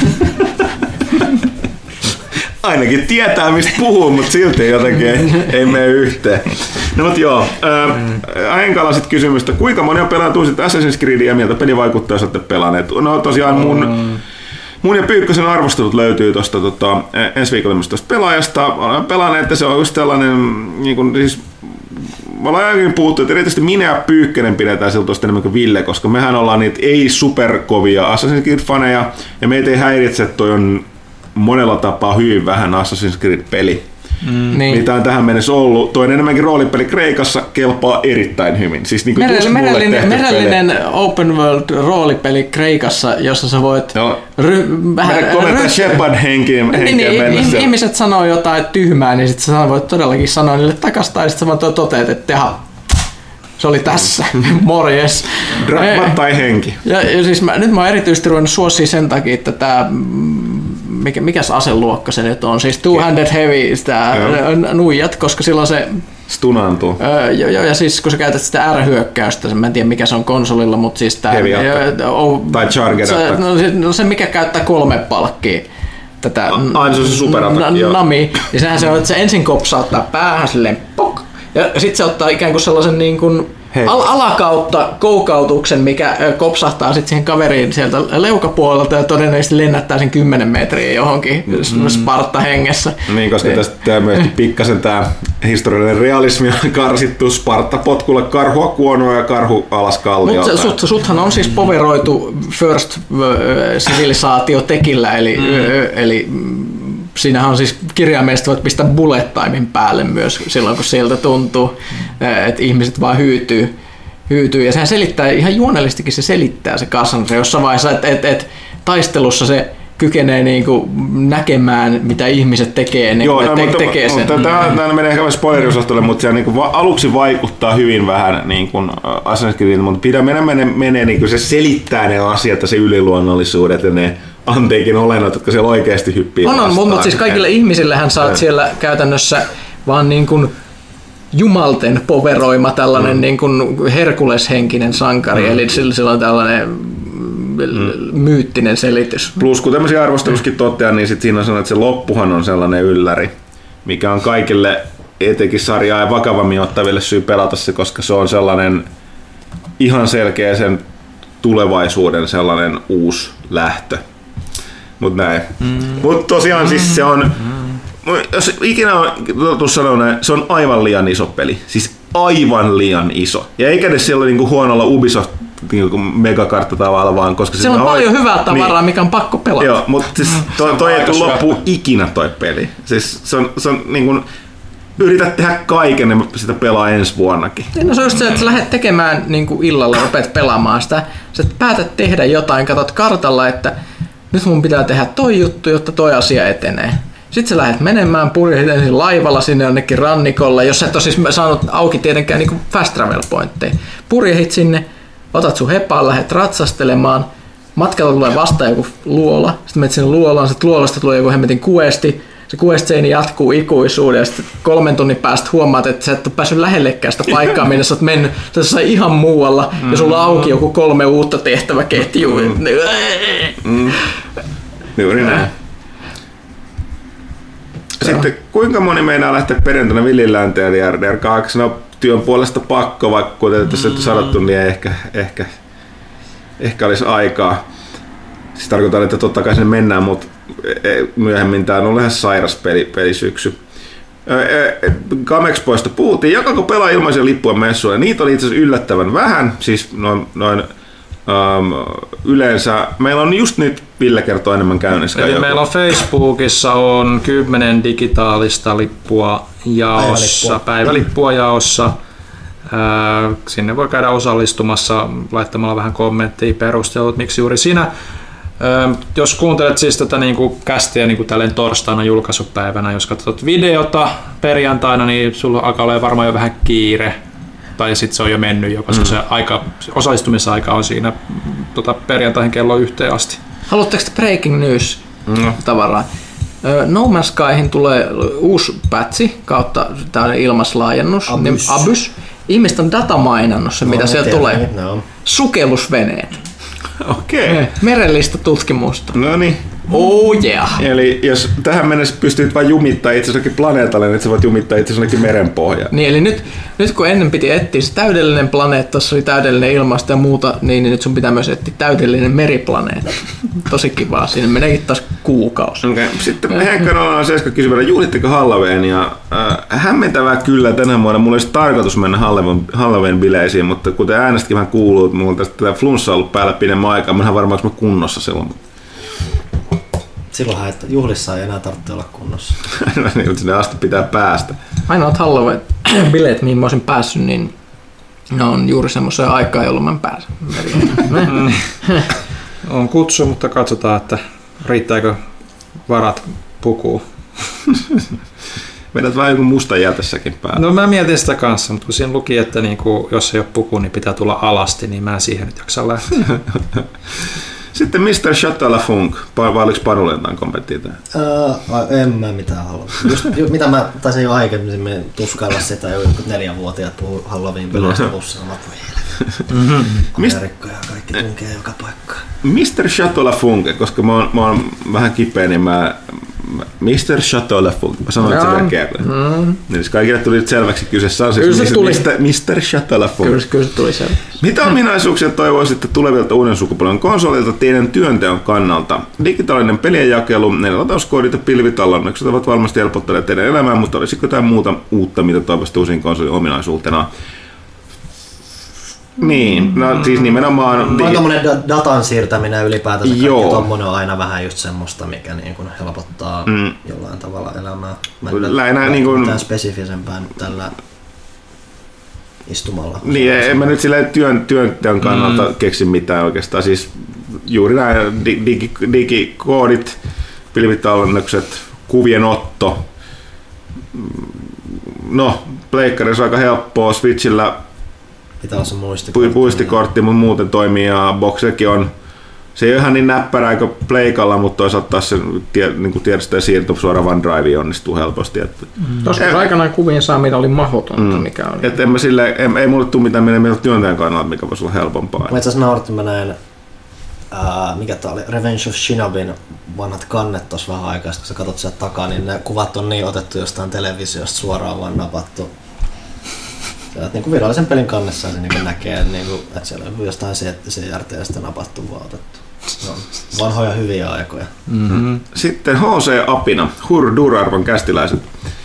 Ainakin tietää mistä puhuu, mutta silti jotenkin ei, ei mene yhteen. No mut joo, äh, Henkalla sit kysymystä, kuinka moni on pelannut uusit Assassin's Creedia ja miltä peli vaikuttaa, jos olette pelanneet? No tosiaan mun, mun ja Pyykkösen arvostelut löytyy tosta tota, ensi viikolla tästä pelaajasta. Olen pelannut, että se on just tällainen, niin kun, siis me ollaan ainakin puhuttu, että erityisesti minä ja Pyykkönen pidetään siltä tosta enemmän kuin Ville, koska mehän ollaan niitä ei superkovia Assassin's Creed-faneja ja meitä ei häiritse, että toi on monella tapaa hyvin vähän Assassin's Creed-peli. Mm. Niin. Mitä on tähän mennessä ollut. Toinen enemmänkin roolipeli Kreikassa kelpaa erittäin hyvin. Siis niin Merell, merellinen, merellinen open world roolipeli Kreikassa, jossa sä voit ry, vähän ry, Shepard-henkeä niin, niin, ihmiset sanoo jotain tyhmää, niin sitten sä voit todellakin sanoa niille takastaan, ja sitten sä vaan toteat, että jaha, se oli tässä, morjes. Drama tai henki. Ja, ja siis mä, nyt mä oon erityisesti ruvennut suosia sen takia, että tää mikä, mikäs aseluokka se nyt on, siis two-handed heavy, sitä nuijat, koska silloin se stunaantuu. Öö, joo, joo, ja siis kun sä käytät sitä R-hyökkäystä, mä en tiedä mikä se on konsolilla, mutta siis tää heavy oh, tai charger se, no, se, no se mikä käyttää kolme palkkia. Tätä aina se on se superatakki, n- nami, ja sehän se on, että se ensin kopsauttaa päähän silleen pok, ja sit se ottaa ikään kuin sellaisen niin kuin Al- alakautta koukautuksen, mikä kopsahtaa sitten siihen kaveriin sieltä leukapuolelta ja todennäköisesti lennättää sen kymmenen metriä johonkin mm. Sparta-hengessä. Niin, koska e- tästä myös pikkasen tämä historiallinen realismi on karsittu Sparta-potkulle karhua kuonoa ja karhu alas kalliolta. Mutta sut, suthan on siis poveroitu first civilisaatio tekillä, eli, mm. eli siinähän on siis kirjaimellisesti voit pistää bullet timein päälle myös silloin, kun sieltä tuntuu, että ihmiset vaan hyytyy. hyytyy. Ja sehän selittää, ihan juonellistikin se selittää se Cassandra jossain vaiheessa, että et, et, taistelussa se kykenee niinku näkemään, mitä ihmiset tekee, niin Joo, no, te- mutta, tekee sen. Mutta tämä menee ehkä spoileriosastolle, mutta se niinku aluksi vaikuttaa hyvin vähän niin kuin Assassin's Creed, mutta pidä mennä, menee, menee niin kuin se selittää ne asiat ja se yliluonnollisuudet ja ne anteikin olennot, jotka siellä oikeasti hyppii on, on, mutta siis kaikille ihmisillehän saat siellä käytännössä vaan niin kuin jumalten poveroima tällainen mm. niin kuin Herkules-henkinen sankari, mm. eli sillä on tällainen mm. myyttinen selitys. Plus kun tämmöisiä arvosteluskin toteaa, niin sit siinä on sellainen, että se loppuhan on sellainen ylläri, mikä on kaikille etenkin sarjaa ja vakavammin ottaville syy pelata se, koska se on sellainen ihan selkeä sen tulevaisuuden sellainen uusi lähtö. Mut näin. Mm. Mut tosiaan siis se on, jos ikinä on sanoa, se on aivan liian iso peli. Siis aivan liian iso. Ja eikä ne siellä niinku huonolla Ubisoft niinku megakartta tavalla vaan, koska siellä on paljon hyvää tavaraa, niin, mikä on pakko pelata. Joo, mutta siis toi, toi ei tule loppuun ikinä toi peli. Siis se on, se on niinku, yrität tehdä kaiken, niin sitä pelaa ensi vuonnakin. No se on just se, että sä lähdet tekemään niin kuin illalla, rupeat pelaamaan sitä. Sä päätät tehdä jotain, katsot kartalla, että nyt mun pitää tehdä toi juttu, jotta toi asia etenee. Sitten sä lähdet menemään, purjehit ensin laivalla sinne jonnekin rannikolle, jos sä et ole siis saanut auki tietenkään niin kuin fast travel pointteja. Purjehit sinne, otat sun hepaan, lähdet ratsastelemaan, matkalla tulee vastaan joku luola, sitten menet sinne luolaan, sitten luolasta tulee joku hemmetin kuesti, se quest-seini jatkuu ikuisuuden ja sitten kolmen tunnin päästä huomaat, että sä et ole päässyt lähellekään sitä paikkaa, minne sä oot mennyt. Sä oot ihan muualla mm. ja sulla on auki joku kolme uutta tehtäväketjua. Mm. Mm. Juuri näin. Sitten kuinka moni meinaa lähteä perjantaina Villilänteen ja R D R kaksi? No työn puolesta pakko, vaikka kuten tässä mm. sanottu, niin ehkä, ehkä, ehkä olisi aikaa. Siis tarkoitan, että totta kai sinne mennään, mutta myöhemmin tämä on ollut ihan sairas peli, pelisyksy. Gamexpoista puhuttiin, jakako pelaa ilmaisia lippuja messuille. Niitä oli itse asiassa yllättävän vähän, siis noin, noin um, yleensä. Meillä on just nyt, Ville kertoo enemmän käynnissä. Eli meillä on Facebookissa on kymmenen digitaalista lippua jaossa, päivälippua jaossa. Sinne voi käydä osallistumassa laittamalla vähän kommenttia, perustelut, miksi juuri sinä. Jos kuuntelet siis tätä niinku kästiä niinku tälleen torstaina julkaisupäivänä, jos katsot videota perjantaina, niin sulla alkaa olla varmaan jo vähän kiire. Tai sitten se on jo mennyt jo, koska mm. se aika, osallistumisaika on siinä tota, perjantaihin kello yhteen asti. Haluatteko te breaking news mm. tavaraa? No Man's Skyhin tulee uusi patchi kautta tämmöinen ilmaslaajennus, Abys. Abys. Ihmiset on datamainannut se, no, mitä sieltä tulee. No. Sukellusveneet. Okei. Okay. Merellistä tutkimusta. No niin. Oh yeah. Eli jos tähän mennessä pystyt vain jumittaa itse asiassa planeetalle, niin sä voit jumittaa itse asiassa merenpohjaan. Niin, eli nyt, nyt kun ennen piti etsiä se täydellinen planeetta, jossa oli täydellinen ilmasto ja muuta, niin, niin nyt sun pitää myös etsiä täydellinen meriplaneetta. Tosi kivaa. Siinä meneekin taas kuukausi. Okay. Sitten Henkka nolla nolla seitsemän kysyy vielä, juhlitteko Halloweenia? Äh, hämmentävää kyllä tänä vuonna. Mulla olisi tarkoitus mennä Halloween-bileisiin, mutta kuten äänestäkin vähän kuuluu, että mulla on tästä flunssa ollut päällä pidemmän aikaa. Mä en varmaan, onko mä kunnossa silloin. Silloinhan, että juhlissa ei enää tarvitse olla kunnossa. Niin, sinne asti pitää päästä. Ainoat Halloween-bileet, mihin mä olisin päässyt, niin ne on juuri semmoiseen aikaan, jolloin mä en pääse. On kutsu, mutta katsotaan, että riittääkö varat pukuun. Vedät vähän joku musta jätessäkin päällä. No mä mietin sitä kanssa, mutta kun siinä luki, että niinku, jos ei ole puku, niin pitää tulla alasti, niin mä en siihen nyt jaksa lähteä. Sitten mister Chateau-Lafunk, vai oliko Panulle jotain kommenttia tähän? Uh, en mä mitään halua. Just, mitä mä taisin jo aikaisemmin tuskailla sitä, jo neljänvuotiaat puhuu Halloween-peleistä bussilla. Mm-hmm. Amerikkoja ja kaikki tunkee joka paikkaan. mister Chateau-Lafunk, koska mä oon, mä oon vähän kipeä, niin mä... mister Chateau-Lafunk, mä sanoin sen vielä kerran. Mm. Niin kaikille tuli selväksi kyseessä on siis mister mister Chateau-Lafunk. Kyllä, kyllä se tuli selväksi. Mitä ominaisuuksia toivoisitte tulevilta uuden sukupolven konsolilta teidän työnteon kannalta? Digitaalinen pelien jakelu, ne latauskoodit ja pilvitallennukset ovat varmasti helpottaneet teidän elämää, mutta olisiko jotain muuta uutta, mitä toivoisitte uusiin konsolin ominaisuutena? Niin, no siis nimenomaan... On digi- tommonen da- datan siirtäminen ylipäätänsä, kaikki tommonen on aina vähän just semmoista, mikä niin kuin helpottaa mm. jollain tavalla elämää. Mä en Läinä, niin kuin... mitään spesifisempää nyt tällä istumalla. Niin, en mä nyt silleen työn, työnteon kannalta mm. keksi mitään oikeastaan. Siis juuri nämä digi, digikoodit, pilvitallennukset, kuvien otto. No, pleikkarissa on aika helppoa, Switchillä pitää olla se muistikortti. Muistikortti, mutta muuten toimii ja Boxellakin on se ei ole ihan niin näppärää kuin Pleikalla, mutta toisaalta taas se niin tiedosto ja siirto suoraan OneDriveen onnistuu helposti. Että mm. Joskus ei, aikanaan kuvien saaminen oli mahdotonta, mm. mikä on. Et en mä sille, ei, ei mulle tule mitään meidän työntäjän kannalta, mikä voisi olla helpompaa. Mä itse asiassa naurattiin, mä näin, ää, mikä tää oli, Revenge of Shinobin vanhat kannet tossa vähän aikaa, kun sä katsot sieltä takaa, niin ne kuvat on niin otettu jostain televisiosta suoraan vaan napattu. Niin kuin virallisen pelin kannessa se niin näkee, niin kuin, että siellä on jostain C R T:stä napattu vaan otettu. No, vanhoja hyviä aikoja. Mm-hmm. Sitten H C-apina, Hur-Dur-arvon kästiläiset.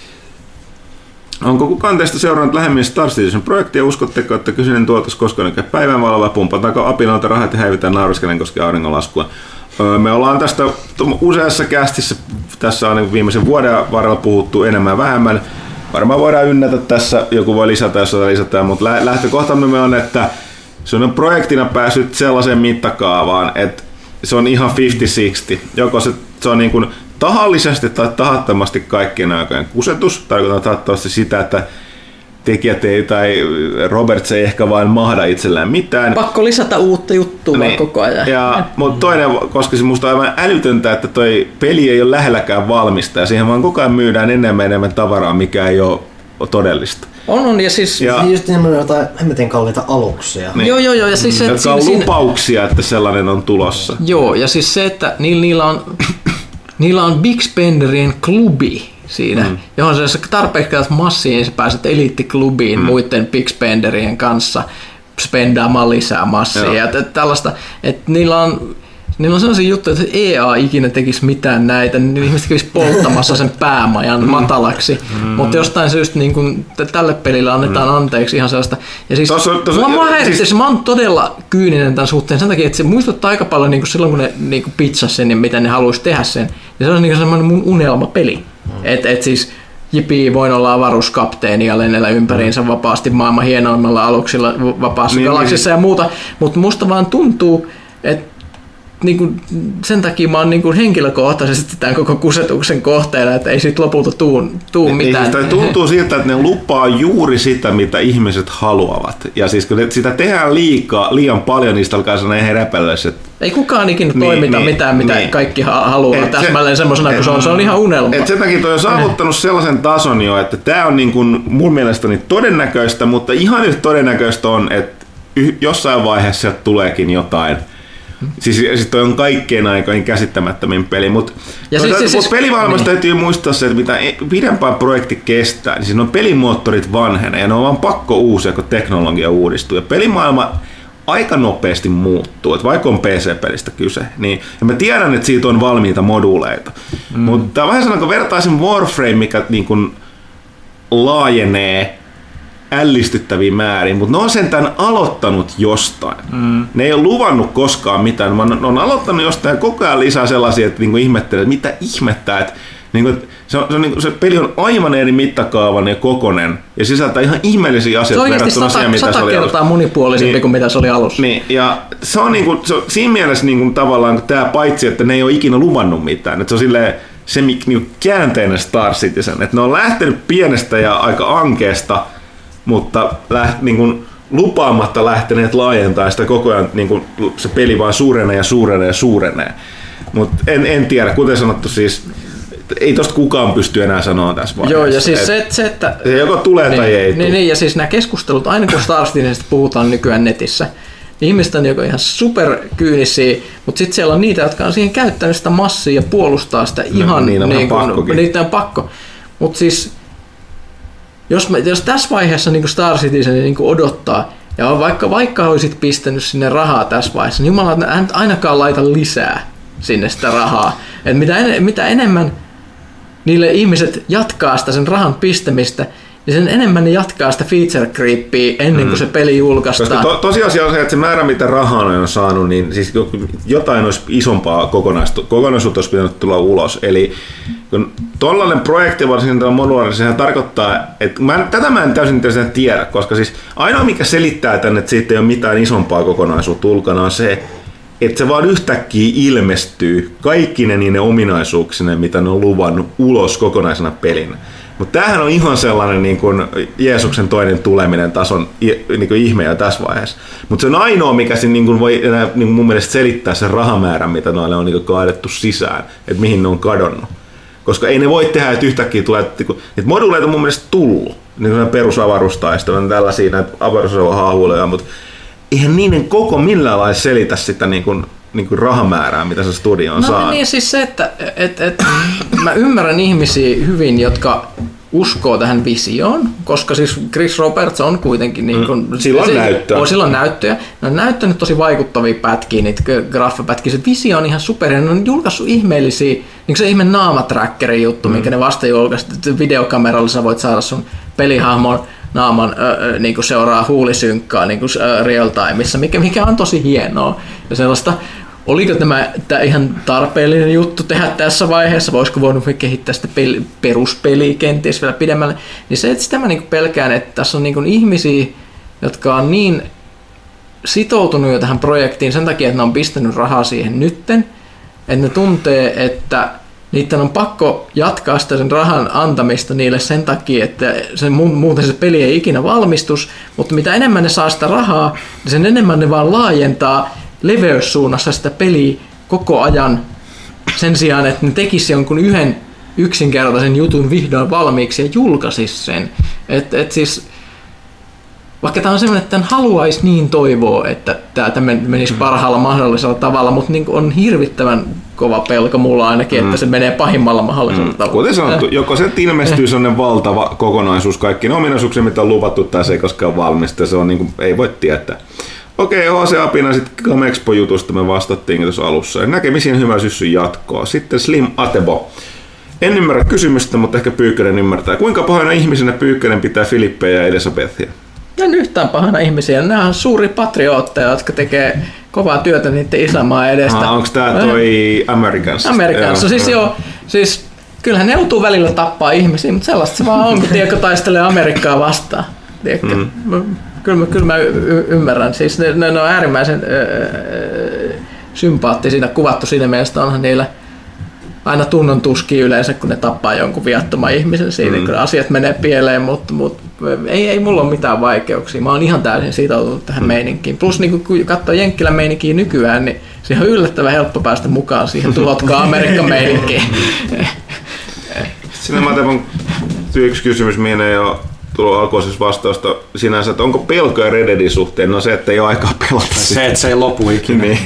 Onko kukaan teistä seurannut lähemmin Star Citizen projektia? Uskotteko, että kyseinen tuotos koskaan käy päivänvaloa vai pumpataanko apinalta rahat ja häivitään nauriskelen koskee auringonlaskua? Me ollaan tästä useassa kästissä, tässä on viimeisen vuoden varrella puhuttu enemmän ja vähemmän. Varmaan voidaan ynnätä tässä, joku voi lisätä, jos sitä lisätään, mutta lähtökohtamme me on, että se on projektina päässyt sellaiseen mittakaavaan, että se on ihan viisikymmentä kuusikymmentä. Joko se, se on niin kuin tahallisesti tai tahattomasti kaikkien aikojen kusetus, tarkoittaa tahattomasti sitä, että tekijät ei, tai Roberts ei ehkä vain mahda itsellään mitään. Pakko lisätä uutta juttua niin, koko ajan. Ja, mutta toinen, koska se musta on aivan älytöntä, että toi peli ei ole lähelläkään valmista, ja siihen vaan koko ajan myydään enemmän enemmän tavaraa, mikä ei ole todellista. On, on, ja siis... Ja just nimenomaan jotain hemmetin kalliita aluksia. Niin. Joo, joo, joo. Ja siis mm. se, jotka on siinä, lupauksia, että sellainen on tulossa. Joo, ja siis se, että niillä, niillä on, niillä on Big Spenderien klubi siinä, mm. johon se tarpeeksi käytät massiin, niin sä pääset eliittiklubiin mm. muiden Big Spenderien kanssa spendaamaan lisää massia. Ja t- tällaista, että niillä on... Niillä on sellaisia juttuja, että E A ikinä tekisi mitään näitä, niin ihmiset kävisi polttamassa sen päämajan matalaksi, mm. mutta jostain syystä niin kun tälle pelille annetaan anteeksi ihan sellaista. Ja siis, tossa, tossa, mua häiritsee, siis, mä oon todella kyyninen tämän suhteen sen takia, että se muistuttaa aika paljon niin silloin, kun ne niin pitsasi sen ja miten ne haluaisi tehdä sen. Ja se on niin semmoinen mun unelmapeli. Mm. Että et siis jipii, voin olla avaruuskapteeni ja lennellä ympäriinsä vapaasti maailman hienoimmalla aluksilla vapaassa niin, galaksissa niin. ja muuta, mutta musta vaan tuntuu, että niin kuin, sen takia mä oon niin kuin henkilökohtaisesti tämän koko kusetuksen kohteena, että ei siitä lopulta tuu, tuu mitään. Ei, tuntuu siltä, että ne lupaa juuri sitä, mitä ihmiset haluavat. Ja siis kun sitä tehdään liikaa, liian paljon, niistä alkaa sellainen heräpellys. Ei kukaan ikinä niin, toimita niin, mitään, mitä niin. kaikki haluaa et täsmälleen se, semmoisena, kun se on, se on ihan unelma. Et sen takia toi on saavuttanut sellaisen tason jo, että tämä on niin kuin mun mielestäni todennäköistä, mutta ihan yhtä todennäköistä on, että jossain vaiheessa sieltä tuleekin jotain. Siis, siis toi on kaikkein aikoin käsittämättömin peli, mutta siis, siis, siis, pelimaailmasta niin. täytyy muistaa se, että mitä pidempään projekti kestää, niin siis on pelimoottorit vanhenee ja ne on vaan pakko uusia, kun teknologia uudistuu. Ja pelimaailma aika nopeasti muuttuu, että vaikka on P C-pelistä kyse, niin ja mä tiedän, että siitä on valmiita moduuleita, mm. mutta tämä on vähän sellainen, kun vertaisin Warframe, mikä niin kuin laajenee ällistyttäviä määrin, mutta ne on sentään aloittanut jostain. Mm. Ne ei ole luvannut koskaan mitään, vaan ne on aloittanut jostain ja koko ajan lisää sellaisia, että niinku ihmettelee, että mitä ihmettää, että niinku, se, on, se, on, niinku, se peli on aivan eri mittakaavan ja kokonen ja sisältää ihan ihmeellisiä asioita verrattuna siihen, mitä se oli alussa. Se on kertaa monipuolisempi niin, kuin mitä se oli alussa. Niin, ja se on, niinku, se on siinä mielessä niinku, tavallaan tämä paitsi, että ne ei ole ikinä luvannut mitään, että se on silleen, se niinku, käänteinen Star Citizen, että ne on lähtenyt pienestä ja aika ankeesta, mutta läht, niin kuin, lupaamatta lähteneet laajentamaan sitä koko ajan, niin kuin, se peli vaan suurenee ja suurenee ja suurenee. Mutta en, en tiedä, kuten sanottu, siis ei tosta kukaan pysty enää sanoa tässä vaiheessa. Joo, ja siis se, se että... Se joko tulee niin, tai ei niin, niin, ja siis nämä keskustelut, aina kun Star Citizenistä puhutaan nykyään netissä, niin ihmiset on joko ihan superkyynisiä, mutta sitten siellä on niitä, jotka on siihen käyttänyt sitä massia ja puolustaa sitä ihan... No, niin on niin pakkokin. Niitä on pakko. Mutta siis... Jos, me, jos tässä vaiheessa niin Star Citizen niin odottaa, ja vaikka, vaikka olisit pistänyt sinne rahaa tässä vaiheessa, niin jumala, että ainakaan laita lisää sinne sitä rahaa. Et mitä, en, mitä enemmän niille ihmiset jatkaa sitä sen rahan pistämistä, niin sen enemmän ne jatkaa sitä feature creepia ennen kuin mm. se peli julkaistaan. Koska to, tosiasia on se, että se määrä, mitä rahaa on saanut, niin siis jotain olisi isompaa kokonaisuutta olisi pitänyt tulla ulos. Eli kun tollainen projekti, varsinkin tällä modulaarissa, sehän tarkoittaa, että mä en, tätä mä en täysin tiedä, koska siis ainoa mikä selittää tänne, että siitä ei ole mitään isompaa kokonaisuutta ulkona, on se, että se vaan yhtäkkiä ilmestyy kaikki ne niine ominaisuuksine, mitä ne on luvannut ulos kokonaisena pelinä. Mutta tämähän on ihan sellainen niin kuin Jeesuksen toinen tuleminen tason niin kuin ihme jo tässä vaiheessa. Mutta se on ainoa, mikä siinä niin kuin voi enää, niin kuin mun mielestä selittää sen rahamäärän, mitä noille on niin kuin kaadettu sisään, että mihin ne on kadonnut. Koska ei ne voi tehdä, että yhtäkkiä tulee, että niitä moduuleita on mun mielestä tullut. Niin kuin perusavarustaistelu, on tällaisia näitä avaruushaahuiluja, mutta eihän niiden koko millään lailla selitä sitä niin kuin, niin kuin rahamäärää, mitä se studio on no, saanut. Niin siis se, että et, et, mä ymmärrän ihmisiä hyvin, jotka uskoo tähän visioon, koska siis Chris Roberts on kuitenkin niin kuin, mm, sillä on näyttöä. On, sillä on näyttöjä. Ne on näyttänyt tosi vaikuttavia pätkiä, niitä graffapätkiä. Se visio on ihan super. Ne on julkaissut ihmeellisiä, niin kuin se ihme naamatrackerin juttu, mm. minkä ne vasta julkaisivat. Videokameralla sä voit saada sun pelihahmon naaman äh, niin kuin seuraa huulisynkkaa niin kuin äh, real timeissa, mikä, mikä on tosi hienoa. Ja sellaista, oliko tämä, tämä ihan tarpeellinen juttu tehdä tässä vaiheessa, voisiko voinut kehittää sitä peli, peruspeliä kenties vielä pidemmälle, niin se, että sitä mä niin kuin pelkään, että tässä on niin kuin ihmisiä, jotka on niin sitoutunut jo tähän projektiin sen takia, että ne on pistänyt rahaa siihen nytten, että ne tuntee, että niiden on pakko jatkaa sitä sen rahan antamista niille sen takia, että se, muuten se peli ei ikinä valmistus, mutta mitä enemmän ne saa sitä rahaa, niin sen enemmän ne vaan laajentaa leveyssuunnassa sitä peliä koko ajan sen sijaan, että ne tekisi jonkun yhden yksinkertaisen jutun vihdoin valmiiksi ja julkaisisi sen. Et, et siis, vaikka tämä on sellainen, että tämän haluaisi niin toivoa, että tämä menisi parhaalla mahdollisella tavalla, mutta niin on hirvittävän kova pelko mulla ainakin, että se menee pahimmalla mahdollisella mm. tavalla. Kuten sanottu, joko se ilmestyy sellainen valtava kokonaisuus, kaikki ne ominaisuuksia, mitä on luvattu, tai se ei koskaan valmista, se on niin kuin, ei voi tietää. Okei, H C Apina sitten Gamexpo-jutusta me vastattiin tuossa alussa. Näkemisiin hyvää syssyn jatkoa. Sitten Slim Atebo. En ymmärrä kysymystä, mutta ehkä Pyykkönen ymmärtää. Kuinka pahana ihmisenä Pyykkönen pitää Filippeä ja Elisabethia? En yhtään pahana ihmisiä. Nämä on suuri patriootteja, jotka tekee kovaa työtä niiden isänmaan edestä. Ah, onko tämä toi Americans? Americans. Joo. Siis joo, siis kyllähän ne joutuu välillä tappaa ihmisiä, mutta sellaista se vaan on, kun tiedätkö, taistelee Amerikkaa vastaan. Mm. Kyllä, kyllä mä y- ymmärrän. Siis ne, ne on äärimmäisen öö, sympaattisia kuvattu siinä mielessä, onhan niillä aina tunnon tuskia yleensä, kun ne tappaa jonkun viattoman ihmisen siinä, mm. kun asiat menee pieleen, mutta, mutta ei, ei mulla ole mitään vaikeuksia. Mä oon ihan täysin sitoutunut tähän mm. meininkiin. Plus niin kun katsoo Jenkkilän meininkiä nykyään, niin siihen on yllättävän helppo päästä mukaan siihen tulotkaa Amerikan meininkiin. Sinne mä tein yksi kysymys, mihin ei ole tullut alkuisessa vastausta sinänsä, että onko pelkoja Red Deadin suhteen? No se, että ei ole aikaa pelata. Se, että se ei lopu ikinä. Niin.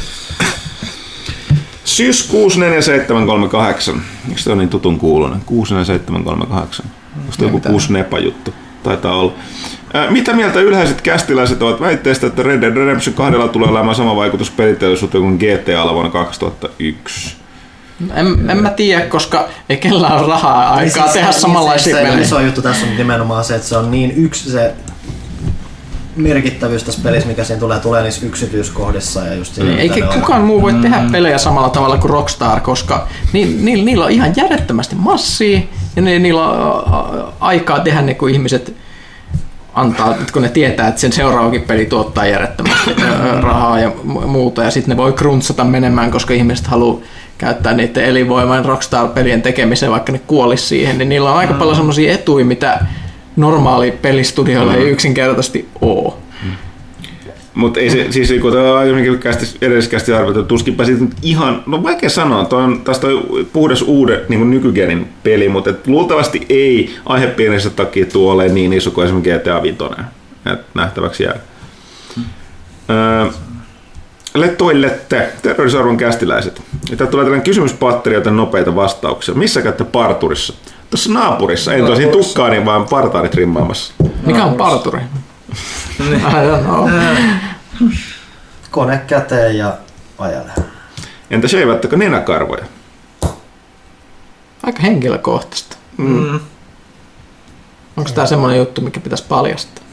Sys kuusi neljä seitsemän kolme kahdeksan. Eikö se ole niin tutun kuulonen? kuusi neljä seitsemän kolme kahdeksan. Onko se joku kuusi nepa juttu? Taitaa olla. Ää, mitä mieltä ylhäiset kästiläiset ovat väitteestä, että Red Dead Redemption kahdella tulee olemaan sama vaikutus peliteollisuuteen kuin G T A:lla vuonna kaksituhattayksi? En, en mä tiedä, koska ei kellään ole rahaa aikaa siis tehdä samanlaisia pelejä. Iso juttu tässä on nimenomaan se, että se on niin yksi se merkittävyys tässä pelissä, mikä siinä tulee, tulee niissä yksityiskohdissa. Ja just siinä, eikä kukaan on. muu voi tehdä mm. pelejä samalla tavalla kuin Rockstar, koska ni, ni, niillä on ihan järjettömästi massia ja ni, niillä on aikaa tehdä ne, kun ihmiset antaa, kun ne tietää, että sen seuraavakin peli tuottaa järjettömästi rahaa ja muuta, ja sitten ne voi kruntsata menemään, koska ihmiset haluaa käyttää niiden elinvoiman Rockstar-pelien tekemiseen, vaikka ne kuolisi siihen, niin niillä on aika paljon semmoisia etuja, mitä normaali pelistudioilla ei yksinkertaisesti ole. Mutta ei se, siis kun aikaisemminkin edelliskästi arvioitu, tuskinpä siitä ihan, no vaikea sanoa, toi on, tästä on puhdas uuden niin nykygenin peli, mutta et luultavasti ei aihepiirinsä takia tuo ole niin iso kuin esimerkiksi G T A viisi, että nähtäväksi jää. Hmm. Öö, Lettoillette, terveysarvon kästiläiset. Täällä tulee tällainen kysymyspatteri, joten nopeita vastauksia. Missä käytte parturissa? Tuossa naapurissa, en tosin tukkaani, vaan partaarit rimmaamassa. Mikä on parturi? Kone käteen ja ajele. Entä sheivatteko nenäkarvoja? Aika henkilökohtaista. Mm. Onko tämä semmoinen juttu, mikä pitäisi paljastaa?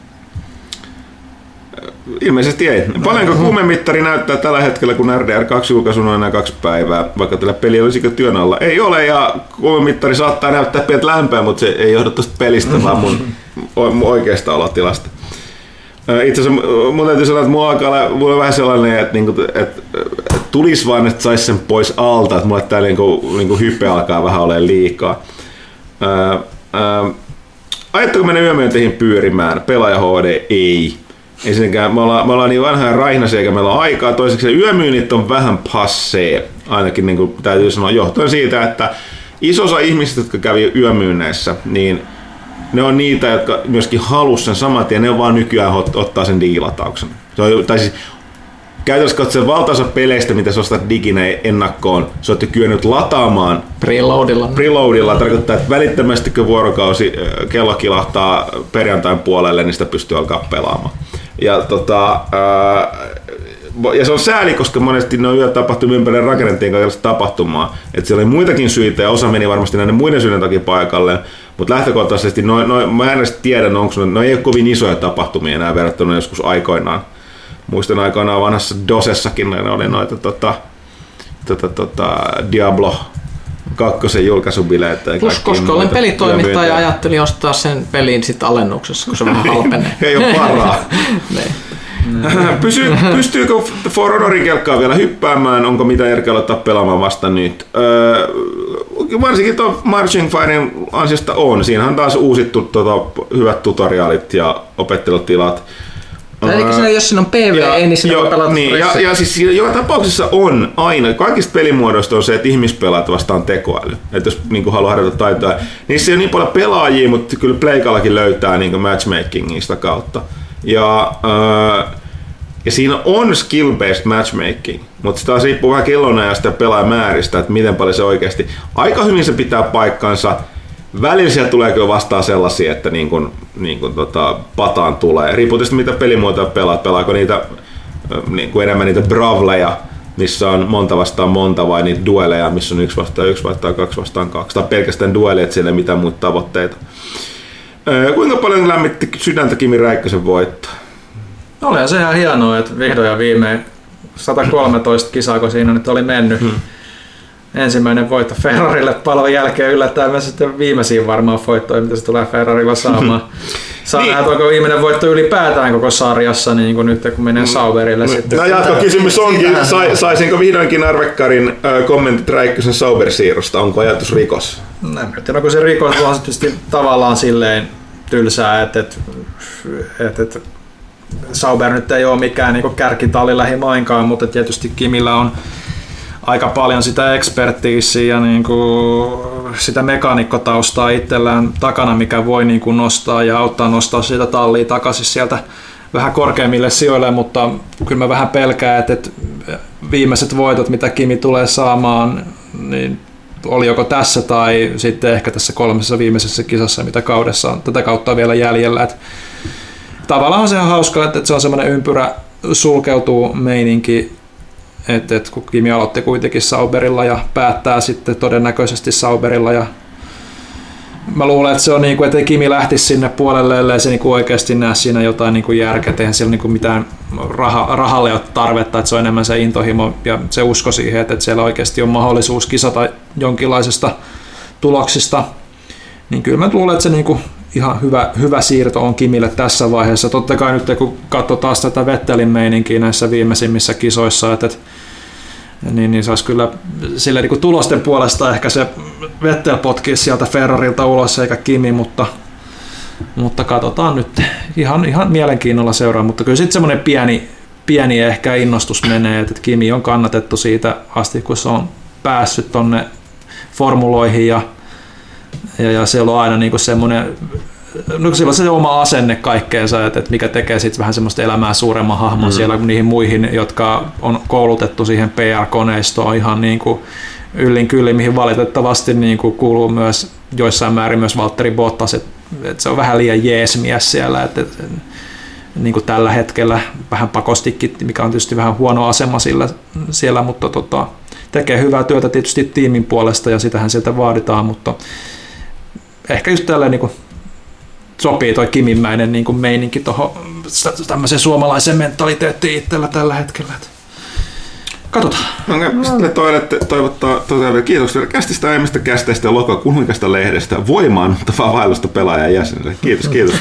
Ilmeisesti ei. Paljonko kuumemittari näyttää tällä hetkellä, kun R D R kaksi julkaisun on enää kaksi päivää, vaikka tällä peli olisikö työn alla? Ei ole, ja kuumemittari saattaa näyttää pientä lämpöä, mutta se ei johdu tuosta pelistä, vaan mun, mun oikeasta olotilasta. Itse asiassa mun täytyy sanoa, että mulla alkaa olla vähän sellainen, että, niinku, että, että tulisi vaan, että saisi sen pois alta, että mulle tää niinku, niinku hype alkaa vähän olemaan liikaa. Ää, ää, ajatteko mennä yömyynteihin pyörimään? Pelaaja H D ei. Ensinnäkään me ollaan, me ollaan niin vanha ja raihnaisia eikä meillä ole aikaa. Toiseksi yömyynnit on vähän passee, ainakin niin kuin täytyy sanoa, johtuen siitä, että iso osa ihmisistä, jotka kävi yömyynneissä, niin ne on niitä, jotka myöskin halusi sen saman tien, ne on vaan nykyään ot, ottaa sen digilatauksen. Se on, tai siis käytännössä katsoen valtaosa peleistä, mitä sä ostat diginä ennakkoon, sä oot jo kyennyt lataamaan preloadilla. Preloadilla tarkoittaa, että välittömästi kun vuorokausi kello kilahtaa perjantain puolelle, niin sitä pystyy alkaa pelaamaan. Ja, tota, ää, ja se on sääli, koska monesti ne on yötapahtumia ympäri rakennettiin kaikenlaista tapahtumaa. Että siellä oli muitakin syitä ja osa meni varmasti näiden muiden syiden takia paikalle. Mutta lähtökohtaisesti, no, no, mä en edes tiedä, no, onko ne ei ole kovin isoja tapahtumia enää verrattuna joskus aikoinaan. Muistan aikoinaan vanhassa DOSessakin ne oli noita tota, tota, tota, Diablo kakkosen julkaisubileitä. Plus, koska olen pelitoimittaja ja ajattelin ostaa sen pelin sit alennuksessa, kun se vähän halpenee. Ei ole varaa. Pysy, pystyykö For Honorin kelkkaa vielä hyppäämään? Onko mitä järkeä aloittaa pelaamaan vasta nyt? Öö, varsinkin tuon Marching Firen ansiosta on. Siinähän on taas uusittu tota, hyvät tutoriaalit ja opettelutilat. Eli siinä, jos siinä on P V E, niin siinä jo, voi pelata niin, ja, ja siis joka tapauksessa on aina, kaikista pelimuodoista on se, että ihmispelaat vastaan tekoäly. Että jos niin haluaa harjoittaa taitoa, niissä ei ole niin paljon pelaajia, mutta kyllä Pleikallakin löytää niin matchmakingista kautta. Ja, äh, ja siinä on skill-based matchmaking, mutta se taas riippuu vähän kellonajasta ja pelaajamääristä, että miten paljon se oikeasti. Aika hyvin se pitää paikkansa. Välillä sieltä tulee kyllä vastaan sellaisia, että niin kuin, niin kuin tota, pataan tulee. Riippuu tietysti mitä pelimuotoja pelaat. Pelaako niitä niin kuin enemmän niitä bravleja, missä on monta vastaan monta, vai niitä dueleja, missä on yksi vastaan yksi vastaan kaksi vastaan kaksi. Tai pelkästään duelia, että siellä ei mitään muita tavoitteita. Kuinka paljon lämmitti sydäntä Kimi Räikkösen voittaa? Olihan se ihan hienoa, että vihdoin ja viimein sata kolmetoista kisaa, kun siinä nyt oli mennyt. Hmm. Ensimmäinen voitto Ferrarille palvon jälkeen yllättäen myös sitten viimeisiin varmaan voittoja, mitä se tulee Ferrarilla saamaan. Saa niin. Nähdä, onko viimeinen voitto ylipäätään koko sarjassa, niin kuin nyt kun menee Sauberille. Mm. Sitten. No jatkokysymys onkin, sai, saisinko vihdoinkin Arvekkarin äh, kommentit Räikkösen Sauber-siirrosta, onko ajatus rikos? No, en tiedä, kun se rikos on tietysti tavallaan silleen tylsää, että, että, että, että Sauber nyt ei ole mikään niin kärkitalli lähimainkaan, mutta tietysti Kimillä on aika paljon sitä ekspertiisiä ja niin kuin sitä mekaanikkotaustaa itsellään takana, mikä voi niin kuin nostaa ja auttaa nostaa sitä tallia takaisin sieltä vähän korkeammille sijoille, mutta kyllä mä vähän pelkään, että viimeiset voitot, mitä Kimi tulee saamaan, niin oli joko tässä tai sitten ehkä tässä kolmessa viimeisessä kisassa, mitä kaudessa on tätä kautta vielä jäljellä. Että tavallaan on se ihan hauskaa, että se on semmoinen ympyrä sulkeutuu meininki, että et, kun Kimi aloitti kuitenkin Sauberilla ja päättää sitten todennäköisesti Sauberilla ja mä luulen, että se on niin kuin, että Kimi lähtisi sinne puolelle, ellei se niin kuin oikeasti näe siinä jotain niin kuin järkeä, eihän siellä niin kuin mitään raha, rahalle ole tarvetta, että se on enemmän se intohimo ja se usko siihen, että siellä oikeasti on mahdollisuus kisata jonkinlaisesta tuloksista, niin kyllä mä luulen, että se niin kuin ihan hyvä, hyvä siirto on Kimille tässä vaiheessa. Totta kai nyt kun katsoo taas tätä Vettelin meininkiä näissä viimeisimmissä kisoissa, että, niin, niin se olisi kyllä sille niin tulosten puolesta ehkä se Vettel potkisi sieltä Ferrarilta ulos eikä Kimi, mutta, mutta katsotaan nyt. Ihan, ihan mielenkiinnolla seuraa, mutta kyllä sitten semmoinen pieni, pieni ehkä innostus menee, että Kimi on kannatettu siitä asti, kun se on päässyt tonne formuloihin ja Ja, ja siellä on aina niinku semmoinen, no silloin se oma asenne kaikkeensa, että, että mikä tekee sitten vähän semmoista elämää suuremman hahmon mm. siellä kuin niihin muihin, jotka on koulutettu siihen P R-koneistoon ihan niinku yllin kyllin, mihin valitettavasti niinku kuuluu myös joissain määrin myös Valtteri Bottas, että, että se on vähän liian jeesmies siellä, että, että niin kuin tällä hetkellä vähän pakostikin, mikä on tietysti vähän huono asema sillä, siellä, mutta tota, tekee hyvää työtä tietysti tiimin puolesta ja sitähän sieltä vaaditaan, mutta ehkä just tälleen niin kuin sopii toi Kiminmäinen niin kuin meininki tuohon tämmöiseen suomalaiseen mentaliteettiin itsellä tällä hetkellä. Katsotaan. No, sitten toivottaa, toivottaa, toivottaa kiitoksia kästistä aiemmista kästeistä ja lokakunnikaista lehdestä voimaannuttavaa vaellusta pelaajan jäsenille. Kiitos, kiitos.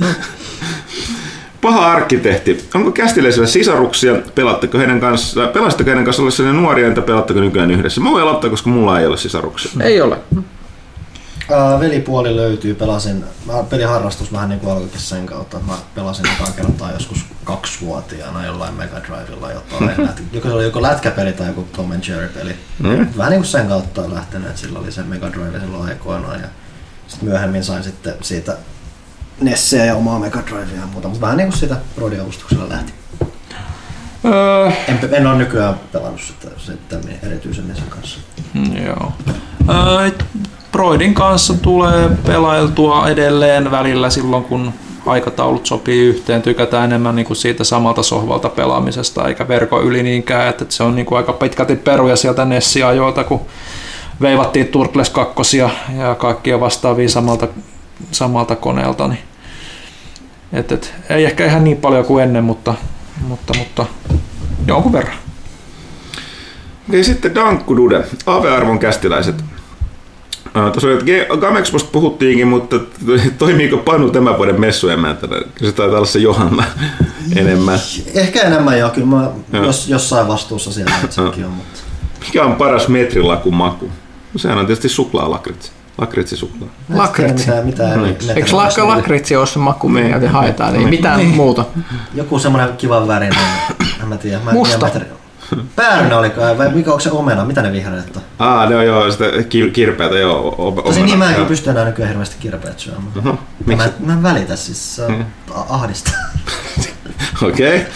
Paha arkkitehti. Onko kästiläisillä sisaruksia? Pelaatteko heidän kanssa, pelasitteko heidän kanssa ollessanne nuoria, entä pelaatteko nykyään yhdessä? Mä voin aloittaa, koska mulla ei ole sisaruksia. Ei ole. Uh, velipuoli löytyy, pelasin, mä peliharrastus vähän niin kuin alkoikin sen kautta, että mä pelasin jotain kertaa joskus kaksivuotiaana jollain Mega Drivella jotain. joko se oli joko lätkäpeli tai joku Tom and Jerry peli. Mm. Vähän niin kuin sen kautta on lähtenyt, että sillä oli se Mega Drive silloin aikoinaan. Ja sitten myöhemmin sain sitten siitä Nesseä ja omaa Mega Drivea ja muuta, mutta vähän niin kuin siitä Brody-avustuksella lähti. Öö. En, en ole nykyään pelannut sitä sitten erityisemmin sen kanssa. Mm, joo. Öö, Broidin kanssa tulee pelailtua edelleen välillä silloin, kun aikataulut sopii yhteen. Tykätään enemmän niin kuin siitä samalta sohvalta pelaamisesta, eikä verkon yli niinkään. Että se on niin kuin aika pitkälti peruja sieltä Nessi-ajoilta, kun veivattiin Turtles kaksi ja kaikkia vastaavia samalta, samalta koneelta. Niin. Et, et, ei ehkä ihan niin paljon kuin ennen, mutta, mutta, mutta jonkun verran. Ja sitten Dankku Dude, A V-arvon kästiläiset. Tuossa oli, että Gamexposta puhuttiinkin, mutta toimiiko Panu tämän vuoden messuemäntänä? Se taitaa olla se Johanna enemmän. Ehkä enemmän joo, kyllä mä jos, jossain vastuussa siellä sekin on. Mutta. Mikä on paras metrilakun maku? Sehän on tietysti suklaalakritsi. Lakritsisuklaa. Lakritsi. Mitä, mitä no niin. Eikö lakka lakritsi ole se maku, mikä haetaan? Ei mitään niin. muuta. Joku semmoinen kivan värinen, en mä tiedä. Mä Musta. Päärynä oli kai, vai mikä onko se omena? Mitä ne vihreät on? Aa, ne on joo, sitä kirpeätä joo. Omena. Tosi niin mäkin pystyn enää nykyään hirveästi kirpeät syömään. Uh-huh. Mä, mä en välitä, siis se on ahdistaa. Okei. Okay.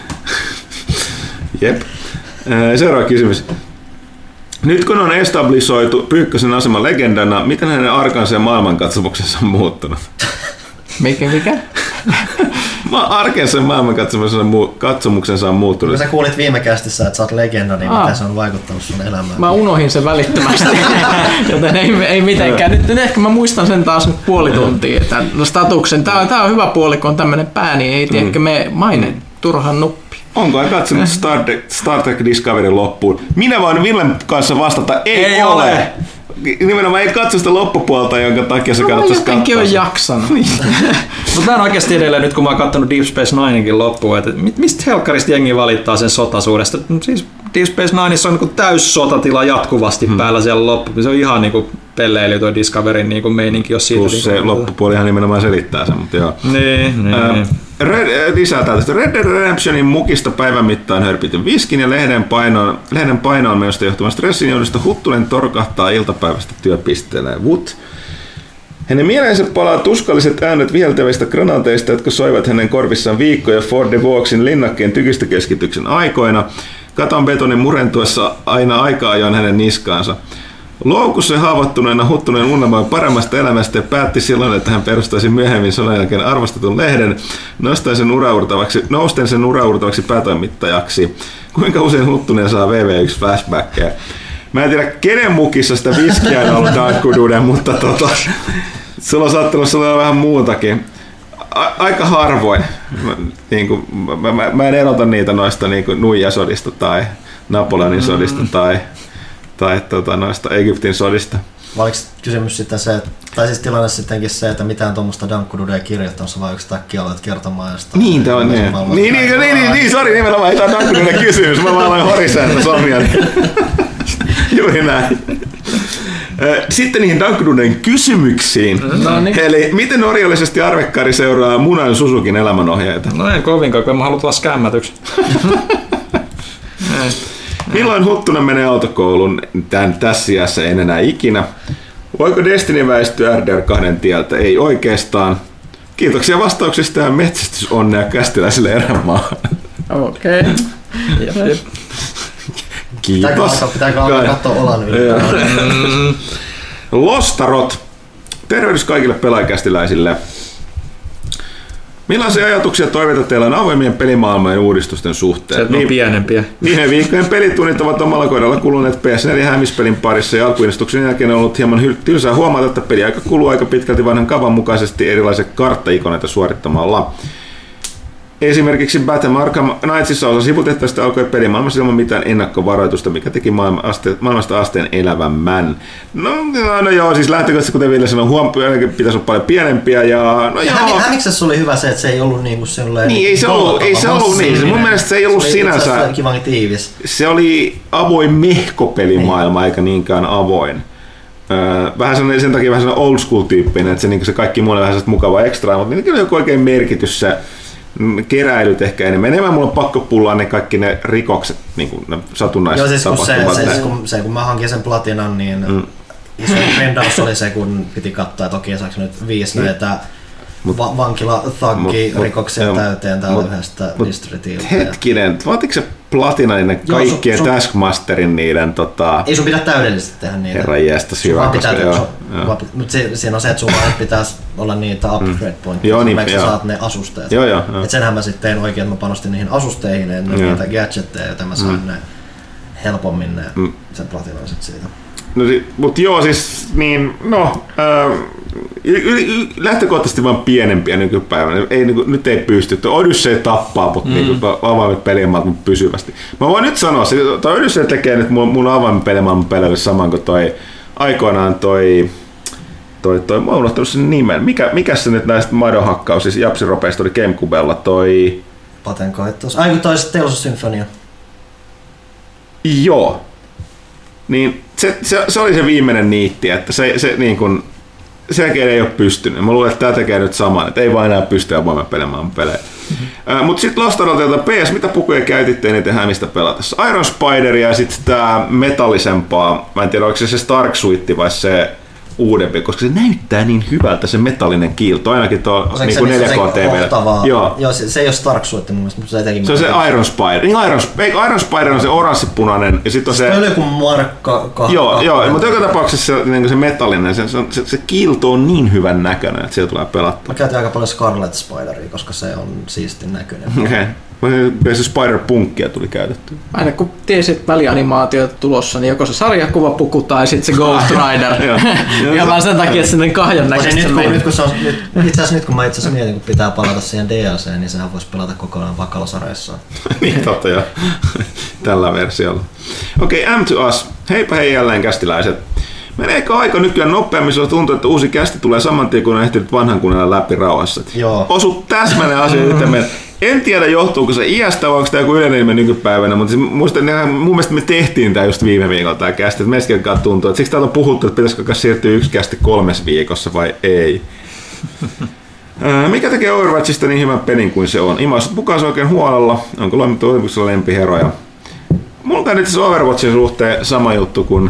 Jep. Seuraava kysymys. Nyt kun on establishoitu Pyykkösen asema legendana, miten hänen arkansa ja maailmankatsomuksensa on muuttunut? Mikä, mikä? Arkensa ja maailmankatsomuksensa on muuttunut. Kun sä kuulit viime kästissä, että sä oot legenda, niin Aa. miten se on vaikuttanut sun elämään? Mä unohin sen välittömästi, joten ei, ei mitenkään. Nyt, nyt ehkä mä muistan sen taas nyt puoli tuntia, että statuksen. Tää, tää on hyvä puoli, kun on tämmönen pää, niin ei tiedäkö me maine turhan nuppi. Onko ei katsonut Star Trek, Star Trek Discoverin loppuun? Minä voin Villen kanssa vastata, ei, ei ole. ole. Nimenomaan ei katso sitä loppupuolta, jonka takia se no, kannattaisi katsoa. Jotenkin on jaksanut. Mutta mä en oikeasti edelleen, nyt kun mä oon katsonut Deep Space Nineinkin loppuun, että mistä helkkarista jengi valittaa sen sotasuudesta? Siis Deep Space Nineissa on niin täys sotatila jatkuvasti hmm. päällä siellä loppu. Se on ihan niin kuin pelleily tuo Discoverin niin meininki, jos siitä... Plus se niin loppupuolihan nimenomaan selittää sen, mutta joo. Niin, niin, äh, niin. Red, lisää täältä. Red Dead Redemptionin mukista päivän mittaan hörpityn viskin ja lehden painoon, lehden painoon menosta johtuvan stressin johdosta Huttunen torkahtaa iltapäivästä työpisteelle. Wood. Hänen mieleensä palaa tuskalliset äänet viheltävistä granaateista, jotka soivat hänen korvissaan viikkoja Fort de Vauxin linnakkeen tykistökeskityksen aikoina. Katon betonin murentuessa aina aika ajoin hänen niskaansa. Loukussa haavoittuneena Huttunen unelmoi paremmasta elämästä ja päätti silloin, että hän perustaisi myöhemmin sodan jälkeen arvostetun lehden, nostaen sen uraurtavaksi, nousten sen uraurtavaksi päätoimittajaksi. Kuinka usein Huttunen saa V V yksi flashbackkejä? Mä en tiedä, kenen mukissa sitä viskiä on ollut Dankku Dude, mutta tota, sulla on saattanut sanoa vähän muutakin. A- aika harvoin. Mä, niin kuin, mä, mä, mä en erota niitä noista niin kuin nuijasodista tai Napoleonin sodista mm. tai tai tuota, noista Egyptin sodista. Vai oliko kysymys sitten se, tai siis tilanne sittenkin se, että mitään tuommoista Dankku Dudea kirjoittamassa, vai yksittäkkiä aloit kertomaan jostain? Niin, tämä on niin. Niin, niin, niin, niin, niin, sori, nimenomaan ei tämä Dankku Dudea kysymys, mä vaan aloin horisäännä somia. Juuri näin. Sitten niihin Dankku Duden kysymyksiin. No niin. Eli miten orjallisesti Arvekkari seuraa Munan Suzukin elämänohjeita? No en kovinkaan, kun mä haluan tulla skämmätyksi. Milloin Huttunen menee autokouluun? Tän, tässä iässä en enää ikinä. Voiko Destiny väistyä R D R kaksi tieltä? Ei oikeastaan. Kiitoksia vastauksista ja metsästysonnea kästiläiselle erämaahan. Okei. Okay. Kiitos. Pitääkö alkaa katsoa olan yli? Lostarot. Tervehdys kaikille pelaajakästiläisille. Millaisia ajatuksia toiveita teillä on avoimien pelimaailmojen uudistusten suhteen? Se on pienempiä. Viime viikkojen pelitunnit ovat omalla kohdalla kuluneet P S neljä hämispelin parissa ja alkuinnostuksen jälkeen on ollut hieman tylsää huomata, että peliaika kuluu aika pitkälti vanhan kavan mukaisesti erilaiset karttaikoneita suorittamalla. Esimerkiksi Batman Arkham Knightsissa osa sivutehtäistä alkoi pelimaailmassa ilman mitään ennakkovaroitusta, mikä teki maailma aste, maailmasta asteen elävämmän. No, no, no joo, siis lähtökohtaisesti kuten Ville sanoi, huom- pitäisi olla paljon pienempiä ja no joo. Hämiksessä oli hyvä se, että se ei ollut niinku sellainen... Niin, ei se ollut, ei se ollut niin. Mun mielestä se ei ollut se sinänsä... Se oli kivan tiivis. Se oli avoin mehkopelimaailma, eikä niinkään avoin. Öö, vähän sellainen, sen takia vähän sellainen old school -tyyppinen, että se, niin se kaikki muu on vähän sellaista mukavaa ekstraa, mutta niillä on joku oikein merkitys se keräilyt ehkä enemmän. Enemmän mulla on pakko pullaa ne kaikki ne rikokset, niin kuin ne satunnaiset Joo, siis kun tapahtumat. se, se, kun, se, kun mä hankin sen platinan, niin mm. iso trendaus oli se, kun piti katsoa, että okei, saanko nyt viisi mm. näitä va- vankila-thuggi-rikoksia täyteen täällä yhdestä distritiiltä. Hetkinen, vaatiko se platina niiden kaikkien Taskmasterin niiden tota... Ei sun pitää täydellisesti tehdä niitä. Herran jästäs hyvä, koska joo. Mutta siinä on se, että sun pitäisi olla niitä upgrade pointteja, joo, niin, vaikka sä saat ne asusteet. Joo, joo, joo. Et senhän mä sitten tein oikein, että mä panostin niihin asusteihin, en niitä gadgetteja, joten mä sain mm. ne helpommin ne, mm. sen platinan sit siitä. No, mutta joo, siis niin, no, äh, lähtökohtaisesti vaan pienempiä nykypäivänä. Ei, niin, nyt ei pysty. Odyssey tappaa mut mm. niin, avaimet pelimaailman pysyvästi. Mä voin nyt sanoa, että Odyssey tekee nyt mun, mun avaimet pelimaailman peleille saman kuin toi aikoinaan toi, toi, toi mä oon unohtanut sen nimen. Mikä, mikä se nyt näistä madonhakkaus, siis Japsiropeista oli Gamecubella toi... Patenkoittos. Ai kun toi Tales of Symphonia. Joo. Niin se, se, se oli se viimeinen niitti, että se, se niin kun, selkeä ei ole pystynyt. Mä luulen, että tämä tekee nyt saman, että ei vaan enää pysty avoimen pelemään pelejä. Mm-hmm. Mutta sitten Lost Aralta P S, mitä pukuja käytitte eniten hämistä pelatessa? Iron Spider ja sitten tämä metallisempaa, mä en tiedä oliko se se Stark Suite vai se uudempi, koska se näyttää niin hyvältä se metallinen kiilto, ainakin tuo niin kuin neljä K T V. Joo. Joo, se, se ei ole Stark Suite mun mielestä, mutta se etenkin. Se on se Iron Spider. Niin Iron, Iron Spider on se oranssipunainen ja sitten on se... Se on joku markka kahta. Joo, joo, mutta joka tapauksessa se, niin se metallinen, se, se, se kiilto on niin hyvän näköinen, että siellä tulee pelattua. Mä käytin aika paljon Scarlet Spideria, koska se on siistin näköinen. Okei. Okay. Se Spider-punkkia tuli käytetty. Aina kun tiesi, että välianimaatioita tulossa, niin joko se sarjakuvapuku tai sitten se Ghost Rider. Ja vaan sen takia, että sen kahden näköistä. Nyt, kun, nyt, kun se on, nyt, itse asiassa nyt kun mä itse asiassa mietin, kun pitää palata siihen D L C:hen, niin sehän voisi pelata kokonaan vakalosareissa. Niin totta joo. Tällä versiolla. Okei, okay, M to Us. Heipä hei jälleen kästiläiset. Meneekö aika nykyään nopeammin, sillä tuntuu, että uusi kästi tulee saman tien, kun on ehtinyt vanhan kuunnella läpi rauhassa. Joo. Osut täsmälleen asia yhtä. En tiedä johtuuko se iästä vai onko tämä joku yleinen ilme nykypäivänä, mutta siis muistan, mun mielestä me tehtiin tämä just viime viikolla tämä kästi, että meistä tuntuu, että siksi täällä on puhuttu, että pitäisikö siirtyä yksi kästi kolmes viikossa vai ei. Mikä tekee Overwatchista niin hyvän pelin kuin se on? Imaisut mukaan se oikein huolella, onko toimituksella lempiheroja? Mulla on itse Overwatchin suhteen sama juttu kuin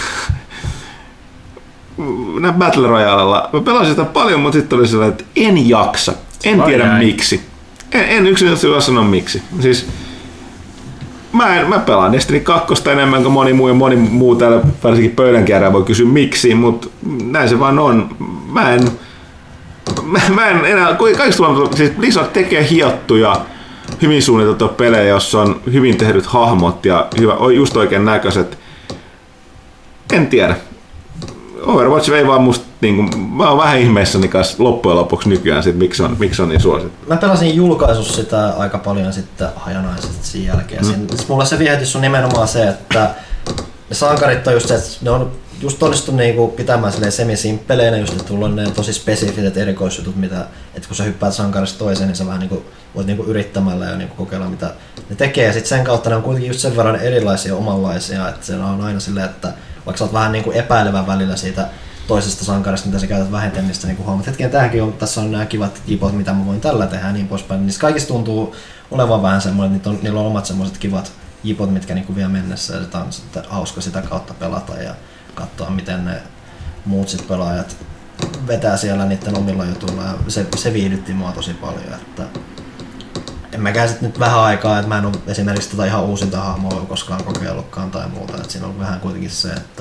Battle Royalella. Mä pelasin sitä paljon, mutta sitten oli sellainen, että en jaksa. En tiedä Vai miksi. En, en yksinkertaisesti voi sanoa miksi. Siis, mä, en, mä pelaan Destiny kaksi enemmän kuin moni muu ja moni muu täällä varsinkin pöydänkierrää voi kysyä miksi, mutta näin se vaan on. Mä en, mä, mä en enää, kaikista huomattavasti, siis Blizzard tekee hiottuja, hyvin suunniteltuja pelejä, jossa on hyvin tehdyt hahmot ja hyvä, just oikein näköiset. En tiedä. Overwatch ei vaan musta, niin kuin, mä oon vähän ihmeissäni kanssa loppujen lopuksi nykyään siitä, miksi on, miksi on niin suosittu. Mä pelasin julkaisussa sitä aika paljon sitten hajanaisesti sen jälkeen. Mm. Siinä, mulla se viehätys on nimenomaan se, että ne sankarit on just se, että ne on just onnistunut niinku pitämään semi-simppeleinä, just että tullut ne tosi spesifiset erikoisjutut, mitä, että kun sä hyppäät sankarista toiseen, niin sä vähän niinku, voit niinku yrittämällä ja niinku kokeilla mitä ne tekee. Ja sit sen kautta ne on kuitenkin just sen verran erilaisia omanlaisia, että se on aina silleen, että vaikka sä oot vähän niinku epäilevän välillä siitä toisesta sankarista, mitä sä käytät vähentämistä, niin huomaat, hetken tämäkin on, tässä on nämä kivat jipot, mitä mä voin tällä tehdä ja niin poispäin. Niin kaikista tuntuu olevan vähän semmoinen, että on, niillä on omat semmoiset kivat jipot, mitkä niinku vie mennessä ja sitä on sitten hauska sitä kautta pelata ja katsoa, miten ne muut sit pelaajat vetää siellä niiden omilla jutuilla ja se, se viihdytti mua tosi paljon. Että en mäkään sit nyt vähän aikaa, että mä en ole esimerkiksi tota ihan uusinta hahmoa koskaan kokeillutkaan tai muuta. Et siinä on vähän kuitenkin se, että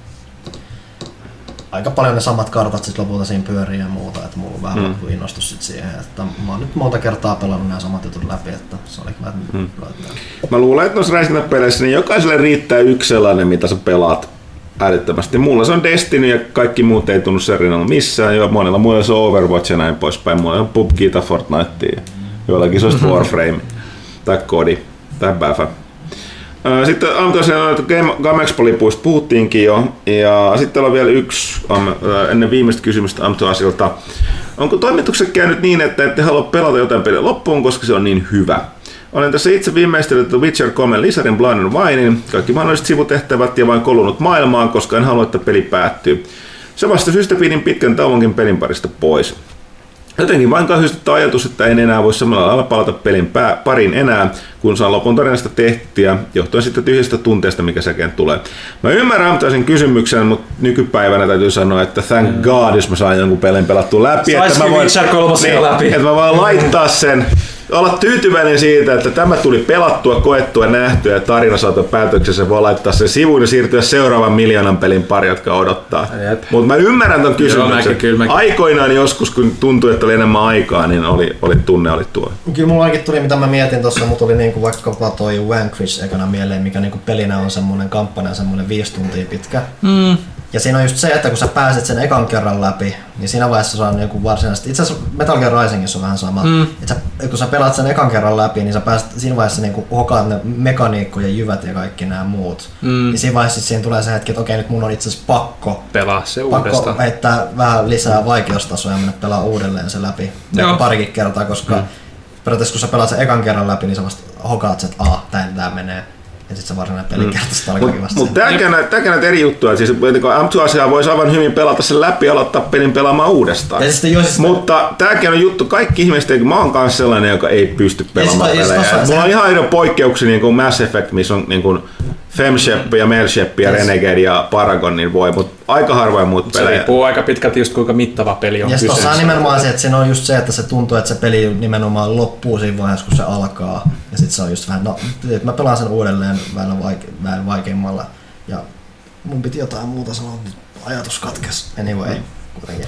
aika paljon ne samat kartat sit lopulta siinä pyörii ja muuta, että mulla on vähän mm. loppu innostus sit siihen, että mä oon nyt monta kertaa pelannut nämä samat jutut läpi, että se oli hyvä, että mm. Mä luulen, että noissa räiskintäpeleissä niin jokaiselle riittää yksi sellainen, mitä sä pelaat älyttömästi. Mulla se on Destiny ja kaikki muut ei tunnu sen rinnalla missään, ja monilla muilla se on Overwatch ja näin poispäin. Mulla on P U B G tai Fortnite ja joillakin se olisi Warframe tai Kodi tai B F. Sitten GameExpo-lipuista puhuttiinkin jo, ja sitten on vielä yksi ennen viimeistä kysymystä Amtoasilta. Onko toimituksessa käynyt niin, että ette halua pelata jotain peliä loppuun, koska se on niin hyvä? Olen tässä itse viimeistellyt The Witcher kolme lisärin Blood and Winein, kaikki mahdolliset sivutehtävät ja vain kolunut maailmaan, koska en halua, että peli päättyy. Samasta syystä pidin pitkän tauonkin pelin parista pois. Jotenkin vain kahvistuttaa ajatus, että en enää voi samalla lailla palata pelin pää, parin enää, kun saan lopun tarinasta tehtiä, johtuen sitten tyhjistä tunteista, mikä säkeen tulee. Mä ymmärrän täysin kysymyksen, mutta nykypäivänä täytyy sanoa, että thank mm. god, jos mä saan jonkun pelin pelattua läpi. Että mä, voin, niin, läpi. Että mä voin laittaa sen, olla tyytyväinen siitä, että tämä tuli pelattua, koettua, nähtyä ja tarina saatu päätöksessä. Voi laittaa sen sivuun ja siirtyä seuraavan miljoonan pelin pari, jotka odottaa. Mutta mä ymmärrän ton kysymyksen. Joo, mäkin, aikoinaan joskus, kun tuntui, että oli enemmän aikaa, niin oli, oli tunne oli tuo. Kyllä mulla ainakin tuli, mitä mä mietin tuossa, mutta tuli niinku vaikkapa toi Vanquish ekana mieleen, mikä niinku pelinä on semmoinen kampanja, semmoinen viisi tuntia pitkä. Mm. Ja siinä on just se, että kun sä pääset sen ekan kerran läpi, niin siinä vaiheessa saa niinku varsinaisesti, itse asiassa Metal Gear Risingissa on vähän sama, mm. että sä, kun sä pelaat sen ekan kerran läpi, niin sä pääset siinä vaiheessa niinku hokaat ne mekaniikkoja, jyvät ja kaikki nämä muut. Mm. Ja siinä vaiheessa siinä tulee se hetki, että okei, nyt mun on itse asiassa pakko, pelaa se pakko uudestaan. heittää vähän lisää vaikeustasoa ja mennä pelaa uudelleen se läpi. Parikin kertaa, koska mm. periaatteessa kun sä pelaat sen ekan kerran läpi, niin sä vasta hokaat se, että aah, tää, tää menee. Ja sit se varsinainen peli kertaista mm. alkaakin vasta. Mutta tääkin on eri juttuja. Siis M two asiaa voisi aivan hyvin pelata sen läpi ja aloittaa pelin pelaamaan uudestaan. Ja siis, jos mutta tääkin on juttu, kaikki ihmiset, mä oon kanssa sellainen, joka ei pysty pelaamaan pelejä. Mulla on ihan aina poikkeuksia, niin kuin Mass Effect, missä on niin kuin Femshep ja Melshep ja Renegade ja Paragon, niin voi, mutta aika harvoin muut pelejä. Se riippuu aika pitkälti just kuinka mittava peli on kyseessä. Ja tossa on nimenomaan se, että siinä on just se, että se tuntuu, että se peli nimenomaan loppuu siinä vaiheessa, kun se alkaa. Ja sit se on just vähän, no mä pelaan sen uudelleen vähän, vaike- vähän vaikeimmalla. Ja mun piti jotain muuta sanoa, mutta ajatus katkesi. Anyway, kuitenkin.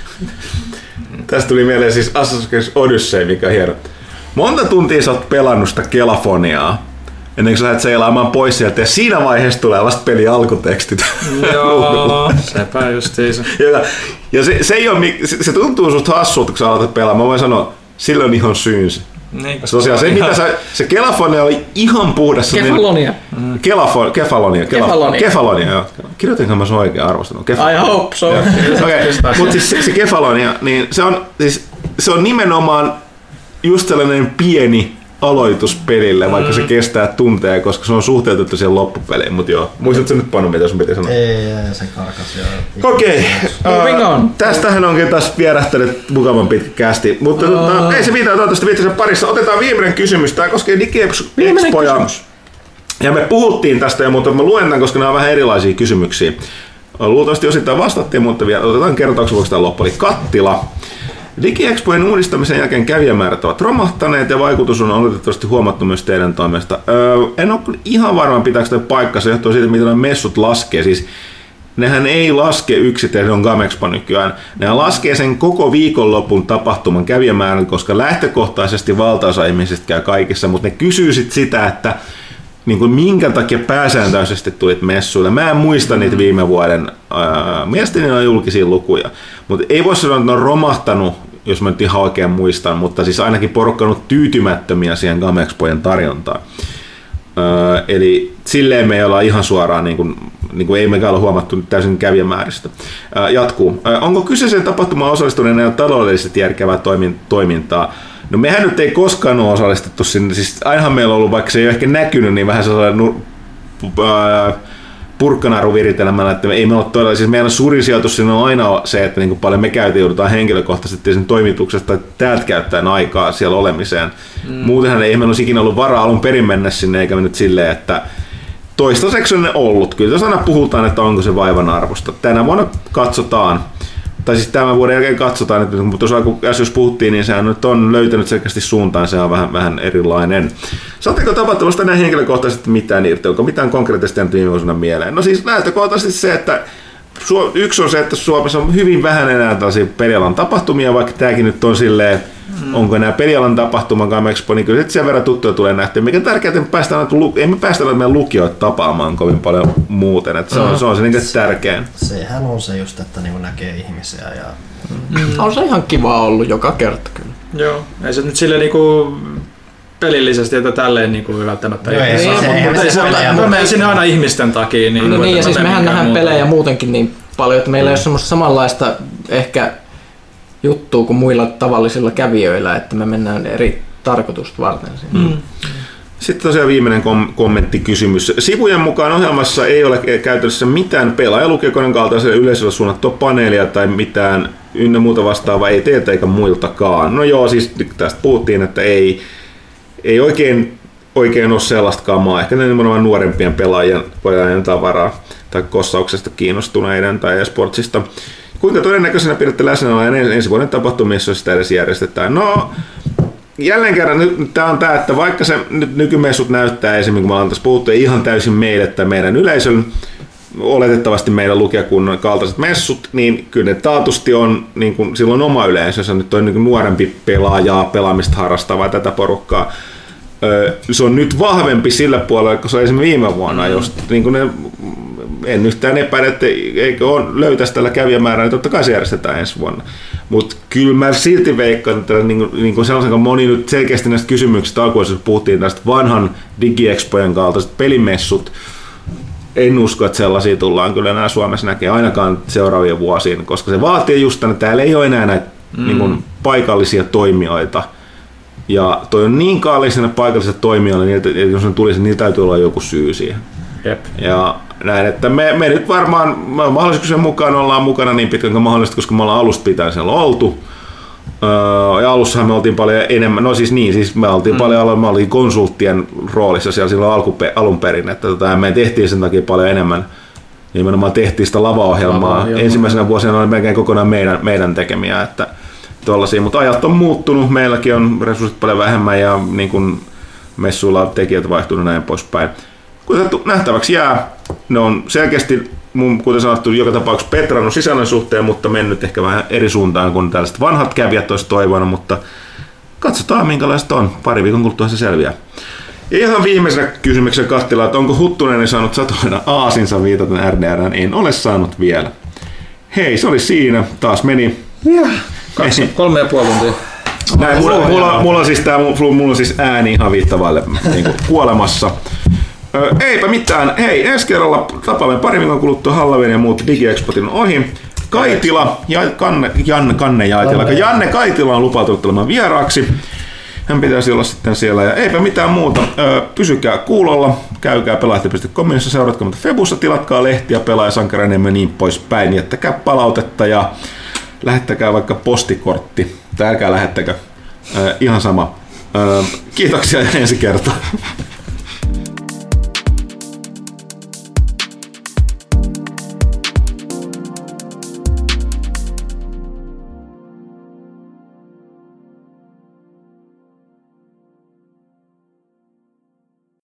Tästä tuli mieleen siis Assassin's Creed Odyssey, mikä on hieno. Monta tuntia sä oot pelannut sitä Kelafoniaa? Ennen kuin sä lähdet seilaamaan pois sieltä ja siinä vaiheessa tulee vasta peli alkutekstit. Joo, sepä justiinsa. Ja, ja se, se, ei ole, se, se tuntuu susta hassulta, kun sä aloitat pelaamaan. Mä voin sanoa, sillä on ihan syynsä. Niin, tosiaan se, mitä sä, se Kelafonia oli ihan puhdas. Kefalonia. Mm. Kelafo, kefalonia. Kefalonia. Kefalonia, joo. Kirjoitinko mä sun oikein arvostanut? I hope so. Okei, okay. Mutta siis se, se Kefalonia, niin se on, siis, se on nimenomaan just sellainen pieni aloituspelille, mm. vaikka se kestää tunteja, koska se on suhteutettu siihen loppupeliin, mutta joo. Muistatko nyt Panu, mitä sun piti sanoa? Ei, ei, se karkas jo. Okei, okay. uh, tästähän onkin taas vierähtänyt mukavan pitkä kästi, mutta uh. tota, ei se mitään, toivottavasti viittisen parissa. Otetaan viimeinen kysymys, tämä koskee DigiExpoja. Ja me puhuttiin tästä jo, mutta mä luen tämän, koska nämä on vähän erilaisia kysymyksiä. Luultavasti osittain vastattiin, mutta vielä otetaan kertauksen vuoksi tämä loppu, eli kattila. DigiExpojen uudistamisen jälkeen kävijämäärät ovat romahtaneet ja vaikutus on oletettavasti huomattu myös teidän toimesta. Öö, en ole ihan varma, pitääkö tämä paikkansa, johtuu siitä, miten nämä messut laskee. Siis, nehän ei laske yksitellen, se on Gamexpo nykyään. Nehän laskee sen koko viikonlopun tapahtuman kävijämäärän, koska lähtökohtaisesti valtaosa ihmisistä käy kaikissa, mutta ne kysyy sit sitä, että niin kuin minkä takia pääsääntöisesti tulit messuille. Mä en muista niitä viime vuoden. Ää, mielestäni ne on julkisia lukuja. Mutta ei voi sanoa, että ne on romahtanut, jos mä nyt ihan oikein muistan, mutta siis ainakin porukka on tyytymättömiä siihen Gamexpojen tarjontaan. Ää, eli silleen me ei olla ihan suoraan, niin kuin, niin kuin ei mekään ole huomattu täysin kävijämääristä. Ää, jatkuu. Ää, onko kyseiseen tapahtumaan osallistuneena taloudellisesti järkevää toimintaa? No mehän nyt ei koskaan ole osallistettu sinne, siis ainahan meillä on ollut, vaikka se ei ole ehkä näkynyt, niin vähän sellainen purkkanaruviritämällä, että ei me ole todella, siis meidän suurin sijoitus sinne on aina se, että niin kuin paljon me käytiin, joudutaan henkilökohtaisesti sen toimituksesta täältä käyttäen aikaa siellä olemiseen. Mm. Muutenhan ei meillä olisi ikinä ollut varaa alun perin mennä sinne, eikä me nyt silleen, että toistaiseksi on ne ollut. Kyllä jos aina puhutaan, että onko se vaivan arvosta. Tänä vuonna katsotaan. Tai siis tämän vuoden jälkeen katsotaan, että mutta tuossa kun jos puhuttiin, niin sehän nyt on löytänyt selkeästi suuntaan, se on vähän, vähän erilainen. Saatteko tapahtumasta näin henkilökohtaisesti mitään irti? Onko mitään konkreettisesti jäänyt viime vuosina mieleen? No siis lähtökohtaisesti se, että yksi on se, että Suomessa on hyvin vähän enää tällaisia pelialan tapahtumia, vaikka tämäkin nyt on silleen, mm. onko nämä pelialan tapahtuma Gamexpo, niin kyllä sen verran tuttuja tulee nähtyä. Mikä tärkeää, että me päästään, emme päästä meidän lukijoita tapaamaan kovin paljon muuten, että se on se, on se niin tärkein. Sehän on se just, että niin näkee ihmisiä. Ja... Mm. On se ihan kiva ollut joka kerta kyllä. Joo, ei se nyt silleen niinku pelillisesti, että tälleen niinku välttämättä no ei, ei, saa, ei, mutta ei se, mä menen sinne aina ihmisten takia. Niin, no niin ja siis mehän nähdään muuta. Pelejä muutenkin niin paljon, että meillä mm. ei ole semmoista samanlaista ehkä juttua kuin muilla tavallisilla kävijöillä, että me mennään eri tarkoitusta varten. Mm. Sitten tosiaan viimeinen kom- kommenttikysymys. Sivujen mukaan ohjelmassa ei ole käytössä mitään pelaajalukekoneen kaltaiselle yleisölle suunnattua paneelia tai mitään ynnä muuta vastaavaa ei teiltä eikä muiltakaan. No joo, siis tästä puhuttiin, että ei, ei oikein, oikein ole sellaista kamaa. Ehkä ne nimenomaan nuorempien pelaajien, pelaajien tavaraa tai kossauksesta kiinnostuneiden tai esportsista. Kuinka todennäköisenä pidätte läsnäoloa ensi vuoden tapahtumissa, jos sitä edes järjestetään? No, jälleen kerran nyt tämä on tämä, että vaikka se nyt nykymessut näyttää esimerkiksi, kun me ollaan tässä puhuttu, ihan täysin meille tai meidän yleisön, oletettavasti meidän lukijakunnan kaltaiset messut, niin kyllä ne taatusti on niin kuin silloin oma yleisö, se on nyt on niin kuin nuorempi pelaajaa, pelaamista harrastavaa tätä porukkaa. Se on nyt vahvempi sillä puolella, kun se oli esimerkiksi viime vuonna, jos niin kuin ne, en yhtään epäile, että eikö ole löytäisi tällä kävijämäärää, niin totta kai se järjestetään ensi vuonna. Mutta kyllä mä silti veikkaan, että niin kuin, niin kuin sellaisen, kun moni nyt selkeästi näistä kysymyksistä alkuissa puhuttiin tästä vanhan DigiExpojen kaltaiset pelimessut, en usko, että sellaisia tullaan kyllä enää Suomessa näkee ainakaan seuraavien vuosiin, koska se vaatii just tänne, että täällä ei ole enää näitä mm. niin kuin, paikallisia toimijoita. Ja toi on niin kallis paikallisille toimijoille, että jos ne tulisi, niin täytyy olla joku syy siihen. Jep. Ja näin, että me, me nyt varmaan mahdollisuuksien mukaan ollaan mukana niin pitkään kuin mahdollista, koska me ollaan alusta pitäen siellä oltu. Öö, ja alussahan me oltiin paljon enemmän, no siis niin, siis me oltiin mm. paljon, me oltiin konsulttien roolissa siellä silloin alkupe, alun perin, että tota, me tehtiin sen takia paljon enemmän, nimenomaan tehtiin sitä lavaohjelmaa. Lava-ohjelmaa. Ensimmäisenä vuosina oli melkein kokonaan meidän, meidän tekemiä, että tuollaisia, mutta ajat on muuttunut, meilläkin on resurssit paljon vähemmän ja niin kuin messuilla on tekijät vaihtunut näin poispäin. Kuten nähtäväksi jää, ne on selkeästi, kuten sanottu, joka tapauksessa petrannut sisällön suhteen, mutta mennyt ehkä vähän eri suuntaan kuin tällaiset vanhat kävijät olisi toivonut, mutta katsotaan minkälaista on. Pari viikon kuluttua se selviää. Ja ihan viimeisenä kysymyksen Kattila, että onko Huttunen saanut satoina aasinsa viitaten R D R:ään? En ole saanut vielä. Hei, se oli siinä. Taas meni. Yeah. Kaksi, kolme ja puoli tuntia. Näin, mulla, mulla, mulla, on siis tää, mulla on siis ääni ihan viittavaille niin kuolemassa. Ö, eipä mitään. Hei, ensi kerralla tapaamme pari viikon kuluttua Halloween ja muut DigiExpotin ohi. Kaitila, ja, Kanne, Janne, Kanne Jaitila. Janne Kaitila on lupautunut tulemaan vieraaksi. Hän pitäisi olla sitten siellä. Ja eipä mitään muuta. Ö, pysykää kuulolla. Käykää pelaajat piste comissa, seuratkaa mutta Febussa, tilatkaa lehtiä, pelaajasankareiden ja niin poispäin. Jättäkää palautetta ja lähettäkää vaikka postikortti. Tai älkää lähettäkää. Ö, ihan sama. Ö, kiitoksia ja ensi kertaa.